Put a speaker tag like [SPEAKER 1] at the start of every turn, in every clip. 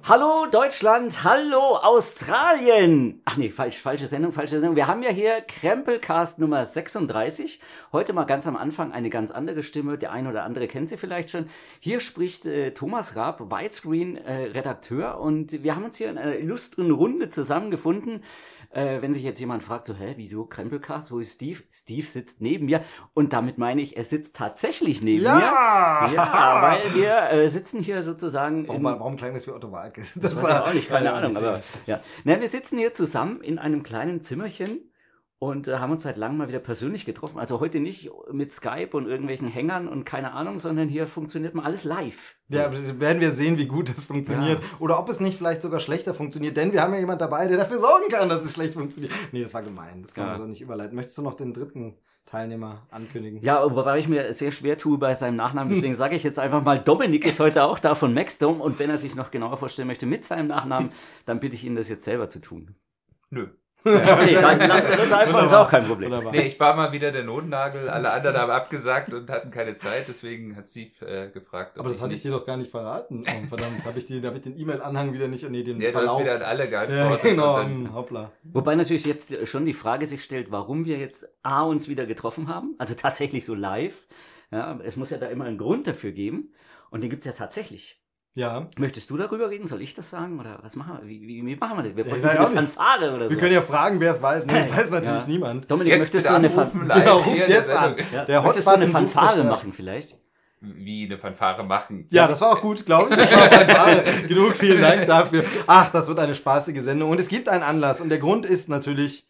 [SPEAKER 1] Hallo Deutschland, hallo Australien. Ach nee, falsche Sendung. Wir haben ja hier Krempelcast Nummer 36. Heute mal ganz am Anfang eine ganz andere Stimme. Der eine oder andere kennt sie vielleicht schon. Hier spricht Thomas Raab, Widescreen-Redakteur. Und wir haben uns hier in einer illustren Runde zusammengefunden. Wenn sich jetzt jemand fragt, so, wieso Krempelcast, wo ist Steve? Steve sitzt neben mir. Und damit meine ich, er sitzt tatsächlich neben mir. Ja, weil wir sitzen hier sozusagen...
[SPEAKER 2] Warum klang das wie Otto Walkes?
[SPEAKER 1] Das weiß ich auch nicht, keine Ahnung. Aber ja, wir sitzen hier zusammen in einem kleinen Zimmerchen und haben uns seit langem mal wieder persönlich getroffen. Also heute nicht mit Skype und irgendwelchen Hängern und keine Ahnung, sondern hier funktioniert mal alles live.
[SPEAKER 2] Ja, werden wir sehen, wie gut das funktioniert. Ja. Oder ob es nicht vielleicht sogar schlechter funktioniert. Denn wir haben ja jemand dabei, der dafür sorgen kann, dass es schlecht funktioniert. Nee, das war gemein. Das kann man so nicht überleiten. Möchtest du noch den dritten Teilnehmer ankündigen?
[SPEAKER 1] Ja, wobei ich mir sehr schwer tue bei seinem Nachnamen. Deswegen sage ich jetzt einfach mal, Dominik ist heute auch da von Maxdome. Und wenn er sich noch genauer vorstellen möchte mit seinem Nachnamen, dann bitte ich ihn, das jetzt selber zu tun.
[SPEAKER 3] Nö.
[SPEAKER 1] Okay, dann lassen wir das einfach, ist auch kein Problem.
[SPEAKER 3] Nee, ich war mal wieder der Notnagel, alle anderen haben abgesagt und hatten keine Zeit, deswegen hat Steve gefragt.
[SPEAKER 2] Aber das hatte ich dir doch gar nicht verraten. Oh, verdammt, habe ich den E-Mail-Anhang wieder nicht, den
[SPEAKER 3] Verlauf. Ja, du hast wieder an alle geantwortet.
[SPEAKER 2] Ja, genau, hoppla.
[SPEAKER 1] Wobei natürlich jetzt schon die Frage sich stellt, warum wir jetzt uns wieder getroffen haben, also tatsächlich so live. Ja, es muss ja da immer einen Grund dafür geben und den gibt's ja tatsächlich.
[SPEAKER 2] Ja.
[SPEAKER 1] Möchtest du darüber reden? Soll ich das sagen? Oder was machen wir? Wie machen wir das? Wir brauchen eine Fanfare oder so.
[SPEAKER 2] Wir können ja fragen, wer es weiß. Nee, das weiß natürlich niemand.
[SPEAKER 1] Dominik, möchtest du eine Fanfare?
[SPEAKER 2] Genau, ruf jetzt an.
[SPEAKER 1] Ja. Möchtest du eine Fanfare machen vielleicht?
[SPEAKER 3] Wie eine Fanfare machen?
[SPEAKER 2] Ja, das war auch gut, glaube ich. Das war Fanfare. Genug, vielen Dank dafür. Ach, das wird eine spaßige Sendung. Und es gibt einen Anlass. Und der Grund ist natürlich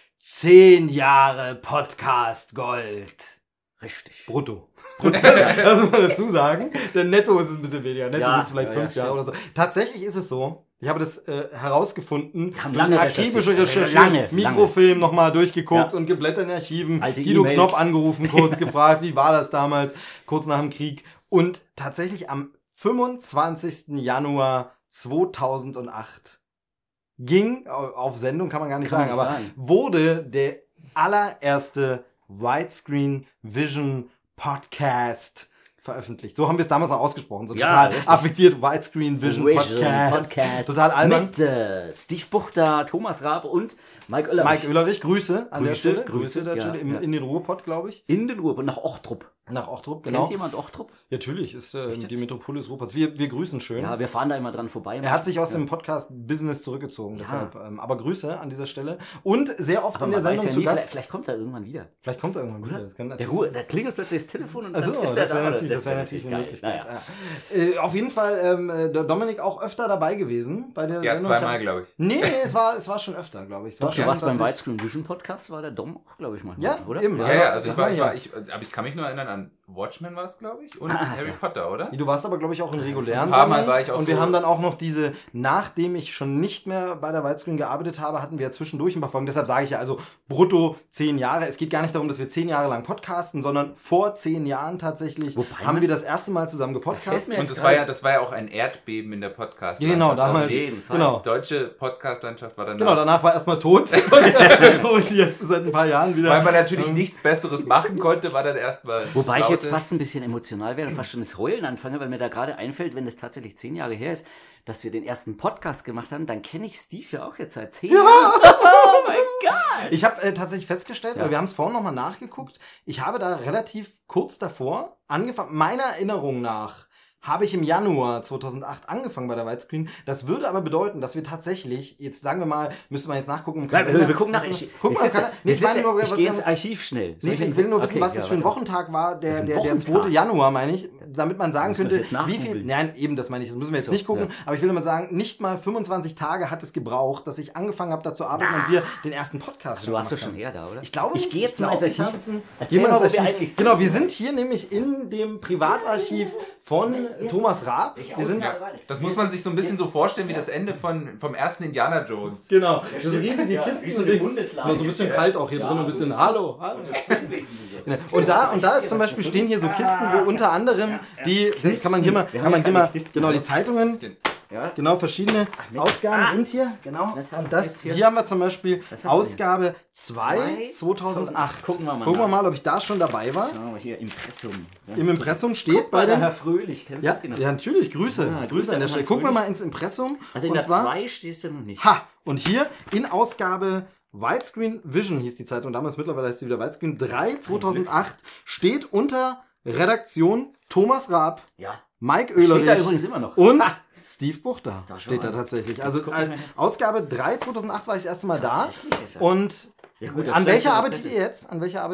[SPEAKER 2] 10 Jahre Podcast Gold.
[SPEAKER 1] Richtig.
[SPEAKER 2] Brutto. Das muss man dazu sagen. Denn netto ist es ein bisschen weniger. Netto sind es vielleicht 5 Jahre oder so. Tatsächlich ist es so. Ich habe das herausgefunden.
[SPEAKER 1] Lange
[SPEAKER 2] akribische Recherche, Mikrofilm nochmal durchgeguckt und geblättert in Archiven.
[SPEAKER 1] Alte
[SPEAKER 2] Guido
[SPEAKER 1] E-Mails.
[SPEAKER 2] Knopp angerufen, kurz gefragt, wie war das damals, kurz nach dem Krieg. Und tatsächlich am 25. Januar 2008 ging, auf Sendung kann man gar nicht sagen, aber wurde der allererste Widescreen Vision Podcast veröffentlicht. So haben wir es damals auch ausgesprochen. So total affektiert. Widescreen Vision Podcast. Total albern.
[SPEAKER 1] Mit Steve Buchter, Thomas Raab und Mike Oellerich.
[SPEAKER 2] Mike Oellerich, Grüße an der Stelle.
[SPEAKER 1] Grüße
[SPEAKER 2] der Stelle. In den Ruhrpott, glaube ich.
[SPEAKER 1] In den Ruhrpott, nach Ochtrup.
[SPEAKER 2] Nach Ochtrup, genau.
[SPEAKER 1] Kennt jemand Ochtrup?
[SPEAKER 2] Ja, natürlich, ist die Metropolis Ruhrpotts. Wir grüßen schön.
[SPEAKER 1] Ja, wir fahren da immer dran vorbei.
[SPEAKER 2] Er hat sich aus dem Podcast-Business zurückgezogen, deshalb. Aber Grüße an dieser Stelle. Und sehr oft in der Sendung zu Gast.
[SPEAKER 1] Vielleicht kommt er irgendwann wieder.
[SPEAKER 2] Vielleicht kommt er irgendwann wieder. Das kann
[SPEAKER 1] da klingelt plötzlich das Telefon und dann
[SPEAKER 2] ist
[SPEAKER 1] der
[SPEAKER 2] das wäre natürlich eine Möglichkeit. Naja. Auf jeden Fall Dominik auch öfter dabei gewesen bei der Sendung.
[SPEAKER 3] Ja, zweimal, glaube ich.
[SPEAKER 2] Nee, es war schon öfter, glaube ich.
[SPEAKER 1] Doch, du warst beim Widescreen Vision Podcast, war der Dom auch, glaube ich, mal.
[SPEAKER 2] Ja,
[SPEAKER 1] oder?
[SPEAKER 2] Eben.
[SPEAKER 3] Ja, also aber ich kann mich nur erinnern an Watchmen war es, glaube ich, und Harry Potter, oder?
[SPEAKER 2] Du warst aber, glaube ich, auch in regulären
[SPEAKER 3] Ein paar Mal war ich auch.
[SPEAKER 2] Und wir haben dann auch noch nachdem ich schon nicht mehr bei der Widescreen gearbeitet habe, hatten wir ja zwischendurch ein paar Folgen. Deshalb sage ich ja, also brutto 10 Jahre. Es geht gar nicht darum, dass wir 10 Jahre lang podcasten, sondern vor 10 Jahren tatsächlich haben wir das erste Mal zusammen gepodcastet.
[SPEAKER 3] Und das war ja auch ein Erdbeben in der Podcast.
[SPEAKER 2] Ja, genau, damals.
[SPEAKER 1] Auf jeden Fall.
[SPEAKER 2] Genau.
[SPEAKER 3] Die deutsche Podcast-Landschaft war danach.
[SPEAKER 2] Genau, danach war erstmal tot. Und jetzt seit ein paar Jahren wieder.
[SPEAKER 3] Weil man natürlich nichts Besseres machen konnte, war dann erstmal.
[SPEAKER 1] Wobei ich jetzt fast ein bisschen emotional werde, fast schon das Heulen anfange, weil mir da gerade einfällt, wenn es tatsächlich 10 Jahre her ist, dass wir den ersten Podcast gemacht haben, dann kenne ich Steve ja auch jetzt seit 10 Jahren. Oh mein Gott!
[SPEAKER 2] Ich habe tatsächlich festgestellt, oder wir haben es vorhin nochmal nachgeguckt, ich habe da relativ kurz davor angefangen, meiner Erinnerung nach, habe ich im Januar 2008 angefangen bei der Widescreen. Das würde aber bedeuten, dass wir tatsächlich, jetzt sagen wir mal, müsste man jetzt nachgucken.
[SPEAKER 1] Wir gucken nach.
[SPEAKER 2] Ich
[SPEAKER 1] gehe ins Archiv schnell.
[SPEAKER 2] Ich will nur wissen, was das für ein Wochentag war, der 2. Januar, meine ich, damit man sagen könnte, wie viel, nein, eben, das meine ich, das müssen wir jetzt nicht gucken, aber ich will nur mal sagen, nicht mal 25 Tage hat es gebraucht, dass ich angefangen habe, da zu arbeiten und wir den ersten Podcast
[SPEAKER 1] Du warst doch schon her da, oder?
[SPEAKER 2] Ich glaube
[SPEAKER 1] ich gehe jetzt mal ins Archiv.
[SPEAKER 2] Genau, wir sind hier nämlich in dem Privatarchiv von Thomas Raab.
[SPEAKER 3] Das muss man sich so ein bisschen so vorstellen wie das Ende vom ersten Indiana Jones.
[SPEAKER 2] Genau, das sind riesige Kisten.
[SPEAKER 1] So
[SPEAKER 2] ein bisschen kalt auch hier drin, ein bisschen Hallo. Und da ist zum Beispiel, stehen hier so Kisten, wo unter anderem die Zeitungen,
[SPEAKER 1] Ja.
[SPEAKER 2] Genau, verschiedene Ausgaben sind hier. Genau. Und hier haben wir zum Beispiel Ausgabe 2 2008.
[SPEAKER 1] Gucken
[SPEAKER 2] wir mal, ob ich da schon dabei war.
[SPEAKER 1] Schauen wir mal hier, Impressum. Ja.
[SPEAKER 2] Im Impressum steht
[SPEAKER 1] bei der Herr Fröhlich. Kennst du den noch?
[SPEAKER 2] Ja, natürlich. Grüße. Grüße an der Stelle. Gucken wir mal ins Impressum.
[SPEAKER 1] Also in der 2 stehst du noch nicht.
[SPEAKER 2] Und hier in Ausgabe Widescreen Vision hieß die Zeitung damals, mittlerweile heißt sie wieder Widescreen 3 2008, steht unter Redaktion Thomas Raab, Mike Oehlerich
[SPEAKER 1] steht da übrigens immer noch.
[SPEAKER 2] Und Steve Buchter steht da tatsächlich. Also Ausgabe 3 2008 war ich das erste Mal da. Und an welcher arbeitet ihr jetzt?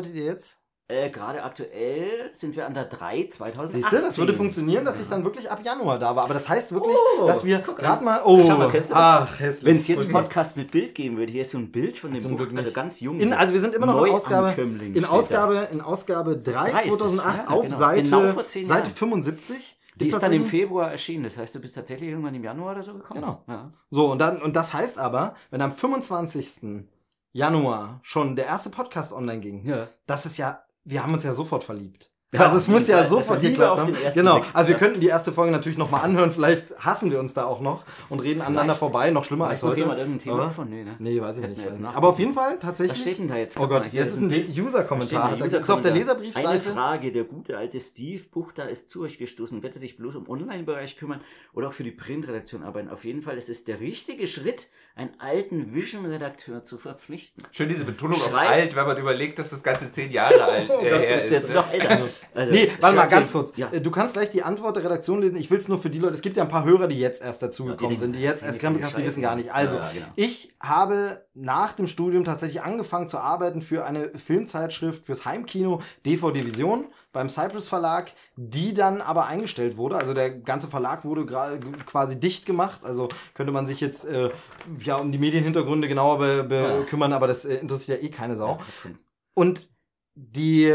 [SPEAKER 1] Gerade aktuell sind wir an der 3 2018.
[SPEAKER 2] Siehst du, das würde funktionieren, dass ich dann wirklich ab Januar da war. Aber das heißt wirklich, dass wir gerade mal...
[SPEAKER 1] hässlich. Wenn es jetzt einen Podcast mit Bild geben würde, hier ist so ein Bild von dem Buch, also ganz jung.
[SPEAKER 2] Also wir sind immer noch in Ausgabe 3 2008 auf Seite 75.
[SPEAKER 1] Die ist dann im Februar erschienen. Das heißt, du bist tatsächlich irgendwann im Januar oder so gekommen.
[SPEAKER 2] Genau. Ja. So, und das heißt aber, wenn am 25. Januar schon der erste Podcast online ging, das ist ja... Wir haben uns ja sofort verliebt. Also es muss ja sofort geklappt haben. Genau, also wir könnten die erste Folge natürlich nochmal anhören. Vielleicht hassen wir uns da auch noch und reden aneinander vorbei. Noch schlimmer als heute.
[SPEAKER 1] Irgendein Thema von?
[SPEAKER 2] Nee, weiß ich nicht. Aber auf jeden Fall tatsächlich...
[SPEAKER 1] Was steht denn da jetzt?
[SPEAKER 2] Oh Gott, das ist ein User-Kommentar. Das ist auf der Leserbriefseite.
[SPEAKER 1] Eine Frage, der gute alte Steve Buchter ist zu euch gestoßen. Wird er sich bloß um Online-Bereich kümmern oder auch für die Printredaktion arbeiten? Auf jeden Fall, es ist der richtige Schritt, einen alten Vision-Redakteur zu verpflichten.
[SPEAKER 3] Schön diese Betonung auf alt, wenn man überlegt, dass das Ganze 10 Jahre alt ist.
[SPEAKER 1] Jetzt noch älter.
[SPEAKER 2] Also, warte mal, ganz kurz. Ja. Du kannst gleich die Antwort der Redaktion lesen. Ich will es nur für die Leute, es gibt ja ein paar Hörer, die jetzt erst dazugekommen sind, die jetzt erst Krempelcast, die wissen gar nicht. Also, ich habe nach dem Studium tatsächlich angefangen zu arbeiten für eine Filmzeitschrift fürs Heimkino, DVD Vision, beim Cypress Verlag, die dann aber eingestellt wurde. Also der ganze Verlag wurde quasi dicht gemacht. Also könnte man sich jetzt um die Medienhintergründe genauer kümmern, aber das interessiert ja eh keine Sau. Und die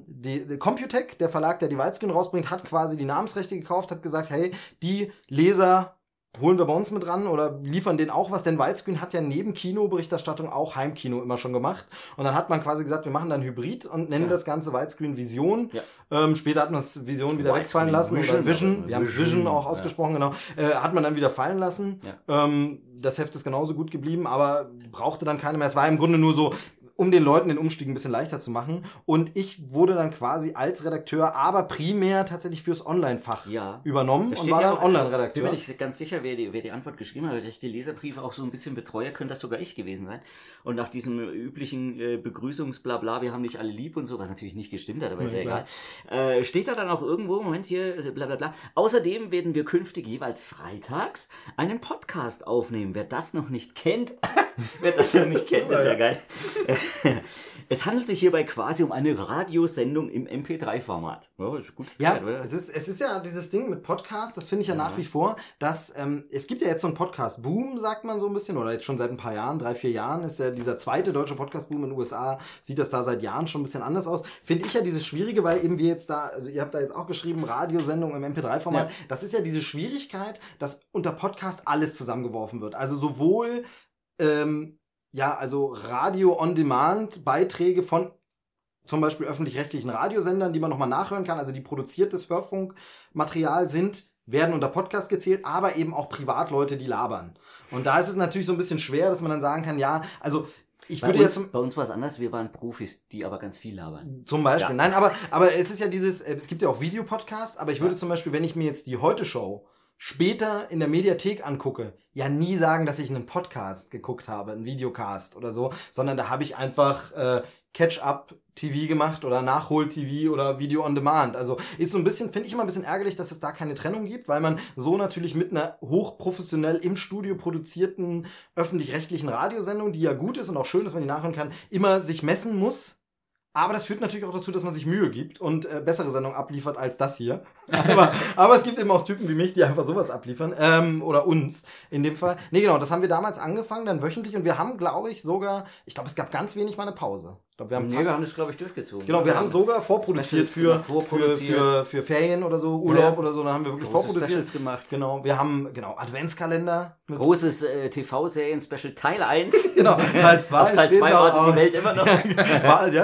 [SPEAKER 2] Computec, der Verlag, der die Widescreen rausbringt, hat quasi die Namensrechte gekauft, hat gesagt, hey, die Leser holen wir bei uns mit ran oder liefern denen auch was, denn Widescreen hat ja neben Kinoberichterstattung auch Heimkino immer schon gemacht. Und dann hat man quasi gesagt, wir machen dann Hybrid und nennen das Ganze Widescreen Vision. Ja. Später hat man das Vision wieder wegfallen lassen. Oder Vision, wir haben es Vision auch ausgesprochen, genau. Hat man dann wieder fallen lassen. Ja. Das Heft ist genauso gut geblieben, aber brauchte dann keine mehr. Es war im Grunde nur so, um den Leuten den Umstieg ein bisschen leichter zu machen. Und ich wurde dann quasi als Redakteur, aber primär tatsächlich fürs Online-Fach übernommen und war dann Online-Redakteur.
[SPEAKER 1] Ich bin mir nicht ganz sicher, wer die Antwort geschrieben hat, weil ich die Leserbriefe auch so ein bisschen betreue, könnte das sogar ich gewesen sein. Und nach diesem üblichen Begrüßungsblabla, wir haben dich alle lieb und so, was natürlich nicht gestimmt hat, aber ist ja egal. Steht da dann auch irgendwo, Moment hier, blablabla. Außerdem werden wir künftig jeweils freitags einen Podcast aufnehmen. Wer das noch nicht kennt, ist ja geil. Es handelt sich hierbei quasi um eine Radiosendung im MP3-Format.
[SPEAKER 2] Ja, ist gut geklärt, oder? Es ist ja dieses Ding mit Podcast, das finde ich ja nach wie vor, dass es gibt ja jetzt so einen Podcast-Boom, sagt man so ein bisschen, oder jetzt schon seit ein paar Jahren, 3-4 Jahren, ist ja dieser zweite deutsche Podcast-Boom in den USA, sieht das da seit Jahren schon ein bisschen anders aus. Finde ich ja dieses Schwierige, weil eben wir jetzt da, also ihr habt da jetzt auch geschrieben, Radiosendung im MP3-Format, das ist ja diese Schwierigkeit, dass unter Podcast alles zusammengeworfen wird. Also sowohl also Radio-on-Demand-Beiträge von zum Beispiel öffentlich-rechtlichen Radiosendern, die man nochmal nachhören kann, also die produziertes Hörfunkmaterial werden unter Podcast gezählt, aber eben auch Privatleute, die labern. Und da ist es natürlich so ein bisschen schwer, dass man dann sagen kann, bei
[SPEAKER 1] uns war es anders, wir waren Profis, die aber ganz viel labern.
[SPEAKER 2] Zum Beispiel. Ja. Nein, aber es ist ja es gibt ja auch Videopodcasts, aber ich würde zum Beispiel, wenn ich mir jetzt die Heute-Show später in der Mediathek angucke, ja nie sagen, dass ich einen Podcast geguckt habe, einen Videocast oder so, sondern da habe ich einfach Catch-up-TV gemacht oder Nachhol-TV oder Video on Demand. Also ist so ein bisschen, finde ich immer ein bisschen ärgerlich, dass es da keine Trennung gibt, weil man so natürlich mit einer hochprofessionell im Studio produzierten öffentlich-rechtlichen Radiosendung, die ja gut ist und auch schön, dass man die nachhören kann, immer sich messen muss. Aber das führt natürlich auch dazu, dass man sich Mühe gibt und bessere Sendungen abliefert als das hier. Aber es gibt eben auch Typen wie mich, die einfach sowas abliefern. Oder uns in dem Fall. Nee, genau, das haben wir damals angefangen, dann wöchentlich. Und wir haben, glaube ich, es gab ganz wenig mal eine Pause.
[SPEAKER 1] Wir haben das, glaube ich, durchgezogen.
[SPEAKER 2] Genau, wir haben sogar vorproduziert für Ferien oder so, Urlaub oder so. Dann haben wir wirklich vorproduziert.
[SPEAKER 1] Specials gemacht.
[SPEAKER 2] Genau, wir haben, Adventskalender.
[SPEAKER 1] Großes TV-Serien-Special Teil 1.
[SPEAKER 2] Genau, Teil 2.
[SPEAKER 1] Auf Teil 2 wartet die Welt immer noch.
[SPEAKER 2] Ja, tut sie da.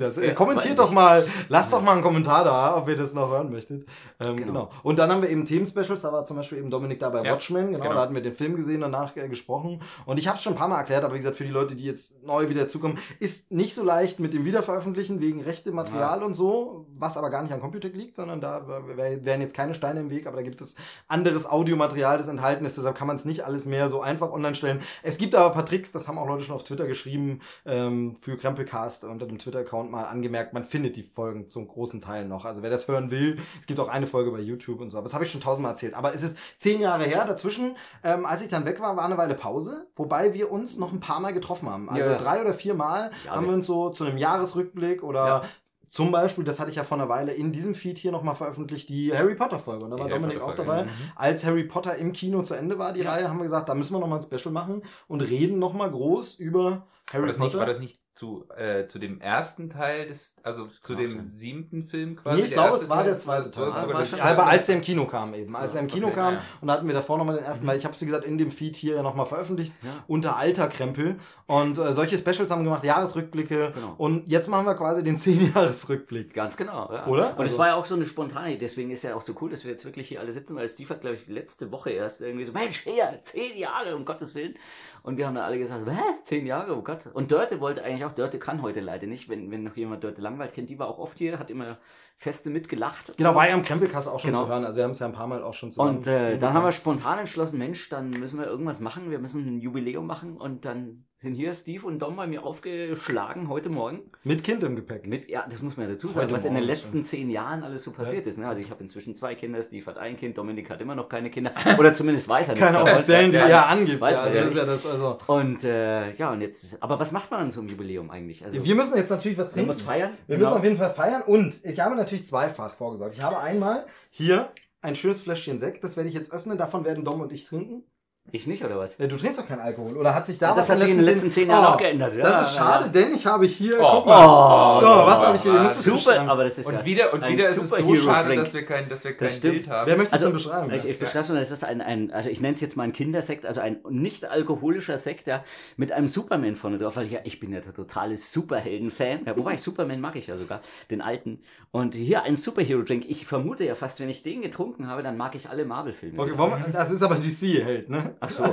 [SPEAKER 2] das? Kommentiert doch mal, lasst doch mal einen Kommentar da, ob ihr das noch hören möchtet. Genau. Und dann haben wir eben Themen-Specials, da war zum Beispiel eben Dominik da bei Watchmen, genau, da hatten wir den Film gesehen, danach gesprochen. Und ich habe es schon ein paar Mal erklärt, aber wie gesagt, für die Leute, die jetzt neu wieder zukommen, ist nicht so leicht mit dem Wiederveröffentlichen wegen rechte Material und so, was aber gar nicht am Computer liegt, sondern da wären jetzt keine Steine im Weg, aber da gibt es anderes Audiomaterial, das enthalten ist, deshalb kann man es nicht alles mehr so einfach online stellen. Es gibt aber ein paar Tricks, das haben auch Leute schon auf Twitter geschrieben, für Krempelcast unter dem Twitter-Account mal angemerkt, man findet die Folgen zum großen Teil noch. Also wer das hören will, es gibt auch eine Folge bei YouTube und so, aber das habe ich schon 1000-mal erzählt. Aber es ist 10 Jahre her, dazwischen, als ich dann weg war eine Weile Pause, wobei wir uns noch ein paar Mal getroffen haben. Also 3 oder 4 Mal haben wir uns so zu einem Jahresrückblick oder zum Beispiel, das hatte ich ja vor einer Weile in diesem Feed hier nochmal veröffentlicht, die Harry Potter Folge. Und da war Dominik auch dabei. Als Harry Potter im Kino zu Ende war, die Reihe, haben wir gesagt, da müssen wir nochmal ein Special machen und reden nochmal groß über Harry Potter.
[SPEAKER 3] War das nicht zu dem ersten Teil zu dem 7. Film quasi?
[SPEAKER 2] Nee, ich glaube, es war der zweite Teil. Aber als er im Kino kam eben. Als er im Kino kam und da hatten wir davor nochmal den ersten, weil ich habe es wie gesagt in dem Feed hier ja nochmal veröffentlicht, unter alter Krempel. Und solche Specials haben wir gemacht, Jahresrückblicke. Genau. Und jetzt machen wir quasi den 10-Jahres-Rückblick.
[SPEAKER 1] Ganz genau, ja.
[SPEAKER 2] Oder?
[SPEAKER 1] Und es war ja auch so eine spontane, deswegen ist ja auch so cool, dass wir jetzt wirklich hier alle sitzen, weil Steve hat, glaube ich, letzte Woche erst irgendwie so, Mensch, hier, 10 Jahre, um Gottes Willen. Und wir haben dann alle gesagt, 10 Jahre, oh Gott. Und Dörte wollte eigentlich auch, Dörte kann heute leider nicht, wenn noch jemand Dörte Langwald kennt, die war auch oft hier, hat immer feste mitgelacht.
[SPEAKER 2] Genau, war ja im Krempelkast auch schon zu hören, also wir haben es ja ein paar Mal auch schon zusammen.
[SPEAKER 1] Und dann haben wir spontan entschlossen, Mensch, dann müssen wir irgendwas machen, wir müssen ein Jubiläum machen und dann sind hier Steve und Dom bei mir aufgeschlagen heute Morgen.
[SPEAKER 2] Mit Kind im Gepäck.
[SPEAKER 1] Das muss man ja dazu sagen, was in den letzten 10 Jahren alles so passiert ist. Ne? Also ich habe inzwischen 2 Kinder, Steve hat ein Kind, Dominik hat immer noch keine Kinder. Oder zumindest weiß er nichts.
[SPEAKER 2] Keine offiziellen, die er angibt.
[SPEAKER 1] Weiß
[SPEAKER 2] also das ist ja das, also.
[SPEAKER 1] Und und jetzt, aber was macht man an so einem Jubiläum eigentlich? Also,
[SPEAKER 2] wir müssen jetzt natürlich was trinken.
[SPEAKER 1] Wir müssen feiern.
[SPEAKER 2] Wir müssen auf jeden Fall feiern und ich habe natürlich zweifach vorgesorgt. Ich habe einmal hier ein schönes Fläschchen Sekt, das werde ich jetzt öffnen, davon werden Dom und ich trinken.
[SPEAKER 1] Ich nicht, oder was?
[SPEAKER 2] Ja, du trinkst doch keinen Alkohol. Oder hat sich da
[SPEAKER 1] was in den letzten 10 Jahren auch geändert? Ja,
[SPEAKER 2] das ist schade, denn ich habe hier,
[SPEAKER 1] guck mal.
[SPEAKER 2] Was habe ich hier?
[SPEAKER 1] Super, aber das ist
[SPEAKER 3] und wieder ist es so schade, dass wir kein Bild haben.
[SPEAKER 2] Wer möchte es denn beschreiben?
[SPEAKER 1] Ich beschreibe es nur, das ist also ich nenne es jetzt mal ein Kindersekt, also ein nicht alkoholischer Sekt, mit einem Superman vorne drauf, weil ich bin ja der totale Superhelden-Fan, wobei Superman mag ich ja sogar, den alten. Und hier ein Superhero-Drink. Ich vermute ja fast, wenn ich den getrunken habe, dann mag ich alle Marvel-Filme.
[SPEAKER 2] Okay, das ist aber DC-Held, ne?
[SPEAKER 1] Ach so,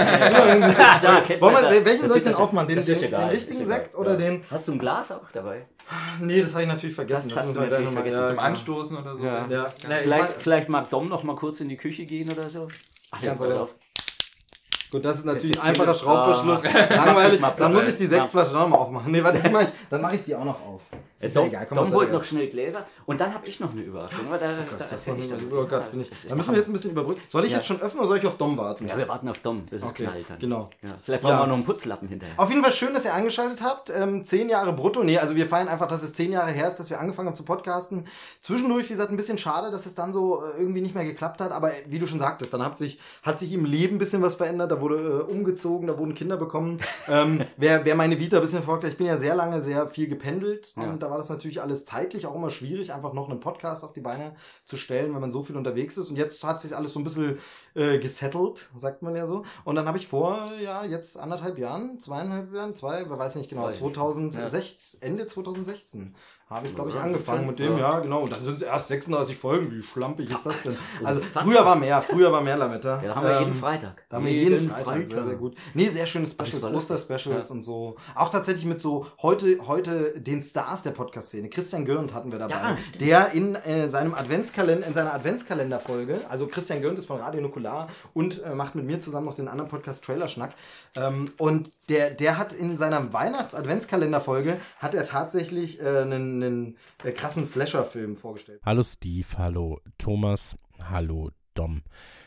[SPEAKER 2] welchen soll ich denn aufmachen? Den richtigen Sekt oder den...
[SPEAKER 1] Hast du ein Glas auch dabei?
[SPEAKER 2] Nee, das habe ich natürlich vergessen.
[SPEAKER 1] Das hast du natürlich vergessen.
[SPEAKER 3] Zum Anstoßen oder so.
[SPEAKER 1] Ja. Vielleicht mag Dom noch mal kurz in die Küche gehen oder so. Ach, jetzt pass auf.
[SPEAKER 2] Gut, das ist natürlich ein einfacher Schraubverschluss. Langweilig. Dann muss ich die Sektflasche noch mal aufmachen. Nee, warte, dann mache ich die auch noch auf.
[SPEAKER 1] Ist ja egal. Dom holt noch schnell Gläser und dann habe ich noch eine Überraschung. Da
[SPEAKER 2] müssen wir jetzt ein bisschen überbrücken. Soll ich jetzt schon öffnen oder soll ich auf Dom warten?
[SPEAKER 1] Ja, wir warten auf Dom. Das ist knallt dann.
[SPEAKER 2] Genau.
[SPEAKER 1] Ja. Vielleicht brauchen wir noch einen Putzlappen hinterher.
[SPEAKER 2] Auf jeden Fall schön, dass ihr eingeschaltet habt. 10 Jahre brutto. Nee, also wir feiern einfach, dass es 10 Jahre her ist, dass wir angefangen haben zu podcasten. Zwischendurch, wie gesagt, ein bisschen schade, dass es dann so irgendwie nicht mehr geklappt hat. Aber wie du schon sagtest, dann hat sich im Leben ein bisschen was verändert. Da wurde umgezogen, da wurden Kinder bekommen. Wer meine Vita ein bisschen folgt, ich bin ja sehr lange sehr viel gependelt. Und da war das natürlich alles zeitlich auch immer schwierig, einfach noch einen Podcast auf die Beine zu stellen, wenn man so viel unterwegs ist. Und jetzt hat sich alles so ein bisschen gesettelt, sagt man ja so. Und dann habe ich jetzt 2,5 Jahren, wer weiß nicht genau, 2016, Ende 2016 habe ich, glaube ich, angefangen mit dem, genau. Und dann sind es erst 36 Folgen. Wie schlampig ist das denn? Also früher war mehr Lametta.
[SPEAKER 1] Ja, da haben wir jeden Freitag.
[SPEAKER 2] Jeden Freitag. Sehr, sehr gut. Nee, sehr schöne Specials, Oster-Specials und so. Auch tatsächlich mit so heute den Stars der Podcast-Szene. Christian Gürnt hatten wir dabei. Der in seiner Adventskalenderfolge, also Christian Gürnt ist von Radio Nukular und macht mit mir zusammen noch den anderen Podcast Trailerschnack. Und der hat in seiner Weihnachts-Adventskalenderfolge hat er tatsächlich einen krassen Slasher-Film vorgestellt.
[SPEAKER 4] Hallo Steve, hallo Thomas, hallo Dom.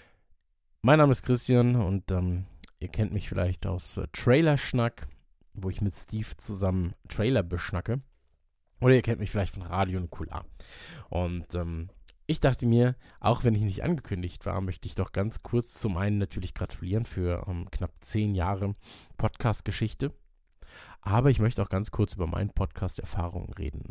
[SPEAKER 4] Mein Name ist Christian und ihr kennt mich vielleicht aus Trailerschnack, wo ich mit Steve zusammen Trailer beschnacke. Oder ihr kennt mich vielleicht von Radio Nukular. Und ich dachte mir, auch wenn ich nicht angekündigt war, möchte ich doch ganz kurz zum einen natürlich gratulieren für knapp 10 Jahre Podcast-Geschichte. Aber ich möchte auch ganz kurz über meine Podcast-Erfahrungen reden.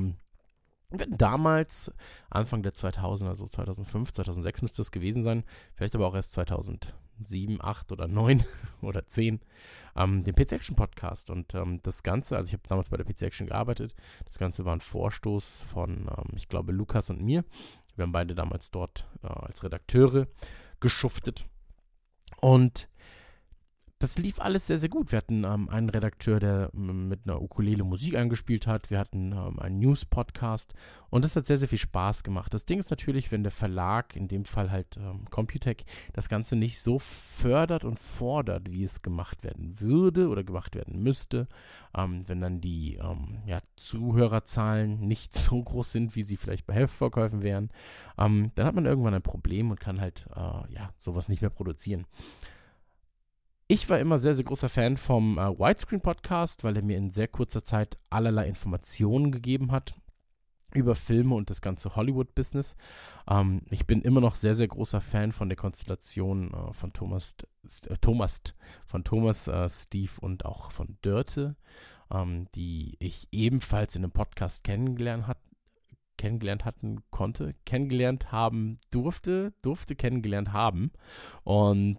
[SPEAKER 4] Wir hatten damals, Anfang der 2000er, also 2005, 2006 müsste es gewesen sein, vielleicht aber auch erst 2007, 7, 8 oder 9 oder 10, den PC Action Podcast. Und das Ganze, also ich habe damals bei der PC Action gearbeitet, das Ganze war ein Vorstoß von, ich glaube, Lukas und mir. Wir haben beide damals dort als Redakteure geschuftet. Und das lief alles sehr, sehr gut. Wir hatten einen Redakteur, der mit einer Ukulele Musik eingespielt hat. Wir hatten einen News-Podcast und das hat sehr, sehr viel Spaß gemacht. Das Ding ist natürlich, wenn der Verlag, in dem Fall halt Computec, das Ganze nicht so fördert und fordert, wie es gemacht werden würde oder gemacht werden müsste, wenn dann die Zuhörerzahlen nicht so groß sind, wie sie vielleicht bei Heftverkäufen wären, dann hat man irgendwann ein Problem und kann halt sowas nicht mehr produzieren. Ich war immer sehr, sehr großer Fan vom Widescreen-Podcast, weil er mir in sehr kurzer Zeit allerlei Informationen gegeben hat über Filme und das ganze Hollywood-Business. Ich bin immer noch sehr, sehr großer Fan von der Konstellation von Thomas, Steve und auch von Dörte, die ich ebenfalls in einem Podcast kennengelernt haben durfte kennengelernt haben und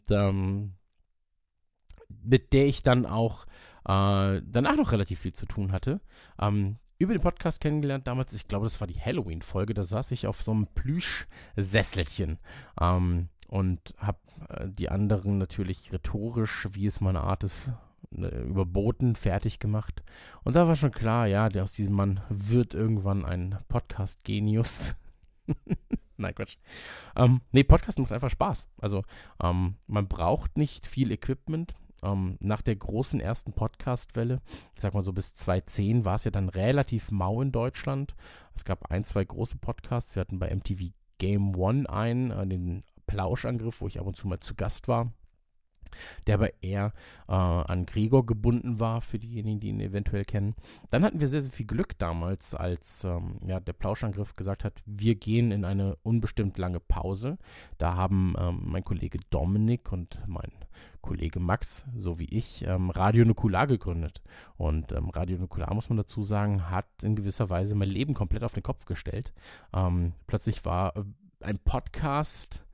[SPEAKER 4] mit der ich dann auch danach noch relativ viel zu tun hatte. Über den Podcast kennengelernt damals, ich glaube, das war die Halloween-Folge, da saß ich auf so einem Plüschsesselchen und habe die anderen natürlich rhetorisch, wie es meine Art ist, überboten, fertig gemacht. Und da war schon klar, ja, aus diesem Mann wird irgendwann ein Podcast-Genius. Nein, Quatsch. Podcast macht einfach Spaß. Also, man braucht nicht viel Equipment. Nach der großen ersten Podcast-Welle, ich sag mal so bis 2010, war es ja dann relativ mau in Deutschland. Es gab 1, 2 große Podcasts. Wir hatten bei MTV Game One den Plauschangriff, wo ich ab und zu mal zu Gast war, der aber eher an Gregor gebunden war, für diejenigen, die ihn eventuell kennen. Dann hatten wir sehr, sehr viel Glück damals, als der Plauschangriff gesagt hat, wir gehen in eine unbestimmt lange Pause. Da haben mein Kollege Dominik und mein Kollege Max, so wie ich, Radio Nukular gegründet. Und Radio Nukular, muss man dazu sagen, hat in gewisser Weise mein Leben komplett auf den Kopf gestellt. Plötzlich war ein Podcast,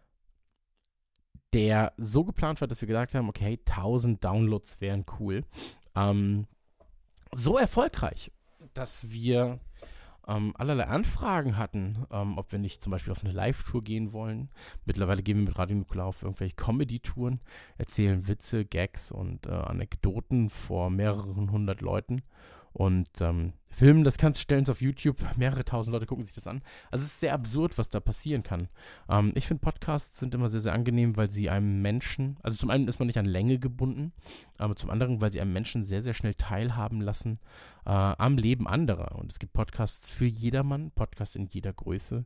[SPEAKER 4] der so geplant war, dass wir gesagt haben, okay, 1000 Downloads wären cool. So erfolgreich, dass wir allerlei Anfragen hatten, ob wir nicht zum Beispiel auf eine Live-Tour gehen wollen. Mittlerweile gehen wir mit Radio Nukular auf irgendwelche Comedy-Touren, erzählen Witze, Gags und Anekdoten vor mehreren 100 Leuten und filmen das Ganze, stellen es auf YouTube, mehrere tausend Leute gucken sich das an. Also es ist sehr absurd, was da passieren kann. Ich finde, Podcasts sind immer sehr, sehr angenehm, weil sie einem Menschen, also zum einen ist man nicht an Länge gebunden, aber zum anderen, weil sie einem Menschen sehr, sehr schnell teilhaben lassen am Leben anderer. Und es gibt Podcasts für jedermann, Podcasts in jeder Größe.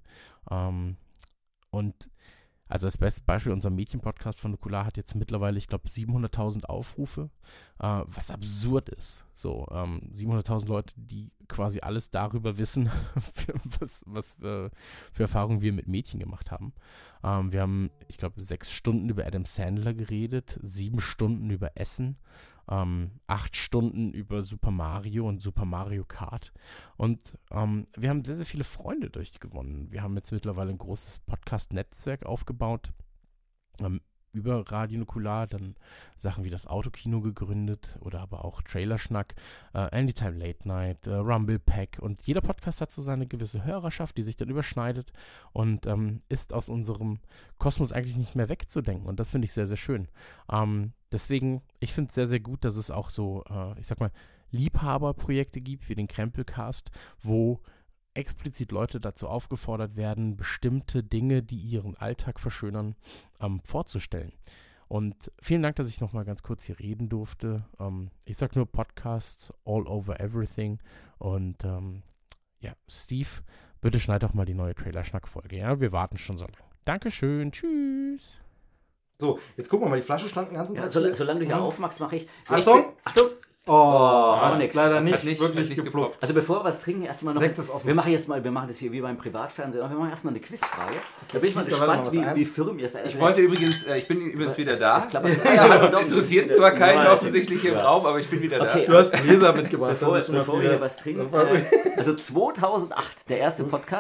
[SPEAKER 4] Und also das beste Beispiel, unser Mädchen-Podcast von Nukular hat jetzt mittlerweile, ich glaube, 700.000 Aufrufe, was absurd ist. So, 700.000 Leute, die quasi alles darüber wissen, was für Erfahrungen wir mit Mädchen gemacht haben. Wir haben, ich glaube, 6 Stunden über Adam Sandler geredet, 7 Stunden über Essen, 8 Stunden über Super Mario und Super Mario Kart. Und wir haben sehr, sehr viele Freunde durchgewonnen. Wir haben jetzt mittlerweile ein großes Podcast-Netzwerk aufgebaut. Über Radio Nukular, dann Sachen wie das Autokino gegründet oder aber auch Trailerschnack, Anytime Late Night, Rumble Pack und jeder Podcast hat so seine gewisse Hörerschaft, die sich dann überschneidet und ist aus unserem Kosmos eigentlich nicht mehr wegzudenken und das finde ich sehr, sehr schön. Deswegen, ich finde es sehr, sehr gut, dass es auch so, ich sag mal, Liebhaberprojekte gibt wie den Krempelcast, wo explizit Leute dazu aufgefordert werden, bestimmte Dinge, die ihren Alltag verschönern, vorzustellen. Und vielen Dank, dass ich nochmal ganz kurz hier reden durfte. Ich sag nur Podcasts all over everything. Und Steve, bitte schneid doch mal die neue Trailer-Schnack-Folge. Ja, wir warten schon so lange. Dankeschön, tschüss.
[SPEAKER 2] So, jetzt gucken wir mal, die Flasche stand den ganzen Tag.
[SPEAKER 1] Solange du hier aufmachst, mache ich...
[SPEAKER 2] Achtung!
[SPEAKER 1] Achtung!
[SPEAKER 2] Hat leider nicht
[SPEAKER 3] nicht
[SPEAKER 2] wirklich geploppt.
[SPEAKER 1] Also bevor wir was trinken, erstmal noch...
[SPEAKER 2] Sekt ist offen.
[SPEAKER 1] Wir machen das hier wie beim Privatfernsehen, aber wir machen erstmal eine Quizfrage. Da bin ich mal
[SPEAKER 2] schließt da
[SPEAKER 1] gespannt, wie firm ihr seid.
[SPEAKER 3] Ich bin übrigens wieder da.
[SPEAKER 1] Ja,
[SPEAKER 3] interessiert zwar keinen offensichtlich im Raum, aber ich bin wieder da.
[SPEAKER 2] Du hast Gläser mitgebracht.
[SPEAKER 1] Bevor wir hier was trinken. Also 2008, der erste Podcast.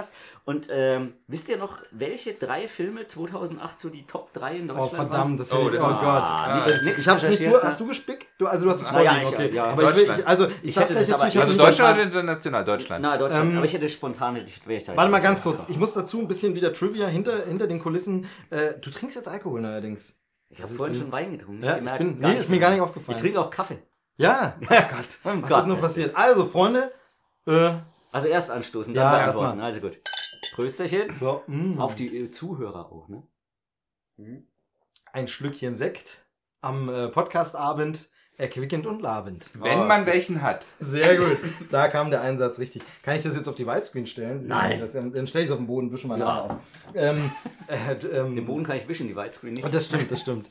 [SPEAKER 1] Und wisst ihr noch, welche 3 Filme 2008 so die Top 3 in Deutschland
[SPEAKER 2] Oh, verdammt, das hätte ich...
[SPEAKER 3] das
[SPEAKER 2] Oh
[SPEAKER 3] ist-
[SPEAKER 2] Gott.
[SPEAKER 1] Nix
[SPEAKER 2] Ich hab's nicht...
[SPEAKER 1] recherchiert,
[SPEAKER 2] Hast du gespickt? Also du hast es
[SPEAKER 1] Ah, ja,
[SPEAKER 2] vorliegen,
[SPEAKER 1] ich-
[SPEAKER 2] okay.
[SPEAKER 1] ja.
[SPEAKER 2] Aber ich sag's
[SPEAKER 1] Ich
[SPEAKER 2] gleich
[SPEAKER 1] hätte
[SPEAKER 2] dazu,
[SPEAKER 1] das aber-
[SPEAKER 2] ich hab
[SPEAKER 3] Also
[SPEAKER 2] nicht-
[SPEAKER 3] Deutschland oder international? Deutschland.
[SPEAKER 1] Na, Deutschland. Aber ich hätte spontan...
[SPEAKER 2] Warte mal ganz kurz. Ich muss dazu ein bisschen wieder Trivia hinter den Kulissen. Du trinkst jetzt Alkohol neuerdings.
[SPEAKER 1] Ich habe vorhin schon Wein getrunken.
[SPEAKER 2] Ja,
[SPEAKER 1] gemerkt,
[SPEAKER 2] ist mir gar nicht
[SPEAKER 1] Ich
[SPEAKER 2] aufgefallen.
[SPEAKER 1] trinke auch Kaffee.
[SPEAKER 2] Ja, oh Gott,
[SPEAKER 1] Oh
[SPEAKER 2] was
[SPEAKER 1] Gott.
[SPEAKER 2] ist nur passiert? Also, Freunde,
[SPEAKER 1] Also erst anstoßen, dann
[SPEAKER 2] Ja,
[SPEAKER 1] beantworten.
[SPEAKER 2] erstmal.
[SPEAKER 1] Also gut. Prösterchen.
[SPEAKER 2] so,
[SPEAKER 1] Auf die Zuhörer auch, ne?
[SPEAKER 2] ein Schlückchen Sekt am Podcastabend, erquickend und labend.
[SPEAKER 3] Wenn man welchen hat.
[SPEAKER 2] Sehr gut, da kam der Einsatz richtig. Kann ich das jetzt auf die Widescreen stellen?
[SPEAKER 1] Nein.
[SPEAKER 2] Dann stelle ich es auf den Boden, wische mal
[SPEAKER 1] Ja.
[SPEAKER 2] nachher auf.
[SPEAKER 1] Den Boden kann ich wischen, die Widescreen nicht.
[SPEAKER 2] Und das stimmt.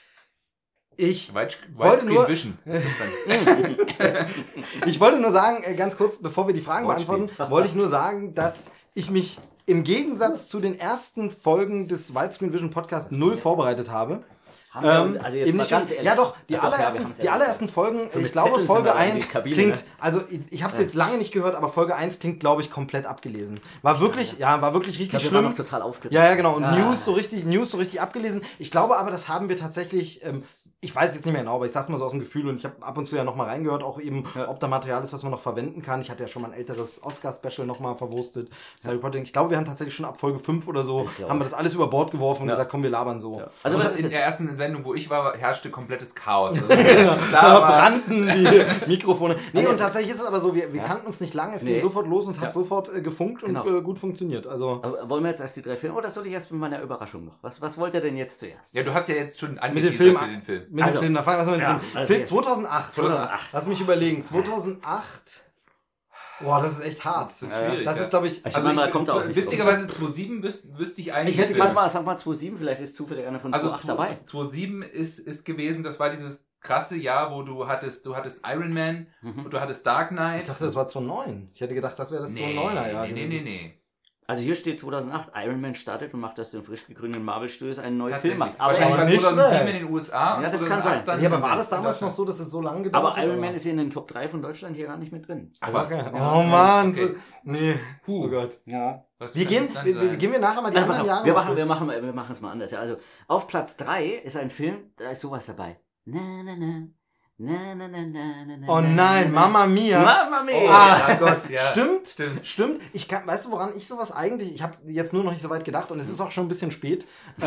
[SPEAKER 2] Ich
[SPEAKER 3] Widescreen
[SPEAKER 2] nur-
[SPEAKER 3] Vision. Ist das dann?
[SPEAKER 2] Ich wollte nur sagen, ganz kurz, bevor wir die Fragen
[SPEAKER 1] Wortspiel.
[SPEAKER 2] beantworten, wollte ich nur sagen, dass ich mich im Gegensatz zu den ersten Folgen des Widescreen Vision Podcast null vorbereitet habe.
[SPEAKER 1] Haben wir, also jetzt
[SPEAKER 2] Eben
[SPEAKER 1] mal
[SPEAKER 2] nicht
[SPEAKER 1] ganz
[SPEAKER 2] schon-
[SPEAKER 1] ehrlich.
[SPEAKER 2] ja doch, die
[SPEAKER 1] Ja, doch, ja, wir
[SPEAKER 2] allerersten,
[SPEAKER 1] haben's ja
[SPEAKER 2] die allerersten Folgen,
[SPEAKER 1] So mit
[SPEAKER 2] ich glaube
[SPEAKER 1] Zetteln
[SPEAKER 2] Folge
[SPEAKER 1] sind wir in
[SPEAKER 2] 1
[SPEAKER 1] die Kabine,
[SPEAKER 2] klingt,
[SPEAKER 1] ne?
[SPEAKER 2] also ich habe es jetzt lange nicht gehört, aber Folge 1 klingt, glaube ich, komplett abgelesen. War wirklich
[SPEAKER 1] Ich
[SPEAKER 2] richtig
[SPEAKER 1] glaube, wir waren
[SPEAKER 2] schlimm.
[SPEAKER 1] noch total aufgeregt.
[SPEAKER 2] Ja, genau. Und
[SPEAKER 1] Ah.
[SPEAKER 2] News so richtig abgelesen. Ich glaube aber, das haben wir tatsächlich, ich weiß jetzt nicht mehr genau, aber ich sag's mal so aus dem Gefühl und ich habe ab und zu ja nochmal reingehört, auch eben,
[SPEAKER 1] Ja.
[SPEAKER 2] ob da Material ist, was man noch verwenden kann. Ich hatte ja schon mal ein älteres Oscar-Special nochmal verwurstet. Harry Potter. Ich glaube, wir haben tatsächlich schon ab Folge 5 oder so,
[SPEAKER 1] Ich glaube.
[SPEAKER 2] haben wir das alles über Bord geworfen und
[SPEAKER 1] Ja.
[SPEAKER 2] gesagt, komm, wir labern so.
[SPEAKER 1] Ja. Also
[SPEAKER 3] Und
[SPEAKER 1] was ist
[SPEAKER 3] in
[SPEAKER 1] jetzt?
[SPEAKER 3] der ersten Sendung, wo ich war, herrschte komplettes Chaos. Also, das
[SPEAKER 2] Da
[SPEAKER 3] war,
[SPEAKER 2] brannten die Mikrofone. Nee,
[SPEAKER 1] Also-
[SPEAKER 2] und tatsächlich ist es aber so, wir
[SPEAKER 1] Ja.
[SPEAKER 2] kannten uns nicht lange, es
[SPEAKER 1] Nee.
[SPEAKER 2] ging sofort los und es
[SPEAKER 1] Ja.
[SPEAKER 2] hat sofort gefunkt und
[SPEAKER 1] Genau.
[SPEAKER 2] gut funktioniert. Also
[SPEAKER 1] Aber wollen wir jetzt erst die 3 Filme oder soll ich erst mit meiner Überraschung noch? Was wollt ihr denn jetzt zuerst?
[SPEAKER 3] ja, du hast ja jetzt schon
[SPEAKER 2] mit dem
[SPEAKER 3] angeteasert
[SPEAKER 2] Film,
[SPEAKER 3] für den Film.
[SPEAKER 2] mit
[SPEAKER 1] Also-
[SPEAKER 2] dem Film, da fangen wir erstmal mit dem
[SPEAKER 1] Ja,
[SPEAKER 2] Film.
[SPEAKER 1] also
[SPEAKER 2] Film
[SPEAKER 1] jetzt-
[SPEAKER 2] 2008.
[SPEAKER 1] 2008.
[SPEAKER 2] Lass mich überlegen. 2008. Boah, das ist echt hart.
[SPEAKER 3] Das ist schwierig.
[SPEAKER 2] Das
[SPEAKER 3] ja.
[SPEAKER 2] ist, glaube ich,
[SPEAKER 1] Ich meine, da kommt auch nicht
[SPEAKER 3] witzigerweise 2007 wüsste ich eigentlich.
[SPEAKER 2] Ich hätte
[SPEAKER 1] Sag mal 2.7, vielleicht ist zufällig einer von 2.8
[SPEAKER 3] also
[SPEAKER 1] dabei.
[SPEAKER 3] 2007 ist gewesen, das war dieses krasse Jahr, wo du hattest Iron Man
[SPEAKER 1] Mhm.
[SPEAKER 3] und du hattest Dark Knight.
[SPEAKER 2] ich dachte, das war 2009. Ich hätte gedacht, das wäre das 2009er Jahr. gewesen.
[SPEAKER 3] Nee.
[SPEAKER 1] Also hier steht 2008, Iron Man startet und macht aus dem frisch gegründeten Marvel-Studios einen neuen
[SPEAKER 3] Tatsächlich.
[SPEAKER 1] Film macht. Aber,
[SPEAKER 3] Wahrscheinlich war
[SPEAKER 2] nicht
[SPEAKER 3] 2007
[SPEAKER 2] schlecht.
[SPEAKER 3] in den USA und
[SPEAKER 1] Ja, das
[SPEAKER 3] 2008
[SPEAKER 1] kann sein.
[SPEAKER 3] dann
[SPEAKER 2] Ja, aber war das
[SPEAKER 3] in
[SPEAKER 2] damals noch
[SPEAKER 3] Deutschland.
[SPEAKER 2] so, dass es so lange gedauert
[SPEAKER 1] aber
[SPEAKER 2] hat?
[SPEAKER 1] Iron Man ist hier in den Top 3 von Deutschland hier gar nicht mit drin.
[SPEAKER 3] Ach was?
[SPEAKER 2] Okay.
[SPEAKER 3] Ja.
[SPEAKER 2] Oh Mann.
[SPEAKER 3] Okay.
[SPEAKER 2] So, nee. Oh Gott.
[SPEAKER 1] Ja.
[SPEAKER 3] Was
[SPEAKER 2] Wir
[SPEAKER 3] kann
[SPEAKER 2] gehen,
[SPEAKER 3] es dann
[SPEAKER 2] wir
[SPEAKER 3] sein?
[SPEAKER 2] gehen wir nachher mal die
[SPEAKER 1] Also, pass
[SPEAKER 2] anderen
[SPEAKER 1] auf,
[SPEAKER 2] Jahre
[SPEAKER 1] wir
[SPEAKER 2] noch
[SPEAKER 1] machen,
[SPEAKER 2] durch.
[SPEAKER 1] wir machen es mal anders. Ja. Also auf Platz 3 ist ein Film, da ist sowas dabei. Na, na, na. Na, na, na, na, na, na,
[SPEAKER 2] Oh
[SPEAKER 1] na,
[SPEAKER 2] nein,
[SPEAKER 1] na.
[SPEAKER 2] Mamma Mia.
[SPEAKER 1] Mamma Mia!
[SPEAKER 2] Ah,
[SPEAKER 3] das-
[SPEAKER 2] Gott.
[SPEAKER 3] ja.
[SPEAKER 2] Stimmt. Weißt du, woran ich sowas eigentlich, ich habe jetzt nur noch nicht so weit gedacht und es ist auch schon ein bisschen spät.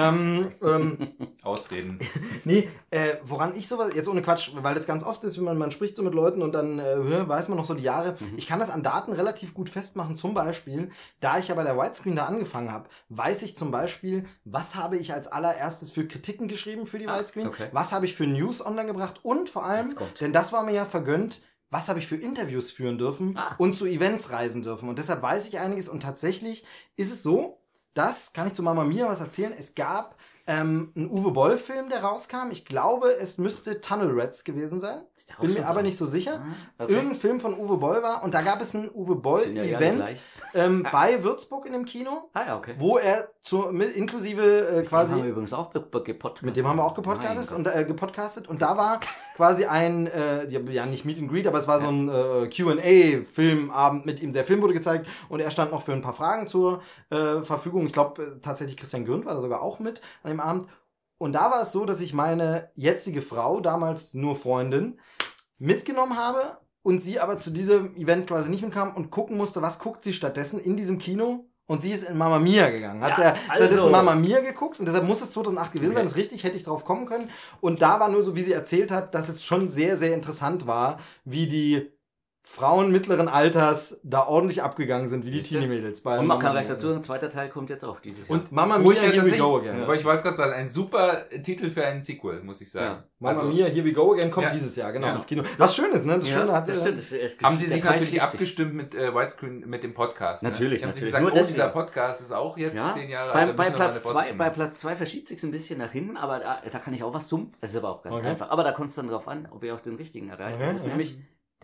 [SPEAKER 3] Ausreden.
[SPEAKER 2] Nee, woran ich sowas, jetzt ohne Quatsch, weil das ganz oft ist, wenn man spricht so mit Leuten und dann weiß man noch so die Jahre. Ich kann das an Daten relativ gut festmachen. Zum Beispiel, da ich ja bei der Widescreen da angefangen habe, weiß ich zum Beispiel, was habe ich als allererstes für Kritiken geschrieben für die Widescreen,
[SPEAKER 1] okay.
[SPEAKER 2] was habe ich für News online gebracht und vor allem,
[SPEAKER 1] Jetzt kommt.
[SPEAKER 2] denn das war mir ja vergönnt, was habe ich für Interviews führen dürfen und zu Events reisen dürfen. Und deshalb weiß ich einiges und tatsächlich ist es so, das kann ich zu Mamma Mia was erzählen. Es gab einen Uwe Boll-Film, der rauskam. Ich glaube, es müsste Tunnel Rats gewesen sein.
[SPEAKER 1] Ist der auch
[SPEAKER 2] Bin
[SPEAKER 1] schon
[SPEAKER 2] mir aber
[SPEAKER 1] dran?
[SPEAKER 2] nicht so sicher.
[SPEAKER 1] Ah, okay.
[SPEAKER 2] Irgendein Film von Uwe Boll war und da gab es ein Uwe
[SPEAKER 1] Sind ja alle
[SPEAKER 2] Boll-Event
[SPEAKER 1] gleich.
[SPEAKER 2] bei Würzburg in dem Kino,
[SPEAKER 1] Ah ja, okay.
[SPEAKER 2] wo er inklusive
[SPEAKER 1] Den
[SPEAKER 2] quasi...
[SPEAKER 1] haben wir übrigens auch gepodcastet.
[SPEAKER 2] Mit dem haben wir auch gepodcastet und da war quasi ein, ja nicht Meet and Greet, aber es war so ein Q&A-Filmabend mit ihm. Der Film wurde gezeigt und er stand noch für ein paar Fragen zur Verfügung. Ich glaube tatsächlich Christian Gründ war da sogar auch mit an dem Abend. Und da war es so, dass ich meine jetzige Frau, damals nur Freundin, mitgenommen habe und sie aber zu diesem Event quasi nicht mitkam und gucken musste, was guckt sie stattdessen in diesem Kino. Und sie ist in Mamma Mia gegangen. Hat
[SPEAKER 1] Ja,
[SPEAKER 2] er stattdessen
[SPEAKER 1] also.
[SPEAKER 2] Mamma Mia geguckt und deshalb muss es 2008 gewesen sein.
[SPEAKER 1] Okay.
[SPEAKER 2] Das ist richtig, hätte ich drauf kommen können. Und da war nur so, wie sie erzählt hat, dass es schon sehr, sehr interessant war, wie die Frauen mittleren Alters da ordentlich abgegangen sind, wie die
[SPEAKER 1] Siehste?
[SPEAKER 2] Teenie-Mädels.
[SPEAKER 1] Und man kann
[SPEAKER 2] Mamma
[SPEAKER 1] gleich
[SPEAKER 2] Mia.
[SPEAKER 1] dazu sagen, zweiter Teil kommt jetzt auch dieses Jahr.
[SPEAKER 2] Und Mamma
[SPEAKER 3] Wo
[SPEAKER 2] Mia,
[SPEAKER 3] ich ja
[SPEAKER 2] Here we go
[SPEAKER 3] tatsächlich-
[SPEAKER 2] again.
[SPEAKER 3] Aber ich wollte gerade sagen, ein super Titel für einen Sequel, muss ich sagen.
[SPEAKER 1] Ja.
[SPEAKER 2] Mamma
[SPEAKER 3] Also,
[SPEAKER 2] Mia, Here we go again kommt
[SPEAKER 3] Ja.
[SPEAKER 2] dieses Jahr, genau,
[SPEAKER 3] Ja.
[SPEAKER 2] ins Kino. Was schön ist, ne? Das Schöne hat,
[SPEAKER 1] das stimmt.
[SPEAKER 3] Haben sie sich
[SPEAKER 1] der Kreis
[SPEAKER 3] natürlich
[SPEAKER 1] schließt sich.
[SPEAKER 3] abgestimmt mit Widescreen, mit dem Podcast.
[SPEAKER 1] Natürlich,
[SPEAKER 3] Ne? Haben sie
[SPEAKER 1] natürlich.
[SPEAKER 3] gesagt,
[SPEAKER 1] Nur
[SPEAKER 3] oh,
[SPEAKER 1] deswegen.
[SPEAKER 3] dieser Podcast ist auch jetzt
[SPEAKER 1] Ja,
[SPEAKER 3] 10 Jahre
[SPEAKER 1] bei,
[SPEAKER 3] alt. da
[SPEAKER 1] bei,
[SPEAKER 3] müssen wir mal eine
[SPEAKER 1] Platz
[SPEAKER 3] Pause
[SPEAKER 1] 2,
[SPEAKER 3] machen.
[SPEAKER 1] bei Platz 2 verschiebt sich ein bisschen nach hinten, aber da kann ich auch was summen. Das ist aber auch ganz
[SPEAKER 2] Okay.
[SPEAKER 1] einfach. Aber da kommt es dann drauf an, ob ihr auch den richtigen erreicht.
[SPEAKER 2] Okay,
[SPEAKER 1] Das ist
[SPEAKER 2] okay.
[SPEAKER 1] nämlich...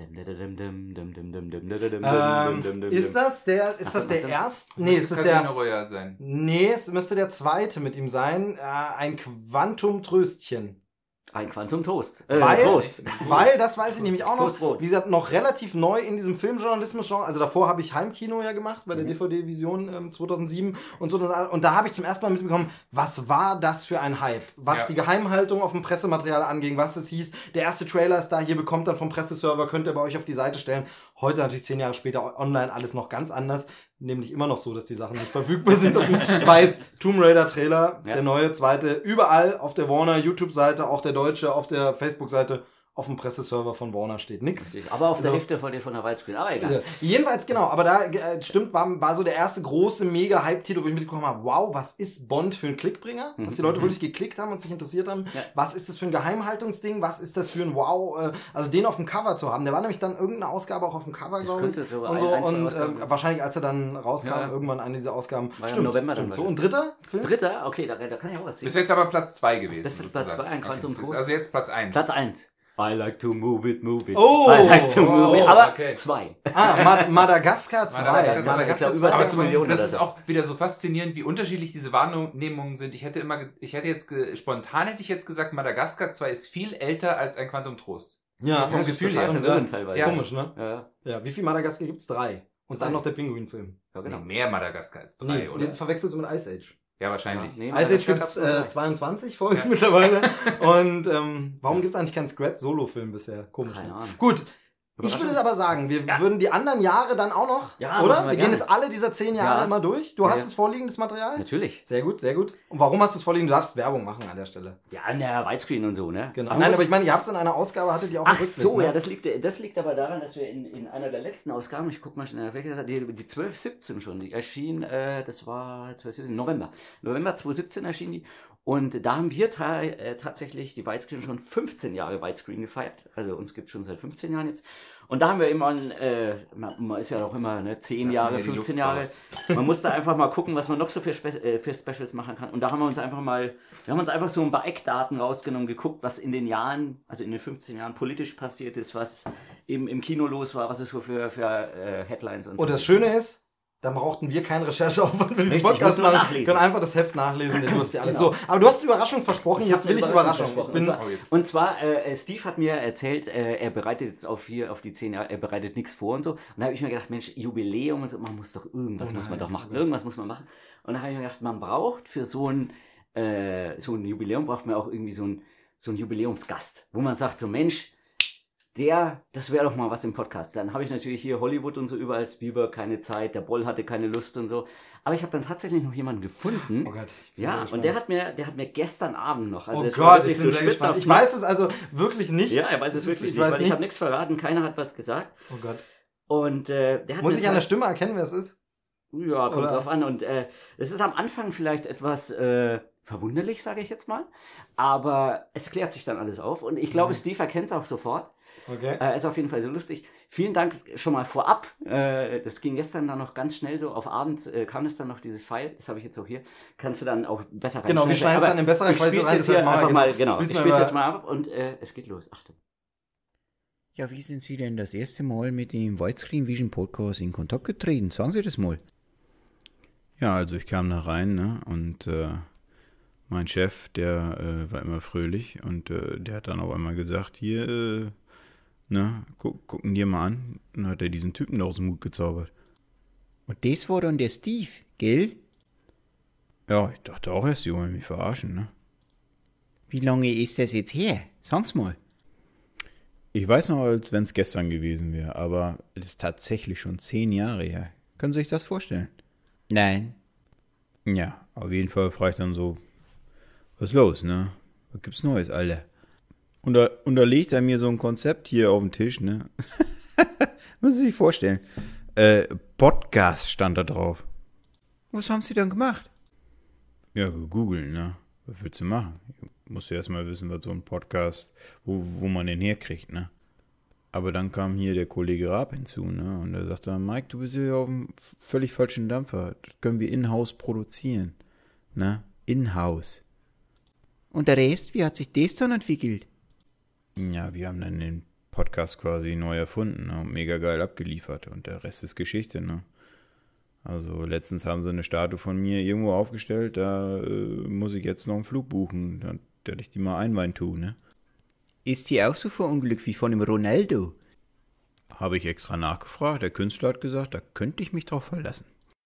[SPEAKER 2] ist das der erste? Nee, ist das
[SPEAKER 3] Casino
[SPEAKER 2] der...
[SPEAKER 3] Royale sein.
[SPEAKER 2] Nee, es müsste der zweite mit ihm sein. Ein Quantum-Tröstchen.
[SPEAKER 1] Ein Quantum Toast.
[SPEAKER 2] Toast. Weil, das weiß ich nämlich auch noch,
[SPEAKER 1] Toastbrot.
[SPEAKER 2] wie gesagt, noch relativ neu in diesem Filmjournalismus-Genre. Also davor habe ich Heimkino ja gemacht, bei der DVD-Vision 2007 und so. Und da habe ich zum ersten Mal mitbekommen, was war das für ein Hype? Was die Geheimhaltung auf dem Pressematerial anging, was es hieß. Der erste Trailer ist da, hier bekommt dann vom Presseserver, könnt ihr bei euch auf die Seite stellen. Heute natürlich 10 Jahre später online alles noch ganz anders. Nämlich immer noch so, dass die Sachen nicht verfügbar sind. War jetzt Tomb Raider Trailer, der neue, zweite, überall auf der Warner YouTube-Seite, auch der deutsche, auf der Facebook-Seite, auf dem Presseserver von Warner steht nix.
[SPEAKER 1] Aber auf der Hälfte von der Widescreen, aber egal.
[SPEAKER 2] Also, jedenfalls, genau, aber da stimmt, war so der erste große Mega-Hype-Titel, wo ich mitbekommen habe, wow, was ist Bond für ein Klickbringer? Dass die Leute wirklich geklickt haben und sich interessiert haben. Ja. Was ist das für ein Geheimhaltungsding? Was ist das für ein Wow? Also den auf dem Cover zu haben. Der war nämlich dann irgendeine Ausgabe auch auf dem Cover, glaube ich. Und wahrscheinlich, als er dann rauskam, irgendwann eine dieser Ausgaben.
[SPEAKER 1] War stimmt,
[SPEAKER 2] November dann. So, und dritter Film?
[SPEAKER 1] Dritter? Okay, da kann ich auch was sehen.
[SPEAKER 3] Ist jetzt aber Platz 2 gewesen.
[SPEAKER 1] Das ist Platz 2, ein Quantum Trost.
[SPEAKER 3] Also jetzt Platz 1.
[SPEAKER 1] Platz 1. I like to move it.
[SPEAKER 2] Oh!
[SPEAKER 1] I like to move it. Aber 2.
[SPEAKER 2] Madagaskar 2.
[SPEAKER 1] Madagaskar über 6 Millionen.
[SPEAKER 3] Das ist auch wieder so faszinierend, wie unterschiedlich diese Wahrnehmungen sind. Spontan hätte ich jetzt gesagt, Madagaskar 2 ist viel älter als ein Quantum Trost.
[SPEAKER 2] Ja,
[SPEAKER 3] vom Gefühl her.
[SPEAKER 1] Teilweise.
[SPEAKER 2] Ja. Komisch, ne? Ja. Wie viel Madagaskar gibt's? 3. Und dann noch der Pinguin-Film.
[SPEAKER 3] Ja, genau. Mehr Madagaskar als 3, oder?
[SPEAKER 2] Den verwechselst du mit Ice Age.
[SPEAKER 3] Ja, wahrscheinlich.
[SPEAKER 1] Ja,
[SPEAKER 2] Ice Age gibt's 22 Folgen mittlerweile. Und warum gibt's eigentlich keinen Scrat-Solo-Film bisher? Komisch.
[SPEAKER 1] Keine Ahnung.
[SPEAKER 2] Gut. Ich würde es aber sagen, wir würden die anderen Jahre dann auch noch, oder? Wir gehen jetzt alle dieser 10 Jahre immer durch. Du hast es vorliegen, das Material?
[SPEAKER 1] Natürlich.
[SPEAKER 2] Sehr gut, sehr gut. Und warum hast du es vorliegen? Du darfst Werbung machen an der Stelle.
[SPEAKER 1] Ja, an der Widescreen und so, ne?
[SPEAKER 2] Genau. Nein, aber ich meine, ihr habt es in einer Ausgabe, hattet ihr auch einen Rückblick,
[SPEAKER 1] so,
[SPEAKER 2] ne?
[SPEAKER 1] ja, das liegt aber daran, dass wir in einer der letzten Ausgaben, ich guck mal schnell, die 12/17 schon, die erschien, das war 12/17, November 2017 erschien die. Und da haben wir tatsächlich die Widescreen schon 15 Jahre Widescreen gefeiert. Also uns gibt es schon seit 15 Jahren jetzt. Und da haben wir immer, man ist ja auch immer 10 Jahre, 15 Jahre. Man muss da einfach mal gucken, was man noch so für Specials machen kann. Und da haben wir uns einfach so ein paar Eckdaten rausgenommen, geguckt, was in den Jahren, also in den 15 Jahren politisch passiert ist, was im Kino los war, was es so für Headlines und so.
[SPEAKER 2] Und das Schöne ist, dann brauchten wir keinen Rechercheaufwand, wenn wir diesen Podcast machen. Können einfach das Heft nachlesen, denn du hast ja alles so. Aber du hast die Überraschung versprochen, jetzt will ich Überraschung.
[SPEAKER 1] Und zwar, Steve hat mir erzählt, er bereitet jetzt auf die 10 Jahre, er bereitet nichts vor und so. Und da habe ich mir gedacht, Mensch, Jubiläum und so, man muss doch irgendwas muss man doch machen. Irgendwas muss man machen. Und da habe ich mir gedacht, man braucht für so ein Jubiläum braucht man auch irgendwie so ein Jubiläumsgast, wo man sagt, so Mensch, das wäre doch mal was im Podcast. Dann habe ich natürlich hier Hollywood und so überall, Spielberg keine Zeit, der Boll hatte keine Lust und so. Aber ich habe dann tatsächlich noch jemanden gefunden.
[SPEAKER 2] Oh Gott.
[SPEAKER 1] Ja, und der hat mir gestern Abend noch. Also
[SPEAKER 2] oh Gott, ich bin sehr gespannt. Ich weiß es also wirklich nicht.
[SPEAKER 1] Ja, er weiß es wirklich nicht, weil ich habe nichts verraten, keiner hat was gesagt.
[SPEAKER 2] Oh Gott.
[SPEAKER 1] Und der hat
[SPEAKER 2] muss ich an der Stimme erkennen, wer es ist?
[SPEAKER 1] Ja, kommt drauf an. Und es ist am Anfang vielleicht etwas verwunderlich, sage ich jetzt mal. Aber es klärt sich dann alles auf. Und ich glaube, Steve erkennt es auch sofort.
[SPEAKER 2] Okay.
[SPEAKER 1] Ist auf jeden Fall so lustig. Vielen Dank schon mal vorab. Das ging gestern dann noch ganz schnell so. Auf Abend kam es dann noch dieses File. Das habe ich jetzt auch hier. Kannst du dann auch besser rein.
[SPEAKER 2] Genau, wir schneiden es dann in besserer Qualität rein.
[SPEAKER 1] Ich spiele es jetzt mal ab und es geht los. Achtung.
[SPEAKER 5] Ja, wie sind Sie denn das erste Mal mit dem Widescreen Vision Podcast in Kontakt getreten? Sagen Sie das mal.
[SPEAKER 6] Ja, also ich kam da rein, ne, und mein Chef, der war immer fröhlich und der hat dann auch einmal gesagt, hier, gucken dir mal an. Und dann hat er diesen Typen da aus dem Hut gezaubert.
[SPEAKER 5] Und das war dann der Steve, gell?
[SPEAKER 6] Ja, ich dachte auch erst, die wollen mich verarschen, ne?
[SPEAKER 5] Wie lange ist das jetzt her? Sag's mal.
[SPEAKER 6] Ich weiß noch, als wenn es gestern gewesen wäre, aber es ist tatsächlich schon 10 Jahre her. Können Sie sich das vorstellen?
[SPEAKER 5] Nein.
[SPEAKER 6] Ja, auf jeden Fall frage ich dann so, was ist los, ne? Was gibt's Neues, Alter? Und da legt er mir so ein Konzept hier auf den Tisch, ne? Muss ich sich vorstellen. Podcast stand da drauf.
[SPEAKER 5] Was haben Sie dann gemacht?
[SPEAKER 6] Ja, gegoogeln, ne? Was willst du machen? Musst du erstmal wissen, was so ein Podcast, wo man den herkriegt, ne? Aber dann kam hier der Kollege Raab hinzu, ne? Und er sagte dann, Mike, du bist hier auf einem völlig falschen Dampfer. Das können wir in-house produzieren, ne? In-house.
[SPEAKER 5] Und der Rest, wie hat sich das dann entwickelt?
[SPEAKER 6] Ja, wir haben dann den Podcast quasi neu erfunden, ne? Und mega geil abgeliefert. Und der Rest ist Geschichte, ne? Also letztens haben sie eine Statue von mir irgendwo aufgestellt, da muss ich jetzt noch einen Flug buchen, dass ich die mal einweihen tue, ne?
[SPEAKER 5] Ist hier auch so verunglückt wie von dem Ronaldo?
[SPEAKER 6] Habe ich extra nachgefragt. Der Künstler hat gesagt, da könnte ich mich drauf verlassen.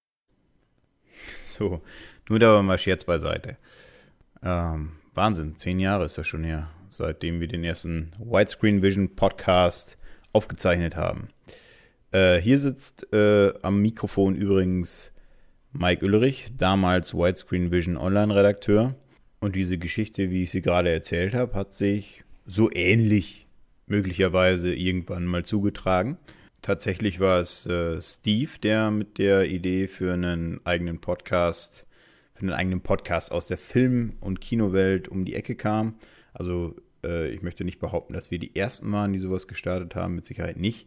[SPEAKER 6] So, nur da war mal Scherz beiseite. Wahnsinn, 10 Jahre ist das schon her, seitdem wir den ersten Widescreen Vision Podcast aufgezeichnet haben. Hier sitzt am Mikrofon übrigens Mike Ulrich, damals Widescreen Vision Online-Redakteur. Und diese Geschichte, wie ich sie gerade erzählt habe, hat sich so ähnlich möglicherweise irgendwann mal zugetragen. Tatsächlich war es Steve, der mit der Idee für einen eigenen Podcast aus der Film- und Kinowelt um die Ecke kam. Also ich möchte nicht behaupten, dass wir die Ersten waren, die sowas gestartet haben, mit Sicherheit nicht.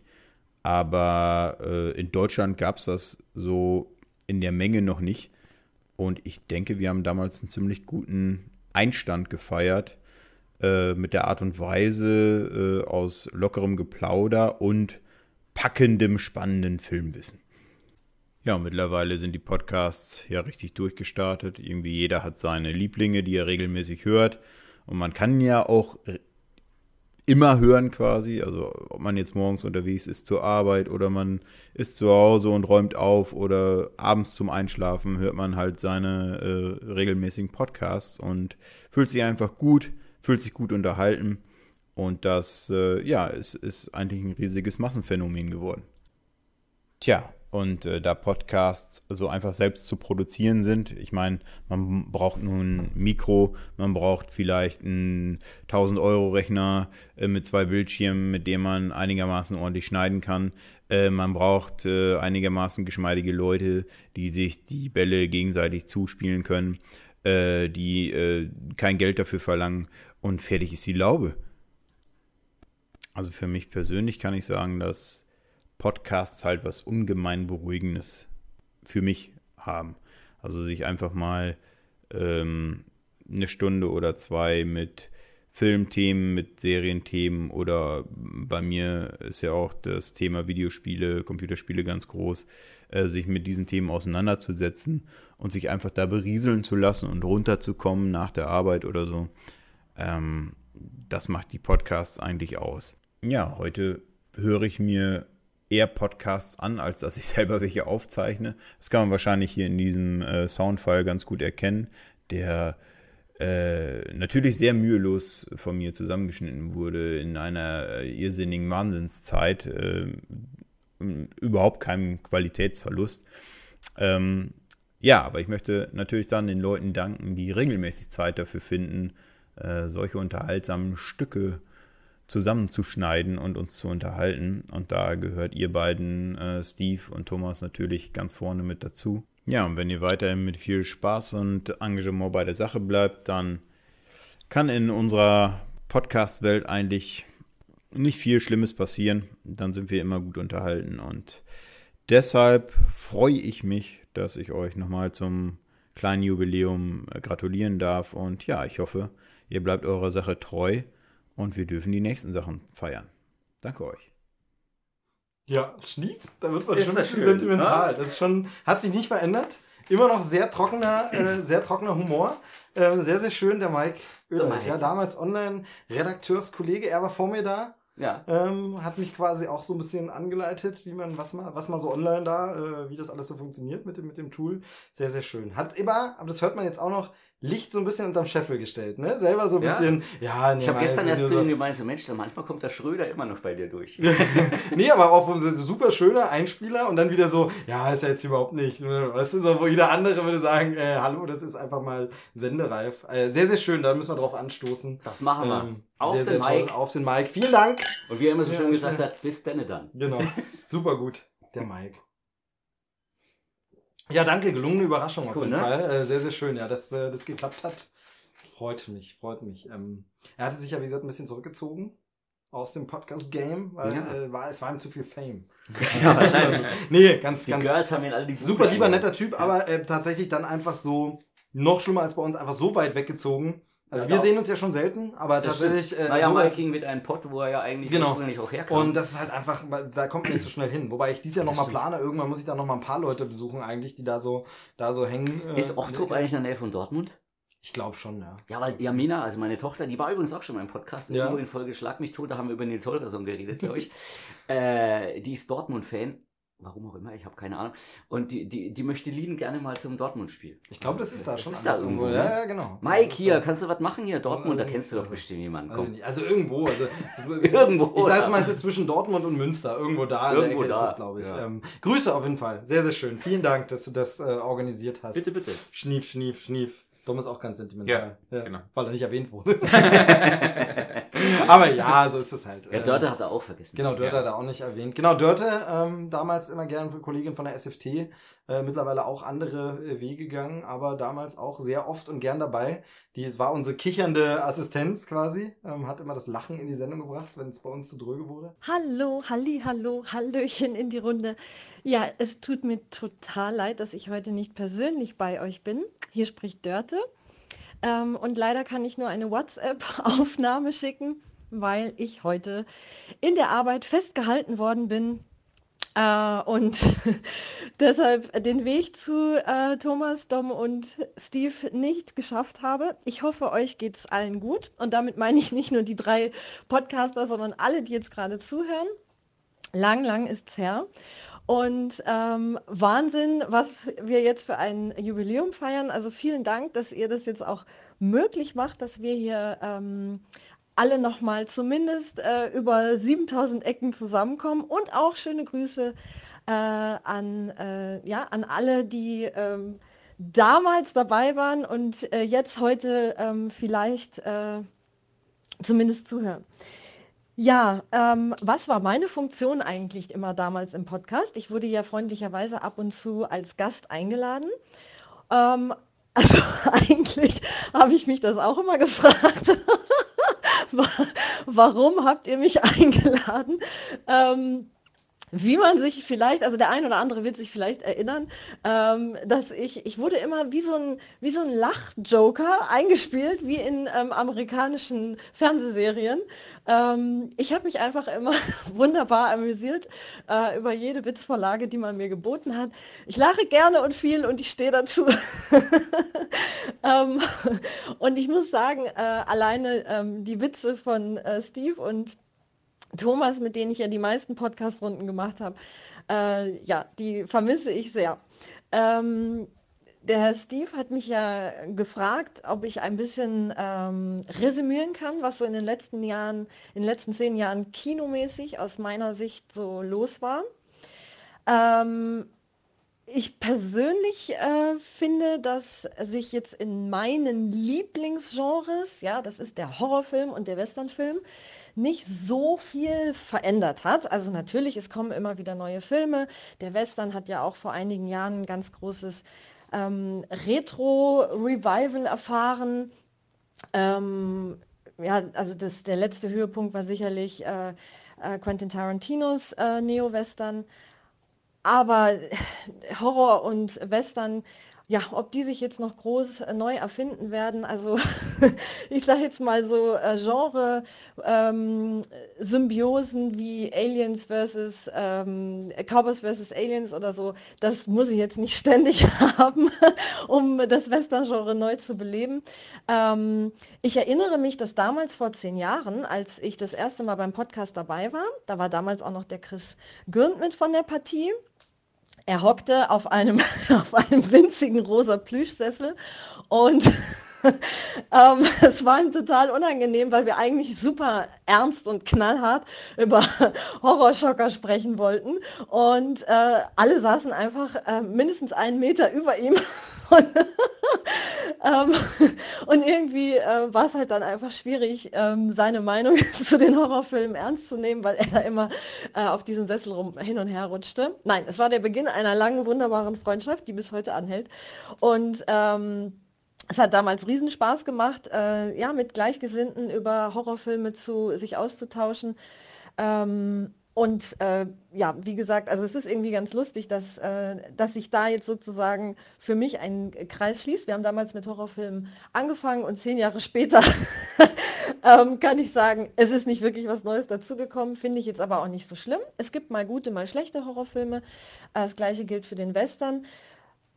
[SPEAKER 6] Aber in Deutschland gab es das so in der Menge noch nicht. Und ich denke, wir haben damals einen ziemlich guten Einstand gefeiert mit der Art und Weise aus lockerem Geplauder und packendem, spannenden Filmwissen. Ja, und mittlerweile sind die Podcasts ja richtig durchgestartet. Irgendwie jeder hat seine Lieblinge, die er regelmäßig hört. Und man kann ja auch immer hören quasi. Also ob man jetzt morgens unterwegs ist zur Arbeit oder man ist zu Hause und räumt auf oder abends zum Einschlafen hört man halt seine regelmäßigen Podcasts und fühlt sich einfach gut, fühlt sich gut unterhalten. Und das, ist eigentlich ein riesiges Massenphänomen geworden. Tja, und da Podcasts so einfach selbst zu produzieren sind, ich meine, man braucht nur ein Mikro, man braucht vielleicht einen 1000-Euro-Rechner mit 2 Bildschirmen, mit dem man einigermaßen ordentlich schneiden kann. Man braucht einigermaßen geschmeidige Leute, die sich die Bälle gegenseitig zuspielen können, die kein Geld dafür verlangen und fertig ist die Laube. Also für mich persönlich kann ich sagen, dass Podcasts halt was ungemein Beruhigendes für mich haben. Also sich einfach mal eine Stunde oder 2 mit Filmthemen, mit Serienthemen oder bei mir ist ja auch das Thema Videospiele, Computerspiele ganz groß, sich mit diesen Themen auseinanderzusetzen und sich einfach da berieseln zu lassen und runterzukommen nach der Arbeit oder so. Das macht die Podcasts eigentlich aus. Ja, heute höre ich mir eher Podcasts an, als dass ich selber welche aufzeichne. Das kann man wahrscheinlich hier in diesem Soundfile ganz gut erkennen, der natürlich sehr mühelos von mir zusammengeschnitten wurde in einer irrsinnigen Wahnsinnszeit. Überhaupt keinem Qualitätsverlust. Aber ich möchte natürlich dann den Leuten danken, die regelmäßig Zeit dafür finden, solche unterhaltsamen Stücke zusammenzuschneiden und uns zu unterhalten. Und da gehört ihr beiden, Steve und Thomas, natürlich ganz vorne mit dazu. Ja, und wenn ihr weiterhin mit viel Spaß und Engagement bei der Sache bleibt, dann kann in unserer Podcast-Welt eigentlich nicht viel Schlimmes passieren. Dann sind wir immer gut unterhalten. Und deshalb freue ich mich, dass ich euch nochmal zum kleinen Jubiläum gratulieren darf. Und ja, ich hoffe, ihr bleibt eurer Sache treu. Und wir dürfen die nächsten Sachen feiern. Danke euch.
[SPEAKER 2] Ja, Schnief, da wird man
[SPEAKER 1] Ist
[SPEAKER 2] schon ein
[SPEAKER 1] das
[SPEAKER 2] bisschen
[SPEAKER 1] schön,
[SPEAKER 2] sentimental.
[SPEAKER 1] ne?
[SPEAKER 2] Das ist schon, hat sich nicht verändert. Immer noch sehr trockener Humor. Sehr, sehr schön, der Mike Oehlerich.
[SPEAKER 1] Mike.
[SPEAKER 2] Ja, damals Online-Redakteurskollege, er war vor mir da.
[SPEAKER 1] Ja.
[SPEAKER 2] Hat mich quasi auch so ein bisschen angeleitet, was man so online da, wie das alles so funktioniert mit dem Tool. Sehr, sehr schön. Hat immer, aber das hört man jetzt auch noch, Licht so ein bisschen unterm Scheffel gestellt, ne? Selber so ein bisschen,
[SPEAKER 1] Ich habe gestern erst zu ihm gemeint, so Mensch, manchmal kommt der Schröder immer noch bei dir durch.
[SPEAKER 2] Nee, aber auch so super schöner Einspieler und dann wieder so, ja, ist ja jetzt überhaupt nicht, weißt du, so, wo jeder andere würde sagen, hallo, das ist einfach mal sendereif. Sehr, sehr schön, da müssen wir drauf anstoßen.
[SPEAKER 1] Das machen wir. Auf
[SPEAKER 2] sehr,
[SPEAKER 1] den
[SPEAKER 2] sehr
[SPEAKER 1] Mike.
[SPEAKER 2] toll. Auf den Mike. Vielen Dank.
[SPEAKER 1] Und wie er immer so
[SPEAKER 2] Ja,
[SPEAKER 1] schön
[SPEAKER 2] ich
[SPEAKER 1] gesagt
[SPEAKER 2] bin-
[SPEAKER 1] hat, bis denn dann.
[SPEAKER 2] Genau, super gut, der Mike. Ja, danke, gelungene Überraschung auf
[SPEAKER 1] Cool,
[SPEAKER 2] jeden
[SPEAKER 1] ne?
[SPEAKER 2] Fall. Sehr, sehr schön, ja, dass das geklappt hat. Freut mich. Er hatte sich ja, wie gesagt, ein bisschen zurückgezogen aus dem Podcast-Game, weil es war ihm zu viel Fame.
[SPEAKER 1] Ja, wahrscheinlich.
[SPEAKER 2] Nee, ganz,
[SPEAKER 1] Die
[SPEAKER 2] ganz
[SPEAKER 1] Girls haben ihn alle die Bude
[SPEAKER 2] super lieber,
[SPEAKER 1] eingeladen.
[SPEAKER 2] netter Typ, aber tatsächlich dann einfach so, noch schlimmer als bei uns, einfach so weit weggezogen. Also
[SPEAKER 1] Ja,
[SPEAKER 2] wir
[SPEAKER 1] doch.
[SPEAKER 2] sehen uns ja schon selten, aber
[SPEAKER 1] Das
[SPEAKER 2] tatsächlich
[SPEAKER 1] stimmt. Naja,
[SPEAKER 2] so
[SPEAKER 1] Mike
[SPEAKER 2] weit.
[SPEAKER 1] ging mit einem Pott, wo er ja eigentlich
[SPEAKER 2] Genau.
[SPEAKER 1] ursprünglich auch herkam.
[SPEAKER 2] Und das ist halt einfach, da kommt man nicht so schnell hin. Wobei ich dieses Jahr
[SPEAKER 1] Das
[SPEAKER 2] nochmal
[SPEAKER 1] stimmt.
[SPEAKER 2] plane, irgendwann muss ich da nochmal ein paar Leute besuchen eigentlich, die da so hängen.
[SPEAKER 1] Ist Ochtrup eigentlich in der Nähe von Dortmund?
[SPEAKER 2] Ich glaube schon, ja.
[SPEAKER 1] Ja, weil Jamina, also meine Tochter, die war übrigens auch schon mal im Podcast,
[SPEAKER 2] Ja.
[SPEAKER 1] irgendwo in Folge Schlag mich tot, da haben wir über Nils Holgersson geredet, glaube ich. Die ist Dortmund-Fan, warum auch immer, ich habe keine Ahnung. Und die möchte lieben gerne mal zum Dortmund-Spiel.
[SPEAKER 2] Ich glaube, das ist da
[SPEAKER 1] Das
[SPEAKER 2] schon.
[SPEAKER 1] ist da
[SPEAKER 2] alles
[SPEAKER 1] irgendwo, ne?
[SPEAKER 2] Ja, genau.
[SPEAKER 1] Mike,
[SPEAKER 2] Das ist
[SPEAKER 1] hier,
[SPEAKER 2] da-
[SPEAKER 1] kannst du was machen hier? Dortmund, da
[SPEAKER 2] das
[SPEAKER 1] kennst du
[SPEAKER 2] ist-
[SPEAKER 1] doch bestimmt jemanden.
[SPEAKER 2] Weiß ich
[SPEAKER 1] Komm.
[SPEAKER 2] nicht. Also irgendwo. Also,
[SPEAKER 1] Irgendwo,
[SPEAKER 2] Ich sag
[SPEAKER 1] ja.
[SPEAKER 2] jetzt mal, es ist zwischen Dortmund und Münster. Irgendwo da in
[SPEAKER 1] Irgendwo
[SPEAKER 2] der Ecke
[SPEAKER 1] da,
[SPEAKER 2] ist es, glaube ich.
[SPEAKER 1] ja.
[SPEAKER 2] Grüße auf jeden Fall. Sehr, sehr schön. Vielen Dank, dass du das organisiert hast.
[SPEAKER 1] Bitte, bitte.
[SPEAKER 2] Schnief, schnief, schnief. Dom ist auch ganz sentimental.
[SPEAKER 3] genau.
[SPEAKER 2] Weil er nicht erwähnt wurde. Aber ja, so ist es halt.
[SPEAKER 1] Ja, Dörte hat er auch vergessen.
[SPEAKER 2] Genau, Dörte hat er auch nicht erwähnt. Genau, Dörte, damals immer gern Kollegin von der SFT, mittlerweile auch andere Wege gegangen, aber damals auch sehr oft und gern dabei. Die war unsere kichernde Assistenz quasi, hat immer das Lachen in die Sendung gebracht, wenn es bei uns zu dröge wurde.
[SPEAKER 7] Hallo, hallo, hallöchen in die Runde. Ja, es tut mir total leid, dass ich heute nicht persönlich bei euch bin. Hier spricht Dörte. Und leider kann ich nur eine WhatsApp-Aufnahme schicken, weil ich heute in der Arbeit festgehalten worden bin und deshalb den Weg zu Thomas, Dom und Steve nicht geschafft habe. Ich hoffe, euch geht's allen gut. Und damit meine ich nicht nur die 3 Podcaster, sondern alle, die jetzt gerade zuhören. Lang ist's her. Und Wahnsinn, was wir jetzt für ein Jubiläum feiern. Also vielen Dank, dass ihr das jetzt auch möglich macht, dass wir hier alle nochmal zumindest über 7000 Ecken zusammenkommen. Und auch schöne Grüße an alle, die damals dabei waren und jetzt heute vielleicht zumindest zuhören. Ja, was war meine Funktion eigentlich immer damals im Podcast? Ich wurde ja freundlicherweise ab und zu als Gast eingeladen. Also eigentlich habe ich mich das auch immer gefragt. Warum habt ihr mich eingeladen? Wie man sich vielleicht, also der ein oder andere wird sich vielleicht erinnern, dass ich wurde immer wie so ein Lachjoker eingespielt, wie in amerikanischen Fernsehserien. Ich habe mich einfach immer wunderbar amüsiert über jede Witzvorlage, die man mir geboten hat. Ich lache gerne und viel und ich stehe dazu. Und ich muss sagen, alleine die Witze von Steve und Thomas, mit denen ich ja die meisten Podcast-Runden gemacht habe, die vermisse ich sehr. Der Herr Steve hat mich ja gefragt, ob ich ein bisschen resümieren kann, was so in den letzten 10 Jahren kinomäßig aus meiner Sicht so los war. Ich persönlich finde, dass sich jetzt in meinen Lieblingsgenres, ja, das ist der Horrorfilm und der Westernfilm, nicht so viel verändert hat. Also natürlich, es kommen immer wieder neue Filme. Der Western hat ja auch vor einigen Jahren ein ganz großes Retro-Revival erfahren. Also der letzte Höhepunkt war sicherlich Quentin Tarantinos Neo-Western. Aber Horror und Western, ja, ob die sich jetzt noch groß neu erfinden werden, also ich sage jetzt mal so Genre-Symbiosen wie Aliens versus Cowboys versus Aliens oder so, das muss ich jetzt nicht ständig haben, um das Western-Genre neu zu beleben. Ich erinnere mich, dass damals vor 10 Jahren, als ich das erste Mal beim Podcast dabei war, da war damals auch noch der Chris Gürnt mit von der Partie. Er hockte auf einem winzigen rosa Plüschsessel und es war ihm total unangenehm, weil wir eigentlich super ernst und knallhart über Horrorschocker sprechen wollten und alle saßen einfach mindestens 1 Meter über ihm und irgendwie war es halt dann einfach schwierig, seine Meinung zu den Horrorfilmen ernst zu nehmen, weil er da immer auf diesem Sessel hin und her rutschte. Nein, es war der Beginn einer langen, wunderbaren Freundschaft, die bis heute anhält. Und es hat damals riesen Spaß gemacht, mit Gleichgesinnten über Horrorfilme sich auszutauschen. Wie gesagt, also es ist irgendwie ganz lustig, dass sich da jetzt sozusagen für mich ein Kreis schließt. Wir haben damals mit Horrorfilmen angefangen und 10 Jahre später kann ich sagen, es ist nicht wirklich was Neues dazugekommen, finde ich jetzt aber auch nicht so schlimm. Es gibt mal gute, mal schlechte Horrorfilme. Das gleiche gilt für den Western.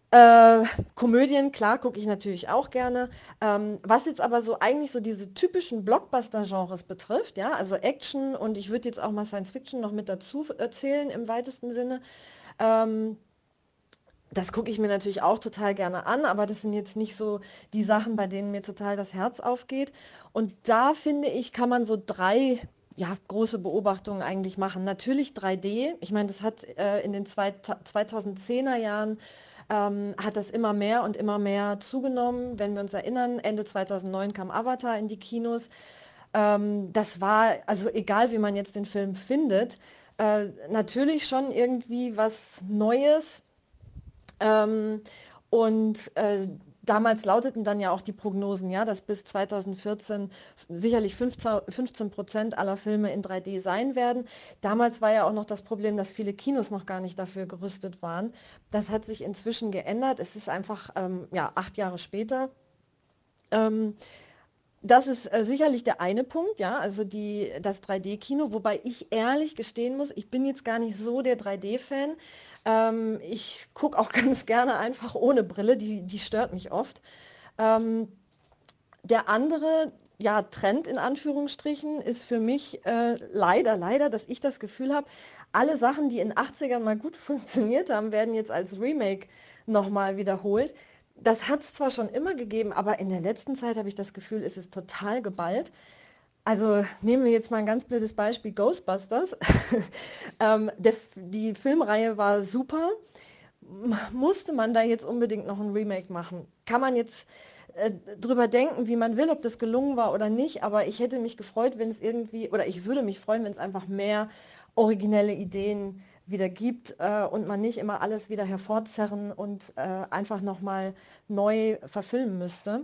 [SPEAKER 7] Komödien, klar, gucke ich natürlich auch gerne. Was jetzt aber so eigentlich so diese typischen Blockbuster-Genres betrifft, ja, also Action und ich würde jetzt auch mal Science Fiction noch mit dazu erzählen im weitesten Sinne. Ähm, Das gucke ich mir natürlich auch total gerne an, aber das sind jetzt nicht so die Sachen, bei denen mir total das Herz aufgeht. Und da finde ich, kann man so drei ja, große Beobachtungen eigentlich machen. Natürlich 3D. Ich meine, das hat in den 2010er Jahren hat das immer mehr zugenommen. Wenn wir uns erinnern, Ende 2009 kam Avatar in die Kinos. Das war, also egal wie man jetzt den Film findet, natürlich schon irgendwie was Neues. Ähm, damals lauteten dann ja auch die Prognosen, ja, dass bis 2014 sicherlich 15% aller Filme in 3D sein werden. Damals war ja auch noch das Problem, dass viele Kinos noch gar nicht dafür gerüstet waren. Das hat sich inzwischen geändert. Es ist einfach ja, 8 Jahre später. Ähm, Das ist sicherlich der eine Punkt, ja, also das 3D-Kino, wobei ich ehrlich gestehen muss, ich bin jetzt gar nicht so der 3D-Fan. Ich gucke auch ganz gerne einfach ohne Brille, die stört mich oft. Ähm, Der andere, ja, Trend in Anführungsstrichen ist für mich leider, dass ich das Gefühl habe, alle Sachen, die in den 80ern mal gut funktioniert haben, werden jetzt als Remake nochmal wiederholt. Das hat es zwar schon immer gegeben, aber in der letzten Zeit habe ich das Gefühl, es ist total geballt. Also nehmen wir jetzt mal ein ganz blödes Beispiel, Ghostbusters. Die Filmreihe war super. Musste man da jetzt unbedingt noch ein Remake machen? Kann man jetzt drüber denken, wie man will, ob das gelungen war oder nicht, aber ich hätte mich gefreut, wenn es irgendwie, oder ich würde mich freuen, wenn es einfach mehr originelle Ideen wieder gibt und man nicht immer alles wieder hervorzerren und einfach nochmal neu verfilmen müsste.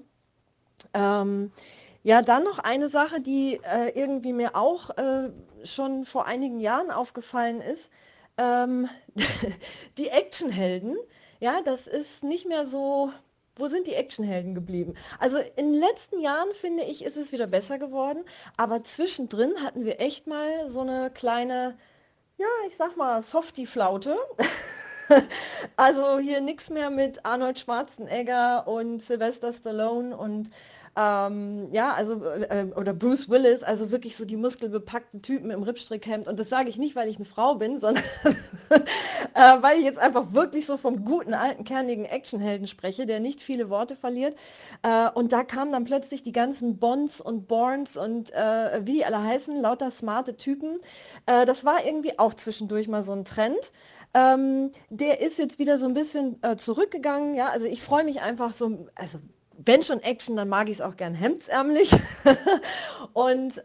[SPEAKER 7] Ja, dann noch eine Sache, die irgendwie mir auch schon vor einigen Jahren aufgefallen ist. Ähm, Die Actionhelden, ja, das ist nicht mehr so. Wo sind die Actionhelden geblieben? Also in den letzten Jahren, finde ich, ist es wieder besser geworden, aber zwischendrin hatten wir echt mal so eine kleine, ja, ich sag mal, Softie-Flaute. Also hier nichts mehr mit Arnold Schwarzenegger und Sylvester Stallone und ja, also oder Bruce Willis, also wirklich so die muskelbepackten Typen im Rippstrickhemd. Und das sage ich nicht, weil ich eine Frau bin, sondern weil ich jetzt einfach wirklich so vom guten, alten, kernigen Actionhelden spreche, der nicht viele Worte verliert. Und da kamen dann plötzlich die ganzen Bonds und Bournes und wie die alle heißen, lauter smarte Typen. Das war irgendwie auch zwischendurch mal so ein Trend. Der ist jetzt wieder so ein bisschen zurückgegangen. Ja, also ich freue mich einfach so, also wenn schon Action, dann mag ich es auch gern hemdsärmlich. Und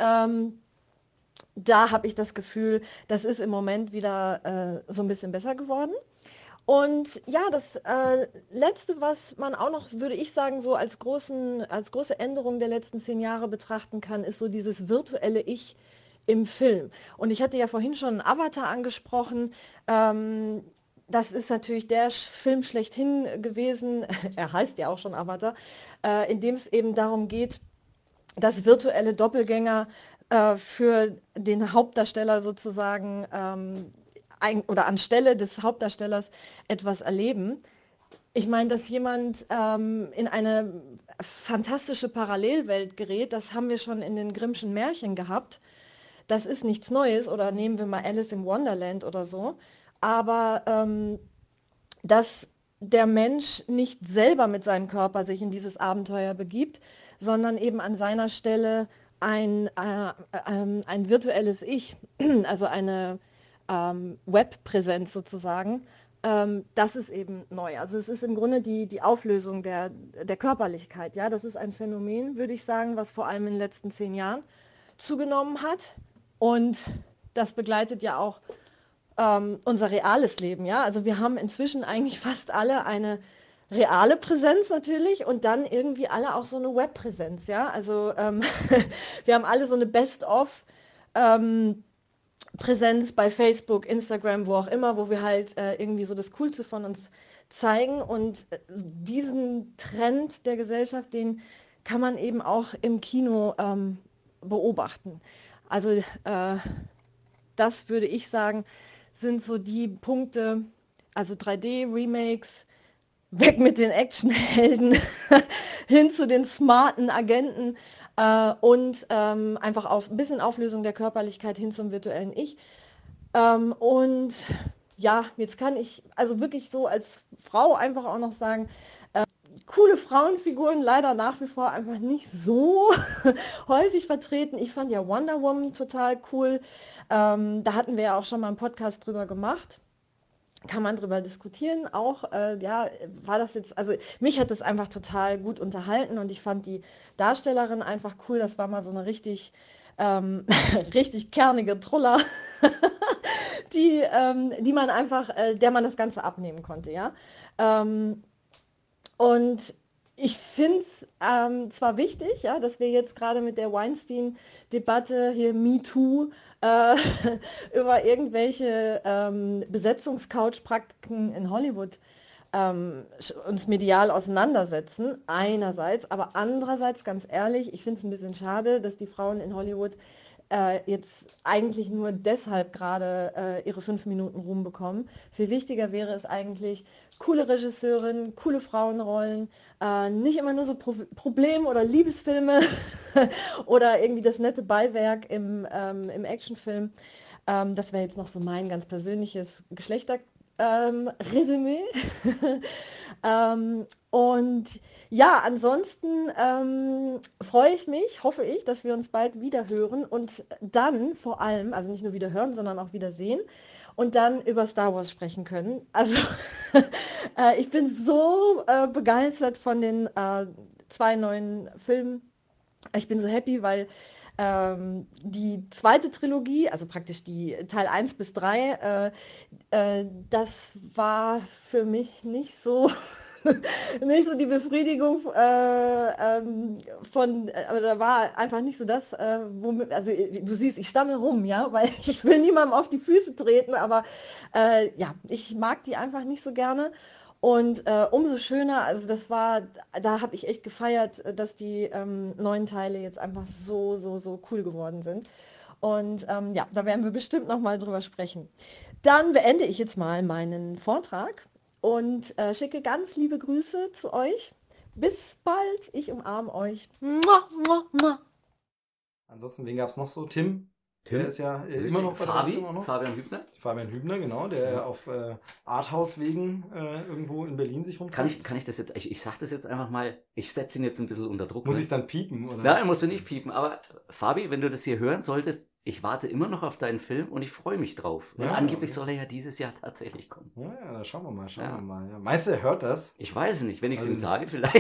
[SPEAKER 7] da habe ich das Gefühl, das ist im Moment wieder so ein bisschen besser geworden. Und ja, das Letzte, was man auch noch, würde ich sagen, so als große Änderung der letzten 10 Jahre betrachten kann, ist so dieses virtuelle Ich im Film. Und ich hatte ja vorhin schon Avatar angesprochen. Das ist natürlich der Film schlechthin gewesen, er heißt ja auch schon Avatar, in dem es eben darum geht, dass virtuelle Doppelgänger für den Hauptdarsteller sozusagen oder anstelle des Hauptdarstellers etwas erleben. Ich meine, dass jemand in eine fantastische Parallelwelt gerät, das haben wir schon in den Grimmschen Märchen gehabt. Das ist nichts Neues, oder nehmen wir mal Alice im Wonderland oder so. Aber dass der Mensch nicht selber mit seinem Körper sich in dieses Abenteuer begibt, sondern eben an seiner Stelle ein virtuelles Ich, also eine Webpräsenz sozusagen, das ist eben neu. Also es ist im Grunde die Auflösung der Körperlichkeit. Ja? Das ist ein Phänomen, würde ich sagen, was vor allem in den letzten 10 Jahren zugenommen hat. Und das begleitet ja auch unser reales Leben. Ja? Also wir haben inzwischen eigentlich fast alle eine reale Präsenz natürlich und dann irgendwie alle auch so eine Webpräsenz. Ja? Also wir haben alle so eine Best-of Präsenz bei Facebook, Instagram, wo auch immer, wo wir halt irgendwie so das Coolste von uns zeigen. Und diesen Trend der Gesellschaft, den kann man eben auch im Kino beobachten. Also das würde ich sagen, sind so die Punkte, also 3D-Remakes, weg mit den Actionhelden, hin zu den smarten Agenten und einfach ein bisschen Auflösung der Körperlichkeit hin zum virtuellen Ich. Und ja, jetzt kann ich also wirklich so als Frau einfach auch noch sagen, coole Frauenfiguren leider nach wie vor einfach nicht so häufig vertreten. Ich fand ja Wonder Woman total cool. Da hatten wir ja auch schon mal einen Podcast drüber gemacht. Kann man drüber diskutieren. Auch, war das jetzt, also mich hat das einfach total gut unterhalten und ich fand die Darstellerin einfach cool. Das war mal so eine richtig, richtig kernige Truller, die man einfach, der man das Ganze abnehmen konnte, ja. Und ich finde es zwar wichtig, ja, dass wir jetzt gerade mit der Weinstein-Debatte hier MeToo über irgendwelche Besetzungscouch-Praktiken in Hollywood uns medial auseinandersetzen, einerseits, aber andererseits, ganz ehrlich, ich finde es ein bisschen schade, dass die Frauen in Hollywood jetzt eigentlich nur deshalb gerade ihre 5 Minuten Ruhm bekommen. Viel wichtiger wäre es eigentlich, coole Regisseurinnen, coole Frauenrollen, nicht immer nur so Problem- oder Liebesfilme oder irgendwie das nette Beiwerk im Actionfilm. Das wäre jetzt noch so mein ganz persönliches Geschlechterresümee. Und ja, ansonsten freue ich mich, hoffe ich, dass wir uns bald wieder hören und dann vor allem, also nicht nur wieder hören, sondern auch wieder sehen und dann über Star Wars sprechen können. Also ich bin so begeistert von den 2 neuen Filmen. Ich bin so happy, weil die zweite Trilogie, also praktisch die Teil 1 bis 3, das war für mich nicht so die Befriedigung aber da war einfach nicht so das, womit, also du siehst, ich stammel rum, ja, weil ich will niemandem auf die Füße treten, aber ja, ich mag die einfach nicht so gerne. Und umso schöner, also da habe ich echt gefeiert, dass die neuen Teile jetzt einfach so cool geworden sind. Und ja, da werden wir bestimmt nochmal drüber sprechen. Dann beende ich jetzt mal meinen Vortrag und schicke ganz liebe Grüße zu euch. Bis bald, ich umarme euch. Mua, mua, mua.
[SPEAKER 2] Ansonsten, wen gab es noch so? Tim? Der ist ja immer noch bei der
[SPEAKER 1] Fabi,
[SPEAKER 2] immer noch.
[SPEAKER 1] Fabian Hübner.
[SPEAKER 2] Fabian Hübner, genau, der auf Arthouse-Wegen irgendwo in Berlin sich rumtreibt.
[SPEAKER 1] Kann ich das jetzt, ich sag das jetzt einfach mal, ich setze ihn jetzt ein bisschen unter Druck.
[SPEAKER 2] Muss
[SPEAKER 1] ne?
[SPEAKER 2] ich dann piepen, oder?
[SPEAKER 1] Nein, musst du nicht piepen, aber Fabi, wenn du das hier hören solltest, ich warte immer noch auf deinen Film und ich freue mich drauf. Und
[SPEAKER 2] Ja,
[SPEAKER 1] angeblich
[SPEAKER 2] okay.
[SPEAKER 1] soll er ja dieses Jahr tatsächlich kommen.
[SPEAKER 2] Ja, da schauen wir mal,
[SPEAKER 1] Ja.
[SPEAKER 2] Ja. Meinst du, er hört das?
[SPEAKER 1] Ich weiß es nicht, wenn ich es
[SPEAKER 2] Also
[SPEAKER 1] ihm
[SPEAKER 2] nicht.
[SPEAKER 1] sage, vielleicht.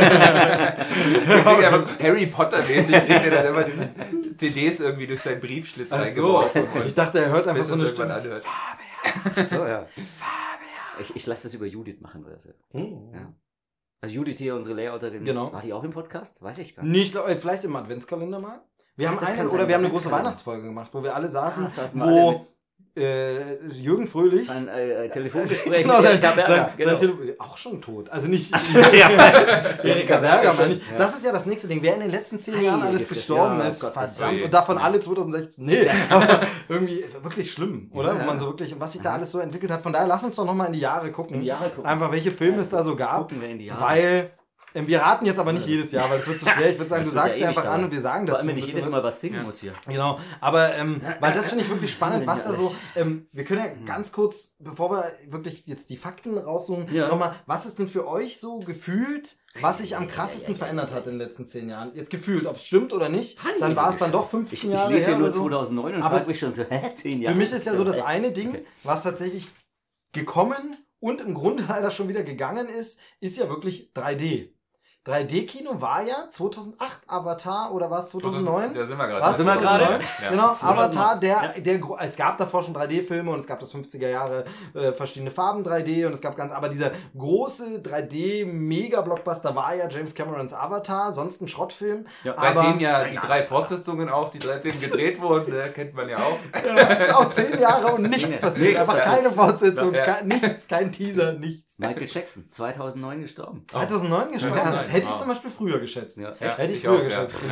[SPEAKER 3] Harry Potter-mäßig kriegt er dann immer diese CDs irgendwie durch seinen Briefschlitz
[SPEAKER 2] Ach so,
[SPEAKER 3] reingeworfen. und
[SPEAKER 2] ich dachte, er hört einfach
[SPEAKER 3] bis
[SPEAKER 2] so
[SPEAKER 3] es
[SPEAKER 2] eine
[SPEAKER 3] irgendwann
[SPEAKER 2] Stimme.
[SPEAKER 3] anhört.
[SPEAKER 1] So, ja. Ich lasse das über Judith machen. Also. Ja. Also Judith hier, unsere Layouterin,
[SPEAKER 2] Genau.
[SPEAKER 1] war die auch im Podcast? Weiß ich gar nicht.
[SPEAKER 2] Nee, ich glaube, vielleicht im Adventskalender mal. Wir haben
[SPEAKER 1] das kann
[SPEAKER 2] eine,
[SPEAKER 1] sein,
[SPEAKER 2] oder wir haben eine große
[SPEAKER 1] Adventskalender.
[SPEAKER 2] Weihnachtsfolge gemacht, wo wir alle saßen,
[SPEAKER 1] saßen wir
[SPEAKER 2] wo Jürgen Fröhlich,
[SPEAKER 1] Sein Telefongespräch
[SPEAKER 2] genau,
[SPEAKER 1] mit Erika Berger.
[SPEAKER 2] sein auch schon tot. Also nicht
[SPEAKER 1] Ja.
[SPEAKER 2] Erika Berger, meine ich.
[SPEAKER 1] Ja.
[SPEAKER 2] Das ist ja das nächste Ding. Wer in den letzten 10
[SPEAKER 1] Heilige
[SPEAKER 2] Jahren alles
[SPEAKER 1] Fresse.
[SPEAKER 2] gestorben
[SPEAKER 1] Ja,
[SPEAKER 2] ist,
[SPEAKER 1] Gott, das
[SPEAKER 2] verdammt.
[SPEAKER 3] ist-
[SPEAKER 2] Und davon alle 2016. Nee, aber irgendwie wirklich schlimm, oder?
[SPEAKER 1] Ja,
[SPEAKER 2] Wo man
[SPEAKER 1] ja.
[SPEAKER 2] so wirklich, und was sich da alles so entwickelt hat. Von daher, lass uns doch nochmal in die Jahre gucken.
[SPEAKER 1] In die Jahre gucken.
[SPEAKER 2] Einfach, welche Filme es da so gab.
[SPEAKER 1] Gucken wir in die Jahre.
[SPEAKER 2] Weil, wir raten jetzt aber nicht jedes Jahr, weil es wird zu schwer. Ich würde sagen,
[SPEAKER 1] Das
[SPEAKER 2] du
[SPEAKER 1] wird
[SPEAKER 2] sagst
[SPEAKER 1] ja
[SPEAKER 2] dir
[SPEAKER 1] ewig
[SPEAKER 2] einfach an
[SPEAKER 1] dauern.
[SPEAKER 2] und wir sagen
[SPEAKER 1] Vor
[SPEAKER 2] dazu.
[SPEAKER 1] allem, wenn ich
[SPEAKER 2] ein
[SPEAKER 1] jedes
[SPEAKER 2] bisschen
[SPEAKER 1] Mal
[SPEAKER 2] was.
[SPEAKER 1] was singen
[SPEAKER 3] Ja.
[SPEAKER 1] muss hier.
[SPEAKER 2] Genau, aber weil das finde ich wirklich spannend, was da so, wir können ja
[SPEAKER 1] Mhm.
[SPEAKER 2] ganz kurz, bevor wir wirklich jetzt die Fakten raussuchen,
[SPEAKER 1] Ja.
[SPEAKER 2] nochmal, was ist denn für euch so gefühlt, was sich am krassesten verändert hat in den letzten 10 Jahren? Jetzt gefühlt, ob es stimmt oder nicht, dann war es dann doch 15
[SPEAKER 1] Ich
[SPEAKER 2] Jahre
[SPEAKER 1] lese
[SPEAKER 2] her
[SPEAKER 1] ja nur
[SPEAKER 2] oder so.
[SPEAKER 1] 2009 und
[SPEAKER 2] Aber
[SPEAKER 1] frage mich schon so, 10 Jahre.
[SPEAKER 2] Für mich ist ja so das eine Ding,
[SPEAKER 1] Okay.
[SPEAKER 2] was tatsächlich gekommen und im Grunde leider schon wieder gegangen ist ja wirklich 3D. 3D-Kino war ja 2008 Avatar oder was, 2009?
[SPEAKER 3] Da sind wir gerade.
[SPEAKER 2] Was?
[SPEAKER 1] Da sind wir gerade?
[SPEAKER 2] 2009?
[SPEAKER 3] Ja.
[SPEAKER 2] Genau,
[SPEAKER 1] 2009.
[SPEAKER 2] Avatar, es gab davor schon 3D-Filme und es gab das 50er Jahre verschiedene Farben 3D und es gab aber dieser große 3D-Mega-Blockbuster war ja James Camerons Avatar, sonst ein Schrottfilm.
[SPEAKER 1] Ja,
[SPEAKER 3] Seitdem ja die 3 Fortsetzungen auch, die 13 gedreht wurden, kennt man ja auch.
[SPEAKER 2] Auch 10 Jahre und nichts
[SPEAKER 1] Nichts
[SPEAKER 2] passiert, einfach
[SPEAKER 1] passiert.
[SPEAKER 2] keine Fortsetzung,
[SPEAKER 3] Ja.
[SPEAKER 2] nichts, kein Teaser, nichts.
[SPEAKER 1] Michael Jackson, 2009 gestorben.
[SPEAKER 2] 2009 gestorben,
[SPEAKER 1] Ja.
[SPEAKER 2] das hätte ich
[SPEAKER 3] Wow.
[SPEAKER 2] zum Beispiel früher geschätzt.
[SPEAKER 1] Ja.
[SPEAKER 3] Ja,
[SPEAKER 2] Hätte ich
[SPEAKER 3] ich
[SPEAKER 2] früher
[SPEAKER 3] auch,
[SPEAKER 2] geschätzt,
[SPEAKER 3] ja.
[SPEAKER 2] genau.
[SPEAKER 3] Ja.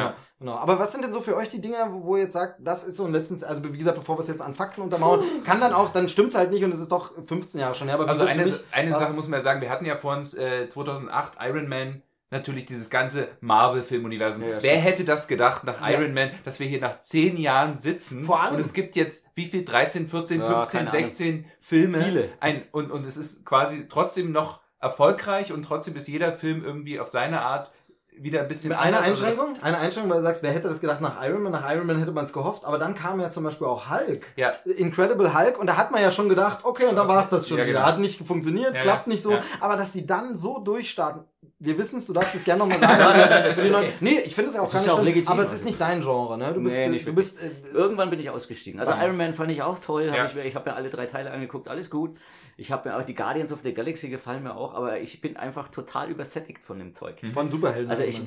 [SPEAKER 2] Genau. Aber was sind denn so für euch die Dinger, wo ihr jetzt sagt, das ist so ein letztens, also wie gesagt, bevor wir es jetzt an Fakten untermauern, dann stimmt's halt nicht und es ist doch 15 Jahre schon her. Aber
[SPEAKER 3] also eine Sache muss man ja sagen, wir hatten ja vor uns 2008 Iron Man, natürlich dieses ganze Marvel-Filmuniversum.
[SPEAKER 1] Ja,
[SPEAKER 3] wer hätte das gedacht nach Iron Man, dass wir hier nach 10 Jahren sitzen
[SPEAKER 2] Vor allem,
[SPEAKER 3] und es gibt jetzt wie viel? 13, 14,
[SPEAKER 1] Ja,
[SPEAKER 3] 15,
[SPEAKER 1] keine
[SPEAKER 3] 16 Filme.
[SPEAKER 1] Viele.
[SPEAKER 3] Und es ist quasi trotzdem noch erfolgreich und trotzdem ist jeder Film irgendwie auf seine Art wieder ein bisschen
[SPEAKER 2] mit einer
[SPEAKER 3] anders.
[SPEAKER 2] Einschränkung, weil du sagst, wer hätte das gedacht nach Iron Man? Nach Iron Man hätte man es gehofft, aber dann kam ja zum Beispiel auch Hulk.
[SPEAKER 3] Ja.
[SPEAKER 2] Incredible Hulk und da hat man ja schon gedacht, okay, und dann war es das schon
[SPEAKER 3] Ja,
[SPEAKER 2] wieder.
[SPEAKER 3] genau.
[SPEAKER 2] Hat nicht funktioniert,
[SPEAKER 3] Ja,
[SPEAKER 2] klappt nicht so,
[SPEAKER 3] ja.
[SPEAKER 2] aber dass die dann so durchstarten, wir wissen es, du darfst es gerne nochmal sagen. Nee, ich finde es ja auch
[SPEAKER 1] Das
[SPEAKER 2] gar
[SPEAKER 1] ist
[SPEAKER 2] nicht
[SPEAKER 1] auch
[SPEAKER 2] schlimm,
[SPEAKER 1] legitim,
[SPEAKER 2] aber es
[SPEAKER 1] also.
[SPEAKER 2] ist nicht dein Genre, ne?
[SPEAKER 1] Nicht
[SPEAKER 2] Du bist
[SPEAKER 1] Irgendwann bin ich ausgestiegen. Also
[SPEAKER 2] Wann?
[SPEAKER 1] Iron Man fand ich auch toll.
[SPEAKER 3] Ja.
[SPEAKER 1] Ich habe mir alle 3 Teile angeguckt, alles gut. Ich habe mir auch die Guardians of the Galaxy gefallen mir auch, aber ich bin einfach total übersättigt von dem Zeug.
[SPEAKER 2] von Superhelden.
[SPEAKER 1] Also ich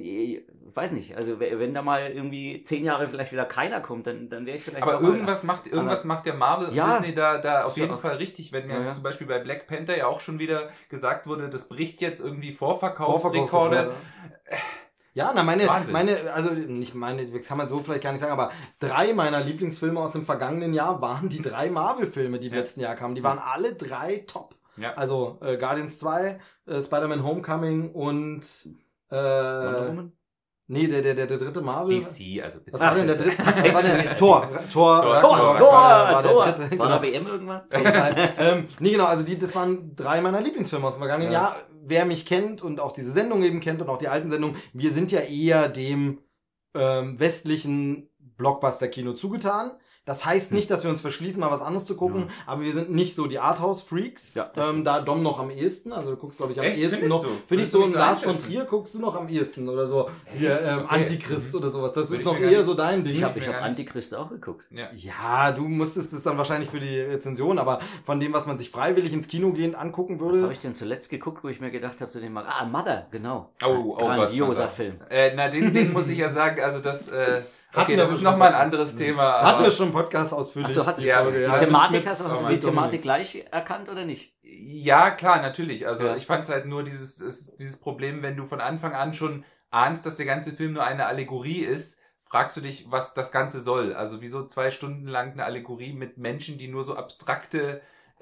[SPEAKER 1] weiß nicht, also wenn da mal irgendwie 10 Jahre vielleicht wieder keiner kommt, dann wäre ich vielleicht
[SPEAKER 3] Aber
[SPEAKER 1] auch mal-
[SPEAKER 3] irgendwas macht der Marvel und
[SPEAKER 1] Ja.
[SPEAKER 3] Disney da auf
[SPEAKER 1] Ja.
[SPEAKER 3] jeden Fall richtig, wenn mir
[SPEAKER 1] Ja.
[SPEAKER 3] zum Beispiel bei Black Panther ja auch schon wieder gesagt wurde, das bricht jetzt irgendwie Vorverkaufsrekorde.
[SPEAKER 2] Ja, na
[SPEAKER 3] Wahnsinn.
[SPEAKER 2] das kann man so vielleicht gar nicht sagen, aber 3 meiner Lieblingsfilme aus dem vergangenen Jahr waren die 3 Marvel-Filme, die im letzten Jahr kamen. Die waren alle 3 top.
[SPEAKER 3] Ja.
[SPEAKER 2] Also Guardians 2, Spider-Man Homecoming und
[SPEAKER 1] Wonder Woman?
[SPEAKER 2] nee, der dritte Marvel.
[SPEAKER 3] DC, also bitte.
[SPEAKER 2] Was war denn der dritte?
[SPEAKER 1] Ach,
[SPEAKER 2] Was war denn? Tor
[SPEAKER 3] Tor,
[SPEAKER 2] war der dritte.
[SPEAKER 1] War da
[SPEAKER 2] Genau.
[SPEAKER 1] WM irgendwann?
[SPEAKER 2] Nee, genau, also das waren 3 meiner Lieblingsfilme aus dem vergangenen Jahr. Wer mich kennt und auch diese Sendung eben kennt und auch die alten Sendungen, wir sind ja eher dem westlichen Blockbuster-Kino zugetan. Das heißt nicht, dass wir uns verschließen, mal was anderes zu gucken, aber wir sind nicht so die Arthouse-Freaks.
[SPEAKER 1] Ja, das
[SPEAKER 2] Da Dom noch am ehesten, also du guckst, glaube ich, am
[SPEAKER 3] Echt?
[SPEAKER 2] ehesten
[SPEAKER 3] Findest
[SPEAKER 2] noch.
[SPEAKER 3] du?
[SPEAKER 2] Finde ich
[SPEAKER 3] Würdest
[SPEAKER 2] so
[SPEAKER 3] du
[SPEAKER 2] im
[SPEAKER 3] mich so
[SPEAKER 2] Lars von
[SPEAKER 3] einschätzen?
[SPEAKER 2] Trier guckst du noch am ehesten oder so. Hier,
[SPEAKER 3] Okay.
[SPEAKER 2] Antichrist oder sowas. Das
[SPEAKER 3] Würde
[SPEAKER 2] ist
[SPEAKER 3] ich
[SPEAKER 2] noch
[SPEAKER 3] mir gar
[SPEAKER 2] eher
[SPEAKER 3] nicht-
[SPEAKER 2] so dein Ding.
[SPEAKER 1] Ich habe
[SPEAKER 3] mir gar nicht-
[SPEAKER 1] Antichrist auch geguckt.
[SPEAKER 3] Ja.
[SPEAKER 2] Ja, du musstest es dann wahrscheinlich für die Rezension, aber von dem, was man sich freiwillig ins Kino gehend angucken
[SPEAKER 1] Was
[SPEAKER 2] würde.
[SPEAKER 1] habe ich denn zuletzt geguckt, wo ich mir gedacht habe, zu dem mal, Mother, genau.
[SPEAKER 3] Oh
[SPEAKER 1] Grandioser
[SPEAKER 3] Gott,
[SPEAKER 1] Film.
[SPEAKER 3] den muss ich ja sagen, also das,
[SPEAKER 2] Hatten
[SPEAKER 3] okay,
[SPEAKER 2] wir
[SPEAKER 3] das ist
[SPEAKER 2] schon
[SPEAKER 3] nochmal ein
[SPEAKER 2] Podcast.
[SPEAKER 3] anderes Thema.
[SPEAKER 2] Hatten
[SPEAKER 3] aber-
[SPEAKER 2] wir schon einen Podcast ausführlich.
[SPEAKER 1] Achso, hattest
[SPEAKER 3] Ja,
[SPEAKER 1] du
[SPEAKER 3] ja,
[SPEAKER 1] die
[SPEAKER 3] das ist
[SPEAKER 1] Thematik,
[SPEAKER 2] mit-
[SPEAKER 1] hast du
[SPEAKER 3] oh
[SPEAKER 1] die
[SPEAKER 3] Mann,
[SPEAKER 1] Thematik gleich erkannt oder nicht?
[SPEAKER 3] Ja, klar, natürlich. Also
[SPEAKER 1] Ja.
[SPEAKER 3] ich fand es halt nur dieses Problem, wenn du von Anfang an schon ahnst, dass der ganze Film nur eine Allegorie ist, fragst du dich, was das Ganze soll. Also wieso 2 Stunden lang eine Allegorie mit Menschen, die nur so abstrakte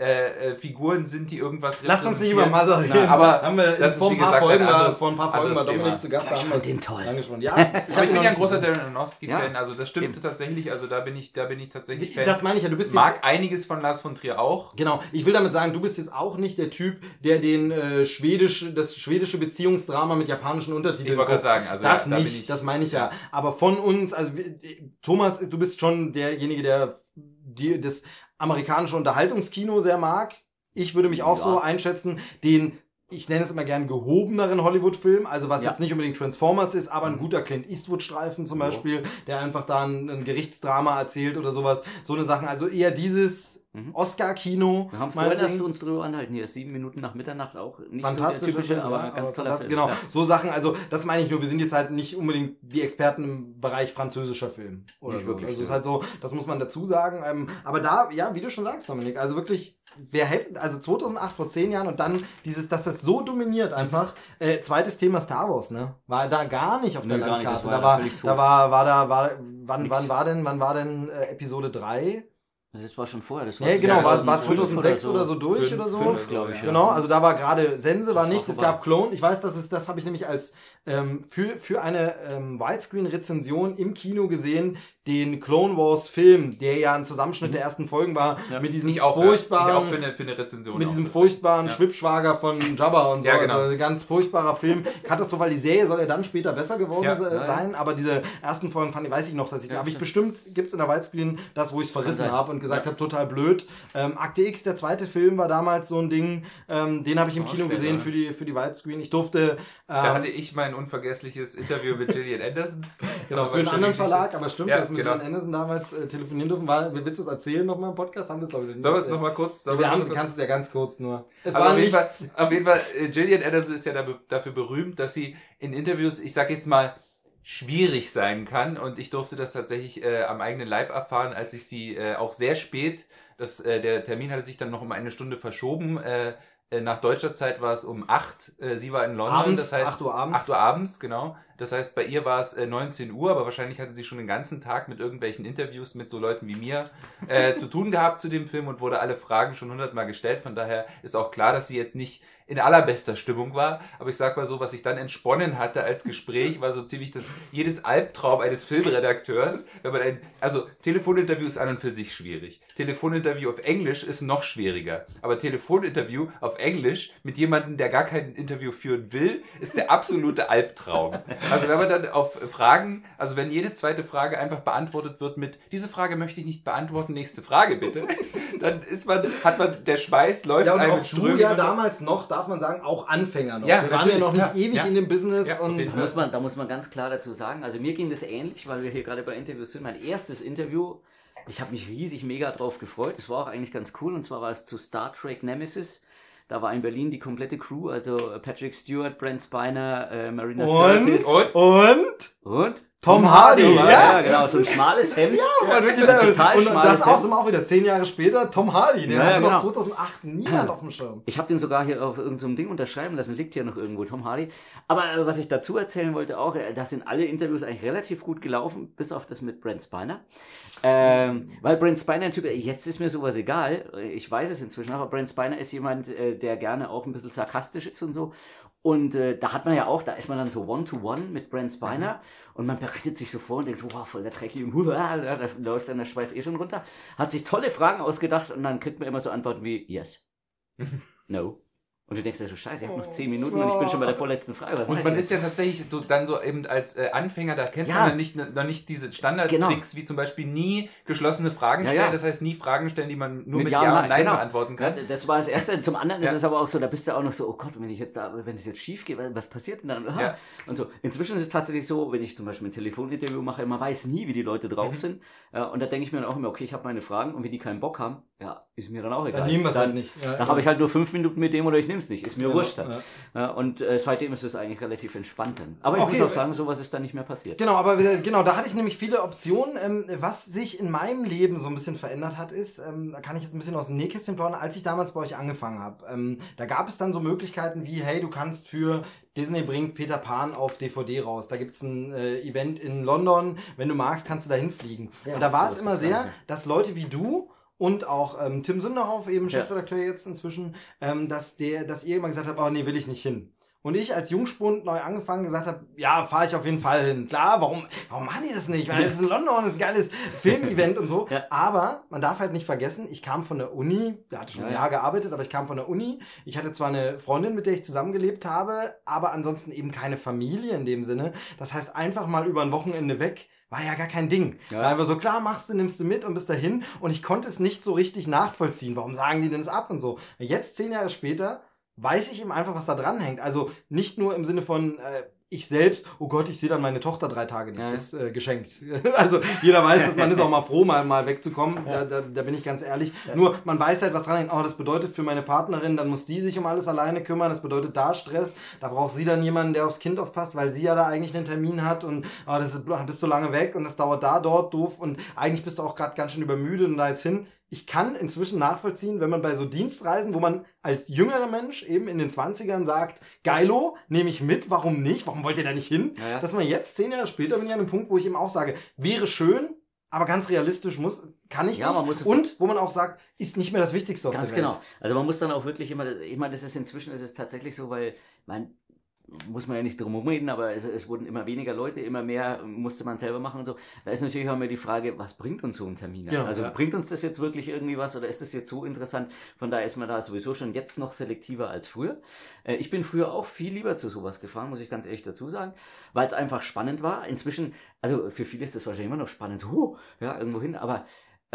[SPEAKER 3] Figuren sind, die irgendwas
[SPEAKER 2] Lass uns nicht über
[SPEAKER 3] repräsentieren.
[SPEAKER 2] Mother reden.
[SPEAKER 3] aber
[SPEAKER 2] haben wir
[SPEAKER 3] das ist,
[SPEAKER 2] vor
[SPEAKER 3] wie
[SPEAKER 2] ein paar
[SPEAKER 3] gesagt,
[SPEAKER 2] Folgen
[SPEAKER 3] ein
[SPEAKER 2] mal,
[SPEAKER 3] anderes-
[SPEAKER 2] vor ein paar Folgen mal
[SPEAKER 3] anderes
[SPEAKER 2] Dominik
[SPEAKER 3] Thema.
[SPEAKER 2] zu Gast.
[SPEAKER 1] Ich
[SPEAKER 2] Da haben
[SPEAKER 1] fand
[SPEAKER 2] wir
[SPEAKER 1] den toll.
[SPEAKER 2] angesprochen. Ja,
[SPEAKER 3] Aber ich
[SPEAKER 2] hab
[SPEAKER 3] bin
[SPEAKER 2] ihn noch
[SPEAKER 3] ja ein
[SPEAKER 2] nicht
[SPEAKER 3] großer
[SPEAKER 2] gesehen.
[SPEAKER 3] Darren Aronofsky-Fan, also das stimmt
[SPEAKER 1] Eben.
[SPEAKER 3] tatsächlich, also da bin ich tatsächlich Fan.
[SPEAKER 2] Das meine ich ja, du bist jetzt
[SPEAKER 3] Mag einiges von Lars von Trier auch.
[SPEAKER 2] Genau, ich will damit sagen, du bist jetzt auch nicht der Typ, der das schwedische Beziehungsdrama mit japanischen Untertiteln
[SPEAKER 3] Ich wollte gerade
[SPEAKER 2] guckt.
[SPEAKER 3] sagen, also
[SPEAKER 2] Das
[SPEAKER 3] ja, da bin
[SPEAKER 2] nicht,
[SPEAKER 3] ich,
[SPEAKER 2] das meine ich ja. Aber von uns, also Thomas, du bist schon derjenige, der das amerikanische Unterhaltungskino sehr mag. Ich würde mich auch
[SPEAKER 1] Ja.
[SPEAKER 2] so einschätzen, ich nenne es immer gern gehobeneren Hollywood-Film, also was
[SPEAKER 1] Ja.
[SPEAKER 2] jetzt nicht unbedingt Transformers ist, aber ein guter Clint Eastwood-Streifen zum Beispiel, der einfach da ein Gerichtsdrama erzählt oder sowas. So eine Sachen, also eher dieses Oscar-Kino.
[SPEAKER 1] Wir haben vorhin erst
[SPEAKER 2] meinetwegen.
[SPEAKER 1] uns drüber anhalten, hier ist 7 Minuten nach Mitternacht auch nicht
[SPEAKER 2] Fantastischer
[SPEAKER 1] so der typische,
[SPEAKER 2] Film,
[SPEAKER 1] aber
[SPEAKER 2] ja,
[SPEAKER 1] ein ganz toller
[SPEAKER 2] fantastisch,
[SPEAKER 1] Film.
[SPEAKER 2] genau,
[SPEAKER 1] Ja.
[SPEAKER 2] so Sachen, also das meine ich nur, wir sind jetzt halt nicht unbedingt die Experten im Bereich französischer Film oder
[SPEAKER 1] Nicht
[SPEAKER 2] so.
[SPEAKER 1] wirklich,
[SPEAKER 2] Also es ist
[SPEAKER 1] ja.
[SPEAKER 2] halt so, das muss man dazu sagen, aber da, ja, wie du schon sagst, Dominik, also wirklich, wer hätte, also 2008, vor 10 Jahren und dann dass das so dominiert einfach, zweites Thema Star Wars, ne, war da gar nicht auf der
[SPEAKER 1] Nö, gar nicht, das
[SPEAKER 2] Landkarte,
[SPEAKER 1] war völlig tot.
[SPEAKER 2] wann war denn Episode 3?
[SPEAKER 1] Das war schon vorher. Das war
[SPEAKER 2] Ja, genau, war
[SPEAKER 1] 2005
[SPEAKER 2] 2006 oder so durch
[SPEAKER 3] Fünf,
[SPEAKER 2] oder so.
[SPEAKER 3] fünf,
[SPEAKER 1] glaube ich, ja.
[SPEAKER 2] Genau, also da war gerade Sense, war
[SPEAKER 1] Das war
[SPEAKER 2] nichts, es
[SPEAKER 1] vorbei.
[SPEAKER 2] gab Clone. Ich weiß, das habe ich nämlich als für eine Widescreen-Rezension im Kino gesehen, den Clone Wars Film, der ja ein Zusammenschnitt der ersten Folgen war,
[SPEAKER 1] Ja.
[SPEAKER 2] mit diesem
[SPEAKER 3] Ich auch
[SPEAKER 2] furchtbaren,
[SPEAKER 3] für eine Rezension.
[SPEAKER 2] mit
[SPEAKER 3] auch
[SPEAKER 2] diesem
[SPEAKER 3] tatsächlich.
[SPEAKER 2] furchtbaren
[SPEAKER 3] Ja.
[SPEAKER 2] Schwippschwager von Jabba und so.
[SPEAKER 3] Ja, genau.
[SPEAKER 2] Also ein ganz furchtbarer Film. Katastrophal, die Serie soll ja dann später besser geworden
[SPEAKER 3] Ja.
[SPEAKER 2] sein, aber diese ersten Folgen weiß ich noch, dass
[SPEAKER 1] Ja,
[SPEAKER 2] habe ich
[SPEAKER 1] stimmt.
[SPEAKER 2] bestimmt, gibt's in der Widescreen das, wo ich es verrissen
[SPEAKER 1] sein.
[SPEAKER 2] habe und gesagt
[SPEAKER 1] Ja.
[SPEAKER 2] habe, total blöd. Akte X, der zweite Film, war damals so ein Ding, den habe ich im
[SPEAKER 1] Oh,
[SPEAKER 2] Kino
[SPEAKER 1] später,
[SPEAKER 2] gesehen
[SPEAKER 1] ne?
[SPEAKER 2] für die Widescreen. Ich durfte
[SPEAKER 3] Da hatte ich mein unvergessliches Interview mit Gillian Anderson.
[SPEAKER 2] genau, für einen anderen Verlag, aber stimmt,
[SPEAKER 3] Ja,
[SPEAKER 2] dass wir mit
[SPEAKER 3] genau.
[SPEAKER 2] John Anderson damals telefonieren dürfen. Willst du es erzählen nochmal im Podcast? Haben wir es, glaube ich, nicht
[SPEAKER 3] Sollen wir es
[SPEAKER 2] erzählt.
[SPEAKER 3] nochmal kurz?
[SPEAKER 2] Du kannst es ja ganz kurz nur. Es
[SPEAKER 3] Also
[SPEAKER 2] war
[SPEAKER 3] auf jeden,
[SPEAKER 2] nicht...
[SPEAKER 3] Fall, Gillian Anderson ist ja dafür berühmt, dass sie in Interviews, ich sag jetzt mal, schwierig sein kann. Und ich durfte das tatsächlich am eigenen Leib erfahren, als ich sie auch sehr spät, der Termin hatte sich dann noch um eine Stunde verschoben. Nach deutscher Zeit war es um 8. Sie war in London,
[SPEAKER 2] Abends,
[SPEAKER 3] das heißt
[SPEAKER 2] 8 Uhr abends.
[SPEAKER 3] 8 Uhr abends, genau. Das heißt, bei ihr war es 19 Uhr, aber wahrscheinlich hatte sie schon den ganzen Tag mit irgendwelchen Interviews mit so Leuten wie mir zu tun gehabt zu dem Film und wurde alle Fragen schon 100-mal gestellt. Von daher ist auch klar, dass sie jetzt nicht in allerbester Stimmung war. Aber ich sag mal so, was ich dann entsponnen hatte als Gespräch, war so ziemlich jedes Albtraum eines Filmredakteurs. Wenn man also Telefoninterview ist an und für sich schwierig. Telefoninterview auf Englisch ist noch schwieriger. Aber Telefoninterview auf Englisch mit jemandem, der gar kein Interview führen will, ist der absolute Albtraum. Also wenn man dann auf Fragen, also wenn jede zweite Frage einfach beantwortet wird mit, diese Frage möchte ich nicht beantworten, nächste Frage bitte, dann der Schweiß läuft
[SPEAKER 2] Ja, und
[SPEAKER 3] einem
[SPEAKER 2] auch du ja damals noch, darf man sagen, auch Anfänger noch.
[SPEAKER 3] Ja,
[SPEAKER 2] wir waren ja noch nicht ewig
[SPEAKER 3] ja.
[SPEAKER 2] in dem Business.
[SPEAKER 3] Ja,
[SPEAKER 2] und
[SPEAKER 1] Da muss man ganz klar dazu sagen, also mir ging das ähnlich, weil wir hier gerade bei Interviews sind. Mein erstes Interview, ich habe mich riesig mega drauf gefreut. Es war auch eigentlich ganz cool, und zwar war es zu Star Trek Nemesis. Da war in Berlin die komplette Crew, also Patrick Stewart, Brent Spiner, Marina Sirtis. Und?
[SPEAKER 2] Tom Hardy,
[SPEAKER 1] ja, genau, so ein schmales Hemd.
[SPEAKER 2] Ja, wirklich,
[SPEAKER 1] total
[SPEAKER 2] und
[SPEAKER 1] schmales
[SPEAKER 2] das auch, sind wir auch wieder 10 Jahre später, Tom Hardy, den hatte
[SPEAKER 1] genau.
[SPEAKER 2] noch 2008 niemand auf dem Schirm.
[SPEAKER 1] Ich habe den sogar hier auf irgendeinem so Ding unterschreiben lassen, liegt hier noch irgendwo, Tom Hardy. Aber was ich dazu erzählen wollte auch, da sind alle Interviews eigentlich relativ gut gelaufen, bis auf das mit Brent Spiner. Weil Brent Spiner ein Typ, jetzt ist mir sowas egal, ich weiß es inzwischen, aber Brent Spiner ist jemand, der gerne auch ein bisschen sarkastisch ist und so. Und da hat man ja auch, da ist man dann so One-to-One mit Brent Spiner und man bereitet sich so vor und denkt so, wow, voll der Dreckige, da läuft dann der Schweiß schon runter. Hat sich tolle Fragen ausgedacht und dann kriegt man immer so Antworten wie Yes, No. Und du denkst dir so, scheiße, ich habe noch 10 Minuten und ich bin schon bei der vorletzten Frage. Was
[SPEAKER 3] und man ist ja tatsächlich dann so eben als Anfänger, da kennt man dann noch nicht diese Standardtricks, wie zum Beispiel nie geschlossene Fragen stellen. Das heißt, nie Fragen stellen, die man nur mit Ja und Nein beantworten kann.
[SPEAKER 1] Ja, das war das Erste. Zum anderen ist es aber auch so, da bist du auch noch so, oh Gott, wenn es jetzt schief geht, was passiert denn dann? Ja. Und so. Inzwischen ist es tatsächlich so, wenn ich zum Beispiel ein Telefoninterview mache, man weiß nie, wie die Leute drauf sind. Und da denke ich mir dann auch immer, okay, ich habe meine Fragen und wenn die keinen Bock haben, ja, ist mir dann auch egal.
[SPEAKER 2] Dann nehmen wir es halt nicht.
[SPEAKER 1] Da habe ich halt nur 5 Minuten mit dem oder ich nehme es nicht. Ist mir wurscht. Ja, und seitdem ist es eigentlich relativ entspannt. Aber ich muss auch sagen, sowas ist dann nicht mehr passiert.
[SPEAKER 2] Genau, aber da hatte ich nämlich viele Optionen. Was sich in meinem Leben so ein bisschen verändert hat, ist, da kann ich jetzt ein bisschen aus dem Nähkästchen plaudern, als ich damals bei euch angefangen habe. Da gab es dann so Möglichkeiten wie, hey, du kannst für Disney bringt Peter Pan auf DVD raus. Da gibt's ein Event in London. Wenn du magst, kannst du da hinfliegen. Ja, und da war es immer sehr, dass Leute wie du und auch Tim Sünderhoff, eben Chefredakteur jetzt inzwischen, dass ihr immer gesagt habt, oh nee, will ich nicht hin. Und ich als Jungspund neu angefangen gesagt habe, ja, fahre ich auf jeden Fall hin. Klar, warum machen die das nicht? Weil es ist in London, das ist ein geiles Filmevent und so. Ja. Aber man darf halt nicht vergessen, ich kam von der Uni, der hatte schon ein Jahr gearbeitet, aber ich kam von der Uni. Ich hatte zwar eine Freundin, mit der ich zusammengelebt habe, aber ansonsten eben keine Familie in dem Sinne. Das heißt, einfach mal über ein Wochenende weg, war ja gar kein Ding. Ja. Weil wir so, klar, nimmst du mit und bist dahin. Und ich konnte es nicht so richtig nachvollziehen. Warum sagen die denn das ab und so? Jetzt, 10 Jahre später, weiß ich eben einfach, was da dran hängt. Also nicht nur im Sinne von ich selbst, oh Gott, ich sehe dann meine Tochter 3 Tage nicht. Das ist geschenkt. Also jeder weiß, dass man ist auch mal froh, mal wegzukommen. Da bin ich ganz ehrlich. Ja. Nur man weiß halt, was dran hängt. Oh, das bedeutet für meine Partnerin, dann muss die sich um alles alleine kümmern. Das bedeutet da Stress. Da braucht sie dann jemanden, der aufs Kind aufpasst, weil sie ja da eigentlich einen Termin hat. Und bist du lange weg und das dauert dort doof. Und eigentlich bist du auch gerade ganz schön übermüdet und da jetzt hin. Ich kann inzwischen nachvollziehen, wenn man bei so Dienstreisen, wo man als jüngerer Mensch eben in den 20ern sagt, geilo, nehme ich mit, warum nicht? Warum wollt ihr da nicht hin? Ja. Dass man jetzt 10 Jahre später bin ich an einem Punkt, wo ich eben auch sage, wäre schön, aber ganz realistisch kann ich nicht. Und wo man auch sagt, ist nicht mehr das Wichtigste auf der Welt.
[SPEAKER 1] Ganz genau. Also man muss dann auch wirklich immer, ich meine, inzwischen ist es tatsächlich so, weil, muss man ja nicht drum reden, aber es wurden immer weniger Leute, immer mehr musste man selber machen und so. Da ist natürlich auch immer die Frage, was bringt uns so ein Termin? Ja, also bringt uns das jetzt wirklich irgendwie was oder ist das jetzt so interessant? Von daher ist man da sowieso schon jetzt noch selektiver als früher. Ich bin früher auch viel lieber zu sowas gefahren, muss ich ganz ehrlich dazu sagen, weil es einfach spannend war. Inzwischen, also für viele ist das wahrscheinlich immer noch spannend, so, irgendwo hin, aber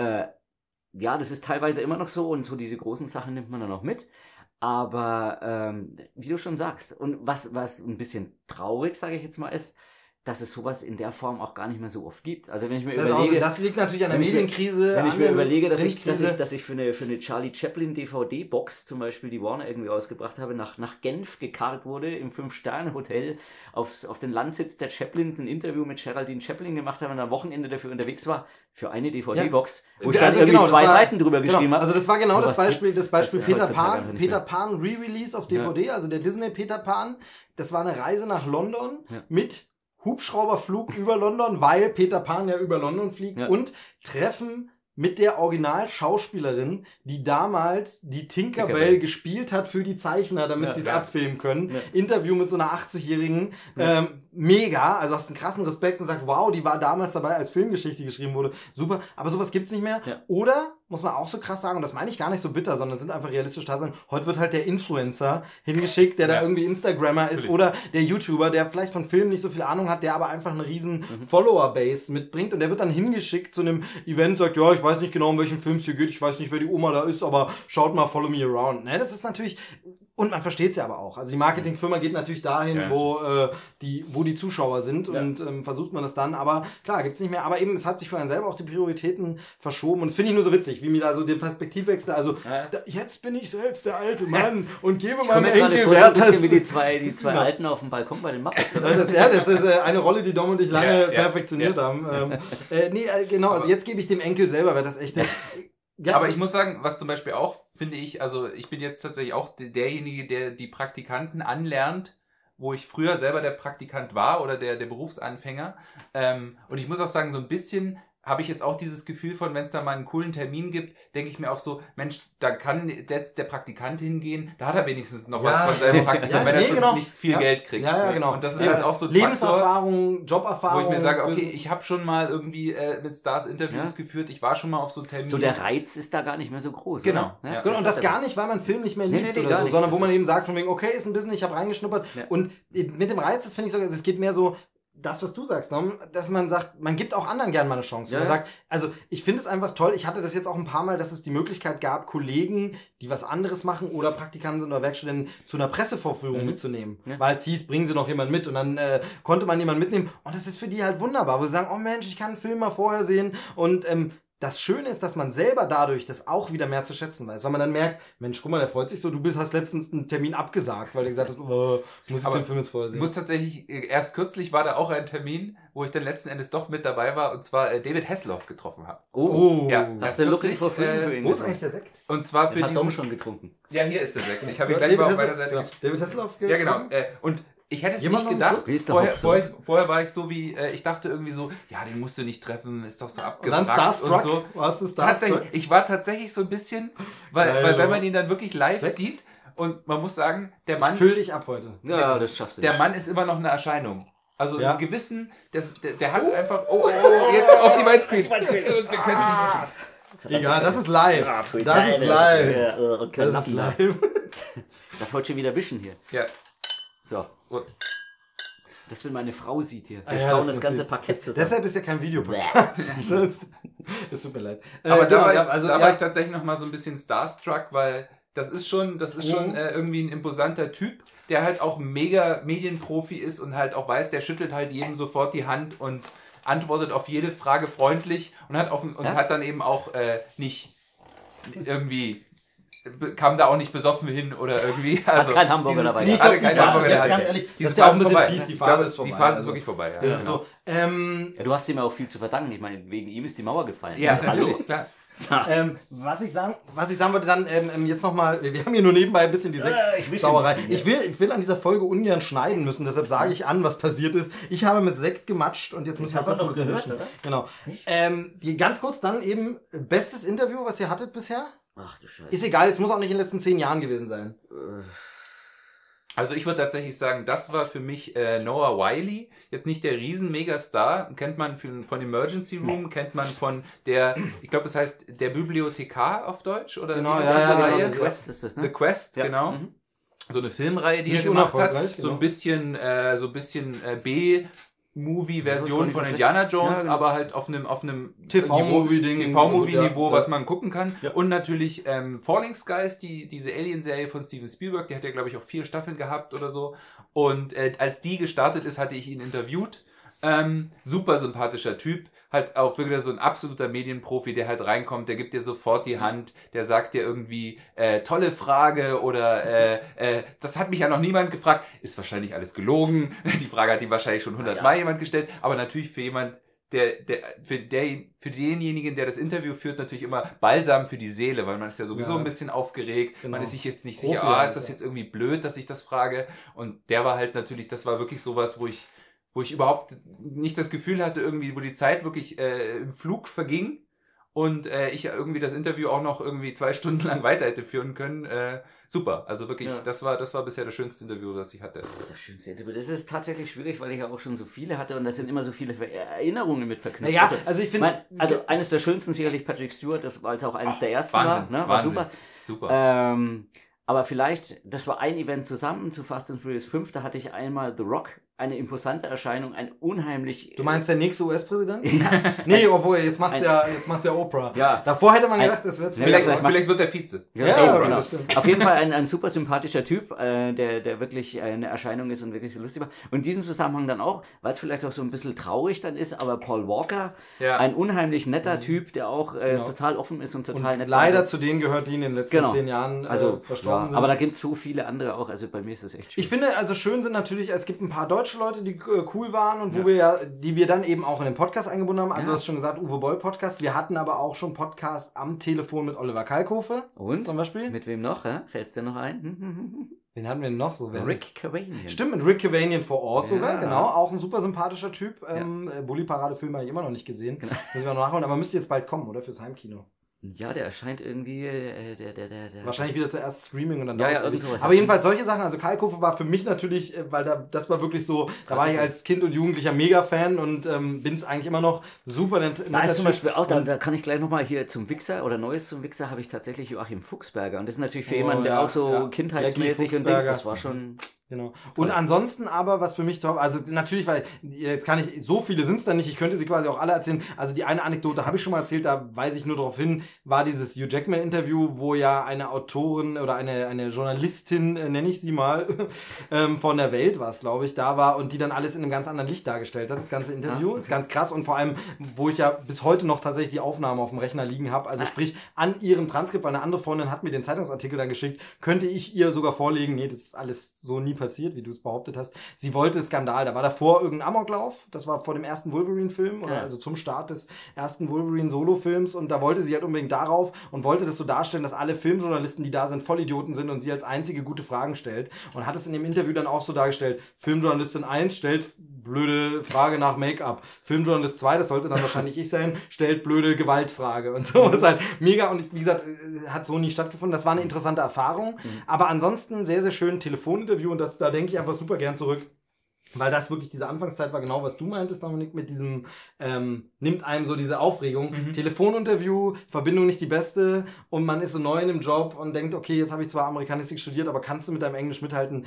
[SPEAKER 1] das ist teilweise immer noch so und so diese großen Sachen nimmt man dann noch mit. Aber wie du schon sagst, und was ein bisschen traurig, sage ich jetzt mal, ist, dass es sowas in der Form auch gar nicht mehr so oft gibt. Also wenn ich mir überlege,
[SPEAKER 2] das liegt natürlich an der Medienkrise.
[SPEAKER 1] Wenn ich mir überlege, dass ich für eine Charlie Chaplin DVD-Box zum Beispiel, die Warner irgendwie ausgebracht habe, nach Genf gekarrt wurde, im 5-Sterne-Hotel auf den Landsitz der Chaplins ein Interview mit Geraldine Chaplin gemacht habe und am Wochenende dafür unterwegs war, für eine DVD-Box, wo ich dann irgendwie 2 Seiten drüber geschrieben habe.
[SPEAKER 2] Also das war genau das Beispiel Peter Pan Re-Release auf DVD, also der Disney Peter Pan. Das war eine Reise nach London mit Hubschrauberflug über London, weil Peter Pan ja über London fliegt und Treffen mit der Originalschauspielerin, die damals die Tinkerbell gespielt hat für die Zeichner, damit sie es abfilmen können. Ja. Interview mit so einer 80-Jährigen. Mega, also hast einen krassen Respekt und sagst, wow, die war damals dabei, als Filmgeschichte geschrieben wurde. Super, aber sowas gibt's nicht mehr. Ja. Oder, muss man auch so krass sagen, und das meine ich gar nicht so bitter, sondern es sind einfach realistische Tatsachen, heute wird halt der Influencer hingeschickt, der da irgendwie Instagrammer ist oder der YouTuber, der vielleicht von Filmen nicht so viel Ahnung hat, der aber einfach eine riesen Follower-Base mitbringt und der wird dann hingeschickt zu einem Event, sagt, ja, ich weiß nicht genau, um welchen Film es hier geht, ich weiß nicht, wer die Oma da ist, aber schaut mal, follow me around. Ne, das ist natürlich, und man versteht es ja aber auch. Also die Marketingfirma geht natürlich dahin, wo die Zuschauer sind und versucht man das dann. Aber klar, gibt's nicht mehr. Aber eben, es hat sich für einen selber auch die Prioritäten verschoben. Und das finde ich nur so witzig, wie mir da so den Perspektivwechsel, also jetzt bin ich selbst der alte Mann und gebe meinem Enkel Wert.
[SPEAKER 1] Das ist wie die zwei Alten auf dem Balkon bei den Muppets.
[SPEAKER 2] Das ist eine Rolle, die Dom und ich lange perfektioniert haben. Genau, also jetzt gebe ich dem Enkel selber Wert, das echt.
[SPEAKER 3] Ja. Aber ich muss sagen, was zum Beispiel auch, finde ich, also ich bin jetzt tatsächlich auch derjenige, der die Praktikanten anlernt, wo ich früher selber der Praktikant war oder der Berufsanfänger. Und ich muss auch sagen, so ein bisschen habe ich jetzt auch dieses Gefühl von, wenn es da mal einen coolen Termin gibt, denke ich mir auch so, Mensch, da kann jetzt der Praktikant hingehen, da hat er wenigstens noch was von seinem Praktikant, wenn er schon nicht viel Geld kriegt.
[SPEAKER 2] Ja, genau.
[SPEAKER 3] Und das ist halt auch so
[SPEAKER 2] Lebenserfahrung, Joberfahrung.
[SPEAKER 3] Wo ich mir sage, okay, ich habe schon mal irgendwie mit Stars Interviews geführt, ich war schon mal auf so Terminen.
[SPEAKER 1] So der Reiz ist da gar nicht mehr so groß.
[SPEAKER 3] Genau.
[SPEAKER 1] Oder?
[SPEAKER 2] Ja. Und das gar nicht, weil man Film nicht mehr liebt oder so, sondern wo man eben sagt von wegen, okay, ist ein Business, ich habe reingeschnuppert. Ja. Und mit dem Reiz, das finde ich sogar, es geht mehr so, das, was du sagst, dass man sagt, man gibt auch anderen gerne mal eine Chance. Man sagt, also ich finde es einfach toll, ich hatte das jetzt auch ein paar Mal, dass es die Möglichkeit gab, Kollegen, die was anderes machen oder Praktikanten sind oder Werkstudenten zu einer Pressevorführung mitzunehmen. Ja. Weil es hieß, bringen sie noch jemanden mit und dann konnte man jemanden mitnehmen und das ist für die halt wunderbar, wo sie sagen, oh Mensch, ich kann einen Film mal vorher sehen und das Schöne ist, dass man selber dadurch das auch wieder mehr zu schätzen weiß, weil man dann merkt, Mensch, guck mal, der freut sich so, hast letztens einen Termin abgesagt, weil du gesagt hast, muss ich den Film jetzt vorher sehen.
[SPEAKER 3] Ich muss tatsächlich, erst kürzlich war da auch ein Termin, wo ich dann letzten Endes doch mit dabei war und zwar David Hasselhoff getroffen habe.
[SPEAKER 1] Ja, hast du Looking for Film für ihn?
[SPEAKER 2] Wo ist eigentlich der Sekt?
[SPEAKER 3] Und zwar für
[SPEAKER 1] den Dom schon getrunken.
[SPEAKER 3] Ja, hier ist der Sekt. Ich habe ihn gleich mal auf meiner Seite.
[SPEAKER 2] Genau. David Hasselhoff
[SPEAKER 3] Ja, genau. Und ich hätte es nicht gedacht. Vorher war ich so wie, ich dachte irgendwie so, ja, den musst du nicht treffen, ist doch so abgefragt.
[SPEAKER 2] Und dann Starstruck?
[SPEAKER 3] Und so.
[SPEAKER 2] Warst du Starstruck?
[SPEAKER 3] Ich war tatsächlich so ein bisschen, weil wenn man ihn dann wirklich live sieht, und man muss sagen, der Mann...
[SPEAKER 2] Ich füll dich ab heute.
[SPEAKER 1] Ja, das schaffst du.
[SPEAKER 3] Der Mann ist immer noch eine Erscheinung. Also einen gewissen, der hat einfach, jetzt auf die Widescreen.
[SPEAKER 2] Egal, das ist live. Das ist live.
[SPEAKER 1] Das ist live. Darf heute schon wieder wischen hier.
[SPEAKER 2] Ja.
[SPEAKER 1] So. Das, wenn meine Frau sieht hier.
[SPEAKER 2] Wir sauen das ganze Parkett zusammen. Deshalb ist ja kein Videopodcast. Es tut mir leid.
[SPEAKER 3] Aber da war ich tatsächlich noch mal so ein bisschen starstruck, weil das ist schon irgendwie ein imposanter Typ, der halt auch mega Medienprofi ist und halt auch weiß, der schüttelt halt jedem sofort die Hand und antwortet auf jede Frage freundlich und hat dann eben auch nicht irgendwie kam da auch nicht besoffen hin oder irgendwie. Also
[SPEAKER 1] hat kein Hamburger dabei.
[SPEAKER 2] Ganz ehrlich, das ist ja auch ein bisschen fies, die Phase ist vorbei.
[SPEAKER 3] Die Phase ist wirklich vorbei, ja.
[SPEAKER 2] Das ist so,
[SPEAKER 1] du hast ihm auch viel zu verdanken. Ich meine, wegen ihm ist die Mauer gefallen.
[SPEAKER 3] Ja, natürlich, klar.
[SPEAKER 2] Was ich sagen wollte dann jetzt nochmal, wir haben hier nur nebenbei ein bisschen die Sektsauerei. Ich will an dieser Folge ungern schneiden müssen, deshalb sage ich an, was passiert ist. Ich habe mit Sekt gematscht und jetzt müssen wir kurz ein bisschen mischen. Genau. Ganz kurz dann eben, bestes Interview, was ihr hattet bisher?
[SPEAKER 1] Ach du Scheiße.
[SPEAKER 2] Ist egal, es muss auch nicht in den letzten 10 Jahren gewesen sein.
[SPEAKER 3] Also ich würde tatsächlich sagen, das war für mich Noah Wyle, jetzt nicht der Riesen-Megastar, kennt man von Emergency Room, kennt man von der, ich glaube, das heißt der Bibliothekar auf Deutsch, oder?
[SPEAKER 2] Genau,
[SPEAKER 3] Reihe?
[SPEAKER 1] The Quest ist das, ne?
[SPEAKER 3] The Quest,
[SPEAKER 1] ja.
[SPEAKER 3] genau.
[SPEAKER 1] Mhm.
[SPEAKER 3] So eine Filmreihe, die
[SPEAKER 2] nicht
[SPEAKER 3] er gemacht hat,
[SPEAKER 2] genau.
[SPEAKER 3] so ein bisschen B-Movie-Version von Indiana Jones,
[SPEAKER 1] ja, genau.
[SPEAKER 3] aber halt auf einem
[SPEAKER 2] TV-Movie-Niveau,
[SPEAKER 3] was man gucken kann.
[SPEAKER 1] Ja.
[SPEAKER 3] Und natürlich Falling Skies, diese Alien-Serie von Steven Spielberg, die hat ja, glaube ich, auch 4 Staffeln gehabt oder so. Und als die gestartet ist, hatte ich ihn interviewt. Super sympathischer Typ. Halt auch wirklich so ein absoluter Medienprofi, der halt reinkommt, der gibt dir sofort die Hand, der sagt dir irgendwie, tolle Frage oder das hat mich ja noch niemand gefragt, ist wahrscheinlich alles gelogen, die Frage hat ihm wahrscheinlich schon 100 Mal jemand gestellt, aber natürlich für jemand, für denjenigen, der das Interview führt, natürlich immer Balsam für die Seele, weil man ist ja sowieso ein bisschen aufgeregt, man ist sich jetzt nicht sicher, ist das jetzt irgendwie blöd, dass ich das frage, und der war halt natürlich, das war wirklich sowas, wo ich wo ich überhaupt nicht das Gefühl hatte, irgendwie, wo die Zeit wirklich im Flug verging und ich irgendwie das Interview auch noch irgendwie 2 Stunden lang weiter hätte führen können. Super, also wirklich, das war bisher das schönste Interview, das ich hatte.
[SPEAKER 1] Das schönste Interview, das ist tatsächlich schwierig, weil ich ja auch schon so viele hatte und da sind immer so viele Erinnerungen mit verknüpft.
[SPEAKER 2] Ja, also ich finde...
[SPEAKER 1] Also eines der schönsten sicherlich Patrick Stewart, weil es auch eines der ersten
[SPEAKER 3] Wahnsinn,
[SPEAKER 1] war. Ne?
[SPEAKER 3] Wahnsinn.
[SPEAKER 1] War
[SPEAKER 3] Super.
[SPEAKER 1] Aber vielleicht, das war ein Event zusammen zu Fast and Furious 5, da hatte ich einmal The Rock, eine imposante Erscheinung, ein unheimlich...
[SPEAKER 2] Du meinst der nächste US-Präsident?
[SPEAKER 1] Ja.
[SPEAKER 2] Nee, obwohl, jetzt macht's ja Oprah.
[SPEAKER 1] Ja.
[SPEAKER 2] Davor hätte man gedacht, das wird...
[SPEAKER 3] Vielleicht wird der Vize.
[SPEAKER 2] Ja,
[SPEAKER 1] genau.
[SPEAKER 2] das stimmt.
[SPEAKER 1] Auf jeden Fall ein super sympathischer Typ, der wirklich eine Erscheinung ist und wirklich so lustig war. Und in diesem Zusammenhang dann auch, weil es vielleicht auch so ein bisschen traurig dann ist, aber Paul Walker, ein unheimlich netter Typ, der auch total offen ist und total nett.
[SPEAKER 2] Leider zu denen gehört, die in den letzten 10 Jahren verstorben sind.
[SPEAKER 1] Aber da gibt es so viele andere auch, also bei mir ist das echt schön.
[SPEAKER 2] Ich finde, also schön sind natürlich, es gibt ein paar deutsche Leute, die cool waren und die wir dann eben auch in den Podcast eingebunden haben. Also du hast schon gesagt, Uwe Boll Podcast. Wir hatten aber auch schon Podcast am Telefon mit Oliver Kalkofe.
[SPEAKER 1] Und?
[SPEAKER 2] Zum Beispiel.
[SPEAKER 1] Mit wem noch? Fällt es dir noch ein?
[SPEAKER 2] Wen hatten wir denn noch so?
[SPEAKER 1] Rick Cavanian.
[SPEAKER 2] Stimmt, mit Rick Cavanian vor Ort sogar, genau. Auch ein super sympathischer Typ. Bulli-Parade-Film habe ich immer noch nicht gesehen.
[SPEAKER 1] Genau.
[SPEAKER 2] Müssen wir noch nachholen, aber müsste jetzt bald kommen, oder? Fürs Heimkino.
[SPEAKER 1] Ja, der erscheint irgendwie,
[SPEAKER 2] wahrscheinlich wieder zuerst Streaming und dann
[SPEAKER 1] sowas.
[SPEAKER 2] Aber jedenfalls solche Sachen, also Kalkofe war für mich natürlich, weil das war wirklich so, da war ich als Kind und Jugendlicher Mega-Fan und bin es eigentlich immer noch super nett.
[SPEAKER 1] Da ist zum Beispiel auch, da kann ich gleich nochmal hier zum Wichser oder Neues zum Wichser, habe ich tatsächlich Joachim Fuchsberger und das ist natürlich für jemanden, der auch so kindheitsmäßig und Dings, das war schon...
[SPEAKER 2] Genau. Und ansonsten aber, was für mich top, also natürlich, weil jetzt kann ich, so viele sind es dann nicht, ich könnte sie quasi auch alle erzählen. Also die eine Anekdote habe ich schon mal erzählt, da weise ich nur darauf hin, war dieses Hugh Jackman Interview, wo ja eine Autorin oder eine Journalistin, nenne ich sie mal, von der Welt war es, glaube ich, da war und die dann alles in einem ganz anderen Licht dargestellt hat, das ganze Interview. Das ist ganz krass und vor allem, wo ich ja bis heute noch tatsächlich die Aufnahmen auf dem Rechner liegen habe, also sprich an ihrem Transkript, weil eine andere Freundin hat mir den Zeitungsartikel dann geschickt, könnte ich ihr sogar vorlegen, nee, das ist alles so nie passiert, wie du es behauptet hast. Sie wollte Skandal. Da war davor irgendein Amoklauf. Das war vor dem ersten Wolverine-Film oder also zum Start des ersten Wolverine-Solo-Films und da wollte sie halt unbedingt darauf und wollte das so darstellen, dass alle Filmjournalisten, die da sind, Vollidioten sind und sie als einzige gute Fragen stellt und hat es in dem Interview dann auch so dargestellt. Filmjournalistin 1 stellt blöde Frage nach Make-up. Filmjournalist 2, das sollte dann wahrscheinlich ich sein, stellt blöde Gewaltfrage und so. Das ist halt mega und wie gesagt, hat so nie stattgefunden. Das war eine interessante Erfahrung. Aber ansonsten sehr, sehr schön Telefoninterview und da denke ich einfach super gern zurück. Weil das wirklich diese Anfangszeit war genau, was du meintest, Dominik, mit diesem, nimmt einem so diese Aufregung. Telefoninterview, Verbindung nicht die beste und man ist so neu in dem Job und denkt, okay, jetzt habe ich zwar Amerikanistik studiert, aber kannst du mit deinem Englisch mithalten?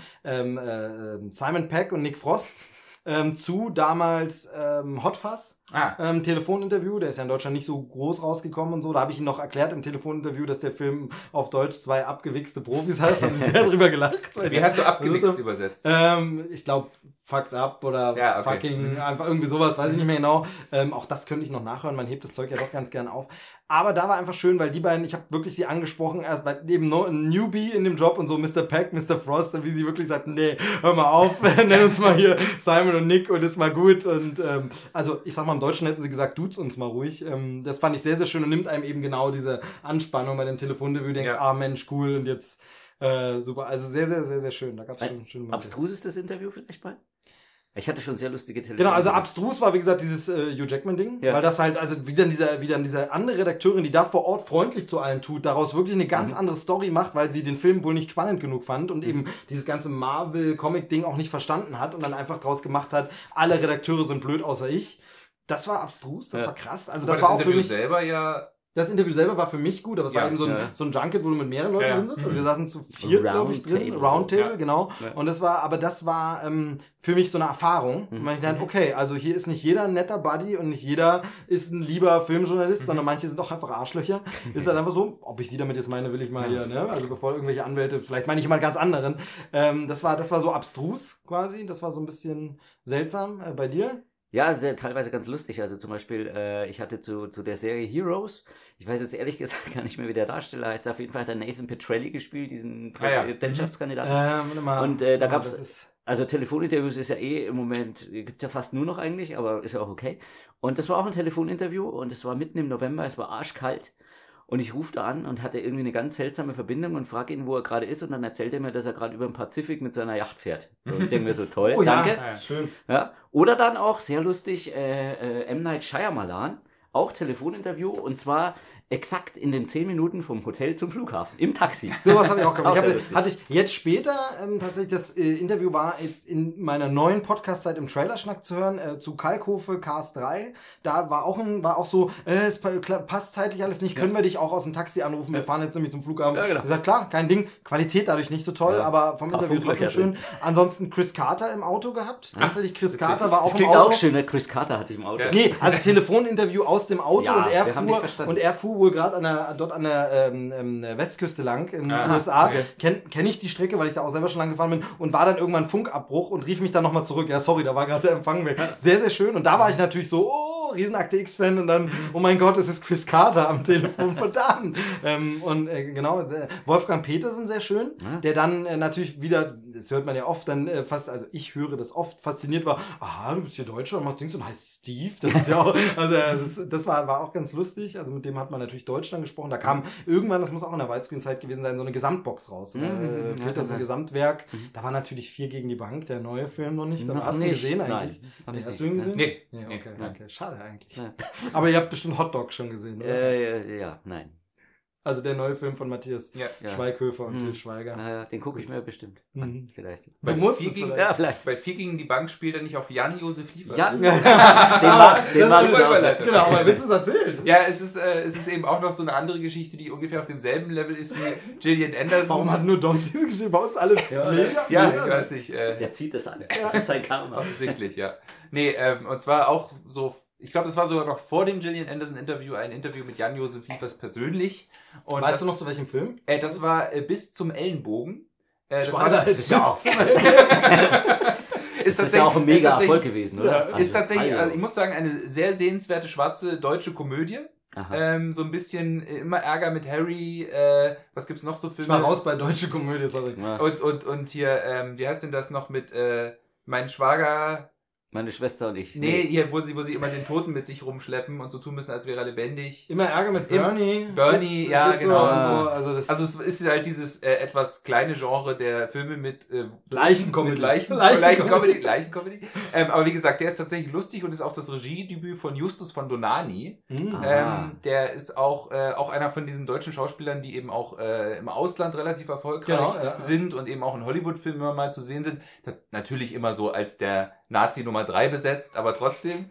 [SPEAKER 2] Simon Pegg und Nick Frost. Zu damals Hot Fuzz Telefoninterview, der ist ja in Deutschland nicht so groß rausgekommen und so, da habe ich ihn noch erklärt im Telefoninterview, dass der Film auf Deutsch 2 abgewichste Profis heißt, haben sie sehr drüber gelacht.
[SPEAKER 3] Wie hast du abgewichst übersetzt?
[SPEAKER 2] Ich glaube fucked up oder fucking, einfach irgendwie sowas, weiß ich nicht mehr genau. Auch das könnte ich noch nachhören, man hebt das Zeug ja doch ganz gern auf. Aber da war einfach schön, weil die beiden, ich habe wirklich sie angesprochen, eben ein Newbie in dem Job und so Mr. Peck, Mr. Frost, wie sie wirklich sagten, nee, hör mal auf, nenn uns mal hier Simon und Nick und ist mal gut. Und also ich sag mal, im Deutschen hätten sie gesagt, duzt uns mal ruhig. Das fand ich sehr, sehr schön und nimmt einem eben genau diese Anspannung bei dem Telefoninterview. Du denkst, Mensch, cool und jetzt super. Also sehr, sehr, sehr, sehr schön. Da gab es schon schöne Momente.
[SPEAKER 1] Abstrus ist das Interview vielleicht mal? Ich hatte schon sehr lustige Telefone.
[SPEAKER 2] Genau, also abstrus war, wie gesagt, dieses Hugh Jackman-Ding, weil das halt, also wie dann diese andere Redakteurin, die da vor Ort freundlich zu allen tut, daraus wirklich eine ganz andere Story macht, weil sie den Film wohl nicht spannend genug fand und eben dieses ganze Marvel-Comic-Ding auch nicht verstanden hat und dann einfach draus gemacht hat, alle Redakteure sind blöd, außer ich. Das war abstrus, das war krass. Also das war auch für mich... Das Interview selber war für mich gut, aber es war eben so ein Junket, wo du mit mehreren Leuten drin sitzt. Also wir saßen zu 4, glaube ich, drin. Roundtable, genau. Ja. Und das war für mich so eine Erfahrung. Und ich dachte, okay, also hier ist nicht jeder ein netter Buddy und nicht jeder ist ein lieber Filmjournalist, sondern manche sind auch einfach Arschlöcher. Ist halt einfach so, ob ich sie damit jetzt meine, will ich mal hier, ne? Also bevor irgendwelche Anwälte, vielleicht meine ich jemand ganz anderen. Das war so abstrus quasi. Das war so ein bisschen seltsam. Bei dir?
[SPEAKER 1] Ja, teilweise ganz lustig. Also zum Beispiel, ich hatte zu der Serie Heroes, ich weiß jetzt ehrlich gesagt gar nicht mehr, wie der Darsteller heißt. Auf jeden Fall hat er Nathan Petrelli gespielt, diesen Präsidentschaftskandidaten. Und da gab es, also Telefoninterviews ist ja im Moment, gibt's ja fast nur noch eigentlich, aber ist ja auch okay. Und das war auch ein Telefoninterview und es war mitten im November, es war arschkalt. Und ich rufe da an und hatte irgendwie eine ganz seltsame Verbindung und frage ihn, wo er gerade ist. Und dann erzählt er mir, dass er gerade über den Pazifik mit seiner Yacht fährt. Und ich denke mir so, toll, danke.
[SPEAKER 2] Ja, schön.
[SPEAKER 1] Ja. Oder dann auch, sehr lustig, M. Night Shyamalan, auch Telefoninterview. Und zwar exakt in den 10 Minuten vom Hotel zum Flughafen, im Taxi.
[SPEAKER 2] Sowas habe ich auch gemacht.
[SPEAKER 1] Auch sehr lustig.
[SPEAKER 2] Hatte ich jetzt später, tatsächlich das Interview war jetzt in meiner neuen Podcast-Zeit im Trailerschnack zu hören, zu Kalkofe, Cars 3. Da war auch so, es passt zeitlich alles nicht, können wir dich auch aus dem Taxi anrufen, wir fahren jetzt nämlich zum Flughafen.
[SPEAKER 1] Ja, genau.
[SPEAKER 2] Ich gesagt, klar, kein Ding, Qualität dadurch nicht so toll, aber vom Interview trotzdem schön. Ansonsten Chris Carter im Auto gehabt. Tatsächlich, Chris Carter war auch
[SPEAKER 1] Das
[SPEAKER 2] im
[SPEAKER 1] klingt
[SPEAKER 2] Auto.
[SPEAKER 1] auch schön, ne? Chris Carter hatte ich im Auto.
[SPEAKER 2] Nee, also Telefoninterview aus dem Auto
[SPEAKER 1] Ja,
[SPEAKER 2] und
[SPEAKER 1] wir haben dich verstanden.
[SPEAKER 2] er fuhr wohl gerade dort an der Westküste lang in den USA.
[SPEAKER 3] okay.
[SPEAKER 2] Kenn ich die Strecke, weil ich da auch selber schon lang gefahren bin und war dann irgendwann Funkabbruch und rief mich dann nochmal zurück. Ja, sorry, da war gerade der Empfang weg. Sehr, sehr schön. Und da war ich natürlich so, riesen Akte X-Fan und dann, oh mein Gott, es ist Chris Carter am Telefon, verdammt. Genau, Wolfgang Petersen, sehr schön, der dann natürlich wieder, das hört man ja oft, dann also ich höre das oft, fasziniert war, aha, du bist hier Deutscher und machst Dings und heißt Steve, das ist ja auch, also das war auch ganz lustig, also mit dem hat man natürlich Deutsch dann gesprochen, da kam irgendwann, das muss auch in der Widescreen-Zeit gewesen sein, so eine Gesamtbox raus, Petersen Gesamtwerk, da war natürlich 4 gegen die Bank, der neue Film noch nicht, hast du ihn gesehen eigentlich?
[SPEAKER 1] Nein,
[SPEAKER 2] Hast du ihn gesehen?
[SPEAKER 3] Nee.
[SPEAKER 2] Okay, schade eigentlich.
[SPEAKER 1] Ja.
[SPEAKER 2] Aber ihr habt bestimmt Hot Dog schon gesehen, oder?
[SPEAKER 1] Ja, nein.
[SPEAKER 2] Also der neue Film von Matthias Schweighöfer und Til Schweiger.
[SPEAKER 1] Den gucke ich mir bestimmt. Vielleicht.
[SPEAKER 2] Du musst es
[SPEAKER 3] vielleicht.
[SPEAKER 1] Ja, vielleicht.
[SPEAKER 3] Bei 4 gegen die Bank spielt er nicht auch Jan-Josef Liefers?
[SPEAKER 1] Ja, den magst du auch.
[SPEAKER 2] Genau, aber willst du es erzählen?
[SPEAKER 3] Ja, es ist eben auch noch so eine andere Geschichte, die ungefähr auf demselben Level ist wie Gillian Anderson.
[SPEAKER 2] Warum hat nur Dom diese Geschichte? Bei uns alles mega?
[SPEAKER 3] Ja, ich weiß nicht.
[SPEAKER 1] Der zieht das an. Das ist sein Karma.
[SPEAKER 3] Offensichtlich, ja. Nee, und zwar auch so, ich glaube, das war sogar noch vor dem Gillian Anderson Interview, ein Interview mit Jan-Josef Liefers persönlich. Und
[SPEAKER 2] Weißt du noch zu welchem Film?
[SPEAKER 3] Das war bis zum Ellenbogen. Das
[SPEAKER 2] ist ja auch.
[SPEAKER 1] Das ist ja auch ein mega Erfolg gewesen, oder?
[SPEAKER 2] Ja.
[SPEAKER 3] Ist tatsächlich, also ich muss sagen, eine sehr sehenswerte schwarze deutsche Komödie. So ein bisschen immer Ärger mit Harry, was gibt's noch so Filme?
[SPEAKER 2] Ich war raus bei deutsche Komödie, sorry.
[SPEAKER 1] Ja.
[SPEAKER 3] Und hier, wie heißt denn das noch mit mein Schwager?
[SPEAKER 1] Meine Schwester und ich.
[SPEAKER 3] Nee, hier, wo sie immer den Toten mit sich rumschleppen und so tun müssen, als wäre er lebendig.
[SPEAKER 2] Immer Ärger mit Bernie.
[SPEAKER 3] Bernie, ja,
[SPEAKER 2] Gibt's
[SPEAKER 3] genau.
[SPEAKER 2] So, also
[SPEAKER 3] es ist halt dieses etwas kleine Genre der Filme mit
[SPEAKER 2] Leichenkomödie.
[SPEAKER 3] Leichenkomödie. Aber wie gesagt, der ist tatsächlich lustig und ist auch das Regiedebüt von Justus von Donani. Der ist auch einer von diesen deutschen Schauspielern, die eben auch im Ausland relativ erfolgreich sind und eben auch in Hollywood-Filmen immer mal zu sehen sind. Das, natürlich immer so als der Nazi Nummer 3 besetzt, aber trotzdem.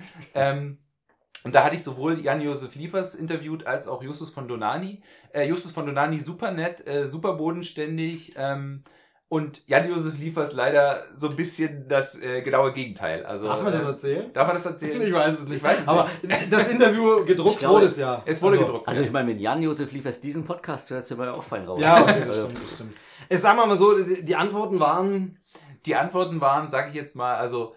[SPEAKER 3] Und da hatte ich sowohl Jan-Josef Liefers interviewt, als auch Justus von Donani. Justus von Donani super nett, super bodenständig. Und Jan-Josef Liefers leider so ein bisschen das genaue Gegenteil. Also,
[SPEAKER 2] darf man das erzählen?
[SPEAKER 3] Darf man das erzählen?
[SPEAKER 2] Ich weiß es nicht. Aber das Interview gedruckt wurde es ja.
[SPEAKER 3] Es wurde gedruckt.
[SPEAKER 1] Also ich meine, wenn Jan-Josef Liefers diesen Podcast hört, sind wir ja auch fein raus.
[SPEAKER 2] Ja, okay, das stimmt. Jetzt sagen wir mal so, die Antworten waren...
[SPEAKER 3] Die Antworten waren, sage ich jetzt mal, also...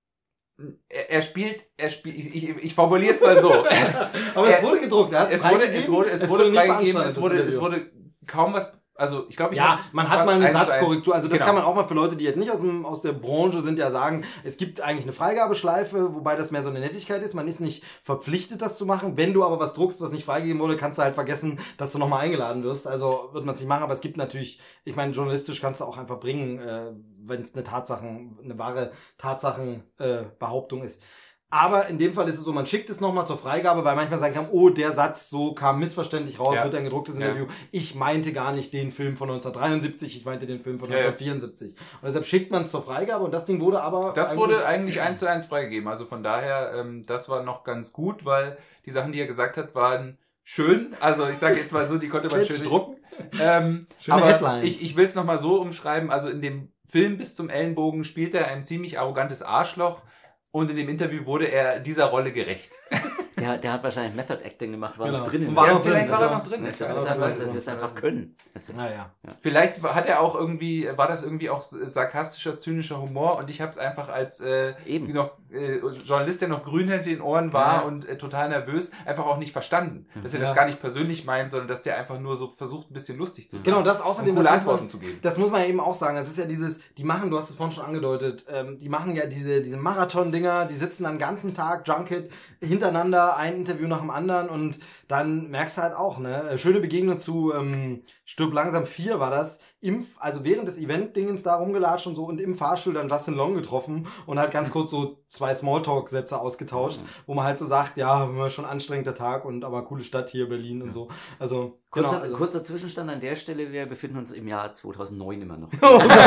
[SPEAKER 3] Er spielt, ich formuliere es mal so.
[SPEAKER 2] Aber es wurde gedruckt, es
[SPEAKER 3] wurde freigegeben, es wurde kaum was, also ich glaube,
[SPEAKER 2] man hat mal eine Satzkorrektur, also das
[SPEAKER 3] genau.
[SPEAKER 2] kann man auch mal für Leute, die jetzt nicht aus der Branche sind, ja sagen, es gibt eigentlich eine Freigabeschleife, wobei das mehr so eine Nettigkeit ist, man ist nicht verpflichtet, das zu machen, wenn du aber was druckst, was nicht freigegeben wurde, kannst du halt vergessen, dass du nochmal eingeladen wirst, also wird man es nicht machen, aber es gibt natürlich, ich meine, journalistisch kannst du auch einfach bringen, wenn es eine wahre Tatsachenbehauptung ist. Aber in dem Fall ist es so, man schickt es nochmal zur Freigabe, weil manchmal sagen kann, oh, der Satz so kam missverständlich raus, wird ein gedrucktes Interview. Ich meinte gar nicht den Film von 1973, ich meinte den Film von 1974. Und deshalb schickt man es zur Freigabe und das Ding wurde aber...
[SPEAKER 3] Das wurde eigentlich 1:1 freigegeben. Also von daher, das war noch ganz gut, weil die Sachen, die er gesagt hat, waren schön. Also ich sage jetzt mal so, die konnte man schön drucken. Aber
[SPEAKER 2] Headlines.
[SPEAKER 3] Ich will es nochmal so umschreiben. Also in dem Film Bis zum Ellenbogen spielt er ein ziemlich arrogantes Arschloch. Und in dem Interview wurde er dieser Rolle gerecht.
[SPEAKER 1] Der hat wahrscheinlich Method Acting gemacht, war noch drin.
[SPEAKER 3] Vielleicht war er noch drin.
[SPEAKER 1] Das ist einfach Können.
[SPEAKER 3] Vielleicht hat er auch war das irgendwie auch sarkastischer, zynischer Humor und ich habe es einfach als Journalist, der noch grün hinter den Ohren war und total nervös, einfach auch nicht verstanden. Dass er das gar nicht persönlich meint, sondern dass der einfach nur so versucht, ein bisschen lustig zu sein.
[SPEAKER 2] Genau, das außerdem,
[SPEAKER 3] coole Antworten zu geben.
[SPEAKER 2] Das muss man ja eben auch sagen. Das ist ja die machen, du hast es vorhin schon angedeutet, die machen ja diese Marathon-Dinger, die sitzen dann den ganzen Tag, Junket, hintereinander da ein Interview nach dem anderen und dann merkst du halt auch, ne, schöne Begegnung zu Stirb langsam 4 war das, also während des Event-Dingens da rumgelatscht und so und im Fahrstuhl dann Justin Long getroffen und halt ganz kurz so 2 Smalltalk-Sätze ausgetauscht, wo man halt so sagt, ja, schon ein anstrengender Tag und aber coole Stadt hier, Berlin und so. Also,
[SPEAKER 1] Kurzer Zwischenstand an der Stelle, wir befinden uns im Jahr 2009 immer noch.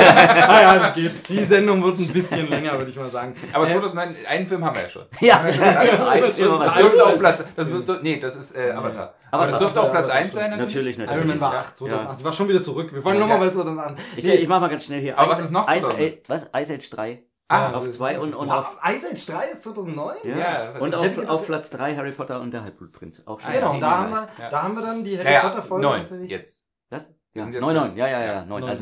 [SPEAKER 2] ja, das geht. Die Sendung wird ein bisschen länger, würde ich mal sagen.
[SPEAKER 3] Aber 2009, einen Film haben wir ja schon.
[SPEAKER 1] Ja,
[SPEAKER 3] Das dürfte auch Platz, das ist Avatar. Aber das dürfte auch Platz 1 sein,
[SPEAKER 1] natürlich.
[SPEAKER 2] Iron Man war 8, 2008. Ich war schon wieder zurück. Wir fangen nochmal bei 2008 an.
[SPEAKER 1] Ich mach mal ganz schnell hier.
[SPEAKER 3] Aber was ist noch
[SPEAKER 1] Ice Age 3.
[SPEAKER 2] Ah,
[SPEAKER 1] auf 2 und auf
[SPEAKER 2] Ice Age 3 ist 2009?
[SPEAKER 3] Ja.
[SPEAKER 1] Und auf Platz 3 Harry Potter und der Halbblutprinz. Auch schon
[SPEAKER 2] Genau,
[SPEAKER 1] 10
[SPEAKER 2] da
[SPEAKER 1] Jahre.
[SPEAKER 2] haben wir dann die Harry Potter Folge.
[SPEAKER 3] 9 jetzt.
[SPEAKER 1] Was? Ja,
[SPEAKER 3] Sind sie
[SPEAKER 1] 9. Ja, 9.
[SPEAKER 2] 9.
[SPEAKER 1] Also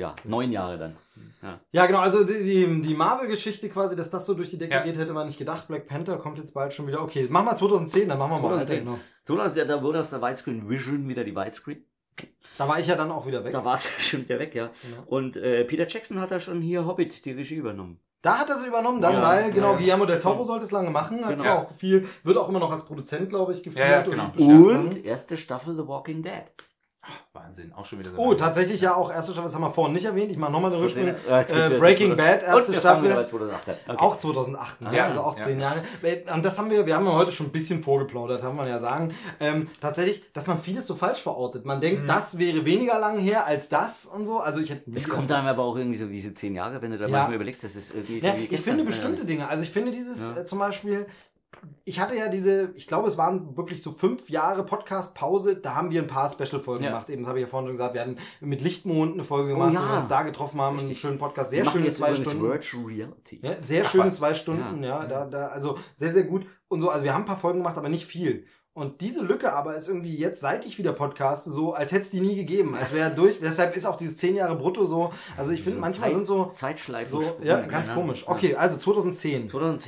[SPEAKER 1] 9 Jahre dann.
[SPEAKER 2] Ja, genau, also die Marvel-Geschichte quasi, dass das so durch die Decke geht, hätte man nicht gedacht. Black Panther kommt jetzt bald schon wieder. Okay, machen wir 2010, dann machen wir mal
[SPEAKER 1] 2010.
[SPEAKER 2] weiter.
[SPEAKER 1] Da wurde aus der Widescreen Vision wieder die Widescreen.
[SPEAKER 2] Da war ich ja dann auch wieder weg.
[SPEAKER 1] Da war es schon wieder weg, ja.
[SPEAKER 2] Genau.
[SPEAKER 1] Und Peter Jackson hat da schon hier Hobbit die Regie übernommen.
[SPEAKER 2] Da hat er sie übernommen, dann,
[SPEAKER 1] Ja,
[SPEAKER 2] weil, genau,
[SPEAKER 1] ja.
[SPEAKER 2] Guillermo del Toro sollte es lange machen, hat
[SPEAKER 1] Genau.
[SPEAKER 2] auch viel, wird auch immer noch als Produzent, glaube ich, geführt.
[SPEAKER 3] Ja, genau.
[SPEAKER 1] Und erste Staffel The Walking Dead.
[SPEAKER 3] Wahnsinn, auch schon wieder so.
[SPEAKER 2] Oh, tatsächlich ja auch erste Staffel, das haben wir vorhin nicht erwähnt, ich mache nochmal eine Rückspiel.
[SPEAKER 1] Jetzt geht's wieder
[SPEAKER 2] Breaking Bad, erste
[SPEAKER 1] und wir fangen wieder bei
[SPEAKER 2] Staffel.
[SPEAKER 1] 2008 an. Okay.
[SPEAKER 2] Auch 2008, ne?
[SPEAKER 3] Ja,
[SPEAKER 2] Also auch
[SPEAKER 3] ja.
[SPEAKER 2] 10 Jahre. Und das haben wir haben ja heute schon ein bisschen vorgeplaudert, kann man ja sagen. Tatsächlich, dass man vieles so falsch verortet. Man denkt, das wäre weniger lang her als das und so. Also ich hätte
[SPEAKER 1] Es kommt einem aber auch irgendwie so diese 10 Jahre, wenn du da manchmal überlegst, das ist irgendwie so
[SPEAKER 2] Ja,
[SPEAKER 1] wie
[SPEAKER 2] ich
[SPEAKER 1] gestern.
[SPEAKER 2] finde bestimmte Dinge. Also ich finde dieses zum Beispiel, ich hatte ja ich glaube, es waren wirklich so 5 Jahre Podcast-Pause, da haben wir ein paar Special-Folgen gemacht. Eben, das habe ich ja vorhin schon gesagt, wir hatten mit Lichtmond eine Folge gemacht, wo wir uns da getroffen haben, einen schönen Podcast, sehr schöne
[SPEAKER 1] jetzt
[SPEAKER 2] 2
[SPEAKER 1] übrigens
[SPEAKER 2] Stunden.
[SPEAKER 1] Virtual Reality.
[SPEAKER 2] Ja, sehr schöne 2 Stunden, also sehr, sehr gut. Und so, also wir haben ein paar Folgen gemacht, aber nicht viel. Und diese Lücke aber ist irgendwie jetzt, seit ich wieder podcaste, so, als hätte es die nie gegeben. Als wäre durch. Deshalb ist auch dieses 10 Jahre brutto so. Also ich finde, manchmal sind so
[SPEAKER 1] Zeitschleifen.
[SPEAKER 2] so, ja, ganz komisch. Okay, also 2010.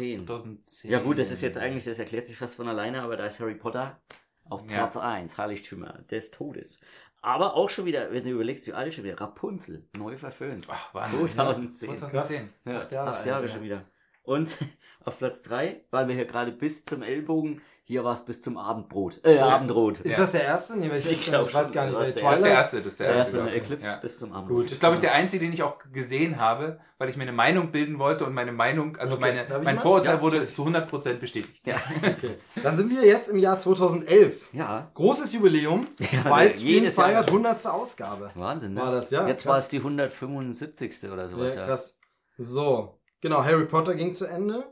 [SPEAKER 1] 2010. Ja gut, das ist jetzt eigentlich, das erklärt sich fast von alleine, aber da ist Harry Potter auf Platz 1, Heiligtümer des Todes. Aber auch schon wieder, wenn du überlegst, wie alt schon wieder, Rapunzel, neu verföhnt.
[SPEAKER 3] Ach, Wahnsinn.
[SPEAKER 1] 2010.
[SPEAKER 3] 2010.
[SPEAKER 1] Ja,
[SPEAKER 2] 8 Jahre
[SPEAKER 1] 8 Jahre
[SPEAKER 2] alt,
[SPEAKER 1] schon wieder. Und auf Platz 3, weil wir hier gerade bis zum Ellbogen, hier war es bis zum Abendbrot. Abendrot.
[SPEAKER 2] Ist das der erste? Nee, welcher
[SPEAKER 1] Ich
[SPEAKER 2] ist
[SPEAKER 1] glaub
[SPEAKER 2] ich weiß
[SPEAKER 1] schon,
[SPEAKER 2] gar nicht.
[SPEAKER 1] das ist
[SPEAKER 2] Twilight?
[SPEAKER 3] Das ist der
[SPEAKER 1] Der
[SPEAKER 3] erste.
[SPEAKER 1] erste
[SPEAKER 3] glaub ich.
[SPEAKER 1] Eclipse
[SPEAKER 3] Ja.
[SPEAKER 1] bis zum Abendbrot.
[SPEAKER 3] Das ist, glaube ich, der einzige, den ich auch gesehen habe, weil ich mir eine Meinung bilden wollte und meine Meinung, also
[SPEAKER 2] Okay, darf ich
[SPEAKER 3] mein
[SPEAKER 2] mal?
[SPEAKER 3] Vorurteil
[SPEAKER 1] Ja.
[SPEAKER 3] wurde zu 100% bestätigt.
[SPEAKER 1] Ja.
[SPEAKER 2] Okay. Dann sind wir jetzt im Jahr 2011.
[SPEAKER 1] Ja.
[SPEAKER 2] Großes Jubiläum.
[SPEAKER 1] Ja,
[SPEAKER 2] Widescreen
[SPEAKER 1] jedes Jahr.
[SPEAKER 2] feiert 100. Ausgabe.
[SPEAKER 1] Wahnsinn, ne?
[SPEAKER 2] War das, ja?
[SPEAKER 1] Jetzt
[SPEAKER 2] krass.
[SPEAKER 1] war es die 175. oder sowas.
[SPEAKER 2] Ja, krass. So, genau, Harry Potter ging zu Ende.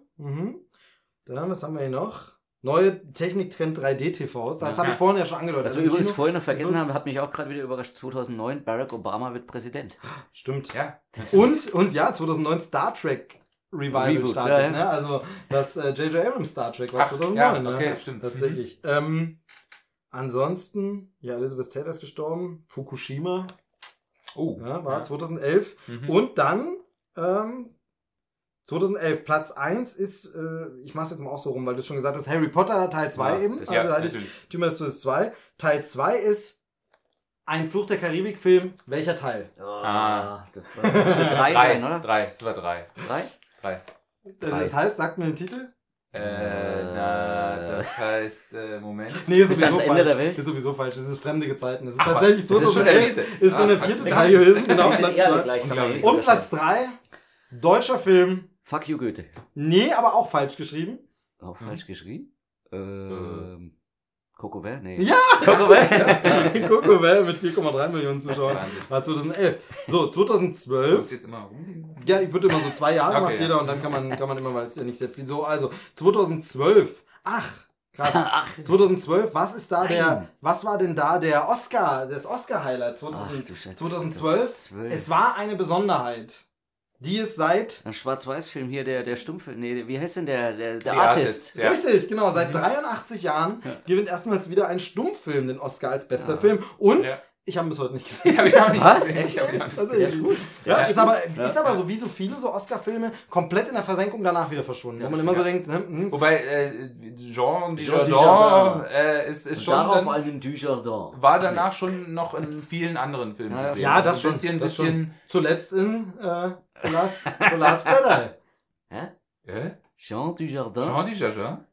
[SPEAKER 2] Dann, was haben wir hier noch? Neue Techniktrend 3D-TVs. Das habe ich vorhin ja schon angedeutet.
[SPEAKER 1] Was wir
[SPEAKER 2] im
[SPEAKER 1] übrigens
[SPEAKER 2] Kino-
[SPEAKER 1] vorhin noch vergessen haben, hat mich auch gerade wieder überrascht. 2009, Barack Obama wird Präsident.
[SPEAKER 2] Stimmt.
[SPEAKER 3] Ja.
[SPEAKER 2] Und ja, 2009 Star Trek Revival
[SPEAKER 1] Reboot,
[SPEAKER 2] startet.
[SPEAKER 1] ja.
[SPEAKER 2] Ne? Also das J.J. Abrams Star Trek war
[SPEAKER 3] Ach,
[SPEAKER 2] 2009.
[SPEAKER 3] ja,
[SPEAKER 2] ne?
[SPEAKER 3] okay, stimmt.
[SPEAKER 2] Tatsächlich. Ansonsten, ja, Elizabeth Taylor ist gestorben. Fukushima ja, war 2011. Und dann 2011, Platz 1 ist, ich mach's jetzt mal auch so rum, weil du schon gesagt hast, Harry Potter Teil 2 eben. Also da hatte ich Tümer des Todes 2. Teil 2 ist ein Fluch der Karibik-Film. Welcher Teil?
[SPEAKER 1] Das müsste 3 sein, oder?
[SPEAKER 3] 3, es war 3.
[SPEAKER 1] 3?
[SPEAKER 2] Das heißt, sagt mir den Titel?
[SPEAKER 3] Das heißt, Moment.
[SPEAKER 2] Nee, ist
[SPEAKER 1] Bis
[SPEAKER 2] sowieso
[SPEAKER 1] ans Ende
[SPEAKER 2] falsch.
[SPEAKER 1] der Welt?
[SPEAKER 2] Ist sowieso falsch. Das ist fremde Gezeiten. Das ist
[SPEAKER 3] Ach,
[SPEAKER 2] tatsächlich
[SPEAKER 3] was? Das ist schon der
[SPEAKER 2] 2011.
[SPEAKER 3] vierte.
[SPEAKER 2] Ist schon der
[SPEAKER 3] Ah,
[SPEAKER 2] 4.
[SPEAKER 3] fuck.
[SPEAKER 2] Teil gewesen. Genau,
[SPEAKER 1] Die sind
[SPEAKER 2] Platz
[SPEAKER 1] alle
[SPEAKER 2] 2.
[SPEAKER 1] gleich, kann man nicht
[SPEAKER 2] Und Platz
[SPEAKER 1] unterscheiden.
[SPEAKER 2] 3, deutscher Film.
[SPEAKER 1] Fuck you, Goethe.
[SPEAKER 2] Nee, aber auch falsch geschrieben.
[SPEAKER 1] Auch falsch geschrieben? Coco Bell? Nee.
[SPEAKER 2] Ja!
[SPEAKER 1] Coco Bell?
[SPEAKER 2] Coco Bell mit 4,3 Millionen Zuschauern.
[SPEAKER 3] Wahnsinn.
[SPEAKER 2] War 2011. So,
[SPEAKER 3] Du
[SPEAKER 2] 2012.
[SPEAKER 3] musst jetzt immer rumgehen.
[SPEAKER 2] Ja, ich würde immer so 2 Jahre
[SPEAKER 3] Okay,
[SPEAKER 2] macht jeder
[SPEAKER 3] ja.
[SPEAKER 2] und dann kann man immer, weil es ja nicht sehr viel so. Also, 2012. Ach, krass.
[SPEAKER 1] Ach.
[SPEAKER 2] 2012,
[SPEAKER 1] Nein.
[SPEAKER 2] was war denn da das Oscar-Highlight
[SPEAKER 1] Ach, du Scheiße.
[SPEAKER 2] 2012? Es war eine Besonderheit, die es seit,
[SPEAKER 1] Ein Schwarz-Weiß-Film hier, der Stummfilm. Nee, wie heißt denn der
[SPEAKER 3] Die
[SPEAKER 1] Artist?
[SPEAKER 3] Ja.
[SPEAKER 2] richtig, genau, seit 83 Jahren gewinnt erstmals wieder ein Stummfilm den Oscar als bester Film. Und
[SPEAKER 3] Ja.
[SPEAKER 2] ich habe ihn bis heute nicht gesehen.
[SPEAKER 3] Hab ich auch nicht
[SPEAKER 1] Was?
[SPEAKER 3] gesehen. Ich hab ihn auch nicht
[SPEAKER 2] Das
[SPEAKER 3] gesehen.
[SPEAKER 2] ist gut. Ja,
[SPEAKER 3] Ja.
[SPEAKER 2] ist aber so wie so viele so Oscar-Filme komplett in der Versenkung danach wieder verschwunden. Wo man immer so denkt,
[SPEAKER 3] Wobei Jean
[SPEAKER 1] Jean
[SPEAKER 3] Dujardin ist schon
[SPEAKER 1] Darauf
[SPEAKER 3] dann,
[SPEAKER 1] einen Dujardin.
[SPEAKER 3] war danach schon noch in vielen anderen Filmen
[SPEAKER 1] Ja,
[SPEAKER 3] zu sehen.
[SPEAKER 2] ja, das
[SPEAKER 3] Also
[SPEAKER 2] schon.
[SPEAKER 3] ein
[SPEAKER 2] das
[SPEAKER 3] bisschen,
[SPEAKER 2] schon. Zuletzt in The Last Jedi.
[SPEAKER 1] Hä?
[SPEAKER 3] Hä?
[SPEAKER 1] Jean Dujardin?
[SPEAKER 3] Jean Dujardin?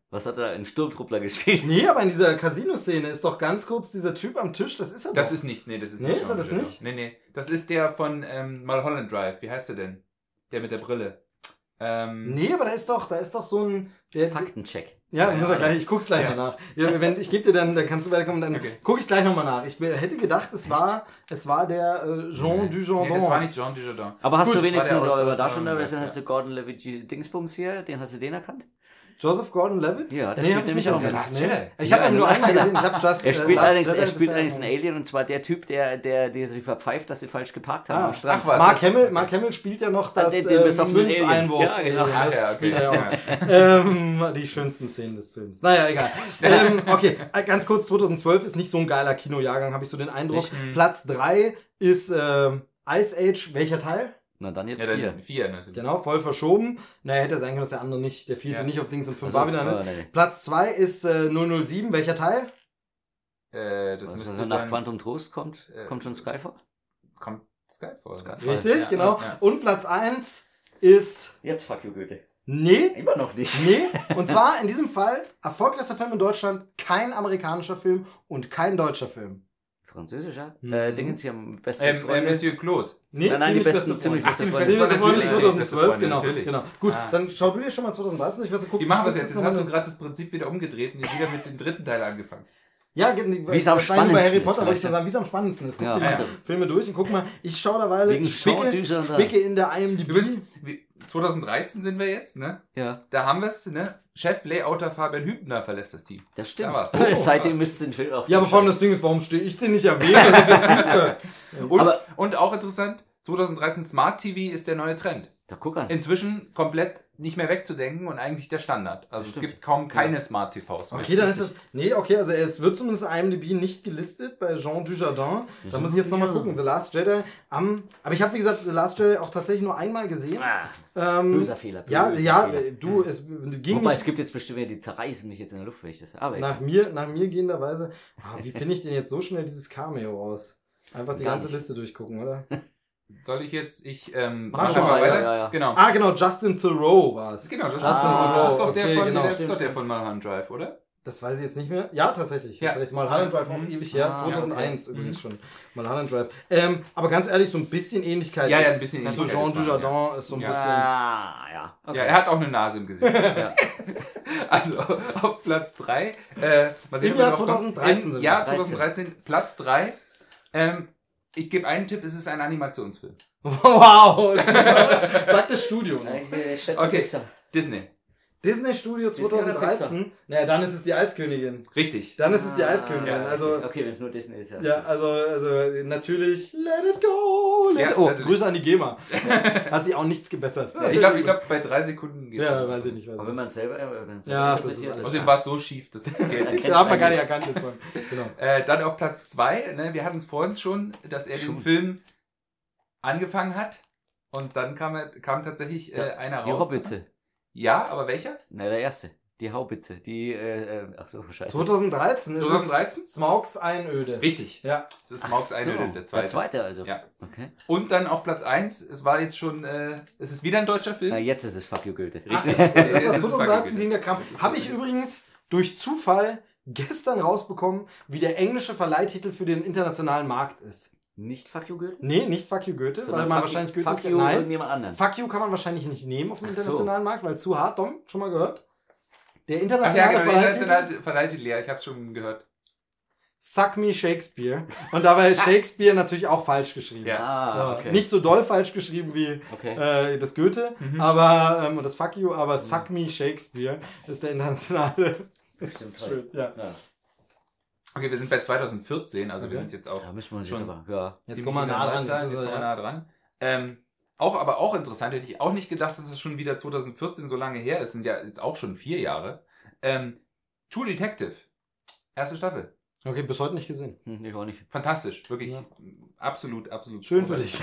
[SPEAKER 1] Was hat er? Ein Sturmtruppler gespielt?
[SPEAKER 2] Nee, aber in dieser Casino-Szene ist doch ganz kurz dieser Typ am Tisch, das ist er doch.
[SPEAKER 3] Das ist nicht, das ist
[SPEAKER 2] Nee,
[SPEAKER 3] nicht.
[SPEAKER 2] ist er das
[SPEAKER 3] Jean
[SPEAKER 2] nicht?
[SPEAKER 3] Dujardin. Nee. Das ist der von Mulholland Drive. Wie heißt der denn? Der mit der Brille.
[SPEAKER 2] Nee, aber da ist doch so ein...
[SPEAKER 1] Faktencheck.
[SPEAKER 2] Ja, muss er
[SPEAKER 3] Ja.
[SPEAKER 2] gleich, ich guck's gleich mal nach. Ja, wenn, ich gebe dir dann kannst du weiterkommen, dann gucke ich gleich nochmal nach. Ich hätte gedacht, es war der Jean Dujardin.
[SPEAKER 3] Nee, das war nicht Jean Dujardin.
[SPEAKER 1] Aber hast
[SPEAKER 2] Gut,
[SPEAKER 1] du wenigstens
[SPEAKER 3] war der aus-
[SPEAKER 1] aber da
[SPEAKER 3] aus
[SPEAKER 1] schon,
[SPEAKER 3] Mulholland
[SPEAKER 1] hast
[SPEAKER 3] Drive,
[SPEAKER 1] du Gordon Levitt Dingsbums hier, hast du den erkannt?
[SPEAKER 2] Joseph Gordon-Levitt?
[SPEAKER 1] Ja, der
[SPEAKER 2] nee,
[SPEAKER 1] spielt
[SPEAKER 2] hab ich
[SPEAKER 1] nämlich
[SPEAKER 2] nicht
[SPEAKER 1] auch
[SPEAKER 2] erkannt.
[SPEAKER 3] mit.
[SPEAKER 2] Nee.
[SPEAKER 3] Last
[SPEAKER 2] Ich habe
[SPEAKER 1] Ja,
[SPEAKER 2] ihn nur
[SPEAKER 1] Last
[SPEAKER 2] einmal
[SPEAKER 1] Jedi.
[SPEAKER 2] gesehen. Ich habe
[SPEAKER 1] Er spielt
[SPEAKER 2] Last
[SPEAKER 1] allerdings,
[SPEAKER 2] Jedi
[SPEAKER 1] er spielt
[SPEAKER 2] bisher-
[SPEAKER 1] allerdings einen Alien und zwar der Typ, der sich verpfeift, dass sie falsch geparkt haben am Strand.
[SPEAKER 3] ach was.
[SPEAKER 2] Mark Hamill spielt ja noch das
[SPEAKER 1] den besoffenen
[SPEAKER 2] Münzeinwurf.
[SPEAKER 1] Alien. Ja, genau.
[SPEAKER 3] Ah,
[SPEAKER 2] Das
[SPEAKER 3] ja, okay.
[SPEAKER 2] spielt er ja auch.
[SPEAKER 3] Ja.
[SPEAKER 2] Die schönsten Szenen des Films. Naja, egal. Okay, ganz kurz, 2012 ist nicht so ein geiler Kinojahrgang, habe ich so den Eindruck.
[SPEAKER 3] Nicht,
[SPEAKER 2] Platz 3 ist Ice Age. Welcher Teil?
[SPEAKER 1] Na dann jetzt
[SPEAKER 3] Ja,
[SPEAKER 1] 4.
[SPEAKER 3] dann 4 natürlich.
[SPEAKER 2] Genau, voll verschoben. Naja, hätte sein können, dass der andere nicht, der vierte
[SPEAKER 3] Ja.
[SPEAKER 2] nicht auf Dings und 5
[SPEAKER 1] Also,
[SPEAKER 2] war wieder.
[SPEAKER 1] nee.
[SPEAKER 2] Platz 2 ist 007. Welcher Teil?
[SPEAKER 3] Das
[SPEAKER 1] Was
[SPEAKER 3] müsste
[SPEAKER 1] nach
[SPEAKER 3] dann...
[SPEAKER 1] Quantum Trost kommt schon Skyfall?
[SPEAKER 3] Kommt Skyfall.
[SPEAKER 1] Skyfall.
[SPEAKER 2] Richtig,
[SPEAKER 3] Ja,
[SPEAKER 2] genau.
[SPEAKER 3] ja.
[SPEAKER 2] Und Platz 1 ist...
[SPEAKER 1] Jetzt fuck you Goethe.
[SPEAKER 2] Nee,
[SPEAKER 1] Immer noch nicht.
[SPEAKER 2] nee. Und zwar in diesem Fall erfolgreichster Film in Deutschland, kein amerikanischer Film und kein deutscher Film.
[SPEAKER 1] Französischer?
[SPEAKER 2] Mhm.
[SPEAKER 1] Dingens hier am besten
[SPEAKER 3] Monsieur Claude.
[SPEAKER 2] Nee,
[SPEAKER 1] Nein, die besten, ziemlich
[SPEAKER 3] Ach,
[SPEAKER 1] beste
[SPEAKER 3] ziemlich
[SPEAKER 1] Freunde.
[SPEAKER 3] beste
[SPEAKER 2] Freunde
[SPEAKER 3] Natürlich,
[SPEAKER 2] 2012,
[SPEAKER 3] Freunde,
[SPEAKER 2] genau,
[SPEAKER 3] natürlich.
[SPEAKER 2] genau. Gut,
[SPEAKER 3] Ah.
[SPEAKER 2] dann schau du dir schon mal 2013. Ich weiß, guck,
[SPEAKER 3] Wie machen wir es
[SPEAKER 2] ich
[SPEAKER 3] jetzt?
[SPEAKER 2] guck
[SPEAKER 3] Jetzt hast du
[SPEAKER 2] mal-
[SPEAKER 3] gerade das Prinzip wieder umgedreht und wieder mit dem dritten Teil angefangen.
[SPEAKER 2] Ja,
[SPEAKER 1] Wie es am
[SPEAKER 2] bei Harry
[SPEAKER 1] spannendsten
[SPEAKER 2] Potter
[SPEAKER 1] ist,
[SPEAKER 2] wollte ich schon
[SPEAKER 1] vielleicht.
[SPEAKER 2] sagen, wie es am spannendsten ist. Guck
[SPEAKER 1] Ja.
[SPEAKER 2] dir die
[SPEAKER 3] Ja.
[SPEAKER 2] Filme durch und guck mal, ich schaue derweil,
[SPEAKER 1] Wegen
[SPEAKER 2] ich
[SPEAKER 1] Jean Dujardin.
[SPEAKER 2] spicke in der IMDb.
[SPEAKER 3] Übrigens, 2013 sind wir jetzt, ne?
[SPEAKER 1] Ja,
[SPEAKER 3] Da haben wir es, ne? Chef-Layouter Fabian Hübner verlässt das Team.
[SPEAKER 1] das stimmt.
[SPEAKER 3] Da war's.
[SPEAKER 1] Seitdem müsste den Film auch...
[SPEAKER 2] Ja, aber vor allem das Ding ist, warum stehe ich den nicht erwähnt? Das ist das Tiefe.
[SPEAKER 3] Und auch interessant, 2013 Smart TV ist der neue Trend.
[SPEAKER 1] Da guck an.
[SPEAKER 3] Inzwischen komplett nicht mehr wegzudenken und eigentlich der Standard. Also es gibt kaum keine Smart TVs.
[SPEAKER 2] Okay, dann ist das. Nee, okay, also es wird zumindest IMDb nicht gelistet bei Jean Dujardin. Da muss ich jetzt nochmal gucken. The Last Jedi aber ich habe, wie gesagt, The Last Jedi auch tatsächlich nur einmal gesehen.
[SPEAKER 1] Böser Fehler.
[SPEAKER 2] Ja,
[SPEAKER 1] böser
[SPEAKER 2] ja,
[SPEAKER 1] Fehler.
[SPEAKER 2] du, es ging
[SPEAKER 1] Wobei, es
[SPEAKER 2] nicht.
[SPEAKER 1] gibt jetzt bestimmt wieder, die zerreißen mich jetzt in der Luft, wenn ich das arbeite.
[SPEAKER 2] Nach mir gehenderweise. Wie finde ich denn jetzt so schnell dieses Cameo raus? Einfach die
[SPEAKER 1] Gar
[SPEAKER 2] ganze
[SPEAKER 1] nicht.
[SPEAKER 2] Liste durchgucken, oder?
[SPEAKER 3] Soll ich jetzt,
[SPEAKER 2] Mach schon
[SPEAKER 3] einfach
[SPEAKER 2] mal,
[SPEAKER 3] weiter?
[SPEAKER 1] ja.
[SPEAKER 3] Genau.
[SPEAKER 2] Ah, genau, Justin Theroux war es.
[SPEAKER 3] Genau, das,
[SPEAKER 2] Justin
[SPEAKER 3] das
[SPEAKER 2] Theroux.
[SPEAKER 3] ist doch der
[SPEAKER 2] Okay,
[SPEAKER 3] von,
[SPEAKER 2] genau.
[SPEAKER 3] der ist
[SPEAKER 2] Stimmt,
[SPEAKER 3] doch der
[SPEAKER 2] stimmt.
[SPEAKER 3] von Mulholland Drive, oder?
[SPEAKER 2] Das weiß ich jetzt nicht mehr. Ja, tatsächlich.
[SPEAKER 3] Ja.
[SPEAKER 2] Tatsächlich. Mulholland Drive auch
[SPEAKER 3] Mhm.
[SPEAKER 2] ewig her.
[SPEAKER 1] Ah,
[SPEAKER 2] 2001
[SPEAKER 3] okay.
[SPEAKER 2] übrigens schon. Mulholland Drive. Aber ganz ehrlich, so ein bisschen Ähnlichkeit
[SPEAKER 3] Ja, ja,
[SPEAKER 2] ist
[SPEAKER 3] ein bisschen
[SPEAKER 2] zu
[SPEAKER 3] Ähnlichkeit
[SPEAKER 2] Jean
[SPEAKER 3] ist da,
[SPEAKER 2] Dujardin ist so ein
[SPEAKER 3] Ja.
[SPEAKER 2] bisschen...
[SPEAKER 1] Ja. Okay.
[SPEAKER 3] Ja, er hat auch eine Nase im Gesicht.
[SPEAKER 1] Ja.
[SPEAKER 3] Also auf Platz 3. Mal sehen,
[SPEAKER 2] Im
[SPEAKER 3] ob wir
[SPEAKER 2] Jahr
[SPEAKER 3] drauf kommen.
[SPEAKER 2] 2013 sind
[SPEAKER 3] Im
[SPEAKER 2] wir.
[SPEAKER 3] Jahr 2013, Platz 3. Ich gebe einen Tipp, es ist ein Animationsfilm.
[SPEAKER 2] Wow! Sagt das Studio noch.
[SPEAKER 3] Okay. Disney.
[SPEAKER 2] Disney Studio
[SPEAKER 1] Disney oder
[SPEAKER 2] 2013. Naja, dann ist es die Eiskönigin.
[SPEAKER 3] Richtig.
[SPEAKER 2] Dann ist es die Eiskönigin.
[SPEAKER 3] ja,
[SPEAKER 2] Also,
[SPEAKER 1] Okay, wenn es nur Disney ist, ja.
[SPEAKER 2] ja, also natürlich, let it go.
[SPEAKER 3] Ja,
[SPEAKER 2] Oh,
[SPEAKER 3] natürlich.
[SPEAKER 2] Grüße an die GEMA. Hat sich auch nichts gebessert.
[SPEAKER 3] Ich glaube, bei 3 Sekunden geht's.
[SPEAKER 2] Ja, weiß ich nicht.
[SPEAKER 1] Aber wenn man es selber,
[SPEAKER 2] Ja, das
[SPEAKER 1] interpretiert,
[SPEAKER 2] ist
[SPEAKER 3] Außerdem war es so schief, das
[SPEAKER 2] Da hat man gar nicht erkannt jetzt. Genau.
[SPEAKER 3] Dann auf Platz 2, ne, wir hatten es vorhin schon, dass er den Film angefangen hat und dann kam tatsächlich einer
[SPEAKER 1] Die
[SPEAKER 3] raus.
[SPEAKER 1] Hobbitze.
[SPEAKER 3] Ja, aber welcher?
[SPEAKER 1] Na, der erste. Die Haubitze. Die, ach so, scheiße.
[SPEAKER 2] 2013 ist
[SPEAKER 3] 2013?
[SPEAKER 2] es Smaugs Einöde.
[SPEAKER 3] Richtig.
[SPEAKER 2] Ja.
[SPEAKER 3] Das ist
[SPEAKER 1] Ach
[SPEAKER 3] Smaugs
[SPEAKER 1] so,
[SPEAKER 3] Einöde, der zweite.
[SPEAKER 1] Der zweite also.
[SPEAKER 3] Ja.
[SPEAKER 1] Okay.
[SPEAKER 3] Und dann auf Platz 1, es war jetzt schon, es ist wieder ein deutscher Film.
[SPEAKER 1] Na, jetzt ist es Fuck You Goethe.
[SPEAKER 2] Ach,
[SPEAKER 1] Richtig.
[SPEAKER 2] das war
[SPEAKER 3] Das ist
[SPEAKER 2] 2013
[SPEAKER 3] fucking
[SPEAKER 2] ging der Kram. Habe ich übrigens durch Zufall gestern rausbekommen, wie der englische Verleihtitel für den internationalen Markt ist.
[SPEAKER 1] Nicht Fuck You Goethe?
[SPEAKER 2] Nee, nicht Fuck You Goethe,
[SPEAKER 1] Sondern
[SPEAKER 2] weil man
[SPEAKER 1] fuck
[SPEAKER 2] wahrscheinlich
[SPEAKER 1] you,
[SPEAKER 2] Goethe
[SPEAKER 1] Fuck You
[SPEAKER 2] Nein.
[SPEAKER 1] irgendjemand anderen.
[SPEAKER 2] Fuck You kann man wahrscheinlich nicht nehmen auf dem
[SPEAKER 1] Ach so.
[SPEAKER 2] internationalen Markt, weil zu hart, Dom, schon mal gehört? Der
[SPEAKER 3] Ach ja,
[SPEAKER 2] internationale
[SPEAKER 3] genau,
[SPEAKER 2] Verleihtitel,
[SPEAKER 3] international Verleihtitel, ja, ich hab's schon gehört.
[SPEAKER 2] Suck Me Shakespeare. Und dabei ist Shakespeare natürlich auch falsch geschrieben.
[SPEAKER 3] Ja.
[SPEAKER 2] Ja,
[SPEAKER 1] okay.
[SPEAKER 2] nicht so doll falsch geschrieben wie
[SPEAKER 1] Okay.
[SPEAKER 2] das Goethe,
[SPEAKER 3] Mhm.
[SPEAKER 2] aber und das Fuck You, aber Suck Me Shakespeare ist der internationale.
[SPEAKER 1] Bestimmt
[SPEAKER 2] Schön, ja.
[SPEAKER 1] Ja.
[SPEAKER 3] Okay, wir sind bei 2014, also wir
[SPEAKER 2] Okay.
[SPEAKER 3] sind jetzt auch
[SPEAKER 1] Da müssen wir uns
[SPEAKER 3] Schon.
[SPEAKER 1] jetzt aber, ja.
[SPEAKER 2] Jetzt kommen wir nah dran.
[SPEAKER 3] Jetzt
[SPEAKER 2] Jetzt ist
[SPEAKER 3] kommen wir
[SPEAKER 2] er,
[SPEAKER 3] nah dran. Aber auch interessant, hätte ich auch nicht gedacht, dass es schon wieder 2014 so lange her ist. Sind ja jetzt auch schon 4 Jahre. True Detective. Erste Staffel.
[SPEAKER 2] Okay, bis heute nicht gesehen.
[SPEAKER 1] Ich auch nicht.
[SPEAKER 3] Fantastisch. Wirklich
[SPEAKER 2] Ja.
[SPEAKER 3] absolut.
[SPEAKER 2] Schön für dich.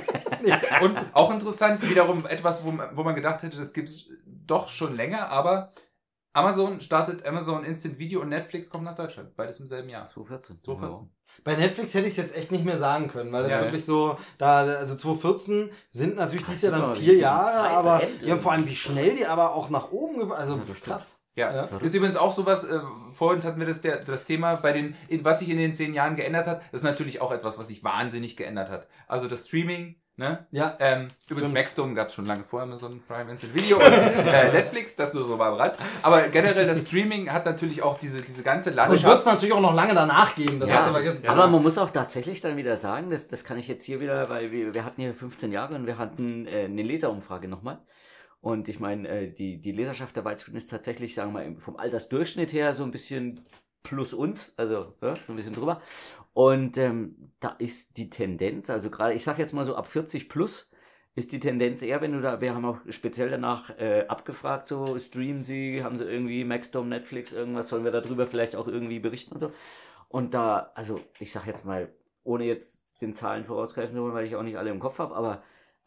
[SPEAKER 3] Und auch interessant, wiederum etwas, wo man gedacht hätte, das gibt's doch schon länger, aber Amazon startet Amazon Instant Video und Netflix kommt nach Deutschland. Beides im selben Jahr.
[SPEAKER 1] 2014.
[SPEAKER 3] 2014.
[SPEAKER 2] Bei Netflix hätte ich es jetzt echt nicht mehr sagen können, weil das
[SPEAKER 3] Ja.
[SPEAKER 2] wirklich so, also 2014 sind natürlich dieses Jahr
[SPEAKER 1] guck
[SPEAKER 2] dann
[SPEAKER 1] mal,
[SPEAKER 2] 4
[SPEAKER 1] wie die
[SPEAKER 2] Jahre,
[SPEAKER 1] Zeit
[SPEAKER 2] aber
[SPEAKER 1] rennt
[SPEAKER 2] ja, vor allem wie schnell die aber auch nach oben, also
[SPEAKER 1] Ja, das stimmt.
[SPEAKER 2] krass.
[SPEAKER 3] Ja, ist übrigens auch sowas, vor uns hatten wir das Thema, was sich in den 10 Jahren geändert hat, das ist natürlich auch etwas, was sich wahnsinnig geändert hat. Also das Streaming, ne?
[SPEAKER 2] Ja.
[SPEAKER 3] Übrigens Maxdome gab es schon lange vor, Amazon Prime Instant Video und Netflix, das nur so mal am Rand. Aber generell das Streaming hat natürlich auch diese ganze Landschaft.
[SPEAKER 2] Und wird es natürlich auch noch lange danach geben, das hast du vergessen.
[SPEAKER 1] Aber man muss auch tatsächlich dann wieder sagen, das kann ich jetzt hier wieder, weil wir hatten hier 15 Jahre und wir hatten eine Leserumfrage nochmal. Und ich meine, die Leserschaft der Widescreen ist tatsächlich, sagen wir mal, vom Altersdurchschnitt her so ein bisschen plus uns, also so ein bisschen drüber. Und da ist die Tendenz, also gerade, ich sag jetzt mal so ab 40 plus, ist die Tendenz eher, wir haben auch speziell danach abgefragt, so streamen sie, haben sie irgendwie Maxdome, Netflix, irgendwas, sollen wir darüber vielleicht auch irgendwie berichten und so. Und da, also ich sag jetzt mal, ohne jetzt den Zahlen vorausgreifen zu wollen, weil ich auch nicht alle im Kopf habe, aber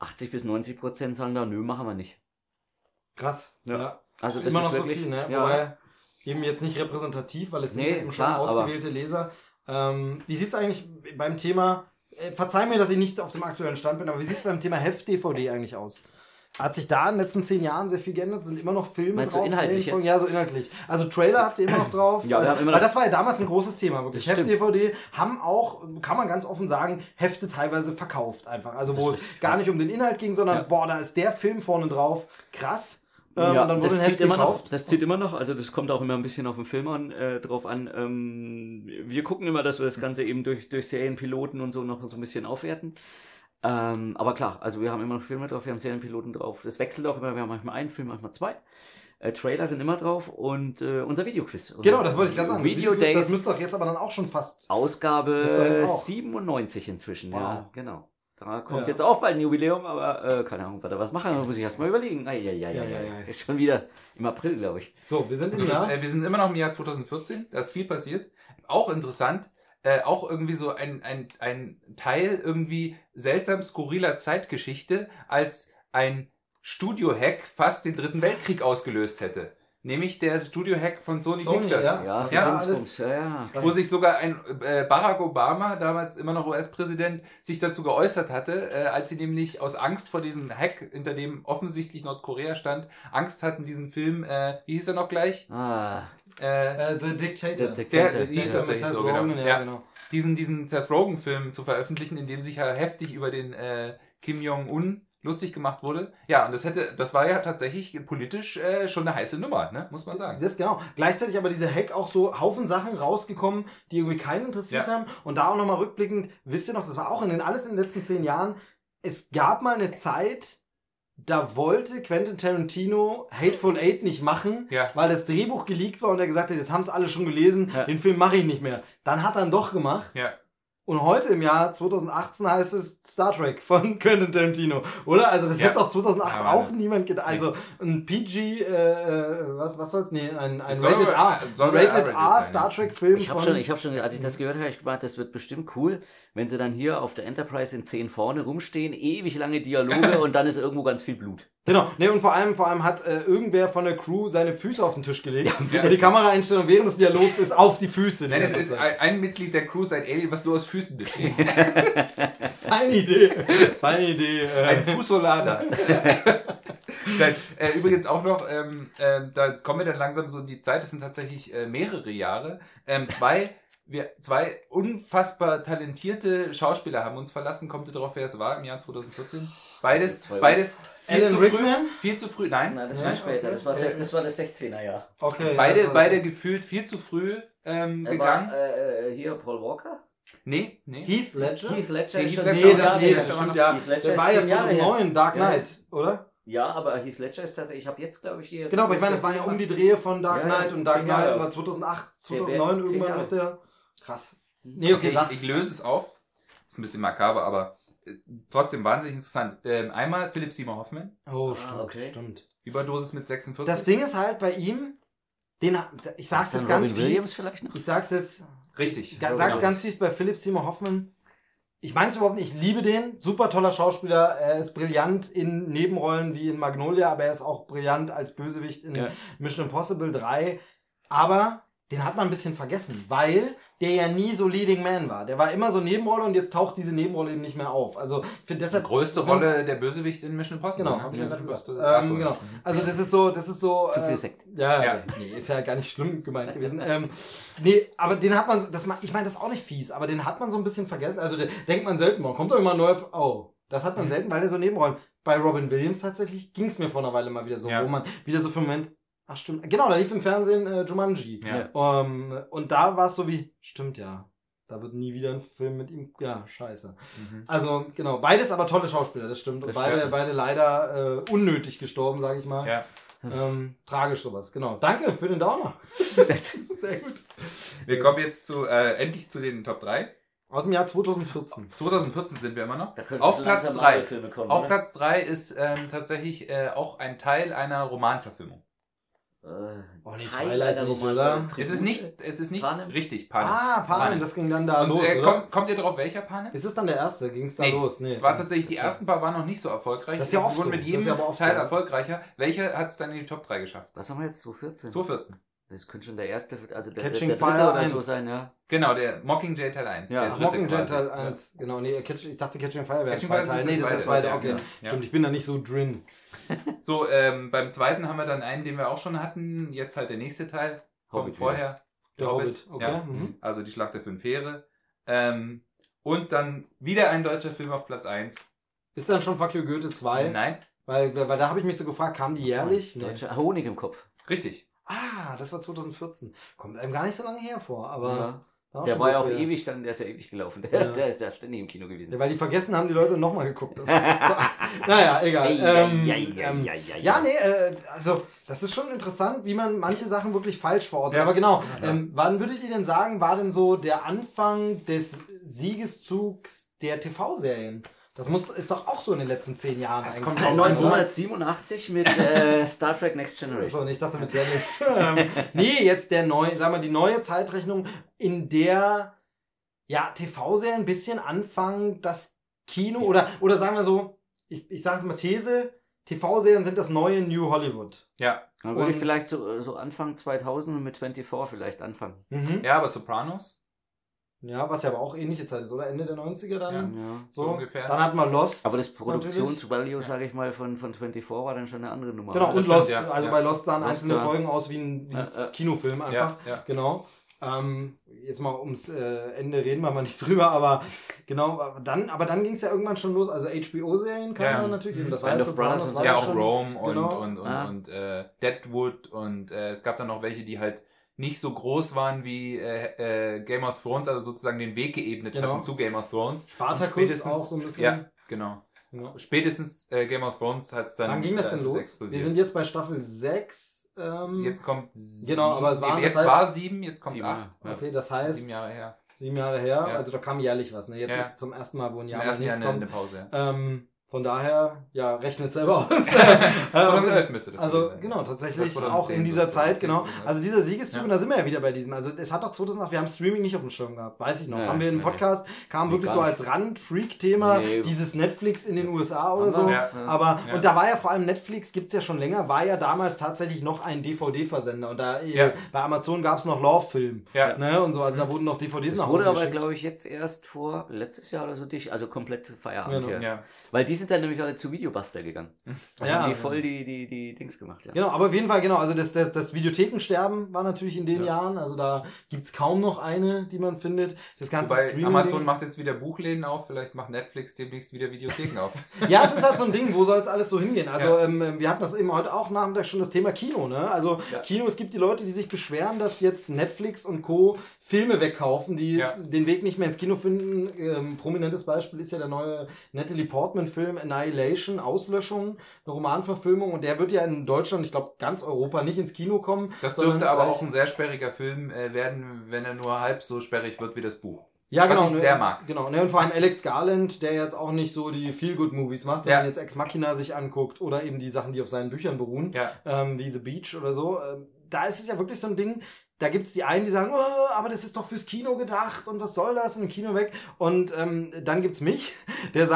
[SPEAKER 1] 80-90% sagen da, nö, machen wir nicht.
[SPEAKER 2] Krass. Ja.
[SPEAKER 1] Also das
[SPEAKER 2] immer
[SPEAKER 1] ist
[SPEAKER 2] noch
[SPEAKER 1] wirklich,
[SPEAKER 2] so viel, ne?
[SPEAKER 1] Ja.
[SPEAKER 2] Wobei eben jetzt nicht repräsentativ, weil es sind eben schon ausgewählte Leser. Wie sieht's eigentlich beim Thema, verzeih mir, dass ich nicht auf dem aktuellen Stand bin, aber wie sieht's beim Thema Heft-DVD eigentlich aus? Hat sich da in den letzten 10 Jahren sehr viel geändert? Sind immer noch Filme
[SPEAKER 1] Meinst
[SPEAKER 2] drauf?
[SPEAKER 1] du inhaltlich jetzt?
[SPEAKER 2] Ja, so inhaltlich. Also Trailer habt ihr immer noch drauf?
[SPEAKER 1] Ja, wir haben immer noch,
[SPEAKER 2] weil das war ja damals ein großes Thema, wirklich.
[SPEAKER 1] Das stimmt.
[SPEAKER 2] Heft-DVD haben auch, kann man ganz offen sagen, Hefte teilweise verkauft einfach. Also wo es gar nicht um den Inhalt ging, sondern boah, da ist der Film vorne drauf. Krass. Und dann wurde ein Heft gekauft.
[SPEAKER 1] Das zieht immer noch, also das kommt auch immer ein bisschen auf den Film drauf an. Wir gucken immer, dass wir das Ganze eben durch Serienpiloten und so noch so ein bisschen aufwerten. Aber klar, also wir haben immer noch Filme drauf, wir haben Serienpiloten drauf. Das wechselt auch immer, wir haben manchmal einen Film, manchmal 2. Trailer sind immer drauf und unser Videoquiz.
[SPEAKER 2] Genau, das wollte ich gerade sagen.
[SPEAKER 1] Video Days.
[SPEAKER 2] Das müsste doch jetzt aber dann auch schon fast...
[SPEAKER 1] Ausgabe 97 inzwischen,
[SPEAKER 2] wow.
[SPEAKER 1] Ja, genau. Da kommt jetzt auch bald ein Jubiläum, aber keine Ahnung, was machen wir, muss ich erst mal überlegen. Ist schon wieder im April, glaube ich.
[SPEAKER 2] So, wir sind
[SPEAKER 3] wir sind immer noch im Jahr 2014, da ist viel passiert. Auch interessant, auch irgendwie so ein Teil irgendwie seltsam skurriler Zeitgeschichte, als ein Studio-Hack fast den Dritten Weltkrieg ausgelöst hätte. Nämlich der Studio-Hack von Sony Pictures. Wo sich sogar ein Barack Obama, damals immer noch US-Präsident, sich dazu geäußert hatte, als sie nämlich aus Angst vor diesem Hack, hinter dem offensichtlich Nordkorea stand, Angst hatten, diesen Film, wie hieß er noch gleich?
[SPEAKER 2] The Dictator.
[SPEAKER 3] Der hieß tatsächlich so, genau.
[SPEAKER 2] Genau.
[SPEAKER 3] Diesen Seth Rogen-Film zu veröffentlichen, in dem sich ja heftig über den Kim Jong-un lustig gemacht wurde. Ja, und das war ja tatsächlich politisch schon eine heiße Nummer, ne? Muss man sagen.
[SPEAKER 2] Das genau. Gleichzeitig aber dieser Hack auch so Haufen Sachen rausgekommen, die irgendwie keinen interessiert haben. Und da auch nochmal rückblickend, wisst ihr noch, das war auch alles in den letzten 10 Jahren, es gab mal eine Zeit, da wollte Quentin Tarantino Hateful Eight nicht machen, weil das Drehbuch geleakt war und er gesagt hat, jetzt haben es alle schon gelesen, den Film mache ich nicht mehr. Dann hat er ihn doch gemacht. Ja. Und heute im Jahr 2018 heißt es Star Trek von Quentin Tarantino, oder? Also das hätte doch 2008 auch niemand gedacht. Also ein PG, was soll's? Nee, ein Rated R Star Trek Film.
[SPEAKER 1] Ich hab schon, als ich das gehört habe, ich gedacht, das wird bestimmt cool, wenn sie dann hier auf der Enterprise in 10 vorne rumstehen, ewig lange Dialoge und dann ist irgendwo ganz viel Blut.
[SPEAKER 2] Genau, ne, und vor allem hat irgendwer von der Crew seine Füße auf den Tisch gelegt und die Kameraeinstellung während des Dialogs ist auf die Füße.
[SPEAKER 3] Nein, es ist ein Mitglied der Crew, ein Alien, was nur aus Füßen besteht.
[SPEAKER 2] Feine Idee.
[SPEAKER 3] Ein Fußolader. Übrigens auch noch, da kommen wir dann langsam so in die Zeit, das sind tatsächlich mehrere Jahre, zwei unfassbar talentierte Schauspieler haben uns verlassen. Kommt ihr drauf, wer es war im Jahr 2014? Beides viel zu früh. Nein,
[SPEAKER 1] das war später. Das war das 16er Jahr.
[SPEAKER 2] Okay.
[SPEAKER 3] Beide gefühlt viel zu früh gegangen.
[SPEAKER 1] Hier Paul Walker?
[SPEAKER 3] Nee.
[SPEAKER 2] Heath Ledger?
[SPEAKER 1] Das
[SPEAKER 2] stimmt, ja. Der war ja 2009, Dark Knight, oder?
[SPEAKER 1] Ja, aber Heath Ledger ist tatsächlich, ich habe jetzt, glaube ich, hier...
[SPEAKER 2] Genau, aber ich meine, das war ja um die Drehe von Dark Knight und Dark Knight war 2008, 2009 irgendwann ist der... Krass. Nee, okay,
[SPEAKER 3] ich löse es auf. Ist ein bisschen makaber, aber trotzdem wahnsinnig interessant. Einmal Philip Seymour Hoffman.
[SPEAKER 2] Oh, stimmt.
[SPEAKER 3] Überdosis mit 46.
[SPEAKER 2] Das Ding ist halt bei ihm, ich sag's jetzt ganz fies. Ich sag's jetzt...
[SPEAKER 3] Richtig.
[SPEAKER 2] Sag's ganz fies bei Philip Seymour Hoffman. Ich meine es überhaupt nicht, ich liebe den, super toller Schauspieler, er ist brillant in Nebenrollen wie in Magnolia, aber er ist auch brillant als Bösewicht in Mission Impossible 3, aber den hat man ein bisschen vergessen, weil der ja nie so Leading Man war. Der war immer so Nebenrolle und jetzt taucht diese Nebenrolle eben nicht mehr auf. Also ich finde deshalb...
[SPEAKER 3] Die größte Rolle der Bösewicht in Mission Impossible.
[SPEAKER 2] Genau,
[SPEAKER 3] ne?
[SPEAKER 2] habe ich ja gerade gesagt.
[SPEAKER 3] Achso.
[SPEAKER 2] Genau. Also das ist so...
[SPEAKER 1] Zu viel Sekt.
[SPEAKER 2] Ja. Nee, ist ja gar nicht schlimm gemeint gewesen. Nee, aber den hat man... Ich meine, das ist auch nicht fies, aber den hat man so ein bisschen vergessen. Also denkt man selten mal, kommt doch immer ein neuer... Oh, das hat man selten, weil der so Nebenrollen... Bei Robin Williams tatsächlich ging es mir vor einer Weile mal wieder so, wo man wieder so für einen Moment... Ach stimmt, genau, da lief im Fernsehen Jumanji.
[SPEAKER 3] Ja.
[SPEAKER 2] Und da war es so wie... Stimmt, ja. Da wird nie wieder ein Film mit ihm... Ja, scheiße. Also, genau. Beides aber tolle Schauspieler, das stimmt. Und beide leider unnötig gestorben, sage ich mal.
[SPEAKER 3] Ja.
[SPEAKER 2] Tragisch sowas, genau. Danke für den Downer. Sehr gut.
[SPEAKER 3] Wir kommen jetzt endlich zu den Top 3.
[SPEAKER 2] Aus dem Jahr 2014.
[SPEAKER 3] 2014 sind wir immer noch.
[SPEAKER 1] Da können
[SPEAKER 3] Auf
[SPEAKER 1] so
[SPEAKER 3] Platz
[SPEAKER 1] langsam
[SPEAKER 3] 3.
[SPEAKER 1] Marvel-Filme kommen,
[SPEAKER 3] Auf
[SPEAKER 1] oder?
[SPEAKER 3] Platz 3 ist tatsächlich auch ein Teil einer Romanverfilmung.
[SPEAKER 2] Oh nee,
[SPEAKER 1] Teil
[SPEAKER 2] Twilight
[SPEAKER 1] einer
[SPEAKER 2] nicht,
[SPEAKER 1] Roman-
[SPEAKER 2] oder?
[SPEAKER 3] Es ist nicht
[SPEAKER 1] Panem?
[SPEAKER 3] richtig Panem.
[SPEAKER 2] Panem, das ging dann da
[SPEAKER 3] Und,
[SPEAKER 2] los, oder?
[SPEAKER 3] kommt ihr drauf, welcher Panem?
[SPEAKER 2] Ist das dann der erste? Ging es da
[SPEAKER 3] Nee,
[SPEAKER 2] los? Nee.
[SPEAKER 3] Es war tatsächlich, die ersten paar waren noch nicht so erfolgreich.
[SPEAKER 2] Das ist ja
[SPEAKER 3] Die
[SPEAKER 2] oft
[SPEAKER 3] wurden
[SPEAKER 2] so.
[SPEAKER 3] mit
[SPEAKER 2] Das
[SPEAKER 3] jedem
[SPEAKER 2] ist ja aber oft
[SPEAKER 3] Teil
[SPEAKER 2] so.
[SPEAKER 3] erfolgreicher. Welcher hat es dann in die Top 3 geschafft?
[SPEAKER 1] Was haben wir jetzt? 2014?
[SPEAKER 3] 2014.
[SPEAKER 1] Das könnte schon der erste, also der
[SPEAKER 2] Catching
[SPEAKER 1] dritte
[SPEAKER 2] Fire
[SPEAKER 1] oder so
[SPEAKER 2] 1.
[SPEAKER 1] sein, ja.
[SPEAKER 3] Genau, der Mockingjay Teil 1.
[SPEAKER 1] Ja,
[SPEAKER 3] der dritte
[SPEAKER 2] Mockingjay
[SPEAKER 3] quasi.
[SPEAKER 2] Teil 1. Genau, nee, ich dachte Catching Fire wäre
[SPEAKER 3] Catching
[SPEAKER 2] zwei
[SPEAKER 3] Fire
[SPEAKER 2] Teil.
[SPEAKER 3] ist
[SPEAKER 2] Nee, das ist der zweite, okay.
[SPEAKER 3] ja.
[SPEAKER 2] Stimmt, ich bin da nicht so drin.
[SPEAKER 3] So, beim zweiten haben wir dann einen, den wir auch schon hatten. Jetzt halt der nächste Teil. Von
[SPEAKER 1] Hobbit
[SPEAKER 3] vorher.
[SPEAKER 2] Der Hobbit, okay.
[SPEAKER 3] Ja.
[SPEAKER 2] Mhm.
[SPEAKER 3] Also die Schlacht der 5 Heere. Und dann wieder ein deutscher Film auf Platz 1.
[SPEAKER 2] Ist dann schon Fuck You Goethe 2?
[SPEAKER 3] Nein,
[SPEAKER 2] Weil da habe ich mich so gefragt, kamen die jährlich? Nee.
[SPEAKER 1] Deutscher Honig im Kopf.
[SPEAKER 3] richtig.
[SPEAKER 2] Das war 2014. Kommt einem gar nicht so lange her vor, aber...
[SPEAKER 1] Ja.
[SPEAKER 2] da
[SPEAKER 1] Der
[SPEAKER 2] schon
[SPEAKER 1] war ja auch
[SPEAKER 2] ungefähr.
[SPEAKER 1] ewig, der ist ja ewig gelaufen.
[SPEAKER 2] Ja.
[SPEAKER 1] Der ist ja ständig im Kino gewesen.
[SPEAKER 2] Ja, weil die vergessen haben, die Leute nochmal geguckt. So, naja, egal. Ja, nee, also das ist schon interessant, wie man manche Sachen wirklich falsch verortet.
[SPEAKER 3] Ja.
[SPEAKER 2] Aber genau,
[SPEAKER 3] Ja.
[SPEAKER 2] wann würdet ihr denn sagen, war denn so der Anfang des Siegeszugs der TV-Serien? Das ist doch auch so in den letzten 10 Jahren
[SPEAKER 3] Das
[SPEAKER 2] eigentlich.
[SPEAKER 3] kommt drauf an, oder?
[SPEAKER 1] 1987 mit Star Trek Next Generation.
[SPEAKER 2] So, ich dachte mit Dennis. Nee, jetzt die neue Zeitrechnung, in der ja TV-Serien ein bisschen anfangen, das Kino oder sagen wir so, ich sage es mal These, TV-Serien sind das neue New Hollywood.
[SPEAKER 3] Ja.
[SPEAKER 1] Dann würde ich
[SPEAKER 2] Und-
[SPEAKER 1] vielleicht so Anfang 2000 mit 24 vielleicht anfangen.
[SPEAKER 2] Mhm.
[SPEAKER 3] Ja, aber Sopranos.
[SPEAKER 2] Ja, was ja aber auch ähnliche Zeit ist, oder? Ende der 90er dann?
[SPEAKER 1] Ja.
[SPEAKER 2] So
[SPEAKER 3] so ungefähr.
[SPEAKER 2] Dann hatten wir Lost.
[SPEAKER 1] Aber das
[SPEAKER 2] natürlich.
[SPEAKER 1] Produktionsvalue, sage ich mal, von 24 war dann schon eine andere Nummer.
[SPEAKER 2] Genau,
[SPEAKER 3] das
[SPEAKER 2] und
[SPEAKER 3] stimmt,
[SPEAKER 2] Lost.
[SPEAKER 3] ja.
[SPEAKER 2] Also
[SPEAKER 3] Ja.
[SPEAKER 2] bei Lost sahen
[SPEAKER 1] Lost,
[SPEAKER 2] einzelne
[SPEAKER 1] ja.
[SPEAKER 2] Folgen aus wie ein Kinofilm einfach.
[SPEAKER 3] Ja.
[SPEAKER 2] Genau. Jetzt mal ums Ende reden wir mal nicht drüber, aber genau, aber dann ging es ja irgendwann schon los. Also HBO-Serien kamen
[SPEAKER 3] Ja.
[SPEAKER 2] dann natürlich.
[SPEAKER 3] Mhm.
[SPEAKER 2] Das war
[SPEAKER 1] Band
[SPEAKER 2] ja
[SPEAKER 1] of Brothers
[SPEAKER 2] Sopranos,
[SPEAKER 1] und
[SPEAKER 2] war
[SPEAKER 3] Ja,
[SPEAKER 2] das
[SPEAKER 3] auch
[SPEAKER 2] schon.
[SPEAKER 3] Rome
[SPEAKER 2] Genau.
[SPEAKER 3] und Deadwood und es gab dann noch welche, die halt nicht so groß waren wie Game of Thrones, also sozusagen den Weg geebnet
[SPEAKER 2] Genau.
[SPEAKER 3] hatten zu Game of Thrones.
[SPEAKER 2] Spartacus
[SPEAKER 3] Spätestens-
[SPEAKER 2] auch so ein bisschen.
[SPEAKER 3] Ja, genau.
[SPEAKER 2] Genau.
[SPEAKER 3] Spätestens Game of Thrones hat es dann...
[SPEAKER 2] Wann ging das
[SPEAKER 3] da
[SPEAKER 2] denn
[SPEAKER 3] ist es
[SPEAKER 2] los?
[SPEAKER 3] explodiert.
[SPEAKER 2] Wir sind jetzt bei Staffel 6.
[SPEAKER 3] Jetzt kommt
[SPEAKER 2] Genau, aber es waren-
[SPEAKER 3] jetzt
[SPEAKER 2] das heißt-
[SPEAKER 3] war 7, jetzt kommt
[SPEAKER 1] 7,
[SPEAKER 3] 8.
[SPEAKER 2] Okay, das heißt
[SPEAKER 3] 7 Jahre her.
[SPEAKER 2] 7 Jahre her.
[SPEAKER 3] Ja.
[SPEAKER 2] Also da kam jährlich was. Ne? Jetzt
[SPEAKER 3] Ja.
[SPEAKER 2] ist zum ersten Mal, wo ein
[SPEAKER 3] Im
[SPEAKER 2] Jahr mal
[SPEAKER 3] ersten Jahr
[SPEAKER 2] nichts
[SPEAKER 3] eine
[SPEAKER 2] kommt.
[SPEAKER 3] Pause. Ja.
[SPEAKER 2] Von daher, ja, rechnet selber aus.
[SPEAKER 3] 2011 müsste das
[SPEAKER 2] Also
[SPEAKER 3] gewesen sein.
[SPEAKER 2] genau, tatsächlich
[SPEAKER 3] 2010,
[SPEAKER 2] auch in dieser Zeit, genau.
[SPEAKER 3] 2010,
[SPEAKER 2] Also dieser Siegeszug,
[SPEAKER 3] Ja.
[SPEAKER 2] und da sind wir ja wieder bei diesem. Also es hat doch 2008, wir haben Streaming nicht auf dem Schirm gehabt, weiß ich noch.
[SPEAKER 1] Ja,
[SPEAKER 2] haben wir einen
[SPEAKER 3] nee.
[SPEAKER 2] Podcast, kam
[SPEAKER 1] Nee,
[SPEAKER 2] wirklich
[SPEAKER 1] gar
[SPEAKER 2] so als Rand-Freak-Thema,
[SPEAKER 1] Nee.
[SPEAKER 2] dieses Netflix in den USA oder
[SPEAKER 1] Haben
[SPEAKER 2] so.
[SPEAKER 1] wir.
[SPEAKER 3] Ja.
[SPEAKER 2] Aber,
[SPEAKER 3] Ja.
[SPEAKER 2] und da war ja vor allem Netflix, gibt's ja schon länger, war ja damals tatsächlich noch ein DVD-Versender. Und da
[SPEAKER 3] Ja.
[SPEAKER 2] bei Amazon gab's noch Love-Film.
[SPEAKER 3] Ja.
[SPEAKER 2] Ne? Und so, also da wurden noch DVDs
[SPEAKER 1] Das
[SPEAKER 2] nach
[SPEAKER 1] wurde
[SPEAKER 2] Hause
[SPEAKER 1] aber,
[SPEAKER 2] geschickt.
[SPEAKER 1] glaube ich, jetzt erst letztes Jahr oder so also komplett Feierabend
[SPEAKER 2] Genau.
[SPEAKER 1] her.
[SPEAKER 3] Ja.
[SPEAKER 1] Weil die sind dann nämlich alle zu Videobuster gegangen. Da
[SPEAKER 2] Ja.
[SPEAKER 1] haben die voll die Dings gemacht, ja.
[SPEAKER 2] Genau, aber auf jeden Fall, genau, also das Videothekensterben war natürlich in den Jahren, also da gibt's kaum noch eine, die man findet. Das ganze
[SPEAKER 3] Wobei
[SPEAKER 2] Streaming.
[SPEAKER 3] Amazon macht jetzt wieder Buchläden auf, vielleicht macht Netflix demnächst wieder Videotheken auf.
[SPEAKER 2] Ja, es ist halt so ein Ding, wo soll es alles so hingehen? Also wir hatten das eben heute auch Nachmittag schon das Thema Kino, ne? Also
[SPEAKER 3] Ja.
[SPEAKER 2] Kino, es gibt die Leute, die sich beschweren, dass jetzt Netflix und Co. Filme wegkaufen, die
[SPEAKER 3] Ja.
[SPEAKER 2] jetzt den Weg nicht mehr ins Kino finden. Prominentes Beispiel ist ja der neue Natalie Portman-Film Annihilation, Auslöschung, eine Romanverfilmung, und der wird ja in Deutschland, ich glaube ganz Europa, nicht ins Kino kommen.
[SPEAKER 3] Das
[SPEAKER 2] sondern
[SPEAKER 3] dürfte aber
[SPEAKER 2] gleich-
[SPEAKER 3] auch ein sehr sperriger Film werden, wenn er nur halb so sperrig wird wie das Buch.
[SPEAKER 2] Ja, genau.
[SPEAKER 3] Was ich sehr mag.
[SPEAKER 2] Genau, ne, und vor allem Alex Garland, der jetzt auch nicht so die Feel-Good-Movies macht, wenn
[SPEAKER 3] Ja.
[SPEAKER 2] man jetzt Ex Machina sich anguckt oder eben die Sachen, die auf seinen Büchern beruhen,
[SPEAKER 3] Ja.
[SPEAKER 2] wie The Beach oder so. Da ist es ja wirklich so ein Ding, da gibt's die einen, die sagen, oh, aber das ist doch fürs Kino gedacht und was soll das, und im Kino weg. Und dann gibt's mich, der sagt,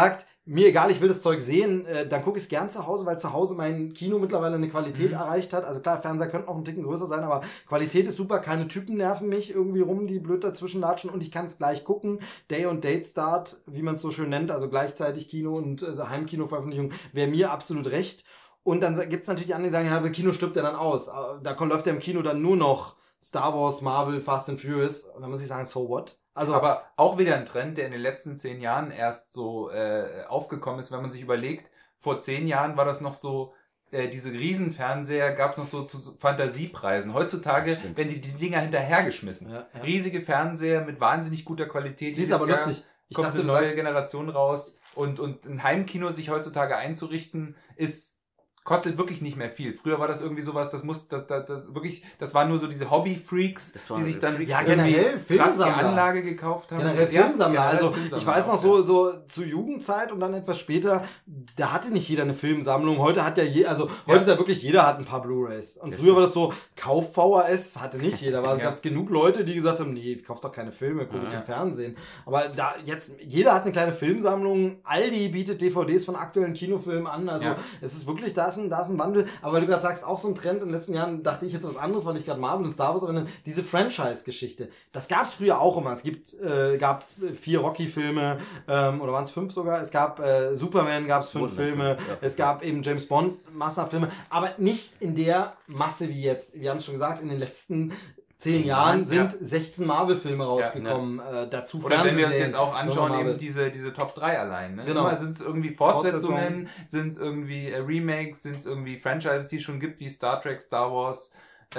[SPEAKER 2] mir egal, ich will das Zeug sehen, dann gucke ich es gern zu Hause, weil zu Hause mein Kino mittlerweile eine Qualität erreicht hat. Also klar, Fernseher könnten auch ein Ticken größer sein, aber Qualität ist super, keine Typen nerven mich irgendwie rum, die blöd dazwischen latschen und ich kann es gleich gucken. Day und Date Start, wie man es so schön nennt, also gleichzeitig Kino und Heimkino-Veröffentlichung, wäre mir absolut recht. Und dann gibt es natürlich die anderen, die sagen, ja, bei Kino stirbt er dann aus. Da läuft ja im Kino dann nur noch Star Wars, Marvel, Fast and Furious. Und dann muss ich sagen, so what? Also,
[SPEAKER 3] aber auch wieder ein Trend, der in den letzten 10 Jahren erst so aufgekommen ist, wenn man sich überlegt, vor 10 Jahren war das noch so, diese Riesenfernseher gab es noch so zu Fantasiepreisen. Heutzutage werden die Dinger hinterhergeschmissen. Ja. Riesige Fernseher mit wahnsinnig guter Qualität.
[SPEAKER 2] Sie ist aber lustig.
[SPEAKER 3] Ich dachte, eine neue Generation raus. Und ein Heimkino sich heutzutage einzurichten, kostet wirklich nicht mehr viel. Früher war das irgendwie sowas, das waren nur so diese Hobby-Freaks, die sich dann
[SPEAKER 2] generell
[SPEAKER 3] die Anlage gekauft haben.
[SPEAKER 2] Generell Filmsammler. Also ich weiß noch so zu Jugendzeit und dann etwas später, da hatte nicht jeder eine Filmsammlung. Heute hat heute ist ja wirklich jeder hat ein paar Blu-Rays. Und früher war das so, Kauf-VHS hatte nicht jeder. Aber es gab genug Leute, die gesagt haben, nee, ich kauf doch keine Filme, gucke ich im Fernsehen. Aber jeder hat eine kleine Filmsammlung. Aldi bietet DVDs von aktuellen Kinofilmen an. Also es ist wirklich, da ist ein Wandel, aber weil du gerade sagst, auch so ein Trend in den letzten Jahren, dachte ich jetzt was anderes, weil ich gerade Marvel und Star Wars erinnere, diese Franchise-Geschichte. Das gab es früher auch immer. Es gab 4 Rocky-Filme, oder waren es 5 sogar? Es gab Superman, gab es 5 Filme, es gab eben James Bond, Massenfilme, aber nicht in der Masse wie jetzt. Wir haben es schon gesagt, in den letzten 10 Jahren sind 16 Marvel-Filme rausgekommen, dazu
[SPEAKER 3] Oder wenn wir uns jetzt auch anschauen, eben diese Top 3 allein. Ne?
[SPEAKER 2] Genau.
[SPEAKER 3] Sind es irgendwie Fortsetzungen, sind es irgendwie Remakes, sind es irgendwie Franchises, die es schon gibt, wie Star Trek, Star Wars.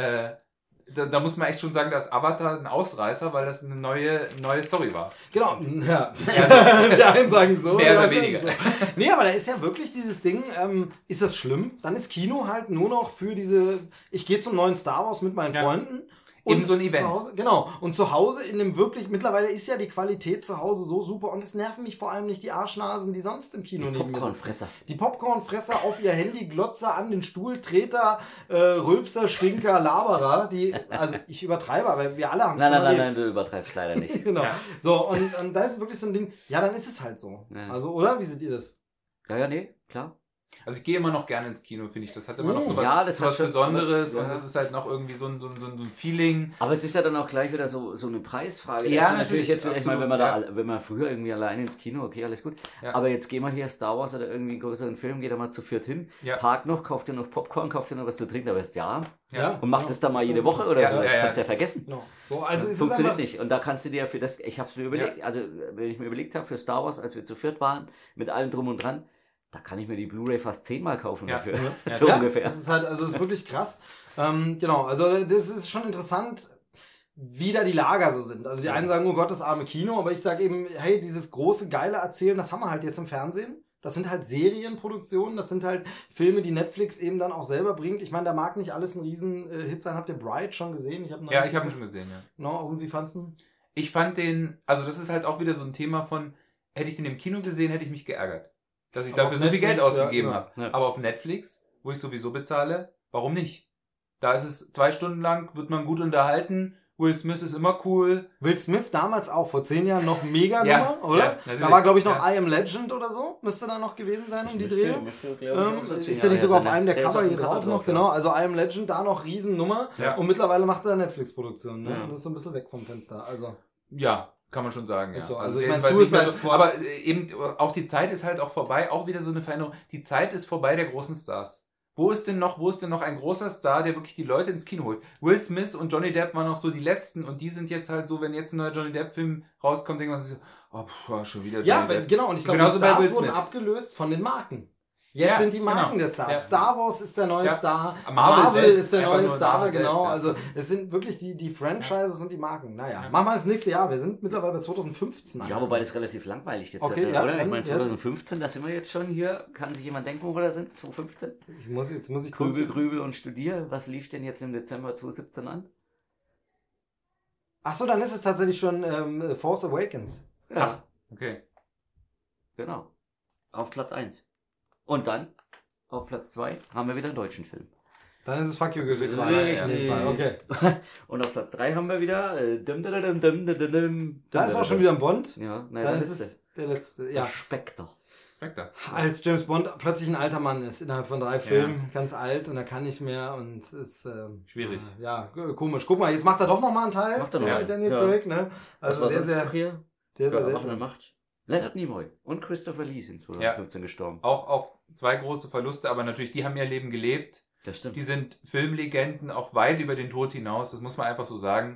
[SPEAKER 3] Da muss man echt schon sagen, dass Avatar ein Ausreißer, weil das eine neue Story war.
[SPEAKER 2] Genau, ja. Die einen sagen so.
[SPEAKER 3] Mehr oder weniger. So.
[SPEAKER 2] Nee, aber da ist ja wirklich dieses Ding, ist das schlimm? Dann ist Kino halt nur noch für ich gehe zum neuen Star Wars mit meinen Freunden.
[SPEAKER 3] Und so ein Event.
[SPEAKER 2] Genau. Und zu Hause mittlerweile ist ja die Qualität zu Hause so super und es nerven mich vor allem nicht die Arschnasen, die sonst im Kino neben mir sitzen. Die Popcornfresser auf ihr Handy, Glotzer an den Stuhl, Treter, Rülpser, Stinker, Laberer, also ich übertreibe, aber wir alle haben es schon erlebt.
[SPEAKER 1] Nein, du übertreibst leider nicht.
[SPEAKER 2] Genau. Ja. So, und da ist wirklich so ein Ding, ja, dann ist es halt so. Ja. Also, oder? Wie seht ihr das?
[SPEAKER 1] Ja, nee, klar.
[SPEAKER 3] Also ich gehe immer noch gerne ins Kino, finde ich. Das hat immer noch so was Besonderes und das ist halt noch irgendwie so ein Feeling.
[SPEAKER 1] Aber es ist ja dann auch gleich wieder so eine Preisfrage.
[SPEAKER 3] Ja, natürlich.
[SPEAKER 1] Jetzt ich meine, wenn man früher irgendwie alleine ins Kino, okay, alles gut. Ja. Aber jetzt gehen wir hier Star Wars oder irgendwie einen größeren Film, geht da mal zu 4 hin, parkt noch, kauft dir noch Popcorn, kauft dir noch was zu trinken, aber ist und macht das dann mal jede Woche oder so. Das kannst du ja vergessen.
[SPEAKER 2] Genau. So, also
[SPEAKER 1] das funktioniert nicht. Und da kannst du dir für das, ich habe es mir überlegt, also wenn ich mir überlegt habe für Star Wars, als wir zu 4 waren, mit allem drum und dran, da kann ich mir die Blu-ray fast 10-mal kaufen dafür.
[SPEAKER 2] Ja. So ungefähr. Das ist halt, also das ist wirklich krass. Genau, also das ist schon interessant, wie da die Lager so sind. Also die einen sagen, oh Gott, das arme Kino, aber ich sage eben, hey, dieses große, geile Erzählen, das haben wir halt jetzt im Fernsehen. Das sind halt Serienproduktionen, das sind halt Filme, die Netflix eben dann auch selber bringt. Ich meine, da mag nicht alles ein Riesen-Hit sein. Habt ihr Bright schon gesehen? Ich habe
[SPEAKER 3] ihn schon gesehen, ja.
[SPEAKER 2] No, und wie fandst du ihn?
[SPEAKER 3] Ich fand also das ist halt auch wieder so ein Thema von, hätte ich den im Kino gesehen, hätte ich mich geärgert. Dass ich dafür so viel Geld ausgegeben habe. Ja. Aber auf Netflix, wo ich sowieso bezahle, warum nicht? Da ist es 2 Stunden lang, wird man gut unterhalten. Will Smith ist immer cool.
[SPEAKER 2] Will Smith damals auch, vor 10 Jahren noch mega Nummer, oder? Ja, da war, glaube ich, noch I Am Legend oder so. Müsste da noch gewesen sein um die Dreh. Ist ja nicht sogar auf einem der Cover hier drauf noch, genau. Also I Am Legend, da noch Riesennummer. Ja. Und mittlerweile macht er Netflix-Produktion. Ne? Das ist so ein bisschen weg vom Fenster. Also.
[SPEAKER 3] Ja. Kann man schon sagen, ja.
[SPEAKER 2] So, also ich meine, Suicide Squad.
[SPEAKER 3] Aber eben, auch die Zeit ist halt auch vorbei, auch wieder so eine Veränderung. Die Zeit ist vorbei der großen Stars. Wo ist denn noch ein großer Star, der wirklich die Leute ins Kino holt? Will Smith und Johnny Depp waren noch so die letzten und die sind jetzt halt so, wenn jetzt ein neuer Johnny Depp-Film rauskommt, denkt man sich so, schon wieder Johnny Depp.
[SPEAKER 2] Ja, genau, und ich glaube, die Stars wurden abgelöst von den Marken. Jetzt sind die Marken der Stars. Ja. Star Wars ist der neue Star. Marvel ist der neue Star, genau. Also es sind wirklich die Franchises und die Marken. Naja, machen wir das nächste Jahr. Wir sind mittlerweile bei 2015.
[SPEAKER 1] Ja, wobei das relativ langweilig jetzt
[SPEAKER 2] ist,
[SPEAKER 1] oder? Ich meine 2015, da sind wir jetzt schon hier. Kann sich jemand denken, wo wir da sind? 2015?
[SPEAKER 2] Jetzt muss ich
[SPEAKER 1] Grübel und studiere. Was lief denn jetzt im Dezember 2017 an?
[SPEAKER 2] Ach so, dann ist es tatsächlich schon Force Awakens.
[SPEAKER 1] Ja.
[SPEAKER 3] Okay.
[SPEAKER 1] Genau. Auf Platz 1. Und dann, auf Platz 2, haben wir wieder einen deutschen Film.
[SPEAKER 2] Dann ist es Fuck You Goethe 2.
[SPEAKER 1] Richtig.
[SPEAKER 2] Okay.
[SPEAKER 1] Und auf Platz 3 haben wir wieder
[SPEAKER 2] da ist auch schon wieder ein Bond.
[SPEAKER 1] Ja, nein,
[SPEAKER 2] dann ist es der letzte. Ja.
[SPEAKER 1] Spectre.
[SPEAKER 3] Spectre.
[SPEAKER 2] Als James Bond plötzlich ein alter Mann ist, innerhalb von 3 Filmen, ganz alt und er kann nicht mehr und ist
[SPEAKER 3] schwierig.
[SPEAKER 2] Komisch. Guck mal, jetzt macht er doch nochmal einen Teil,
[SPEAKER 1] Macht er noch.
[SPEAKER 2] Daniel
[SPEAKER 1] Ja.
[SPEAKER 2] Craig, ne? Also sehr, sehr,
[SPEAKER 1] hier?
[SPEAKER 2] sehr, sehr
[SPEAKER 1] Was er
[SPEAKER 2] seltsam.
[SPEAKER 1] macht. Leonard Nimoy und Christopher Lee sind 2015 gestorben.
[SPEAKER 3] Auch 2 große Verluste, aber natürlich, die haben ihr Leben gelebt.
[SPEAKER 1] Das stimmt.
[SPEAKER 3] Die sind Filmlegenden, auch weit über den Tod hinaus, das muss man einfach so sagen.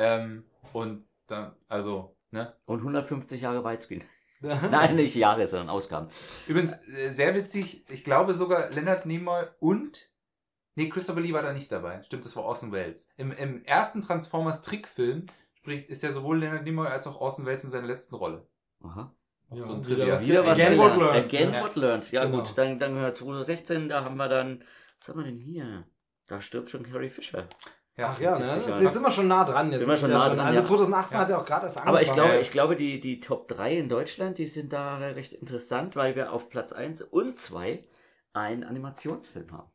[SPEAKER 3] Und dann, also, ne?
[SPEAKER 1] Und 150 Jahre Widescreen. Nein, nicht Jahre, sondern Ausgaben.
[SPEAKER 3] Übrigens, sehr witzig, ich glaube sogar Leonard Nimoy und Christopher Lee war da nicht dabei. Stimmt, das war Orson Welles. Im ersten Transformers-Trickfilm ist ja sowohl Leonard Nimoy als auch Orson Welles in seiner letzten Rolle.
[SPEAKER 1] Aha.
[SPEAKER 2] Ja,
[SPEAKER 3] So ein
[SPEAKER 2] wieder
[SPEAKER 3] Trivia.
[SPEAKER 2] was
[SPEAKER 1] Wieder was
[SPEAKER 2] Again what
[SPEAKER 1] gelernt.
[SPEAKER 2] learned.
[SPEAKER 1] Again
[SPEAKER 3] Ja.
[SPEAKER 1] what learned. Ja
[SPEAKER 2] Genau.
[SPEAKER 1] gut, dann 2016, da haben wir dann, was haben wir denn hier? Da stirbt schon Carrie Fisher.
[SPEAKER 2] Ach ja, ne?
[SPEAKER 1] 70 Jahre.
[SPEAKER 2] Jetzt sind wir schon nah dran. Jetzt
[SPEAKER 1] Sind wir
[SPEAKER 2] ist
[SPEAKER 1] schon
[SPEAKER 2] ja
[SPEAKER 1] nah dran,
[SPEAKER 2] Also
[SPEAKER 1] ja.
[SPEAKER 2] 2018 hat er auch gerade erst
[SPEAKER 1] Aber
[SPEAKER 2] angefangen.
[SPEAKER 1] ich glaube die Top 3 in Deutschland, die sind da recht interessant, weil wir auf Platz 1 und 2 einen Animationsfilm haben.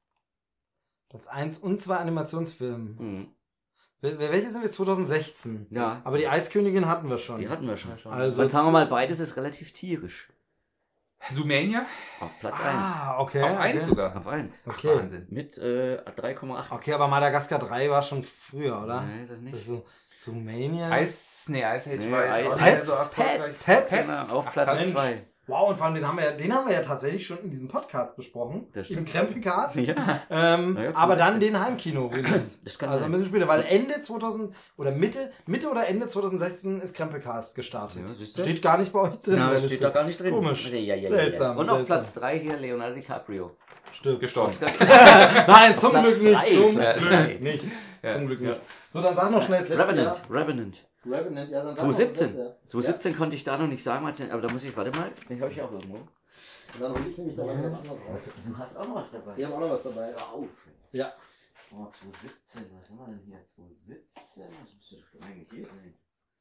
[SPEAKER 2] Platz 1 und 2 Animationsfilme.
[SPEAKER 1] Mhm.
[SPEAKER 2] Welche sind wir? 2016.
[SPEAKER 1] Ja,
[SPEAKER 2] Aber die Eiskönigin hatten wir schon.
[SPEAKER 1] die hatten wir schon.
[SPEAKER 2] Also
[SPEAKER 1] Dann sagen wir mal, beides ist relativ tierisch.
[SPEAKER 3] Zoomania?
[SPEAKER 1] Auf Platz 1.
[SPEAKER 2] Ah, okay.
[SPEAKER 3] Auf 1 sogar.
[SPEAKER 1] Auf 1.
[SPEAKER 2] Okay.
[SPEAKER 3] Wahnsinn.
[SPEAKER 1] Mit 3,8.
[SPEAKER 2] Okay, aber Madagaskar 3 war schon früher, oder?
[SPEAKER 1] Nein, ist es nicht.
[SPEAKER 2] Das ist so Zoomania.
[SPEAKER 3] Ice Age
[SPEAKER 1] Nee,
[SPEAKER 3] war jetzt auch
[SPEAKER 2] Pets?
[SPEAKER 3] nicht so erfolgreich.
[SPEAKER 2] Pets?
[SPEAKER 1] Genau, auf
[SPEAKER 3] Ach,
[SPEAKER 1] Platz
[SPEAKER 2] Mensch.
[SPEAKER 1] 2.
[SPEAKER 2] Wow, und vor allem den haben wir ja tatsächlich schon in diesem Podcast besprochen.
[SPEAKER 1] Das
[SPEAKER 2] Im
[SPEAKER 1] stimmt.
[SPEAKER 2] Krempelcast.
[SPEAKER 1] Ja. Ja,
[SPEAKER 2] Aber dann den Heimkino-Release.
[SPEAKER 1] Das kann
[SPEAKER 2] Also ein
[SPEAKER 1] sein.
[SPEAKER 2] bisschen später, weil Ende 2000 oder Mitte oder Ende 2016 ist Krempelcast gestartet.
[SPEAKER 1] Ja, siehst du?
[SPEAKER 2] Steht gar nicht bei euch drin. in
[SPEAKER 1] Na,
[SPEAKER 2] der
[SPEAKER 1] steht
[SPEAKER 2] Liste.
[SPEAKER 1] da gar nicht drin.
[SPEAKER 2] Komisch.
[SPEAKER 1] Ja.
[SPEAKER 2] Seltsam,
[SPEAKER 1] Und auf
[SPEAKER 2] seltsam.
[SPEAKER 1] Platz 3 hier Leonardo DiCaprio.
[SPEAKER 2] Stimmt.
[SPEAKER 3] Gestorben.
[SPEAKER 2] Nein, zum
[SPEAKER 1] Platz
[SPEAKER 2] Glück nicht.
[SPEAKER 1] drei.
[SPEAKER 2] Zum
[SPEAKER 1] Platz
[SPEAKER 2] Glück
[SPEAKER 1] drei.
[SPEAKER 2] nicht.
[SPEAKER 3] Ja.
[SPEAKER 2] Zum Glück nicht. So, dann sag noch schnell das letzte
[SPEAKER 1] Revenant.
[SPEAKER 2] Jahr.
[SPEAKER 1] Revenant.
[SPEAKER 2] Revenant, ja, dann sag noch das
[SPEAKER 1] 2017.
[SPEAKER 2] letzte.
[SPEAKER 1] 2017 konnte ich da noch nicht sagen, aber da muss ich, warte mal, den habe ich auch irgendwo.
[SPEAKER 2] Und dann hol ich nämlich dabei was anderes raus.
[SPEAKER 1] Du hast auch noch was dabei.
[SPEAKER 2] Wir haben auch noch was dabei.
[SPEAKER 1] Hör auf.
[SPEAKER 2] Ja.
[SPEAKER 1] Oh, 2017, was sind wir denn hier? 2017? Das müsste doch eigentlich hier sein.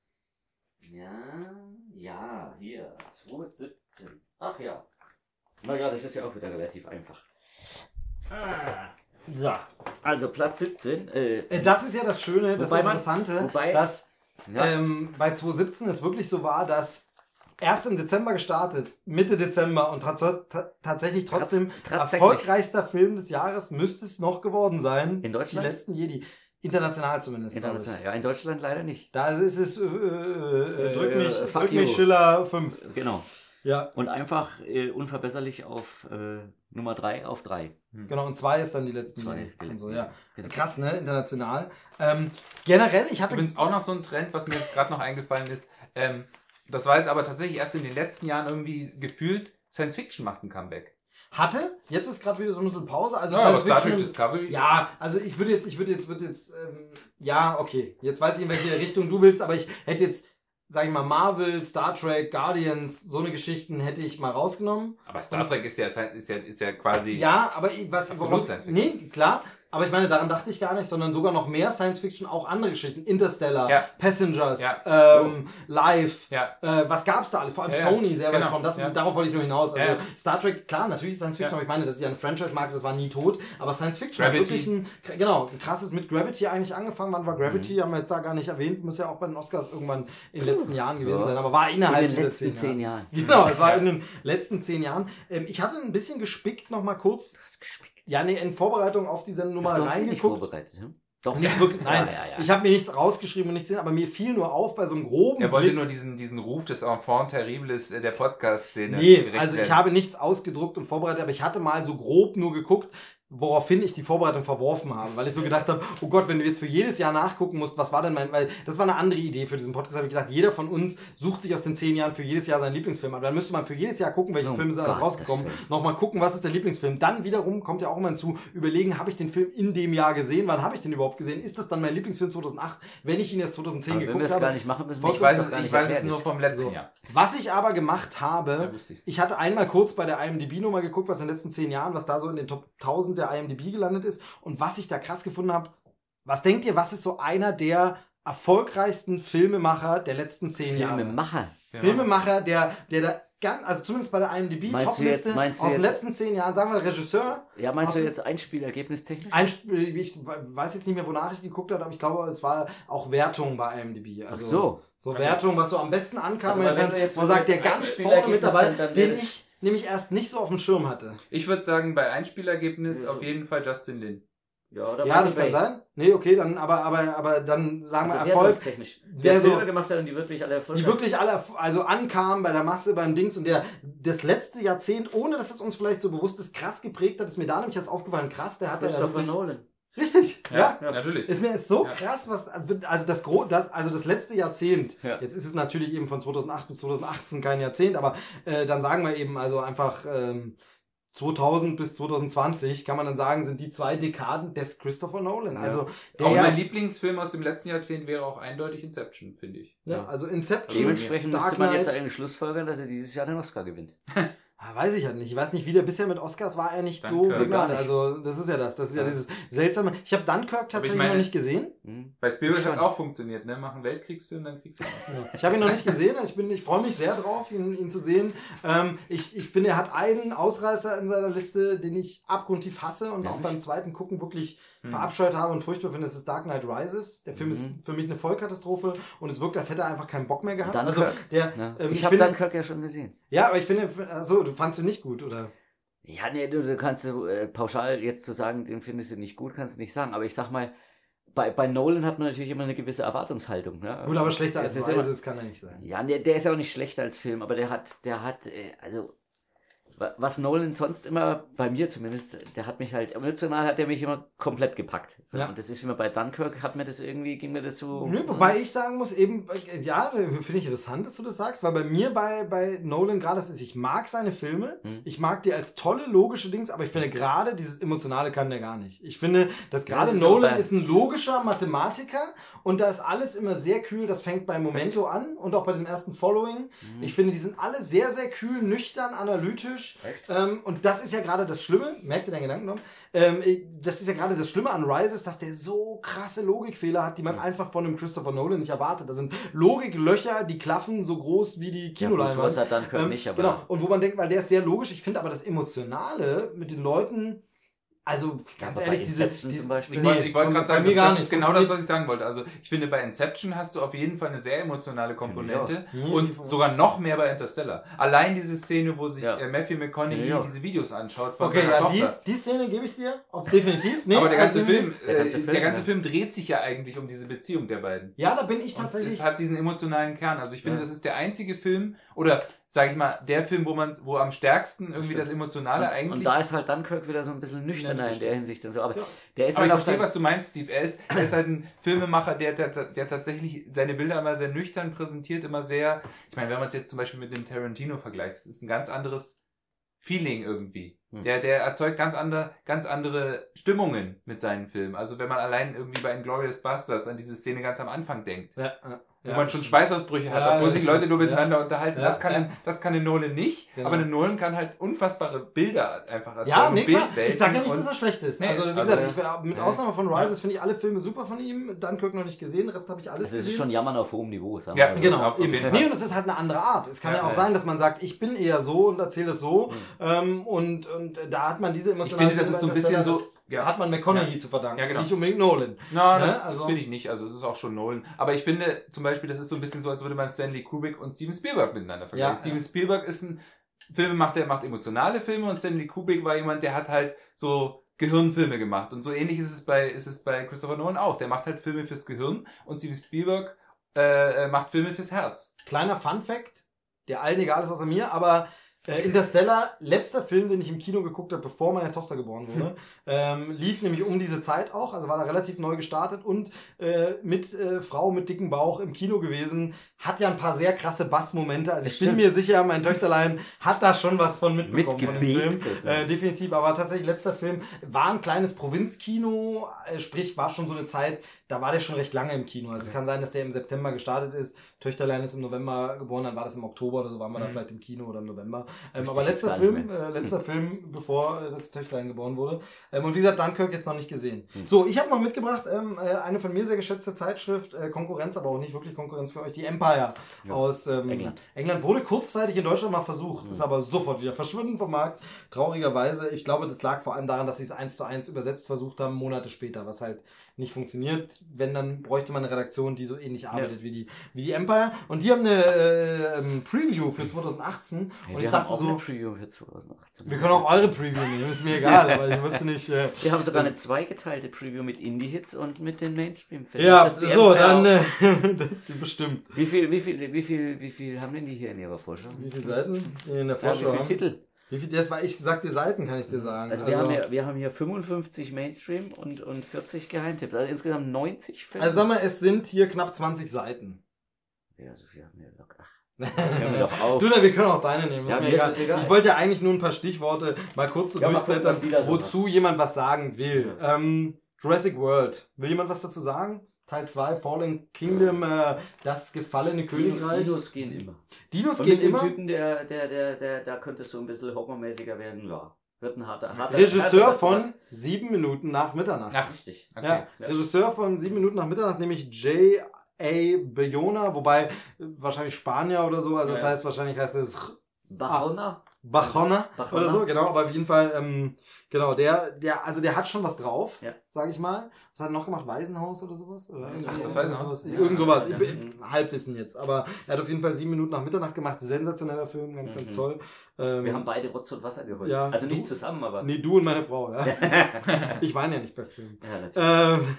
[SPEAKER 1] Ja, hier. 2017. Ach ja. Naja, das ist ja auch wieder relativ einfach. So, also Platz 17.
[SPEAKER 2] Das ist ja das Schöne, das
[SPEAKER 1] Wobei man-
[SPEAKER 2] Interessante,
[SPEAKER 1] wobei-
[SPEAKER 2] dass
[SPEAKER 1] Ja.
[SPEAKER 2] bei 2017 es wirklich so war, dass erst im Dezember gestartet, Mitte Dezember und tatsächlich trotzdem
[SPEAKER 1] Tatsächlich.
[SPEAKER 2] erfolgreichster Film des Jahres müsste es noch geworden sein.
[SPEAKER 1] In Deutschland?
[SPEAKER 2] Die letzten Jedi. International zumindest, glaube ich.
[SPEAKER 1] Ja, in Deutschland leider nicht.
[SPEAKER 2] Da ist es drück
[SPEAKER 1] fuck you.
[SPEAKER 2] mich Schiller 5.
[SPEAKER 1] Genau.
[SPEAKER 2] Ja,
[SPEAKER 1] Und einfach unverbesserlich auf Nummer 3 auf 3.
[SPEAKER 2] genau. Und 2 ist dann die letzten
[SPEAKER 1] Zwei,
[SPEAKER 2] Jedi.
[SPEAKER 1] die
[SPEAKER 2] Und
[SPEAKER 1] letzten
[SPEAKER 2] so, ja.
[SPEAKER 1] Jedi.
[SPEAKER 2] Krass, ne? International. Generell, ich hatte...
[SPEAKER 3] Übrigens auch noch so ein Trend, was mir jetzt gerade noch eingefallen ist. Das war jetzt aber tatsächlich erst in den letzten Jahren irgendwie gefühlt, Science Fiction macht ein Comeback.
[SPEAKER 2] Hatte, jetzt ist gerade wieder so ein bisschen Pause. Also
[SPEAKER 3] Ja, aber
[SPEAKER 2] Science
[SPEAKER 3] Star Trek
[SPEAKER 2] Fiction-
[SPEAKER 3] Discovery.
[SPEAKER 2] Ja, also ich würde jetzt, ja, okay. Jetzt weiß ich, in welche Richtung du willst, aber ich hätte jetzt, sag ich mal, Marvel, Star Trek, Guardians, so eine Geschichten hätte ich mal rausgenommen.
[SPEAKER 3] Aber Star Trek ist ja quasi.
[SPEAKER 2] Ja, aber
[SPEAKER 3] Absolut
[SPEAKER 2] worauf,
[SPEAKER 3] Science Fiction.
[SPEAKER 2] nee, klar. Aber ich meine, daran dachte ich gar nicht, sondern sogar noch mehr Science Fiction, auch andere Geschichten. Interstellar,
[SPEAKER 3] Ja.
[SPEAKER 2] Passengers,
[SPEAKER 3] Ja.
[SPEAKER 2] Live.
[SPEAKER 3] Ja.
[SPEAKER 2] Was gab's da alles? Vor allem
[SPEAKER 3] Ja, ja.
[SPEAKER 2] Sony sehr weit
[SPEAKER 3] Genau.
[SPEAKER 2] von.
[SPEAKER 3] Ja.
[SPEAKER 2] Darauf wollte ich nur hinaus. Also
[SPEAKER 3] Ja.
[SPEAKER 2] Star Trek, klar, natürlich ist Science Fiction,
[SPEAKER 3] Ja.
[SPEAKER 2] aber ich meine, das ist ja eine Franchise-Marke, das war nie tot. Aber Science Fiction hat
[SPEAKER 3] Gravity.
[SPEAKER 2] wirklich ein krasses mit Gravity eigentlich angefangen. Wann war Gravity? Haben wir jetzt da gar nicht erwähnt. Muss ja auch bei den Oscars irgendwann in den letzten Jahren gewesen
[SPEAKER 1] Ja.
[SPEAKER 2] sein. Aber war
[SPEAKER 1] In
[SPEAKER 2] innerhalb
[SPEAKER 1] den
[SPEAKER 2] dieser
[SPEAKER 1] letzten 10 Jahren.
[SPEAKER 2] Genau, es war in den letzten 10 Jahren. Ich hatte ein bisschen gespickt noch mal kurz.
[SPEAKER 1] Das ist gespickt.
[SPEAKER 2] Ja, nee, in Vorbereitung auf diese Nummer
[SPEAKER 1] Du hast sie nicht
[SPEAKER 2] reingeguckt.
[SPEAKER 1] vorbereitet, hm? Doch.
[SPEAKER 2] Nicht wirklich, nein.
[SPEAKER 1] Ja.
[SPEAKER 2] Ich habe mir nichts rausgeschrieben und nichts gesehen, aber mir fiel nur auf bei so einem groben
[SPEAKER 3] Er wollte
[SPEAKER 2] Blick.
[SPEAKER 3] nur diesen Ruf des Enfant Terribles der Podcast-Szene.
[SPEAKER 2] Nee,
[SPEAKER 3] gerecht
[SPEAKER 2] also ich
[SPEAKER 3] werden.
[SPEAKER 2] habe nichts ausgedruckt und vorbereitet, aber ich hatte mal so grob nur geguckt, woraufhin ich die Vorbereitung verworfen habe, weil ich so gedacht habe, oh Gott, wenn du jetzt für jedes Jahr nachgucken musst, was war denn weil das war eine andere Idee für diesen Podcast, habe ich gedacht, jeder von uns sucht sich aus den 10 Jahren für jedes Jahr seinen Lieblingsfilm, aber dann müsste man für jedes Jahr gucken, welche
[SPEAKER 1] Oh
[SPEAKER 2] Filme sind alles
[SPEAKER 1] Gott,
[SPEAKER 2] rausgekommen,
[SPEAKER 1] das stimmt.
[SPEAKER 2] nochmal gucken, was ist der Lieblingsfilm, dann wiederum kommt ja auch immer hinzu, überlegen, habe ich den Film in dem Jahr gesehen, wann habe ich den überhaupt gesehen, ist das dann mein Lieblingsfilm 2008, wenn ich ihn erst 2010
[SPEAKER 1] Aber wenn wir
[SPEAKER 2] geguckt
[SPEAKER 1] es gar
[SPEAKER 2] habe.
[SPEAKER 1] nicht machen müssen,
[SPEAKER 2] Ich
[SPEAKER 3] Ich
[SPEAKER 1] wir
[SPEAKER 3] weiß
[SPEAKER 1] doch
[SPEAKER 3] es,
[SPEAKER 1] gar
[SPEAKER 3] ich
[SPEAKER 1] nicht
[SPEAKER 3] weiß es
[SPEAKER 1] erklären
[SPEAKER 3] nur
[SPEAKER 1] jetzt.
[SPEAKER 3] vom letzten
[SPEAKER 2] So.
[SPEAKER 3] Jahr.
[SPEAKER 2] Was ich aber gemacht habe,
[SPEAKER 3] Da wusste ich's.
[SPEAKER 2] ich hatte einmal kurz bei der IMDb nochmal geguckt, was in den letzten 10 Jahren, was da so in den Top 1000 der IMDb gelandet ist. Und was ich da krass gefunden habe, was denkt ihr, was ist so einer der erfolgreichsten Filmemacher der letzten 10 Jahre?
[SPEAKER 1] Filmemacher.
[SPEAKER 3] Ja.
[SPEAKER 2] Filmemacher, der da ganz, also zumindest bei der IMDb
[SPEAKER 1] Meinst du
[SPEAKER 2] Topliste
[SPEAKER 1] jetzt- meinst du
[SPEAKER 2] aus den
[SPEAKER 1] jetzt-
[SPEAKER 2] letzten 10 Jahren, sagen wir Regisseur,
[SPEAKER 1] Ja, meinst
[SPEAKER 2] Hast
[SPEAKER 1] du
[SPEAKER 2] du-
[SPEAKER 1] jetzt Einspielergebnistechnisch?
[SPEAKER 2] ich weiß jetzt nicht mehr, wonach ich geguckt habe, aber ich glaube, es war auch Wertung bei IMDb. Also
[SPEAKER 1] Ach so.
[SPEAKER 2] So Wertung, was so am besten ankam,
[SPEAKER 1] Also,
[SPEAKER 2] wenn
[SPEAKER 1] weil wenn du jetzt-
[SPEAKER 2] man sagt, der
[SPEAKER 1] wenn du
[SPEAKER 2] ganz
[SPEAKER 1] jetzt
[SPEAKER 2] vorne mit dabei,
[SPEAKER 1] Einspielergebnis, dann
[SPEAKER 2] den
[SPEAKER 1] wäre
[SPEAKER 2] ich nämlich erst nicht so auf dem Schirm hatte.
[SPEAKER 3] Ich würde sagen, bei Einspielergebnis
[SPEAKER 1] Ja, so.
[SPEAKER 3] auf jeden Fall Justin Lin.
[SPEAKER 1] Ja, oder
[SPEAKER 2] Ja,
[SPEAKER 1] Michael
[SPEAKER 2] das kann
[SPEAKER 1] Bay.
[SPEAKER 2] sein. Nee, okay, dann, aber dann sagen wir
[SPEAKER 1] Also
[SPEAKER 2] Erfolg.
[SPEAKER 1] technisch.
[SPEAKER 2] Wer
[SPEAKER 1] Wer
[SPEAKER 2] so-
[SPEAKER 1] Filme gemacht hat und die wirklich alle Erfolg
[SPEAKER 2] Die wirklich alle, also ankamen bei der Masse, beim Dings und das letzte Jahrzehnt, ohne dass es uns vielleicht so bewusst ist, krass geprägt hat, ist mir da nämlich erst aufgefallen, krass, der hat da ja
[SPEAKER 1] Christopher
[SPEAKER 2] wirklich...
[SPEAKER 1] Nolan.
[SPEAKER 2] Richtig, ja.
[SPEAKER 3] Natürlich.
[SPEAKER 2] Ist mir jetzt so
[SPEAKER 3] Ja.
[SPEAKER 2] krass, also das letzte Jahrzehnt,
[SPEAKER 1] Ja.
[SPEAKER 2] jetzt ist es natürlich eben von 2008 bis 2018 kein Jahrzehnt, aber dann sagen wir eben also einfach 2000 bis 2020, kann man dann sagen, sind die 2 Dekaden des Christopher Nolan. Also der
[SPEAKER 3] Auch
[SPEAKER 2] ja,
[SPEAKER 3] mein Lieblingsfilm aus dem letzten Jahrzehnt wäre auch eindeutig Inception, finde ich.
[SPEAKER 2] ja, also Inception,
[SPEAKER 1] Dementsprechend
[SPEAKER 2] Dark
[SPEAKER 1] müsste man jetzt
[SPEAKER 2] Knight.
[SPEAKER 1] eigentlich schlussfolgern, dass er dieses Jahr den Oscar gewinnt.
[SPEAKER 2] Weiß ich halt nicht. Ich weiß nicht, wie der bisher mit Oscars war er nicht so
[SPEAKER 3] Dunkirk.
[SPEAKER 2] begnadet.
[SPEAKER 1] Gar nicht.
[SPEAKER 2] Also das ist ja das. Das ist ja dieses seltsame. Ich habe Dunkirk tatsächlich
[SPEAKER 3] meine-
[SPEAKER 2] noch nicht gesehen.
[SPEAKER 1] Hm?
[SPEAKER 3] Bei Spielberg hat
[SPEAKER 1] Schon.
[SPEAKER 3] auch funktioniert, ne? Machen Weltkriegsfilm, dann kriegst du
[SPEAKER 2] Ich habe ihn noch nicht gesehen. Ich freue mich sehr drauf, ihn zu sehen. Ich finde, er hat einen Ausreißer in seiner Liste, den ich abgrundtief hasse und auch beim zweiten Gucken wirklich verabscheut habe und furchtbar finde. Das ist Dark Knight Rises. Der Film ist für mich eine Vollkatastrophe und es wirkt, als hätte er einfach keinen Bock mehr gehabt.
[SPEAKER 1] Dunkirk.
[SPEAKER 2] Also der,
[SPEAKER 1] Ja.
[SPEAKER 2] ich
[SPEAKER 1] Ich habe
[SPEAKER 2] finde,
[SPEAKER 1] Dunkirk ja schon gesehen.
[SPEAKER 2] ja, aber ich finde, also du fandst du nicht gut, oder?
[SPEAKER 1] Ja, nee, du kannst pauschal jetzt zu sagen, den findest du nicht gut, kannst du nicht sagen. Aber ich sag mal, bei Nolan hat man natürlich immer eine gewisse Erwartungshaltung. Ne?
[SPEAKER 2] Gut, aber schlechter als
[SPEAKER 1] Es ist immer-
[SPEAKER 2] Rises kann er nicht sein.
[SPEAKER 1] Ja, der ist ja auch nicht schlechter als Film, aber der hat, also, was Nolan sonst immer, bei mir zumindest, der hat mich halt, emotional hat der mich immer komplett gepackt.
[SPEAKER 2] Ja.
[SPEAKER 1] Und das ist mir bei Dunkirk, ging mir das so...
[SPEAKER 2] Nö, wobei ich sagen muss, eben, ja, finde ich interessant, dass du das sagst, weil bei mir bei Nolan gerade das ist, ich mag seine Filme, ich mag die als tolle, logische Dings, aber ich finde gerade dieses Emotionale kann der gar nicht. Ich finde, dass gerade
[SPEAKER 1] das ist
[SPEAKER 2] Nolan
[SPEAKER 1] auch
[SPEAKER 2] ist ein logischer Mathematiker und da ist alles immer sehr kühl, das fängt bei Memento an und auch bei dem ersten Following. Ich finde, die sind alle sehr, sehr kühl, nüchtern, analytisch. Und das ist ja gerade das Schlimme, merkt ihr deinen Gedanken noch? Das ist ja gerade das Schlimme an Rises, dass der so krasse Logikfehler hat, die man einfach von einem Christopher Nolan nicht erwartet. Da sind Logiklöcher, die klaffen so groß wie die Kinoleinwand.
[SPEAKER 1] Ja, gut, sowas hat Dunkirk nicht, aber...
[SPEAKER 2] Genau, und wo man denkt, weil der ist sehr logisch, ich finde aber das Emotionale mit den Leuten, also ganz
[SPEAKER 1] Aber
[SPEAKER 2] ehrlich,
[SPEAKER 1] bei
[SPEAKER 2] diese...
[SPEAKER 1] Inception zum Beispiel.
[SPEAKER 3] Ich wollte gerade
[SPEAKER 2] bei
[SPEAKER 3] sagen,
[SPEAKER 2] mir gar
[SPEAKER 3] das
[SPEAKER 2] nicht.
[SPEAKER 3] ist genau das, was ich sagen wollte. Also ich finde, bei Inception hast du auf jeden Fall eine sehr emotionale Komponente
[SPEAKER 2] Finde ich auch.
[SPEAKER 3] und sogar noch mehr bei Interstellar. Allein diese Szene, wo sich
[SPEAKER 1] Ja.
[SPEAKER 3] Matthew
[SPEAKER 1] Finde
[SPEAKER 3] McConaughey
[SPEAKER 1] ich auch.
[SPEAKER 3] diese Videos anschaut von
[SPEAKER 2] Okay,
[SPEAKER 3] seiner
[SPEAKER 2] ja,
[SPEAKER 3] Tochter.
[SPEAKER 2] die Szene gebe ich dir, definitiv. Nee,
[SPEAKER 3] Aber der ganze
[SPEAKER 2] also-
[SPEAKER 3] Film,
[SPEAKER 1] der ganze Film, ja.
[SPEAKER 3] Film dreht sich ja eigentlich um diese Beziehung der beiden.
[SPEAKER 2] Ja, da bin ich
[SPEAKER 3] Und
[SPEAKER 2] tatsächlich...
[SPEAKER 3] es hat diesen emotionalen Kern. Also ich finde,
[SPEAKER 1] Ja.
[SPEAKER 3] das ist der einzige Film, oder sag ich mal, der Film, wo am stärksten irgendwie das Emotionale
[SPEAKER 1] Und
[SPEAKER 3] eigentlich...
[SPEAKER 1] da ist halt Dunkirk wieder so ein bisschen nüchterner in der Hinsicht und so. Aber
[SPEAKER 2] Ja.
[SPEAKER 1] der ist
[SPEAKER 3] Aber ich
[SPEAKER 1] halt auf
[SPEAKER 3] verstehe,
[SPEAKER 1] sein...
[SPEAKER 3] was du meinst, Steve. Er ist halt ein Filmemacher, der tatsächlich seine Bilder immer sehr nüchtern präsentiert, immer sehr... Ich meine, wenn man es jetzt zum Beispiel mit dem Tarantino vergleicht, das ist ein ganz anderes Feeling irgendwie. Der erzeugt ganz andere Stimmungen mit seinen Filmen. Also wenn man allein irgendwie bei Inglourious Basterds an diese Szene ganz am Anfang denkt, wo man schon Schweißausbrüche hat,
[SPEAKER 2] Ja,
[SPEAKER 3] obwohl
[SPEAKER 2] das
[SPEAKER 3] sich
[SPEAKER 2] stimmt.
[SPEAKER 3] Leute nur miteinander unterhalten.
[SPEAKER 2] Ja,
[SPEAKER 3] Das kann eine Nolan nicht,
[SPEAKER 2] Genau.
[SPEAKER 3] aber eine Nolan kann halt unfassbare Bilder einfach erzeugen.
[SPEAKER 2] Ja, nee, klar.
[SPEAKER 3] Bildwelten
[SPEAKER 2] Ich sage ja nicht,
[SPEAKER 3] und-
[SPEAKER 2] dass er schlecht ist.
[SPEAKER 3] Nee,
[SPEAKER 2] also, wie
[SPEAKER 3] also,
[SPEAKER 2] gesagt, mit Ausnahme von Rises finde ich alle Filme super von ihm. Dunkirk noch nicht gesehen, den Rest habe ich alles
[SPEAKER 1] Also es
[SPEAKER 2] gesehen.
[SPEAKER 1] ist schon Jammern auf hohem Niveau, sagen
[SPEAKER 3] Ja,
[SPEAKER 1] wir mal so.
[SPEAKER 2] Genau,
[SPEAKER 3] Auf
[SPEAKER 2] eben.
[SPEAKER 3] jeden Fall.
[SPEAKER 2] Nee, und es ist halt eine andere Art. Es kann ja,
[SPEAKER 3] Ja,
[SPEAKER 2] auch
[SPEAKER 3] ja.
[SPEAKER 2] sein, dass man sagt, ich bin eher so und erzähle es so. Und da hat man diese emotionale...
[SPEAKER 3] Ich finde, das ist so ein bisschen so...
[SPEAKER 2] Da hat man McConaughey zu verdanken,
[SPEAKER 3] Ja, genau.
[SPEAKER 2] nicht unbedingt Nolan.
[SPEAKER 3] Na,
[SPEAKER 2] Ne?
[SPEAKER 3] das
[SPEAKER 2] Also-
[SPEAKER 3] finde ich nicht. Also es ist auch schon Nolan. Aber ich finde zum Beispiel, das ist so ein bisschen so, als würde man Stanley Kubrick und Steven Spielberg miteinander vergleichen.
[SPEAKER 2] Ja,
[SPEAKER 3] Steven Spielberg ist ein Filmemacher, der macht emotionale Filme und Stanley Kubrick war jemand, der hat halt so Gehirnfilme gemacht. Und so ähnlich ist es bei Christopher Nolan auch. Der macht halt Filme fürs Gehirn und Steven Spielberg macht Filme fürs Herz.
[SPEAKER 2] Kleiner Fun-Fact, der allen egal ist außer mir, aber Interstellar, letzter Film, den ich im Kino geguckt habe, bevor meine Tochter geboren wurde, lief nämlich um diese Zeit auch, also war da relativ neu gestartet und mit Frau mit dickem Bauch im Kino gewesen, hat ja ein paar sehr krasse Bassmomente, also ich bin mir sicher, mein Töchterlein hat da schon was von mitbekommen von dem Film.
[SPEAKER 1] Mitgebebt.
[SPEAKER 2] Definitiv, aber tatsächlich letzter Film war ein kleines Provinzkino, sprich war schon so eine Zeit, da war der schon recht lange im Kino. Also es kann sein, dass der im September gestartet ist, Töchterlein ist im November geboren, dann war das im Oktober oder so, waren wir da vielleicht im Kino oder im November. Aber letzter
[SPEAKER 1] gar nicht
[SPEAKER 2] Film, bevor das Töchterlein geboren wurde. Und wie gesagt, Dunkirk jetzt noch nicht gesehen. So, ich habe noch mitgebracht, eine von mir sehr geschätzte Zeitschrift, Konkurrenz, aber auch nicht wirklich Konkurrenz für euch, die Empire aus England. Wurde kurzzeitig in Deutschland mal versucht, ist aber sofort wieder verschwunden vom Markt. Traurigerweise, ich glaube, das lag vor allem daran, dass sie es 1:1 übersetzt versucht haben, Monate später, was halt nicht funktioniert. Wenn, dann bräuchte man eine Redaktion, die so ähnlich arbeitet wie die Empire. Und die haben eine Preview für 2018.
[SPEAKER 1] Ja,
[SPEAKER 2] und
[SPEAKER 1] wir
[SPEAKER 2] ich
[SPEAKER 1] haben
[SPEAKER 2] dachte
[SPEAKER 1] auch
[SPEAKER 2] so,
[SPEAKER 1] eine Preview für 2018.
[SPEAKER 2] wir können auch eure Preview nehmen, ist mir egal, aber ich wusste nicht.
[SPEAKER 1] Wir haben sogar eine zweigeteilte Preview mit Indie-Hits und mit den Mainstream-Filmen.
[SPEAKER 2] Ja,
[SPEAKER 1] Das ist die
[SPEAKER 2] so,
[SPEAKER 1] Empire
[SPEAKER 2] dann das ist die bestimmt.
[SPEAKER 1] Wie viel haben denn die hier in ihrer Vorschau?
[SPEAKER 2] Wie viele Seiten in der
[SPEAKER 1] Ja,
[SPEAKER 2] Vorschau
[SPEAKER 1] wie viele
[SPEAKER 2] haben?
[SPEAKER 1] Titel?
[SPEAKER 2] Wie viel, das war ich gesagt, die Seiten, kann ich dir sagen.
[SPEAKER 1] Also wir haben hier 55 Mainstream und 40 Geheimtipps. Also insgesamt 90 Filme.
[SPEAKER 2] Also sag mal, es sind hier knapp 20 Seiten.
[SPEAKER 1] Ja, so viel haben wir locker. Hören wir doch auf.
[SPEAKER 2] Du, wir können auch deine nehmen.
[SPEAKER 1] Ja,
[SPEAKER 2] ist
[SPEAKER 1] mir
[SPEAKER 2] mir egal.
[SPEAKER 1] ist es egal.
[SPEAKER 2] Ich wollte ja eigentlich nur ein paar Stichworte mal kurz so
[SPEAKER 1] Ja, mal gucken,
[SPEAKER 2] durchblättern,
[SPEAKER 1] was die da so
[SPEAKER 2] wozu jemand was sagen will. Jurassic World. Will jemand was dazu sagen? Teil 2, Fallen Kingdom, das gefallene Königreich.
[SPEAKER 1] Dinos gehen immer.
[SPEAKER 2] Dinos
[SPEAKER 1] Und
[SPEAKER 2] gehen
[SPEAKER 1] mit dem
[SPEAKER 2] immer.
[SPEAKER 1] Typen, da könnte es so ein bisschen horrormäßiger werden. Ja, wird ein harter
[SPEAKER 2] Regisseur von 7 Minuten nach Mitternacht.
[SPEAKER 3] Ach,
[SPEAKER 1] Richtig.
[SPEAKER 3] okay.
[SPEAKER 2] Ja, Regisseur von 7 Minuten nach Mitternacht, nämlich J.A. Bayona, wobei wahrscheinlich Spanier oder so, also das
[SPEAKER 1] Ja.
[SPEAKER 2] heißt, wahrscheinlich heißt es
[SPEAKER 1] Bajona?
[SPEAKER 2] Bajona
[SPEAKER 1] Bajona.
[SPEAKER 2] oder so, genau, aber auf jeden Fall, genau, der hat schon was drauf,
[SPEAKER 1] Ja.
[SPEAKER 2] sag ich mal. Was hat er noch gemacht? Waisenhaus oder sowas? Oder
[SPEAKER 3] Ach, das Waisenhaus?
[SPEAKER 2] Sowas. Irgend sowas.
[SPEAKER 1] Ja.
[SPEAKER 2] Halbwissen jetzt. Aber er hat auf jeden Fall 7 Minuten nach Mitternacht gemacht. Sensationeller Film, ganz, ganz toll.
[SPEAKER 1] Wir haben beide Rotz und Wasser geholt.
[SPEAKER 2] Ja,
[SPEAKER 1] Also nicht
[SPEAKER 2] du-
[SPEAKER 1] zusammen, aber.
[SPEAKER 2] Nee, du und meine Frau, ja. Ich weine ja nicht bei Filmen.
[SPEAKER 1] Ja, natürlich.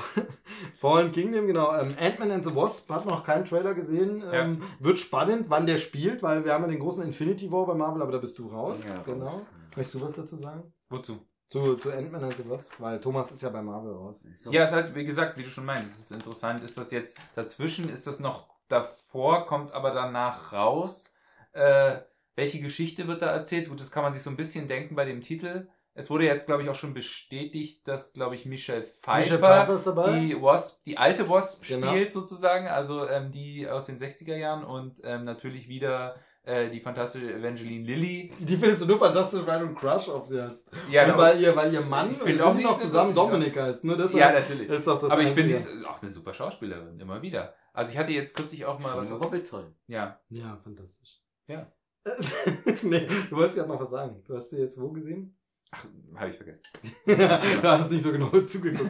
[SPEAKER 2] Fallen Kingdom, genau. Ant-Man and the Wasp, hat man noch keinen Trailer gesehen.
[SPEAKER 3] Ja.
[SPEAKER 2] Wird spannend, wann der spielt, weil wir haben ja den großen Infinity War bei Marvel, aber da bist du raus.
[SPEAKER 1] Ja,
[SPEAKER 2] genau.
[SPEAKER 1] raus.
[SPEAKER 2] Möchtest du was dazu sagen?
[SPEAKER 3] Wozu?
[SPEAKER 2] Zu Ant-Man and the Wasp? Weil Thomas ist ja bei Marvel raus.
[SPEAKER 1] So.
[SPEAKER 3] Ja, ist halt, wie gesagt, wie du schon meinst, es ist interessant. Ist das jetzt dazwischen, ist das noch davor, kommt aber danach raus? Welche Geschichte wird da erzählt? Gut, das kann man sich so ein bisschen denken bei dem Titel. Es wurde jetzt, glaube ich, auch schon bestätigt, dass, glaube ich, Michelle Pfeiffer
[SPEAKER 2] ist dabei.
[SPEAKER 3] die alte Wasp
[SPEAKER 2] Genau.
[SPEAKER 3] spielt sozusagen, also die aus den 60er Jahren und natürlich wieder die fantastische Evangeline Lilly.
[SPEAKER 2] Die findest du nur fantastisch, weil du einen Crush auf sie hast.
[SPEAKER 3] Ja,
[SPEAKER 2] Und weil ihr Mann,
[SPEAKER 3] Ich
[SPEAKER 2] und
[SPEAKER 3] finde
[SPEAKER 2] die
[SPEAKER 3] auch
[SPEAKER 2] sind
[SPEAKER 3] nicht,
[SPEAKER 2] noch
[SPEAKER 3] dass
[SPEAKER 2] zusammen
[SPEAKER 3] das-
[SPEAKER 2] Dominik heißt. Nur deshalb
[SPEAKER 3] ja, natürlich.
[SPEAKER 2] ist doch das
[SPEAKER 3] Aber ich finde, die
[SPEAKER 2] Einzige.
[SPEAKER 3] ist auch eine super Schauspielerin, immer wieder. Also ich hatte jetzt kürzlich auch mal was...
[SPEAKER 1] Schon Hobbit toll.
[SPEAKER 3] Ja.
[SPEAKER 2] Ja, fantastisch.
[SPEAKER 3] Ja.
[SPEAKER 2] Nee, du wolltest gerade noch was sagen. Du hast sie jetzt wo gesehen?
[SPEAKER 3] Ach, habe ich vergessen.
[SPEAKER 2] Du hast nicht so genau zugeguckt.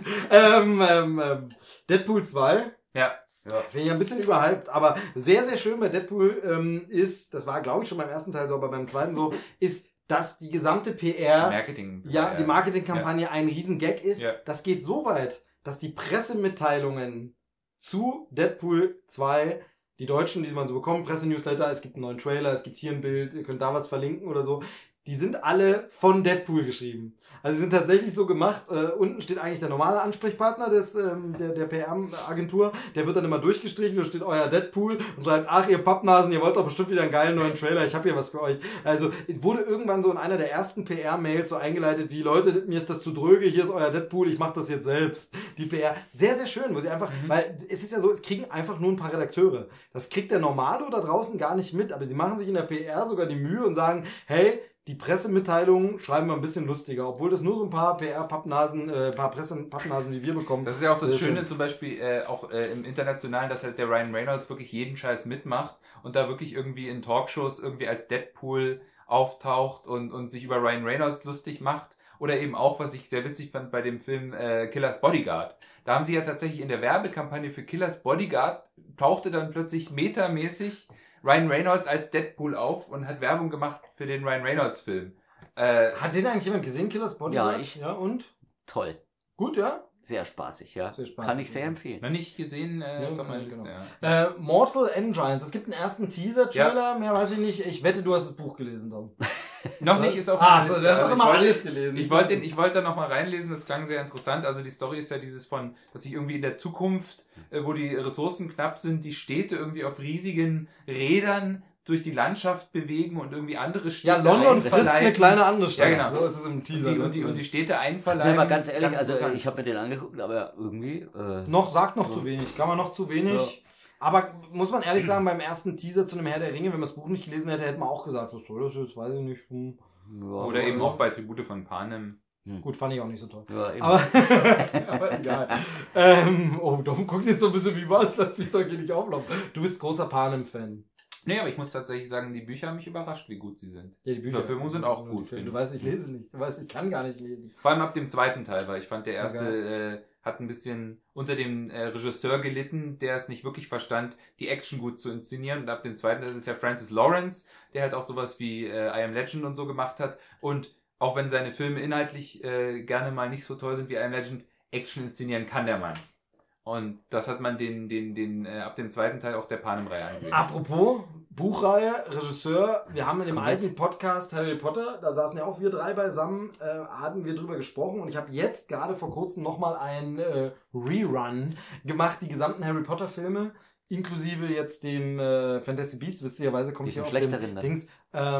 [SPEAKER 2] Deadpool 2.
[SPEAKER 3] Ja.
[SPEAKER 2] Finde ich ein bisschen überhyped, aber sehr, sehr schön bei Deadpool ist, das war glaube ich schon beim ersten Teil so, aber beim zweiten so, ist, dass die gesamte PR,
[SPEAKER 3] Marketing.
[SPEAKER 2] ja, die Marketingkampagne ein Riesen-Gag ist.
[SPEAKER 3] Ja.
[SPEAKER 2] Das geht so weit, dass die Pressemitteilungen zu Deadpool 2, die Deutschen, die man so bekommt, Pressenewsletter, es gibt einen neuen Trailer, es gibt hier ein Bild, ihr könnt da was verlinken oder so, die sind alle von Deadpool geschrieben. Also sie sind tatsächlich so gemacht, unten steht eigentlich der normale Ansprechpartner der PR-Agentur, der wird dann immer durchgestrichen, da steht euer Deadpool und schreibt, ach ihr Pappnasen, ihr wollt doch bestimmt wieder einen geilen neuen Trailer, ich habe hier was für euch. Also es wurde irgendwann so in einer der ersten PR-Mails so eingeleitet, wie Leute, mir ist das zu dröge, hier ist euer Deadpool, ich mache das jetzt selbst. Die PR, sehr, sehr schön, wo sie einfach, weil es ist ja so, es kriegen einfach nur ein paar Redakteure. Das kriegt der Normalo da draußen gar nicht mit, aber sie machen sich in der PR sogar die Mühe und sagen, hey, die Pressemitteilungen schreiben wir ein bisschen lustiger, obwohl das nur so ein paar PR-Pappnasen, paar Pressepappnasen wie wir bekommen.
[SPEAKER 3] Das ist ja auch das
[SPEAKER 2] Sehr
[SPEAKER 3] Schöne
[SPEAKER 2] schön.
[SPEAKER 3] zum Beispiel auch im Internationalen, dass halt der Ryan Reynolds wirklich jeden Scheiß mitmacht und da wirklich irgendwie in Talkshows irgendwie als Deadpool auftaucht und sich über Ryan Reynolds lustig macht. Oder eben auch, was ich sehr witzig fand bei dem Film Killers Bodyguard. Da haben sie ja tatsächlich in der Werbekampagne für Killers Bodyguard tauchte dann plötzlich metamäßig Ryan Reynolds als Deadpool auf und hat Werbung gemacht für den Ryan Reynolds Film.
[SPEAKER 2] Hat den eigentlich jemand gesehen, Killers Bodyguard?
[SPEAKER 1] Ja, ich.
[SPEAKER 2] Ja, und?
[SPEAKER 1] Toll.
[SPEAKER 2] Gut, ja?
[SPEAKER 1] Sehr spaßig, ja.
[SPEAKER 2] Sehr spaßig,
[SPEAKER 1] Kann ich sehr
[SPEAKER 2] ja.
[SPEAKER 1] empfehlen.
[SPEAKER 3] Noch nicht gesehen,
[SPEAKER 2] Ja,
[SPEAKER 3] ist auf meiner
[SPEAKER 2] genau.
[SPEAKER 3] Liste. Ja.
[SPEAKER 2] Mortal Engines. Es gibt einen ersten Teaser-Trailer, mehr weiß ich nicht. Ich wette, du hast das Buch gelesen, Tom.
[SPEAKER 3] Noch nicht, ist auf meiner
[SPEAKER 2] so,
[SPEAKER 3] Liste.
[SPEAKER 2] du hast doch
[SPEAKER 3] aber
[SPEAKER 2] immer
[SPEAKER 3] ich wollte-
[SPEAKER 2] alles gelesen.
[SPEAKER 3] Ich wollte da nochmal reinlesen, das klang sehr interessant. Also die Story ist ja dieses von, dass sich irgendwie in der Zukunft, wo die Ressourcen knapp sind, die Städte irgendwie auf riesigen Rädern durch die Landschaft bewegen und irgendwie andere Städte
[SPEAKER 2] Ja, London frisst
[SPEAKER 3] einverleiben.
[SPEAKER 2] eine kleine andere Stadt.
[SPEAKER 3] Ja, genau.
[SPEAKER 2] So ist es im Teaser.
[SPEAKER 3] und die Städte einverleiben.
[SPEAKER 1] Ja, mal ganz ehrlich, also
[SPEAKER 3] interessant.
[SPEAKER 1] ich habe mir den angeguckt, aber irgendwie.
[SPEAKER 2] Sagt noch
[SPEAKER 1] So.
[SPEAKER 2] zu wenig. Kann man noch zu wenig. Aber muss man ehrlich sagen, beim ersten Teaser zu einem Herr der Ringe, wenn man das Buch nicht gelesen hätte, hätte man auch gesagt, was soll das jetzt, weiß ich nicht.
[SPEAKER 1] Ja,
[SPEAKER 3] Oder eben auch bei Tribute von Panem.
[SPEAKER 2] Gut, fand ich auch nicht so toll.
[SPEAKER 1] Ja, eben.
[SPEAKER 2] Aber egal. Dom guckt jetzt so ein bisschen wie was, lass mich doch hier nicht auflaufen. Du bist großer Panem-Fan.
[SPEAKER 3] Nee, aber ich muss tatsächlich sagen, die Bücher haben mich überrascht, wie gut sie sind.
[SPEAKER 2] Ja, die Bücher.
[SPEAKER 3] Verfilmungen sind auch gut,
[SPEAKER 2] Du
[SPEAKER 3] finde ich.
[SPEAKER 2] weißt, ich lese nicht. Du weißt, ich kann gar nicht lesen.
[SPEAKER 3] Vor allem ab dem zweiten Teil, weil ich fand der erste hat ein bisschen unter dem Regisseur gelitten, der es nicht wirklich verstand, die Action gut zu inszenieren. Und ab dem zweiten, das ist ja Francis Lawrence, der halt auch sowas wie I Am Legend und so gemacht hat. Und auch wenn seine Filme inhaltlich gerne mal nicht so toll sind wie I Am Legend, Action inszenieren kann der Mann. Und das hat man den ab dem zweiten Teil auch der Panem-Reihe angesehen.
[SPEAKER 2] Apropos Buchreihe, Regisseur, wir haben in dem alten Podcast Harry Potter, da saßen ja auch wir drei beisammen, hatten wir drüber gesprochen und ich habe jetzt gerade vor kurzem nochmal einen Rerun gemacht, die gesamten Harry Potter Filme, inklusive jetzt dem Fantastic Beasts, witzigerweise komme ich hier auf den Dings. Da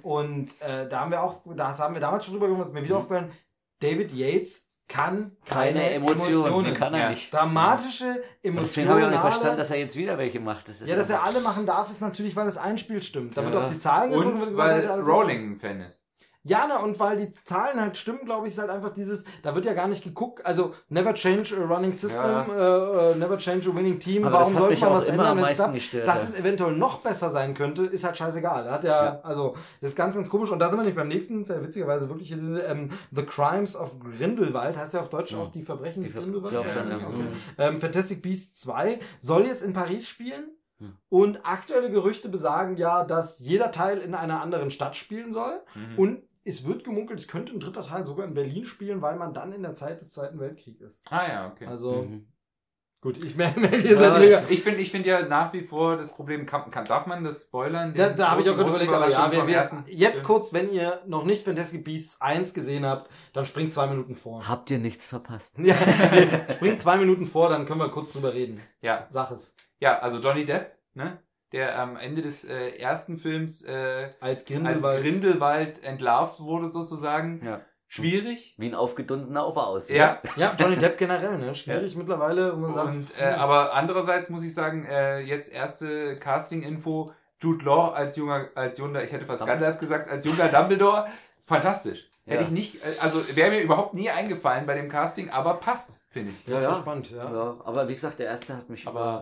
[SPEAKER 2] haben wir damals schon drüber gesprochen, ist mir wieder aufgefallen, David Yates kann keine Emotionen.
[SPEAKER 1] Kann er nicht.
[SPEAKER 2] Dramatische Emotionen.
[SPEAKER 1] Deswegen habe ich auch nicht verstanden, dass er jetzt wieder welche macht.
[SPEAKER 2] Das dass er alle machen darf, ist natürlich, weil das Einspiel stimmt. Da wird auf die Zahlen geguckt
[SPEAKER 3] und
[SPEAKER 2] wird gesagt,
[SPEAKER 3] weil Rowling ein Fan ist.
[SPEAKER 2] Ja, und weil die Zahlen halt stimmen, glaube ich, ist halt einfach dieses, da wird ja gar nicht geguckt, also never change a running system, never change a winning team,
[SPEAKER 1] aber
[SPEAKER 2] warum sollte man was ändern,
[SPEAKER 1] wenn
[SPEAKER 2] dass es eventuell noch besser sein könnte, ist halt scheißegal. Hat also, das ist ganz, ganz komisch und da sind wir nicht beim nächsten, witzigerweise wirklich hier diese, The Crimes of Grindelwald, heißt ja auf Deutsch auch die Verbrechen des Grindelwald. Fantastic Beasts 2 soll jetzt in Paris spielen. Und aktuelle Gerüchte besagen ja, dass jeder Teil in einer anderen Stadt spielen soll und es wird gemunkelt, es könnte ein dritter Teil sogar in Berlin spielen, weil man dann in der Zeit des Zweiten Weltkriegs ist.
[SPEAKER 3] Ah ja, okay.
[SPEAKER 2] Also, gut, ich merke, ihr seid mega.
[SPEAKER 3] Ich finde ja nach wie vor das Problem, darf man das spoilern?
[SPEAKER 2] Ja, da habe ich auch gerade überlegt, aber jetzt kurz, wenn ihr noch nicht Fantastic Beasts 1 gesehen habt, dann springt 2 Minuten vor.
[SPEAKER 1] Habt ihr nichts verpasst?
[SPEAKER 2] Ja, springt 2 Minuten vor, dann können wir kurz drüber reden.
[SPEAKER 3] Ja.
[SPEAKER 2] Sag es.
[SPEAKER 3] Ja, also Johnny Depp, ne? Der am Ende des ersten Films
[SPEAKER 2] als
[SPEAKER 3] Grindelwald entlarvt wurde sozusagen. Ja. Schwierig.
[SPEAKER 1] Wie ein aufgedunsener Opa aussieht.
[SPEAKER 2] Ja, Johnny Depp generell, ne? Schwierig mittlerweile, wo man sagt.
[SPEAKER 3] Aber andererseits muss ich sagen, jetzt erste Casting-Info, Jude Law als junger, ich hätte fast Gandalf gesagt, als junger Dumbledore, fantastisch. Hätte ich nicht, also wäre mir überhaupt nie eingefallen bei dem Casting, aber passt, finde ich.
[SPEAKER 2] Ja, spannend, ja.
[SPEAKER 1] Aber wie gesagt, der erste hat mich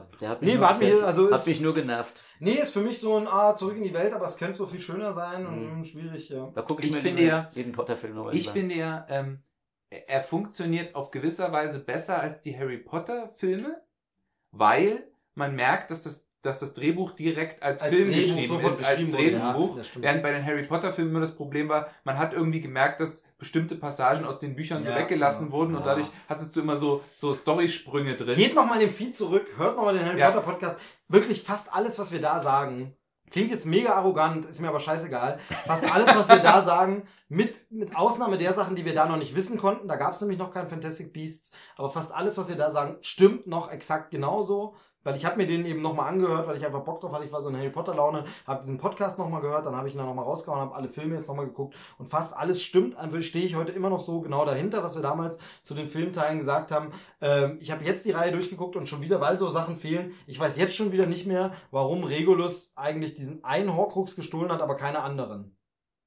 [SPEAKER 1] nur genervt.
[SPEAKER 2] Nee, ist für mich so ein zurück in die Welt, aber es könnte so viel schöner sein und schwierig, ja.
[SPEAKER 1] Da gucke ich mir jeden Potter-Film nochmal
[SPEAKER 3] Ich finde ja, er funktioniert auf gewisser Weise besser als die Harry Potter-Filme, weil man merkt, dass das Drehbuch direkt als Film geschrieben ist, als Drehbuch. Während bei den Harry Potter Filmen immer das Problem war, man hat irgendwie gemerkt, dass bestimmte Passagen aus den Büchern so weggelassen wurden und dadurch hattest du immer so Storysprünge drin.
[SPEAKER 2] Geht nochmal in den Feed zurück, hört nochmal den Harry Potter Podcast. Wirklich fast alles, was wir da sagen, klingt jetzt mega arrogant, ist mir aber scheißegal. Fast alles, was wir da sagen, mit Ausnahme der Sachen, die wir da noch nicht wissen konnten, da gab es nämlich noch kein Fantastic Beasts, aber fast alles, was wir da sagen, stimmt noch exakt genauso. Weil ich habe mir den eben nochmal angehört, weil ich einfach Bock drauf hatte, ich war so in Harry Potter Laune, habe diesen Podcast nochmal gehört, dann habe ich ihn dann nochmal rausgehauen, habe alle Filme jetzt nochmal geguckt und fast alles stimmt. Einfach stehe ich heute immer noch so genau dahinter, was wir damals zu den Filmteilen gesagt haben. Ich habe jetzt die Reihe durchgeguckt und schon wieder, weil so Sachen fehlen, ich weiß jetzt schon wieder nicht mehr, warum Regulus eigentlich diesen einen Horcrux gestohlen hat, aber keine anderen.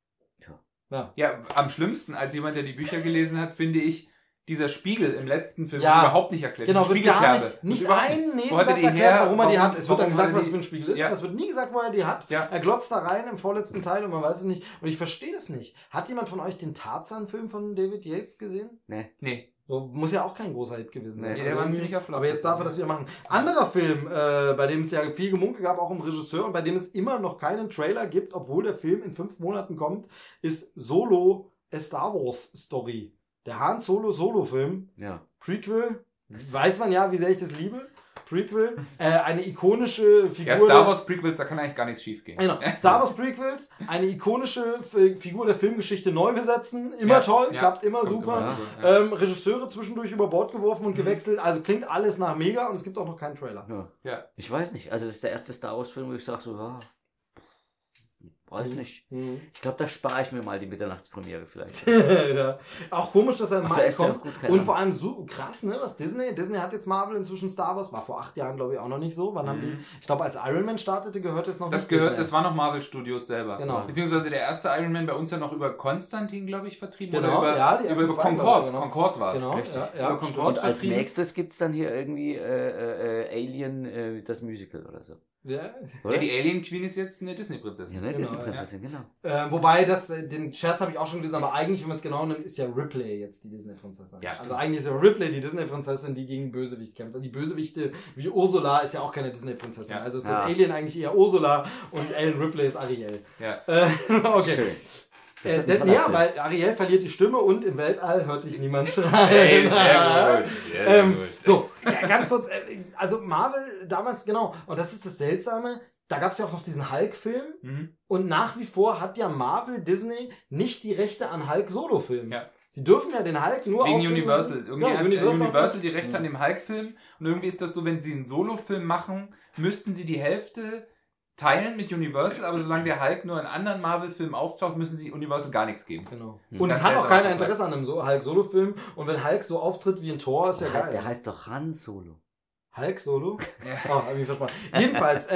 [SPEAKER 3] Ja, am schlimmsten, als jemand, der die Bücher gelesen hat, finde ich, dieser Spiegel im letzten Film wird überhaupt nicht erklärt.
[SPEAKER 2] Genau, wird gar nicht einen Nebensatz erklärt, warum er die hat. Es wird dann gesagt, was das für ein Spiegel ist, aber es wird nie gesagt, wo er die hat. Ja. Er glotzt da rein im vorletzten Teil und man weiß es nicht. Und ich verstehe das nicht. Hat jemand von euch den Tarzan-Film von David Yates gesehen?
[SPEAKER 3] Nee.
[SPEAKER 2] So, muss ja auch kein großer Hit gewesen sein.
[SPEAKER 3] Nee, der war ein ziemlicher Flop.
[SPEAKER 2] Aber jetzt darf er das wieder machen. Anderer Film, bei dem es ja viel Gemunkel gab, auch im Regisseur und bei dem es immer noch keinen Trailer gibt, obwohl der Film in 5 Monaten kommt, ist Solo, A Star Wars Story. Der Han Solo-Film, Prequel, weiß man ja, wie sehr ich das liebe. Prequel, eine ikonische Figur.
[SPEAKER 3] Ja, Star Wars Prequels, da kann eigentlich gar nichts schief gehen.
[SPEAKER 2] Genau, Star Wars Prequels, eine ikonische Figur der Filmgeschichte neu besetzen, immer toll, klappt immer super. Regisseure zwischendurch über Bord geworfen und gewechselt, also klingt alles nach mega und es gibt auch noch keinen Trailer.
[SPEAKER 1] Ja. Ich weiß nicht, also das ist der erste Star Wars Film, wo ich sage so, weiß nicht. Ich glaube, da spare ich mir mal die Mitternachtspremiere vielleicht.
[SPEAKER 2] Auch komisch, dass er im Mai kommt. Und vor allem so krass, ne, was Disney hat jetzt Marvel inzwischen Star Wars, war vor 8 Jahren, glaube ich, auch noch nicht so. Wann haben die, ich glaube, als Iron Man startete, gehört es noch nicht.
[SPEAKER 3] Das war noch Marvel Studios selber.
[SPEAKER 2] Genau.
[SPEAKER 3] Beziehungsweise der erste Iron Man bei uns ja noch über Konstantin, glaube ich, vertrieben.
[SPEAKER 2] Genau,
[SPEAKER 3] oder über Concorde. Concorde war es.
[SPEAKER 2] Genau,
[SPEAKER 1] Concorde und als nächstes gibt es dann hier irgendwie Alien, das Musical oder so.
[SPEAKER 2] Ja,
[SPEAKER 3] die Alien Queen ist jetzt eine Disney-Prinzessin.
[SPEAKER 2] Genau.
[SPEAKER 1] Disney-Prinzessin, genau.
[SPEAKER 2] Wobei, den Scherz habe ich auch schon gelesen, aber eigentlich, wenn man es genau nimmt, ist ja Ripley jetzt die Disney-Prinzessin.
[SPEAKER 3] Ja,
[SPEAKER 2] also eigentlich ist ja Ripley die Disney-Prinzessin, die gegen Bösewicht kämpft. Und die Bösewichte wie Ursula ist ja auch keine Disney-Prinzessin.
[SPEAKER 3] Ja.
[SPEAKER 2] Also ist das Alien eigentlich eher Ursula und Ellen Ripley ist Ariel.
[SPEAKER 3] Ja.
[SPEAKER 2] Okay.
[SPEAKER 1] Schön.
[SPEAKER 2] Weil Ariel verliert die Stimme und im Weltall hört dich niemand schreien.
[SPEAKER 3] Hey, sehr gut. Sehr gut.
[SPEAKER 2] So, ganz kurz, also Marvel damals, genau, und das ist das Seltsame, da gab es ja auch noch diesen Hulk-Film und nach wie vor hat ja Marvel Disney nicht die Rechte an Hulk-Solo-Filmen.
[SPEAKER 3] Ja.
[SPEAKER 2] Sie dürfen ja den Hulk nur
[SPEAKER 3] Wegen
[SPEAKER 2] auf
[SPEAKER 3] Universal. Irgendwie
[SPEAKER 2] Ja,
[SPEAKER 3] hat
[SPEAKER 2] Universal
[SPEAKER 3] Universal die Rechte an dem Hulk-Film und irgendwie ist das so, wenn sie einen Solo-Film machen, müssten sie die Hälfte teilen mit Universal, aber solange der Hulk nur in anderen Marvel-Filmen auftaucht, müssen sie Universal gar nichts geben.
[SPEAKER 2] Genau.
[SPEAKER 3] Das
[SPEAKER 2] Und es
[SPEAKER 3] ist
[SPEAKER 2] hat
[SPEAKER 3] ganz
[SPEAKER 2] auch keiner
[SPEAKER 3] seltsam.
[SPEAKER 2] Interesse an einem Hulk-Solo-Film und wenn Hulk so auftritt wie ein Tor, ist ja geil.
[SPEAKER 1] Der heißt doch Han Solo.
[SPEAKER 2] Hulk Solo?
[SPEAKER 3] Ja.
[SPEAKER 2] Oh, hab ich versprochen. Jedenfalls,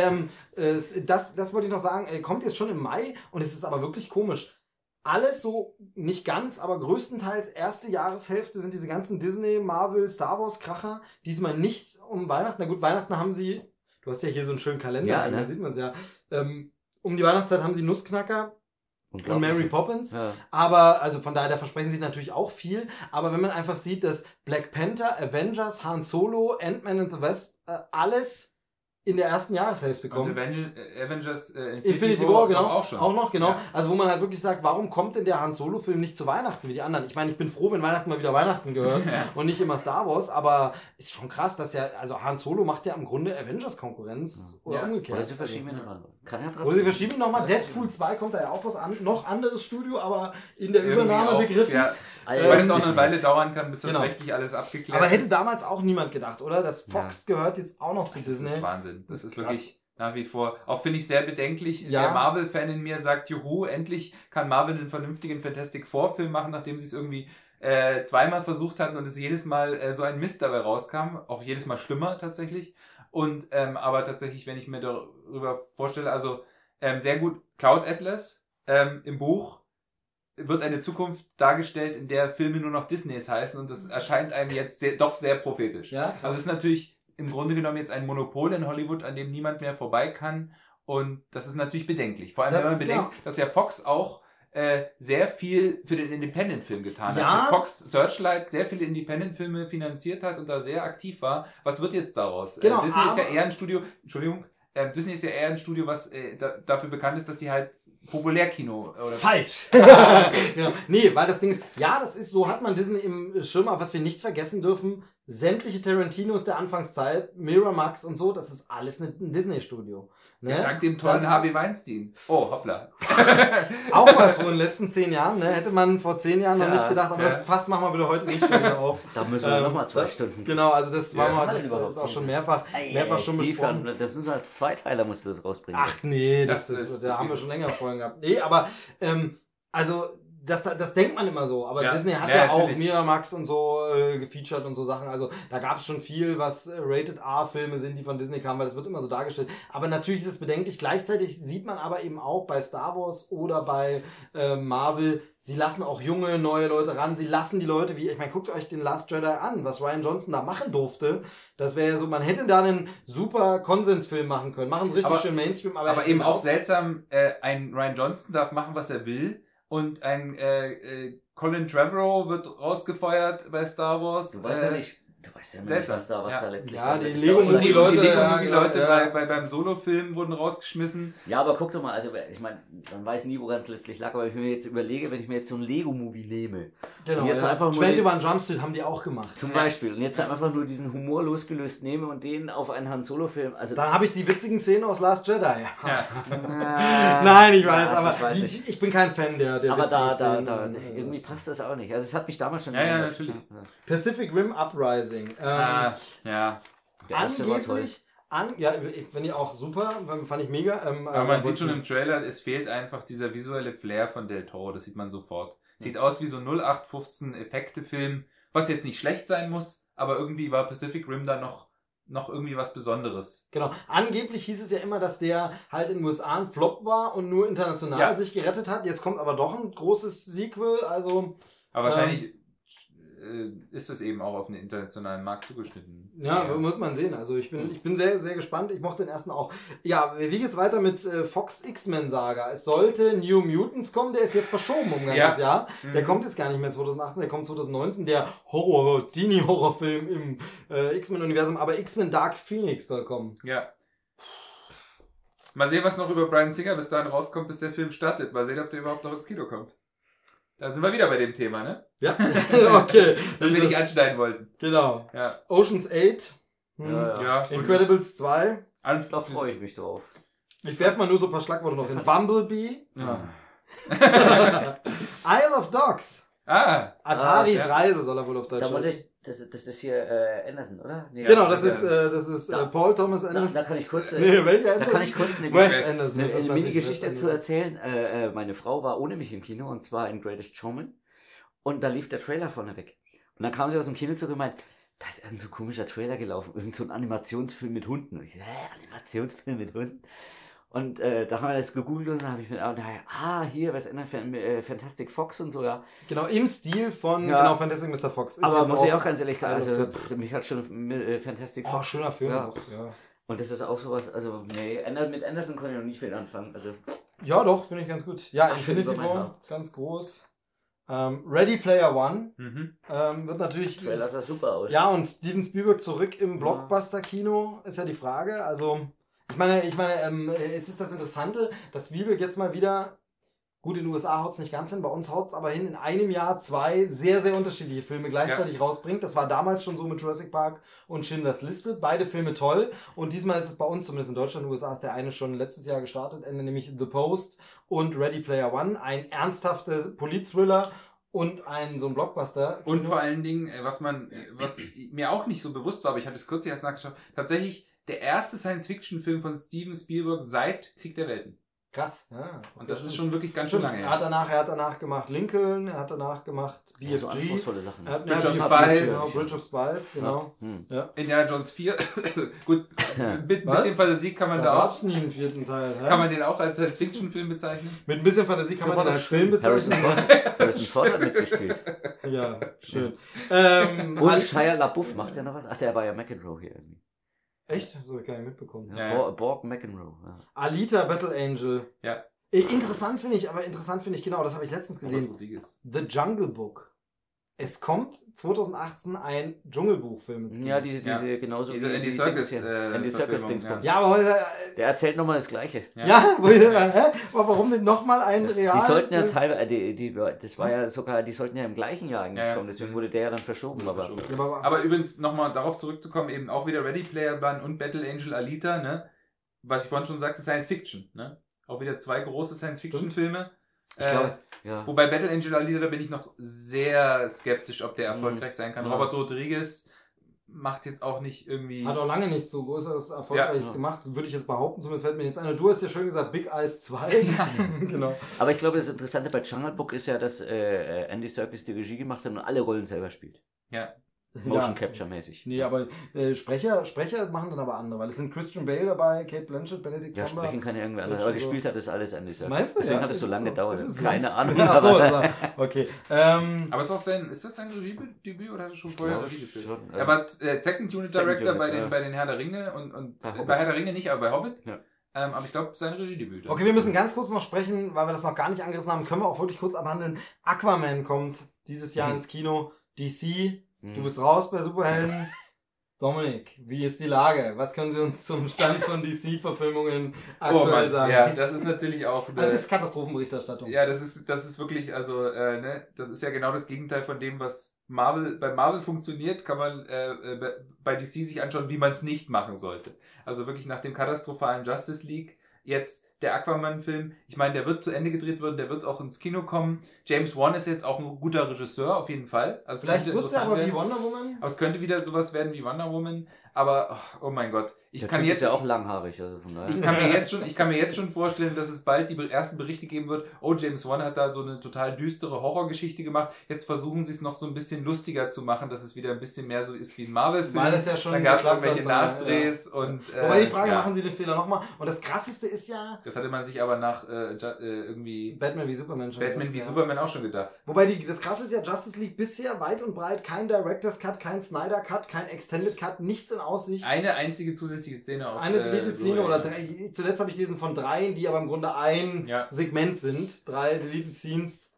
[SPEAKER 2] das wollte ich noch sagen, kommt jetzt schon im Mai und es ist aber wirklich komisch. Alles so, nicht ganz, aber größtenteils erste Jahreshälfte sind diese ganzen Disney, Marvel, Star Wars Kracher. Diesmal nichts um Weihnachten. Na gut, Weihnachten haben sie, du hast ja hier so einen schönen Kalender,
[SPEAKER 1] Ja, ne?
[SPEAKER 2] da sieht man es ja. Um die Weihnachtszeit haben sie Nussknacker und Mary Poppins.
[SPEAKER 1] Ja.
[SPEAKER 2] Aber, also von daher, da versprechen sie natürlich auch viel. Aber wenn man einfach sieht, dass Black Panther, Avengers, Han Solo, Ant-Man and the Wasp, alles in der ersten Jahreshälfte kommt.
[SPEAKER 3] Und Avengers
[SPEAKER 2] Infinity War, genau.
[SPEAKER 3] auch schon.
[SPEAKER 2] Auch noch, genau.
[SPEAKER 3] Ja.
[SPEAKER 2] Also wo man halt wirklich sagt, warum kommt denn der Han Solo-Film nicht zu Weihnachten wie die anderen? Ich meine, ich bin froh, wenn Weihnachten mal wieder Weihnachten gehört und nicht immer Star Wars, aber ist schon krass, dass ja, also Han Solo macht ja im Grunde Avengers-Konkurrenz oder
[SPEAKER 3] Ja.
[SPEAKER 2] umgekehrt.
[SPEAKER 1] Oder sie verschieben ihn nochmal. Kann ja trotzdem.
[SPEAKER 2] Oder sie verschieben ihn nochmal. Deadpool 2 kommt da ja auch was an, noch anderes Studio, aber in der
[SPEAKER 3] Irgendwie
[SPEAKER 2] Übernahme
[SPEAKER 3] auch,
[SPEAKER 2] begriffen.
[SPEAKER 3] ja.
[SPEAKER 1] Alter,
[SPEAKER 3] Weil es auch
[SPEAKER 1] Disney.
[SPEAKER 3] eine Weile dauern kann, bis das
[SPEAKER 2] Genau.
[SPEAKER 3] rechtlich alles abgeklärt
[SPEAKER 2] Aber hätte
[SPEAKER 3] ist.
[SPEAKER 2] damals auch niemand gedacht, oder? Das Fox gehört jetzt auch noch zu
[SPEAKER 3] Das
[SPEAKER 2] Disney.
[SPEAKER 3] ist Wahnsinn. Das
[SPEAKER 2] Das ist
[SPEAKER 3] ist
[SPEAKER 2] krass.
[SPEAKER 3] wirklich nach wie vor, auch finde ich sehr bedenklich.
[SPEAKER 2] Ja.
[SPEAKER 3] Der Marvel-Fan in mir sagt, juhu, endlich kann Marvel einen vernünftigen Fantastic Four-Film machen, nachdem sie es irgendwie zweimal versucht hatten und es jedes Mal so ein Mist dabei rauskam. Auch jedes Mal schlimmer tatsächlich. Und aber tatsächlich, wenn ich mir darüber vorstelle, also sehr gut, Cloud Atlas im Buch wird eine Zukunft dargestellt, in der Filme nur noch Disneys heißen und das erscheint einem jetzt doch sehr prophetisch.
[SPEAKER 2] Ja, krass.
[SPEAKER 3] Also es ist natürlich im Grunde genommen jetzt ein Monopol in Hollywood, an dem niemand mehr vorbei kann und das ist natürlich bedenklich. Vor allem,
[SPEAKER 2] Das-
[SPEAKER 3] wenn man bedenkt,
[SPEAKER 2] ja.
[SPEAKER 3] dass ja Fox auch sehr viel für den Independent-Film getan
[SPEAKER 2] Ja.
[SPEAKER 3] hat. Fox Searchlight sehr viele Independent-Filme finanziert hat und da sehr aktiv war. Was wird jetzt daraus?
[SPEAKER 2] Genau,
[SPEAKER 3] Disney ist ja
[SPEAKER 2] aber-
[SPEAKER 3] eher ein Studio, Disney ist ja eher ein Studio, was dafür bekannt ist, dass sie halt Populärkino oder
[SPEAKER 2] Falsch. Genau. Nee, weil das Ding ist, ja, das ist, so hat man Disney im Schirm, aber was wir nicht vergessen dürfen, sämtliche Tarantinos der Anfangszeit, Miramax und so, das ist alles ein Disney-Studio. Ne?
[SPEAKER 3] dank dem tollen
[SPEAKER 2] Das-
[SPEAKER 3] Harvey Weinstein. Oh, hoppla.
[SPEAKER 2] Auch was so in den letzten 10 Jahren, ne? Hätte man vor 10 Jahren noch
[SPEAKER 1] Ja,
[SPEAKER 2] nicht gedacht, aber
[SPEAKER 3] ja.
[SPEAKER 2] das Fass machen wir bitte heute nicht schon wieder auf.
[SPEAKER 1] Da müssen wir nochmal 2 Stunden.
[SPEAKER 2] Genau, also das war
[SPEAKER 3] Ja.
[SPEAKER 2] mal,
[SPEAKER 1] Haben wir
[SPEAKER 2] das
[SPEAKER 1] denn überhaupt
[SPEAKER 2] ist auch schon
[SPEAKER 1] so?
[SPEAKER 2] mehrfach schon
[SPEAKER 1] Steve,
[SPEAKER 2] besprochen.
[SPEAKER 1] Das müssen wir als Zweiteiler musst du das rausbringen.
[SPEAKER 2] Ach nee,
[SPEAKER 3] Das ist-
[SPEAKER 2] da haben wir schon länger Folgen gehabt. Nee, aber also das denkt man immer so, aber
[SPEAKER 3] Ja.
[SPEAKER 2] Disney hat
[SPEAKER 3] Ja,
[SPEAKER 2] ja auch
[SPEAKER 3] natürlich.
[SPEAKER 2] Miramax und so gefeatured und so Sachen. Also da gab es schon viel, was Rated-R-Filme sind, die von Disney kamen, weil das wird immer so dargestellt. Aber natürlich ist es bedenklich. Gleichzeitig sieht man aber eben auch bei Star Wars oder bei Marvel, sie lassen auch junge, neue Leute ran. Sie lassen die Leute wie, ich meine, guckt euch den Last Jedi an, was Rian Johnson da machen durfte. Das wäre ja so, man hätte da einen super Konsensfilm machen können. Machen richtig
[SPEAKER 3] Aber-
[SPEAKER 2] schön Mainstream,
[SPEAKER 3] Aber eben auch seltsam, ein Ryan Johnson darf machen, was er will und ein Colin Trevorrow wird rausgefeuert bei Star Wars.
[SPEAKER 1] Du weißt ja nicht,
[SPEAKER 3] seltsam.
[SPEAKER 1] was da
[SPEAKER 3] Ja.
[SPEAKER 1] letztlich
[SPEAKER 2] Ja,
[SPEAKER 1] da
[SPEAKER 2] die
[SPEAKER 1] wirklich
[SPEAKER 2] Lego
[SPEAKER 1] da
[SPEAKER 3] Und
[SPEAKER 2] Movie
[SPEAKER 3] die
[SPEAKER 2] Leute,
[SPEAKER 3] Lego-Movie-Leute
[SPEAKER 2] ja.
[SPEAKER 3] beim Solo-Film wurden rausgeschmissen.
[SPEAKER 1] Ja, aber guck doch mal, also ich meine, man weiß nie, woran es letztlich lag, aber wenn ich mir jetzt überlege, wenn ich mir jetzt so ein Lego-Movie nehme,
[SPEAKER 2] Genau,
[SPEAKER 1] Und jetzt
[SPEAKER 2] ja.
[SPEAKER 1] einfach nur
[SPEAKER 2] 21 Jump Street haben die auch gemacht.
[SPEAKER 1] zum Beispiel, und jetzt einfach nur diesen Humor losgelöst nehme und den auf einen Han Solo-Film, also
[SPEAKER 2] Dann habe ich die witzigen Szenen aus Last Jedi.
[SPEAKER 3] Ja.
[SPEAKER 2] Nein, ich weiß,
[SPEAKER 1] Ja,
[SPEAKER 2] aber
[SPEAKER 1] ich weiß nicht.
[SPEAKER 2] ich bin kein Fan der
[SPEAKER 1] aber
[SPEAKER 2] witzigen
[SPEAKER 1] da,
[SPEAKER 2] Szenen.
[SPEAKER 1] irgendwie passt das auch nicht. Also es hat mich damals schon
[SPEAKER 3] Ja, ja,
[SPEAKER 1] gewundert.
[SPEAKER 3] natürlich.
[SPEAKER 2] Pacific Rim Uprising.
[SPEAKER 3] Ja.
[SPEAKER 1] Der erste war toll.
[SPEAKER 2] angeblich, finde ich auch super, fand ich mega.
[SPEAKER 3] Aber man sieht schon im Trailer, es fehlt einfach dieser visuelle Flair von Del Toro, das sieht man sofort. Sieht aus wie so ein 0815 Effekte-Film, was jetzt nicht schlecht sein muss, aber irgendwie war Pacific Rim da noch irgendwie was Besonderes.
[SPEAKER 2] Genau. Angeblich hieß es ja immer, dass der halt in den USA ein Flop war und nur international
[SPEAKER 3] Ja.
[SPEAKER 2] sich gerettet hat. Jetzt kommt aber doch ein großes Sequel, also
[SPEAKER 3] Aber wahrscheinlich ist es eben auch auf den internationalen Markt zugeschnitten.
[SPEAKER 2] Ja, wird man sehen. Also ich bin sehr, sehr gespannt. Ich mochte den ersten auch. Ja, wie geht's weiter mit Fox X-Men-Saga? Es sollte New Mutants kommen, der ist jetzt verschoben um ein ganzes Jahr. Der kommt jetzt gar nicht mehr 2018, der kommt 2019. Der Teenie-Horrorfilm im X-Men-Universum. Aber X-Men Dark Phoenix soll kommen.
[SPEAKER 3] Ja. Mal sehen, was noch über Bryan Singer bis dahin rauskommt, bis der Film startet. Mal sehen, ob der überhaupt noch ins Kino kommt. Da sind wir wieder bei dem Thema, ne?
[SPEAKER 2] Ja, okay.
[SPEAKER 3] Das wir nicht anschneiden wollten.
[SPEAKER 2] Genau.
[SPEAKER 3] Ja.
[SPEAKER 2] Ocean's 8.
[SPEAKER 3] Ja.
[SPEAKER 2] Incredibles 2.
[SPEAKER 1] Da freue ich mich drauf.
[SPEAKER 2] Ich werfe mal nur so ein paar Schlagworte noch hin. Bumblebee.
[SPEAKER 3] Ja.
[SPEAKER 2] Isle of Dogs. Ataris
[SPEAKER 3] ja.
[SPEAKER 2] Reise soll er wohl auf Deutsch
[SPEAKER 1] Da muss
[SPEAKER 2] heißen.
[SPEAKER 1] ich, das ist hier Anderson, oder? Nee,
[SPEAKER 2] Genau, das ist Paul Thomas Anderson.
[SPEAKER 1] Da kann ich kurz,
[SPEAKER 2] welcher
[SPEAKER 1] da kann ich kurz eine
[SPEAKER 2] Wes Anderson. Das ist
[SPEAKER 1] eine
[SPEAKER 2] natürlich
[SPEAKER 1] Mini-Geschichte
[SPEAKER 2] Wes
[SPEAKER 1] dazu
[SPEAKER 2] Anderson.
[SPEAKER 1] erzählen. Meine Frau war ohne mich im Kino und zwar in Greatest Showman und da lief der Trailer vorne weg. Und dann kam sie aus dem Kino zurück und meint, da ist irgend so ein komischer Trailer gelaufen, irgend so ein Animationsfilm mit Hunden. Und ich so, Animationsfilm mit Hunden? Und da haben wir das gegoogelt und dann habe ich mir hier, was ändert Fantastic Fox und so, ja.
[SPEAKER 2] Genau, im Stil von Fantastic Mr. Fox. Ist
[SPEAKER 1] Aber
[SPEAKER 2] jetzt
[SPEAKER 1] muss ich auch ganz ehrlich sagen,
[SPEAKER 2] Isle of
[SPEAKER 1] also
[SPEAKER 2] Dogs.
[SPEAKER 1] mich hat schon Fantastic
[SPEAKER 2] Oh,
[SPEAKER 1] Fox.
[SPEAKER 2] schöner Film
[SPEAKER 1] Ja.
[SPEAKER 2] auch, ja.
[SPEAKER 1] Und das ist auch sowas, also nee, mit Anderson konnte ich noch nicht viel anfangen. Also
[SPEAKER 2] Ja, doch, finde ich ganz gut. Ja,
[SPEAKER 1] Ach,
[SPEAKER 2] Infinity
[SPEAKER 1] schön, über mein
[SPEAKER 2] War,
[SPEAKER 1] Haupt.
[SPEAKER 2] ganz groß. Ready Player One
[SPEAKER 3] Mhm.
[SPEAKER 2] wird natürlich...
[SPEAKER 1] Trailer sah super aus.
[SPEAKER 2] Ja, und Steven Spielberg zurück im Blockbuster-Kino, ist ja die Frage. Also, ich meine, es ist das Interessante, dass Spielberg jetzt mal wieder, gut, in den USA haut es nicht ganz hin, bei uns haut es aber hin, in einem Jahr 2 sehr, sehr unterschiedliche Filme gleichzeitig rausbringt. Das war damals schon so mit Jurassic Park und Schindlers Liste. Beide Filme toll. Und diesmal ist es bei uns, zumindest in Deutschland, in den USA ist der eine schon letztes Jahr gestartet, nämlich The Post und Ready Player One. Ein ernsthafter Polit-Thriller und so ein Blockbuster.
[SPEAKER 3] Und vor allen Dingen, was mir auch nicht so bewusst war, aber ich hatte es kürzlich erst nachgeschaut, tatsächlich der erste Science-Fiction-Film von Steven Spielberg seit Krieg der Welten.
[SPEAKER 2] Krass, ja.
[SPEAKER 3] Und das ist schon wirklich ganz schön lange
[SPEAKER 2] Er hat danach gemacht Lincoln, er hat danach gemacht BFG.
[SPEAKER 1] so anspruchsvolle Sachen.
[SPEAKER 3] Bridge of
[SPEAKER 2] BFG,
[SPEAKER 3] Spies.
[SPEAKER 2] Genau, Bridge of Spies, genau.
[SPEAKER 3] Indiana Jones 4. Gut, mit ein
[SPEAKER 2] Was?
[SPEAKER 3] bisschen Fantasie kann man
[SPEAKER 2] Da
[SPEAKER 3] da auch.
[SPEAKER 2] gab's nie einen vierten Teil. Hä?
[SPEAKER 3] Kann man den auch als Science-Fiction-Film bezeichnen?
[SPEAKER 2] Mit ein bisschen Fantasie kann man den als Film
[SPEAKER 1] Harrison
[SPEAKER 2] bezeichnen.
[SPEAKER 1] Ford hat mitgespielt.
[SPEAKER 2] Ja, schön.
[SPEAKER 1] Und Shia LaBeouf macht ja noch was. Ach, der war ja McEnroe hier irgendwie.
[SPEAKER 2] Echt? So, ich gar nicht mitbekommen.
[SPEAKER 1] Ja,
[SPEAKER 3] Ja.
[SPEAKER 1] Borg McEnroe. Ja.
[SPEAKER 2] Alita Battle Angel.
[SPEAKER 3] Ja.
[SPEAKER 2] Interessant finde ich, genau, das habe ich letztens gesehen.
[SPEAKER 3] Rodriguez.
[SPEAKER 2] The Jungle Book. Es kommt 2018 ein Dschungelbuchfilm ins Kino.
[SPEAKER 1] Ja, diese genauso
[SPEAKER 3] Diese
[SPEAKER 1] wie
[SPEAKER 3] Andy
[SPEAKER 1] die
[SPEAKER 3] Serkis,
[SPEAKER 1] Dings hier. Andy Serkis
[SPEAKER 3] Verfilmung,
[SPEAKER 1] Dingsbums.
[SPEAKER 2] Ja, aber
[SPEAKER 1] Der erzählt nochmal das Gleiche.
[SPEAKER 2] aber warum nicht nochmal ein Real?
[SPEAKER 1] Die sollten ja teilweise, das war ja sogar, die sollten ja im gleichen Jahr eigentlich kommen, deswegen wurde der ja dann verschoben.
[SPEAKER 3] Aber übrigens, nochmal darauf zurückzukommen, eben auch wieder Ready Player One und Battle Angel Alita, ne? Was ich vorhin schon sagte, Science Fiction, ne? Auch wieder 2 große Science Fiction Filme.
[SPEAKER 1] Ich glaube, ja.
[SPEAKER 3] Wobei Battle Angel Alita, da bin ich noch sehr skeptisch, ob der erfolgreich sein kann.
[SPEAKER 1] Ja.
[SPEAKER 3] Robert Rodriguez macht jetzt auch nicht irgendwie...
[SPEAKER 2] Hat auch lange nicht so größeres Erfolgreiches gemacht, würde ich jetzt behaupten. Zumindest fällt mir jetzt ein. Und du hast ja schön gesagt, Big Eyes 2. Genau.
[SPEAKER 1] Aber ich glaube, das Interessante bei Jungle Book ist ja, dass Andy Serkis die Regie gemacht hat und alle Rollen selber spielt.
[SPEAKER 3] Ja.
[SPEAKER 1] Motion Capture mäßig.
[SPEAKER 2] Nee, aber Sprecher machen dann aber andere, weil es sind Christian Bale dabei, Kate Blanchett, Benedict
[SPEAKER 1] Ja,
[SPEAKER 2] Cumberbatch.
[SPEAKER 1] sprechen kann ja irgendwer anders. Aber gespielt hat das alles Andy Serkis.
[SPEAKER 2] Meinst du?
[SPEAKER 1] Deswegen
[SPEAKER 2] Ja,
[SPEAKER 1] hat es so
[SPEAKER 2] ist
[SPEAKER 1] lange
[SPEAKER 2] so.
[SPEAKER 1] gedauert.
[SPEAKER 2] Ist es so?
[SPEAKER 1] Keine Ahnung.
[SPEAKER 2] Ach so,
[SPEAKER 1] aber
[SPEAKER 2] okay.
[SPEAKER 3] Aber ist das sein Regiedebüt oder hat er schon vorher
[SPEAKER 1] Ja,
[SPEAKER 3] Regie geführt?
[SPEAKER 1] schon.
[SPEAKER 3] Er war Second Unit
[SPEAKER 1] Second
[SPEAKER 3] Director
[SPEAKER 1] Unit,
[SPEAKER 3] bei den Herr der Ringe und
[SPEAKER 1] Bei Hobbit.
[SPEAKER 3] bei Herr der Ringe nicht, aber bei Hobbit.
[SPEAKER 1] Ja.
[SPEAKER 3] Aber ich glaube, sein Regiedebüt.
[SPEAKER 2] Okay, wir müssen ganz kurz noch sprechen, weil wir das noch gar nicht angerissen haben. Können wir auch wirklich kurz abhandeln. Aquaman kommt dieses Jahr ins Kino. DC, du bist raus bei Superhelden. Dominik, wie ist die Lage? Was können Sie uns zum Stand von DC-Verfilmungen aktuell sagen?
[SPEAKER 3] Ja, das ist natürlich auch...
[SPEAKER 2] Also das ist Katastrophenberichterstattung.
[SPEAKER 3] Ja, das ist wirklich, also, ne, das ist ja genau das Gegenteil von dem, was bei Marvel funktioniert, kann man bei DC sich anschauen, wie man es nicht machen sollte. Also wirklich nach dem katastrophalen Justice League, jetzt der Aquaman-Film, ich meine, der wird zu Ende gedreht werden, der wird auch ins Kino kommen. James Wan ist jetzt auch ein guter Regisseur, auf jeden Fall. Also
[SPEAKER 2] Vielleicht wird es ja aber wie
[SPEAKER 3] werden.
[SPEAKER 2] Wonder Woman.
[SPEAKER 3] Aber es könnte wieder sowas werden wie Wonder Woman. aber oh mein Gott,
[SPEAKER 1] Der Typ ist ja auch langhaarig, also von daher.
[SPEAKER 3] ich kann mir jetzt schon vorstellen, dass es bald die ersten Berichte geben wird, oh, James Wan hat da so eine total düstere Horrorgeschichte gemacht, jetzt versuchen sie es noch so ein bisschen lustiger zu machen, dass es wieder ein bisschen mehr so ist wie ein Marvel-Film.
[SPEAKER 2] Weil es ja schon
[SPEAKER 3] dann gab es
[SPEAKER 2] geklappt
[SPEAKER 3] irgendwelche
[SPEAKER 2] hat
[SPEAKER 3] Nachdrehs und...
[SPEAKER 2] Wobei die Frage, machen sie den Fehler nochmal? Und das Krasseste ist ja...
[SPEAKER 3] Das hatte man sich aber nach irgendwie...
[SPEAKER 2] Batman wie Superman schon
[SPEAKER 3] Batman wie Superman auch schon gedacht.
[SPEAKER 2] Wobei das Krasse ist ja, Justice League bisher weit und breit kein Director's Cut, kein Snyder Cut, kein Extended Cut, nichts in Aussicht.
[SPEAKER 3] Eine einzige zusätzliche Szene auf
[SPEAKER 2] Eine Deleted-Szene oder 3, zuletzt habe ich gelesen von 3, die aber im Grunde ein Segment sind. 3 Deleted Scenes.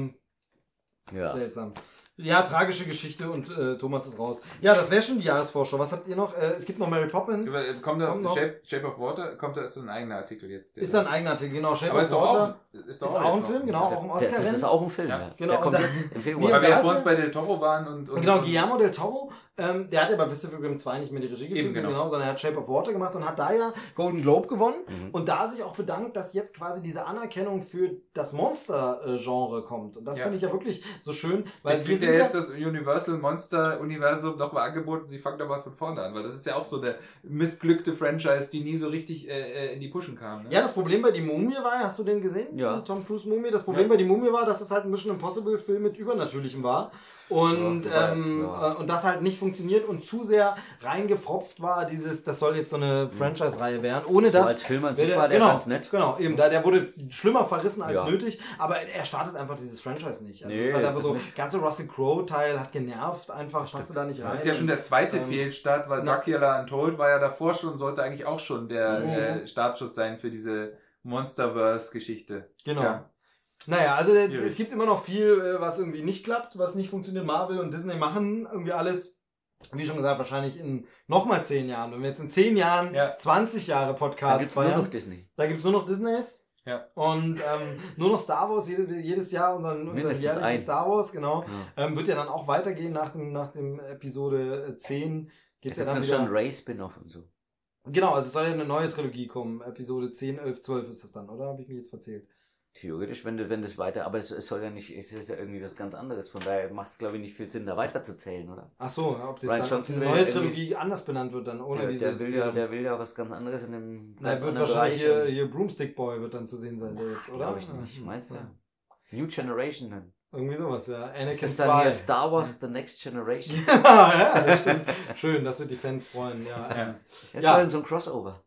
[SPEAKER 2] Seltsam. Ja, tragische Geschichte und Thomas ist raus. Ja, das wäre schon die Jahresvorschau. Was habt ihr noch? Es gibt noch Mary Poppins.
[SPEAKER 3] Kommt da Shape of Water? Ist das ein eigener Artikel jetzt?
[SPEAKER 2] Ist da ein eigener Artikel, genau. Shape
[SPEAKER 3] aber
[SPEAKER 2] of Water
[SPEAKER 3] ist
[SPEAKER 2] auch ein Film, genau, auch im Oscar.
[SPEAKER 1] Das ist auch ein Film,
[SPEAKER 3] ja.
[SPEAKER 2] Genau,
[SPEAKER 1] der kommt jetzt im Februar.
[SPEAKER 3] Weil wir ja vorhin bei Del Toro waren und
[SPEAKER 2] genau, Guillermo del Toro, der hat ja bei Pacific Rim 2 nicht mehr die Regie geführt,
[SPEAKER 3] genau,
[SPEAKER 2] sondern er hat Shape of Water gemacht und hat da ja Golden Globe gewonnen und da sich auch bedankt, dass jetzt quasi diese Anerkennung für das Monster-Genre kommt. Und das finde ich ja wirklich so schön, weil wir sind
[SPEAKER 3] ja jetzt das Universal Monster-Universum nochmal angeboten, sie fangen da mal von vorne an, weil das ist ja auch so eine missglückte Franchise, die nie so richtig in die Pushen kam. Ne?
[SPEAKER 2] Ja, das Problem bei Die Mumie war, hast du den gesehen?
[SPEAKER 1] Ja.
[SPEAKER 2] Tom Cruise Mumie. Das Problem bei Die Mumie war, dass es halt ein Mission Impossible Film mit Übernatürlichem war. Und, und das halt nicht funktioniert und zu sehr reingefropft war, das soll jetzt so eine Franchise-Reihe werden. Ohne
[SPEAKER 1] so
[SPEAKER 2] das.
[SPEAKER 1] Als Film an sich war der ganz nett.
[SPEAKER 2] Genau, eben, der wurde schlimmer verrissen als nötig, aber er startet einfach dieses Franchise nicht. Also es ist halt einfach so, ganze Russell Crowe-Teil hat genervt, einfach passt du da nicht rein.
[SPEAKER 3] Das ist ja schon der zweite Fehlstart, weil Dracula Untold war ja davor schon, sollte eigentlich auch schon der Startschuss sein für diese Monsterverse-Geschichte.
[SPEAKER 2] Genau.
[SPEAKER 3] Ja.
[SPEAKER 2] Naja, also es gibt immer noch viel, was irgendwie nicht klappt, was nicht funktioniert. Marvel und Disney machen irgendwie alles, wie schon gesagt, wahrscheinlich in nochmal 10 Jahren. Wenn wir jetzt in 10 Jahren 20 Jahre Podcast
[SPEAKER 1] feiern. Da gibt's nur noch Disney.
[SPEAKER 2] Da gibt's nur noch Disneys.
[SPEAKER 3] Ja.
[SPEAKER 2] Und nur noch Star Wars, jedes Jahr unseren jährlichen Star Wars, genau. Ja. Wird ja dann auch weitergehen nach dem Episode 10. Geht's ja dann wieder.
[SPEAKER 1] Schon Ray-Spin-Off und so.
[SPEAKER 2] Genau, also es soll ja eine neue Trilogie kommen. Episode 10, 11, 12 ist das dann, oder? Habe ich mich jetzt verzählt?
[SPEAKER 1] Theoretisch, wenn das weiter, aber es soll ja nicht, es ist ja irgendwie was ganz anderes, von daher macht es, glaube ich, nicht viel Sinn, da weiter zu zählen, oder?
[SPEAKER 2] Ach so, ob diese neue Trilogie anders benannt wird dann, ohne
[SPEAKER 1] der will ja was ganz anderes in dem
[SPEAKER 2] Na, wird wahrscheinlich hier Broomstick Boy wird dann zu sehen sein, der jetzt, oder?
[SPEAKER 1] Glaube ich nicht, meinst du? New Generation dann.
[SPEAKER 2] Irgendwie sowas, ja. Anakin
[SPEAKER 1] ist das dann hier Star Wars The Next Generation?
[SPEAKER 2] Ja, das stimmt. Schön, das wird die Fans freuen, ja.
[SPEAKER 1] Jetzt war dann so ein Crossover.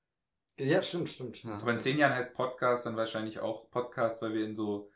[SPEAKER 2] Ja, stimmt.
[SPEAKER 3] Ja. Aber in 10 Jahren heißt Podcast dann wahrscheinlich auch Podcast, weil wir in so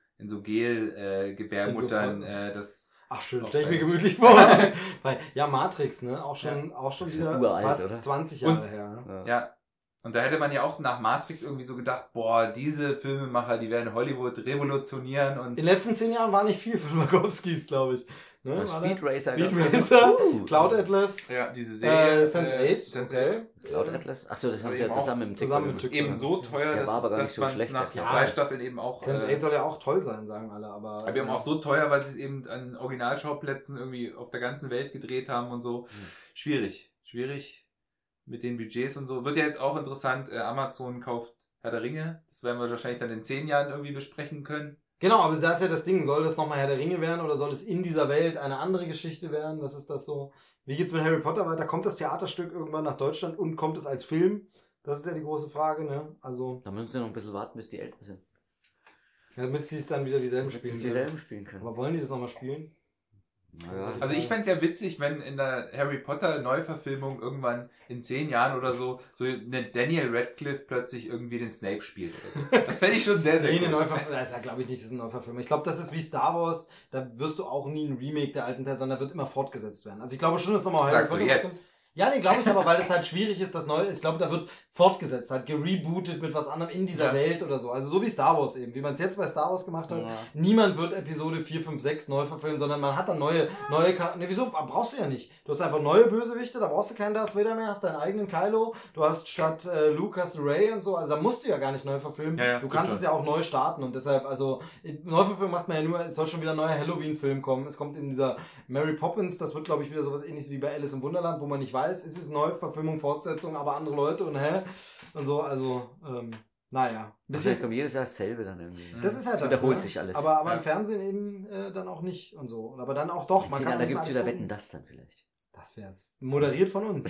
[SPEAKER 3] Gel-Gebärmuttern das...
[SPEAKER 2] Ach schön, stell ich mir gemütlich vor. Weil, Matrix, ne? Auch schon wieder
[SPEAKER 1] uralt,
[SPEAKER 2] fast
[SPEAKER 1] oder?
[SPEAKER 2] 20 Jahre her.
[SPEAKER 3] Ja. Und da hätte man ja auch nach Matrix irgendwie so gedacht, boah, diese Filmemacher, die werden Hollywood revolutionieren. Und
[SPEAKER 2] in den letzten 10 Jahren war nicht viel für Wachowskis, glaube ich. Ne?
[SPEAKER 1] Speed Racer,
[SPEAKER 2] Cloud Atlas.
[SPEAKER 3] Ja, diese Serie.
[SPEAKER 2] Sense8.
[SPEAKER 1] Cloud Atlas? Achso, das haben sie ja zusammen mit
[SPEAKER 2] TikTok.
[SPEAKER 3] Eben so teuer, dass man es nach 2 Staffeln eben auch...
[SPEAKER 2] Sense8 soll ja auch toll sein, sagen alle. Aber
[SPEAKER 3] eben auch so teuer, weil sie es eben an Originalschauplätzen irgendwie auf der ganzen Welt gedreht haben und so. Schwierig mit den Budgets und so. Wird ja jetzt auch interessant, Amazon kauft Herr der Ringe. Das werden wir wahrscheinlich dann in 10 Jahren irgendwie besprechen können.
[SPEAKER 2] Genau, aber das ist ja das Ding. Soll das nochmal Herr der Ringe werden oder soll es in dieser Welt eine andere Geschichte werden? Das ist das so. Wie geht's mit Harry Potter weiter? Kommt das Theaterstück irgendwann nach Deutschland und kommt es als Film? Das ist ja die große Frage, ne? Also.
[SPEAKER 1] Da müssen sie noch ein bisschen warten, bis die älter sind.
[SPEAKER 2] Ja, damit sie es dann wieder dieselben spielen
[SPEAKER 1] können.
[SPEAKER 2] Aber wollen die das nochmal spielen?
[SPEAKER 1] Ja,
[SPEAKER 3] also ich fände es ja witzig, wenn in der Harry Potter Neuverfilmung irgendwann in 10 Jahren oder so eine Daniel Radcliffe plötzlich irgendwie den Snape spielt. Das fände ich schon sehr, sehr
[SPEAKER 2] cool. Das glaube ich nicht, das ist eine Neuverfilmung. Ich glaube, das ist wie Star Wars, da wirst du auch nie ein Remake der alten Teil, sondern wird immer fortgesetzt werden. Also ich glaube schon, dass nochmal
[SPEAKER 3] Harry Potter jetzt?
[SPEAKER 2] Ja, nee, glaube ich aber, weil es halt schwierig ist, das Neue. Ich glaube, da wird fortgesetzt, halt gerebootet mit was anderem in dieser Welt oder so. Also so wie Star Wars eben, wie man es jetzt bei Star Wars gemacht hat. Ja. Niemand wird Episode 4, 5, 6 neu verfilmen, sondern man hat dann neue Charaktere. Ne, wieso? Brauchst du ja nicht. Du hast einfach neue Bösewichte, da brauchst du keinen Darth Vader mehr, hast deinen eigenen Kylo, du hast statt Luke hast du Rey und so. Also da musst du ja gar nicht neu verfilmen. Ja, du kannst es ja auch neu starten und deshalb, also Neuverfilmung macht man ja nur, es soll schon wieder ein neuer Halloween-Film kommen. Es kommt in dieser Mary Poppins, das wird glaube ich wieder sowas ähnliches wie bei Alice im Wunderland, wo man nicht weiß, ist es Neuverfilmung, Fortsetzung, aber andere Leute und und so, also, naja.
[SPEAKER 1] Bisschen kommt jedes Jahr dasselbe dann irgendwie.
[SPEAKER 2] Das ist halt das,
[SPEAKER 1] wiederholt sich alles.
[SPEAKER 2] Aber im Fernsehen eben dann auch nicht und so. Aber dann auch doch.
[SPEAKER 1] Da gibt es wieder Wetten, das dann vielleicht.
[SPEAKER 2] Das wär's. Moderiert von uns.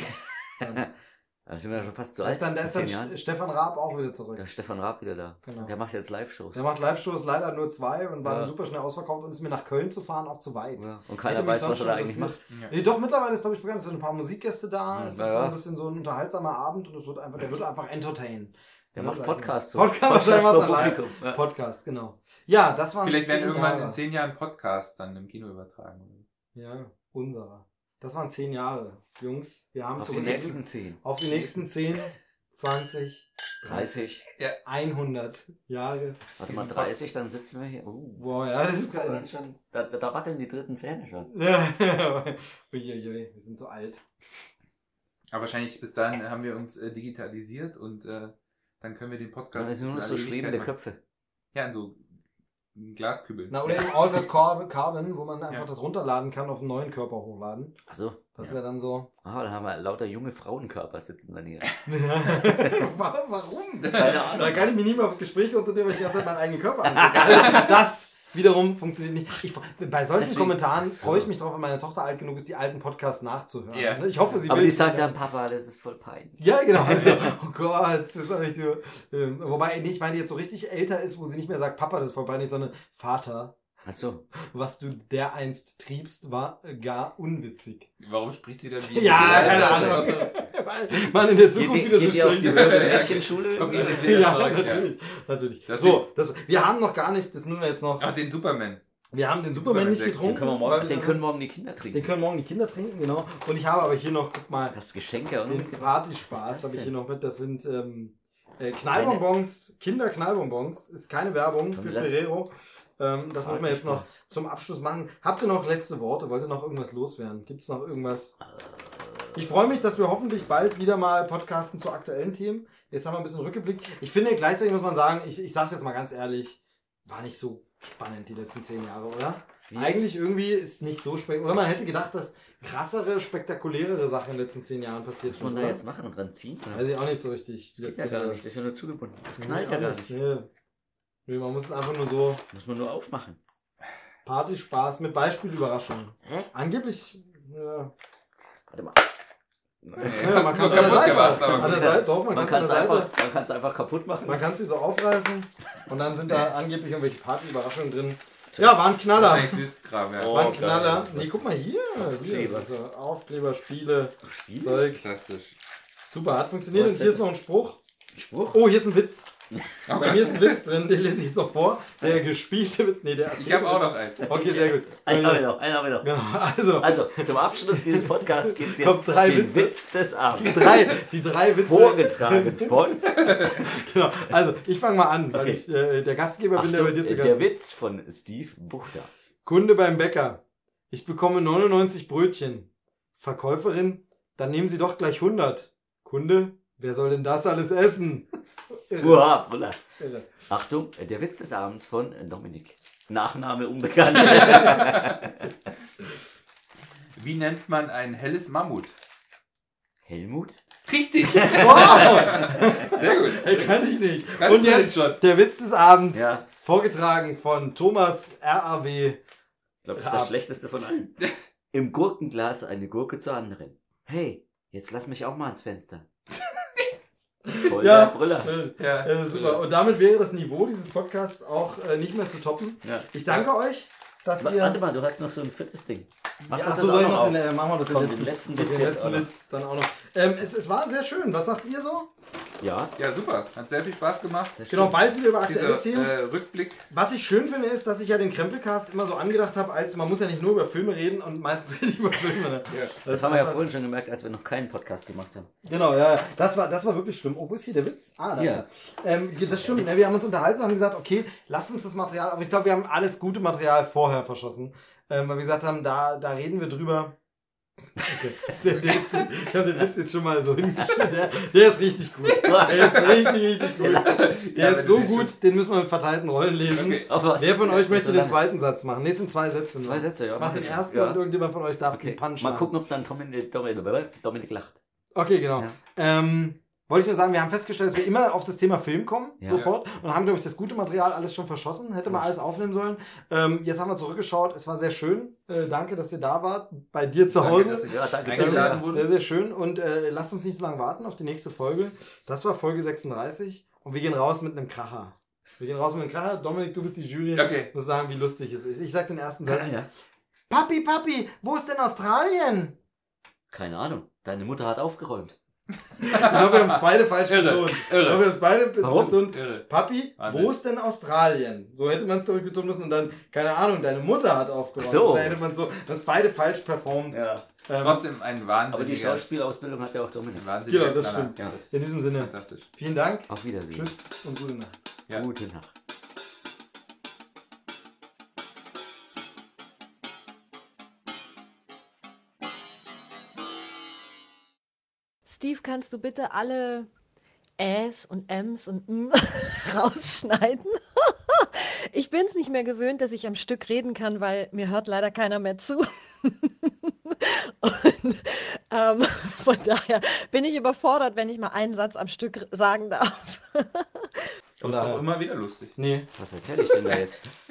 [SPEAKER 1] Da sind wir ja schon fast so
[SPEAKER 2] Da ist
[SPEAKER 1] alt.
[SPEAKER 2] dann
[SPEAKER 1] in 10 Jahren.
[SPEAKER 2] Stefan Raab auch wieder zurück.
[SPEAKER 1] Da ist Stefan Raab wieder da.
[SPEAKER 2] Genau.
[SPEAKER 1] Der macht jetzt Live-Shows.
[SPEAKER 2] Der macht Live-Shows, leider nur 2 und waren
[SPEAKER 1] Ja.
[SPEAKER 2] super schnell ausverkauft und ist mir nach Köln zu fahren auch zu weit.
[SPEAKER 1] Ja. Und
[SPEAKER 2] Hätte
[SPEAKER 1] keiner
[SPEAKER 2] mich
[SPEAKER 1] weiß,
[SPEAKER 2] sonst
[SPEAKER 1] was er da
[SPEAKER 2] schon
[SPEAKER 1] eigentlich macht.
[SPEAKER 2] interessiert. Nee, doch, mittlerweile ist, glaube ich, bekannt. Es sind ein paar Musikgäste da. Es ist
[SPEAKER 1] Ja,
[SPEAKER 2] so
[SPEAKER 1] ja.
[SPEAKER 2] ein bisschen so ein unterhaltsamer Abend und der wird einfach entertainen.
[SPEAKER 1] Der
[SPEAKER 2] Ja,
[SPEAKER 1] macht
[SPEAKER 2] sag ich
[SPEAKER 1] Podcasts.
[SPEAKER 2] mal. Podcast wahrscheinlich macht er
[SPEAKER 1] vor
[SPEAKER 2] live.
[SPEAKER 1] Publikum. Ja.
[SPEAKER 2] Podcast, genau. Ja, das waren
[SPEAKER 3] Vielleicht werden
[SPEAKER 2] 10
[SPEAKER 3] irgendwann
[SPEAKER 2] Jahre.
[SPEAKER 3] in 10 Jahren Podcasts dann im Kino übertragen.
[SPEAKER 2] Ja, unserer. Das waren 10 Jahre. Jungs, wir haben
[SPEAKER 1] Auf die
[SPEAKER 2] zurückgeblickt
[SPEAKER 1] nächsten 10.
[SPEAKER 2] auf die nächsten 10, 20,
[SPEAKER 1] 30.
[SPEAKER 2] 100 Jahre.
[SPEAKER 1] Warte mal, 30, dann sitzen wir hier.
[SPEAKER 2] Boah, ja, das ist
[SPEAKER 1] Das
[SPEAKER 2] geil.
[SPEAKER 1] ist schon, da wackeln die dritten Zähne schon.
[SPEAKER 2] Uiuiui, wir sind so alt.
[SPEAKER 3] Aber wahrscheinlich bis dahin haben wir uns digitalisiert und dann können wir den Podcast.
[SPEAKER 1] Das sind nur noch
[SPEAKER 3] in
[SPEAKER 1] so
[SPEAKER 3] aller
[SPEAKER 1] schwebende
[SPEAKER 3] Ewigkeit machen.
[SPEAKER 1] Köpfe.
[SPEAKER 3] Ja, in so Glaskübeln.
[SPEAKER 2] Na, oder im Altered Carbon, wo man einfach
[SPEAKER 3] Ja.
[SPEAKER 2] das runterladen kann, auf einen neuen Körper hochladen.
[SPEAKER 1] Achso.
[SPEAKER 2] Das
[SPEAKER 1] Ja.
[SPEAKER 2] wäre dann so.
[SPEAKER 1] Ah, da haben wir lauter junge Frauenkörper sitzen dann hier.
[SPEAKER 2] Warum?
[SPEAKER 1] Keine Ahnung.
[SPEAKER 2] Da kann ich mich nicht mehr aufs Gespräch konzentrieren, weil ich die ganze Zeit meinen eigenen Körper angucke. Also das wiederum funktioniert nicht. Bei solchen
[SPEAKER 1] Deswegen-
[SPEAKER 2] Kommentaren
[SPEAKER 1] so.
[SPEAKER 2] freue ich mich drauf, wenn meine Tochter alt genug ist, die alten Podcasts nachzuhören.
[SPEAKER 3] Ja.
[SPEAKER 2] Ich hoffe, sie
[SPEAKER 1] Aber
[SPEAKER 2] will.
[SPEAKER 1] die sagt dann, Papa, das ist voll peinlich.
[SPEAKER 2] Ja, genau. Also, oh Gott, das habe ich so. Wobei, nee, ich meine, die jetzt so richtig älter ist, wo sie nicht mehr sagt, Papa, das ist voll peinlich, sondern Vater.
[SPEAKER 1] Achso.
[SPEAKER 2] Was du dereinst triebst, war gar unwitzig.
[SPEAKER 3] Warum spricht sie dann wie?
[SPEAKER 2] Ja, keine Ahnung. Weil man in der Zukunft wieder so
[SPEAKER 1] Geht ihr auf die
[SPEAKER 2] spricht.
[SPEAKER 1] Mädchenschule?
[SPEAKER 3] Kommt ihr wieder
[SPEAKER 2] Ja,
[SPEAKER 3] zurück,
[SPEAKER 2] natürlich. Natürlich.
[SPEAKER 3] Das
[SPEAKER 2] So, wir haben noch gar nicht, das müssen wir jetzt noch.
[SPEAKER 3] Ach, den Superman.
[SPEAKER 2] Wir haben den Superman nicht
[SPEAKER 3] Superman
[SPEAKER 2] getrunken.
[SPEAKER 1] Den können,
[SPEAKER 2] weil wir-
[SPEAKER 1] den können morgen die Kinder trinken.
[SPEAKER 2] den können morgen die Kinder trinken, genau. Und ich habe aber hier noch, guck mal,
[SPEAKER 1] Das Geschenke auch noch
[SPEAKER 2] den
[SPEAKER 1] mitgebracht. Was
[SPEAKER 2] Partyspaß
[SPEAKER 1] ist das
[SPEAKER 2] habe ich hier
[SPEAKER 1] denn?
[SPEAKER 2] noch mit. Das sind Knallbonbons, Kinderknallbonbons. Ist keine Werbung für
[SPEAKER 1] Komm,
[SPEAKER 2] Ferrero. Das müssen wir jetzt noch
[SPEAKER 1] Partyspaß.
[SPEAKER 2] zum Abschluss machen. Habt ihr noch letzte Worte? Wollt ihr noch irgendwas loswerden? Gibt es noch irgendwas? Ich freue mich, dass wir hoffentlich bald wieder mal podcasten zu aktuellen Themen. Jetzt haben wir ein bisschen rückgeblickt. Ich finde, gleichzeitig muss man sagen, ich sage es jetzt mal ganz ehrlich, war nicht so spannend die letzten 10 Jahre, oder?
[SPEAKER 1] Wie jetzt?
[SPEAKER 2] Eigentlich irgendwie ist nicht so spektakulär. Oder man hätte gedacht, dass krassere, spektakulärere Sachen in den letzten 10 Jahren passiert
[SPEAKER 1] Was
[SPEAKER 2] sind.
[SPEAKER 1] muss man da
[SPEAKER 2] Oder?
[SPEAKER 1] jetzt machen und dran ziehen?
[SPEAKER 2] Weiß ich auch nicht so richtig, wie
[SPEAKER 1] Das
[SPEAKER 2] das
[SPEAKER 1] geht ja
[SPEAKER 2] geht.
[SPEAKER 1] gar nicht. Das ist ja nur zugebunden. Das
[SPEAKER 2] Nee,
[SPEAKER 1] knallt ja
[SPEAKER 2] auch
[SPEAKER 1] gar nicht.
[SPEAKER 2] Nee. Nee, man muss es einfach nur so
[SPEAKER 1] Muss man nur aufmachen.
[SPEAKER 2] Partyspaß mit Beispielüberraschungen.
[SPEAKER 1] Hä?
[SPEAKER 2] Angeblich, ja.
[SPEAKER 1] Warte mal.
[SPEAKER 2] Ja, man kann
[SPEAKER 3] nur
[SPEAKER 2] es an der
[SPEAKER 3] kaputt
[SPEAKER 2] Seite.
[SPEAKER 3] gemacht, aber
[SPEAKER 2] An der
[SPEAKER 3] gut.
[SPEAKER 2] Seite, doch, man
[SPEAKER 1] Man
[SPEAKER 2] kann es
[SPEAKER 1] kann
[SPEAKER 2] an der Seite.
[SPEAKER 1] es einfach kaputt machen.
[SPEAKER 2] Man kann sie so aufreißen und dann sind da angeblich irgendwelche Partyüberraschungen drin. Ja, war ein Knaller.
[SPEAKER 3] Eigentlich Süßkram, ja.
[SPEAKER 1] Oh,
[SPEAKER 2] War ein
[SPEAKER 1] geil.
[SPEAKER 2] Knaller. Nee, guck mal hier.
[SPEAKER 1] Aufkleber.
[SPEAKER 2] Also Aufkleber, Spiele,
[SPEAKER 1] Spiele?
[SPEAKER 2] Zeug.
[SPEAKER 3] Fantastisch.
[SPEAKER 2] Super, hat funktioniert.
[SPEAKER 1] Was
[SPEAKER 2] Und hier ist
[SPEAKER 1] denn?
[SPEAKER 2] noch ein Spruch.
[SPEAKER 1] Spruch?
[SPEAKER 2] Oh, hier ist ein Witz.
[SPEAKER 3] Okay.
[SPEAKER 2] Bei mir ist ein Witz drin, den lese ich jetzt noch vor. Der gespielte Witz. Nee, der erzählte
[SPEAKER 3] Ich habe auch
[SPEAKER 2] Witz.
[SPEAKER 3] noch einen.
[SPEAKER 2] Okay, sehr gut.
[SPEAKER 1] Einen habe ich noch, einen habe ich noch.
[SPEAKER 2] Genau, also,
[SPEAKER 1] Also, zum Abschluss dieses Podcasts gibt es jetzt
[SPEAKER 2] Kommt 3
[SPEAKER 1] den
[SPEAKER 2] Witze.
[SPEAKER 1] Witz des Abends.
[SPEAKER 2] die drei Witze.
[SPEAKER 1] Vorgetragen von
[SPEAKER 2] Genau. Also, ich fange mal an, weil
[SPEAKER 1] Okay.
[SPEAKER 2] ich der Gastgeber bin, der bei dir zu Gast
[SPEAKER 1] der
[SPEAKER 2] ist.
[SPEAKER 1] Witz von Steve Buchter.
[SPEAKER 2] Kunde beim Bäcker. Ich bekomme 99 Brötchen. Verkäuferin, dann nehmen Sie doch gleich 100. Kunde, wer soll denn das alles essen? Irre.
[SPEAKER 1] Uah, Brüller.
[SPEAKER 2] Irre.
[SPEAKER 1] Achtung, der Witz des Abends von Dominik. Nachname unbekannt.
[SPEAKER 3] Wie nennt man ein helles Mammut?
[SPEAKER 1] Helmut?
[SPEAKER 3] Richtig.
[SPEAKER 2] Wow!
[SPEAKER 3] Sehr gut.
[SPEAKER 2] Hey, kann ich nicht.
[SPEAKER 3] Kannst
[SPEAKER 2] Und
[SPEAKER 3] du
[SPEAKER 2] jetzt
[SPEAKER 3] schon.
[SPEAKER 2] der Witz des Abends.
[SPEAKER 1] Ja.
[SPEAKER 2] Vorgetragen von Thomas RAW.
[SPEAKER 1] Ich glaube, das ist
[SPEAKER 2] Ja.
[SPEAKER 1] das Schlechteste von allen. Im Gurkenglas eine Gurke zur anderen. Hey, jetzt lass mich auch mal ans Fenster. Voll
[SPEAKER 2] Ja.
[SPEAKER 1] der Brüller.
[SPEAKER 3] Ja.
[SPEAKER 2] Super. Und damit wäre das Niveau dieses Podcasts auch nicht mehr zu toppen.
[SPEAKER 1] Ja.
[SPEAKER 2] Ich danke euch, dass ihr...
[SPEAKER 1] Warte mal, du hast noch so ein viertes Ding. Mach
[SPEAKER 2] Ja,
[SPEAKER 1] doch
[SPEAKER 2] so
[SPEAKER 1] das
[SPEAKER 2] soll
[SPEAKER 1] auch
[SPEAKER 2] ich
[SPEAKER 1] noch
[SPEAKER 2] noch
[SPEAKER 1] auf.
[SPEAKER 2] machen wir doch
[SPEAKER 1] Komm, den letzten Witz
[SPEAKER 2] den
[SPEAKER 1] jetzt
[SPEAKER 2] letzten
[SPEAKER 1] auch noch.
[SPEAKER 2] Witz dann auch noch. Es war sehr schön. Was sagt ihr so?
[SPEAKER 1] Ja,
[SPEAKER 3] Ja, super. Hat sehr viel Spaß gemacht.
[SPEAKER 1] das
[SPEAKER 2] Genau,
[SPEAKER 1] stimmt.
[SPEAKER 2] bald wieder über aktuelle
[SPEAKER 3] Dieser
[SPEAKER 2] Themen.
[SPEAKER 3] Rückblick.
[SPEAKER 2] Was ich schön finde, ist, dass ich ja den Krempelcast immer so angedacht habe, als man muss ja nicht nur über Filme reden und meistens rede ich über Filme. Ne?
[SPEAKER 3] Ja.
[SPEAKER 1] Das haben wir ja vorhin schon gemerkt, als wir noch keinen Podcast gemacht haben.
[SPEAKER 2] Genau, ja, ja. Das war wirklich schlimm. Oh, wo ist hier der Witz? Ah, da
[SPEAKER 1] Ja.
[SPEAKER 2] ist er. Das stimmt. Ne? Wir haben uns unterhalten und haben gesagt, okay, lasst uns das Material, aber ich glaube, wir haben alles gute Material vorher verschossen. Weil wir gesagt haben, da reden wir drüber. Okay. Der ist gut. Ich habe den Witz jetzt schon mal so hingeschrieben. Der ist richtig gut. Der ist richtig gut. Der ist so gut, den müssen wir mit verteilten Rollen lesen.
[SPEAKER 3] Okay.
[SPEAKER 1] Aber
[SPEAKER 2] Wer von euch möchte
[SPEAKER 1] so
[SPEAKER 2] den
[SPEAKER 1] lange.
[SPEAKER 2] zweiten Satz machen? Ne, es sind 2 Sätze.
[SPEAKER 1] Zwei Sätze, ja.
[SPEAKER 2] Mach den ersten
[SPEAKER 1] ja.
[SPEAKER 2] und irgendjemand von euch darf
[SPEAKER 1] Okay.
[SPEAKER 2] den Punch
[SPEAKER 1] Mal
[SPEAKER 2] machen.
[SPEAKER 1] gucken, ob dann Dominik lacht.
[SPEAKER 2] Okay, genau.
[SPEAKER 1] Ja.
[SPEAKER 2] Wollen wollte ich nur sagen, wir haben festgestellt, dass wir immer auf das Thema Film kommen,
[SPEAKER 1] Ja.
[SPEAKER 2] sofort. Und haben, glaube ich, das gute Material alles schon verschossen. Hätte man alles aufnehmen sollen. Jetzt haben wir zurückgeschaut. Es war sehr schön. Danke, dass ihr da wart. Bei dir zu
[SPEAKER 3] Danke,
[SPEAKER 2] Hause.
[SPEAKER 3] dass ich
[SPEAKER 1] Ja, danke.
[SPEAKER 3] eingeladen wurde.
[SPEAKER 2] Sehr, sehr schön. Und lasst uns nicht so lange warten auf die nächste Folge. Das war Folge 36. Und wir gehen raus mit einem Kracher. Dominik, du bist die Jury.
[SPEAKER 3] Okay.
[SPEAKER 2] Ich muss sagen, wie lustig es ist. Ich sag den ersten Satz.
[SPEAKER 1] Ja.
[SPEAKER 2] Papi, wo ist denn Australien?
[SPEAKER 1] Keine Ahnung. Deine Mutter hat aufgeräumt.
[SPEAKER 2] Ich glaube, wir haben es beide falsch betont. Ich glaube, wir haben es beide
[SPEAKER 1] Warum?
[SPEAKER 2] betont.
[SPEAKER 3] Irre.
[SPEAKER 2] Papi,
[SPEAKER 3] Wahnsinn.
[SPEAKER 2] wo ist denn Australien? So hätte man es, glaube ich, betonen müssen. Und dann, keine Ahnung, deine Mutter hat aufgeräumt.
[SPEAKER 1] So.
[SPEAKER 2] Da hätte man so, das beide falsch performt.
[SPEAKER 3] Trotzdem ein
[SPEAKER 1] Aber die
[SPEAKER 3] wahnsinniger...
[SPEAKER 1] Schauspielausbildung hat ja auch Dominik.
[SPEAKER 3] wahnsinniger
[SPEAKER 2] Genau, das
[SPEAKER 3] Knaller.
[SPEAKER 2] stimmt.
[SPEAKER 1] Ja.
[SPEAKER 2] In diesem Sinne,
[SPEAKER 3] Fantastisch.
[SPEAKER 2] vielen Dank.
[SPEAKER 1] Auf Wiedersehen.
[SPEAKER 2] Tschüss und gute Nacht.
[SPEAKER 3] Ja.
[SPEAKER 1] Gute Nacht.
[SPEAKER 7] Steve, kannst du bitte alle Äs und Ms und rausschneiden? Ich bin es nicht mehr gewöhnt, dass ich am Stück reden kann, weil mir hört leider keiner mehr zu. Und, von daher bin ich überfordert, wenn ich mal einen Satz am Stück sagen darf.
[SPEAKER 3] Das ist doch immer wieder lustig.
[SPEAKER 2] Nee.
[SPEAKER 1] Was erzähle ich denn da jetzt?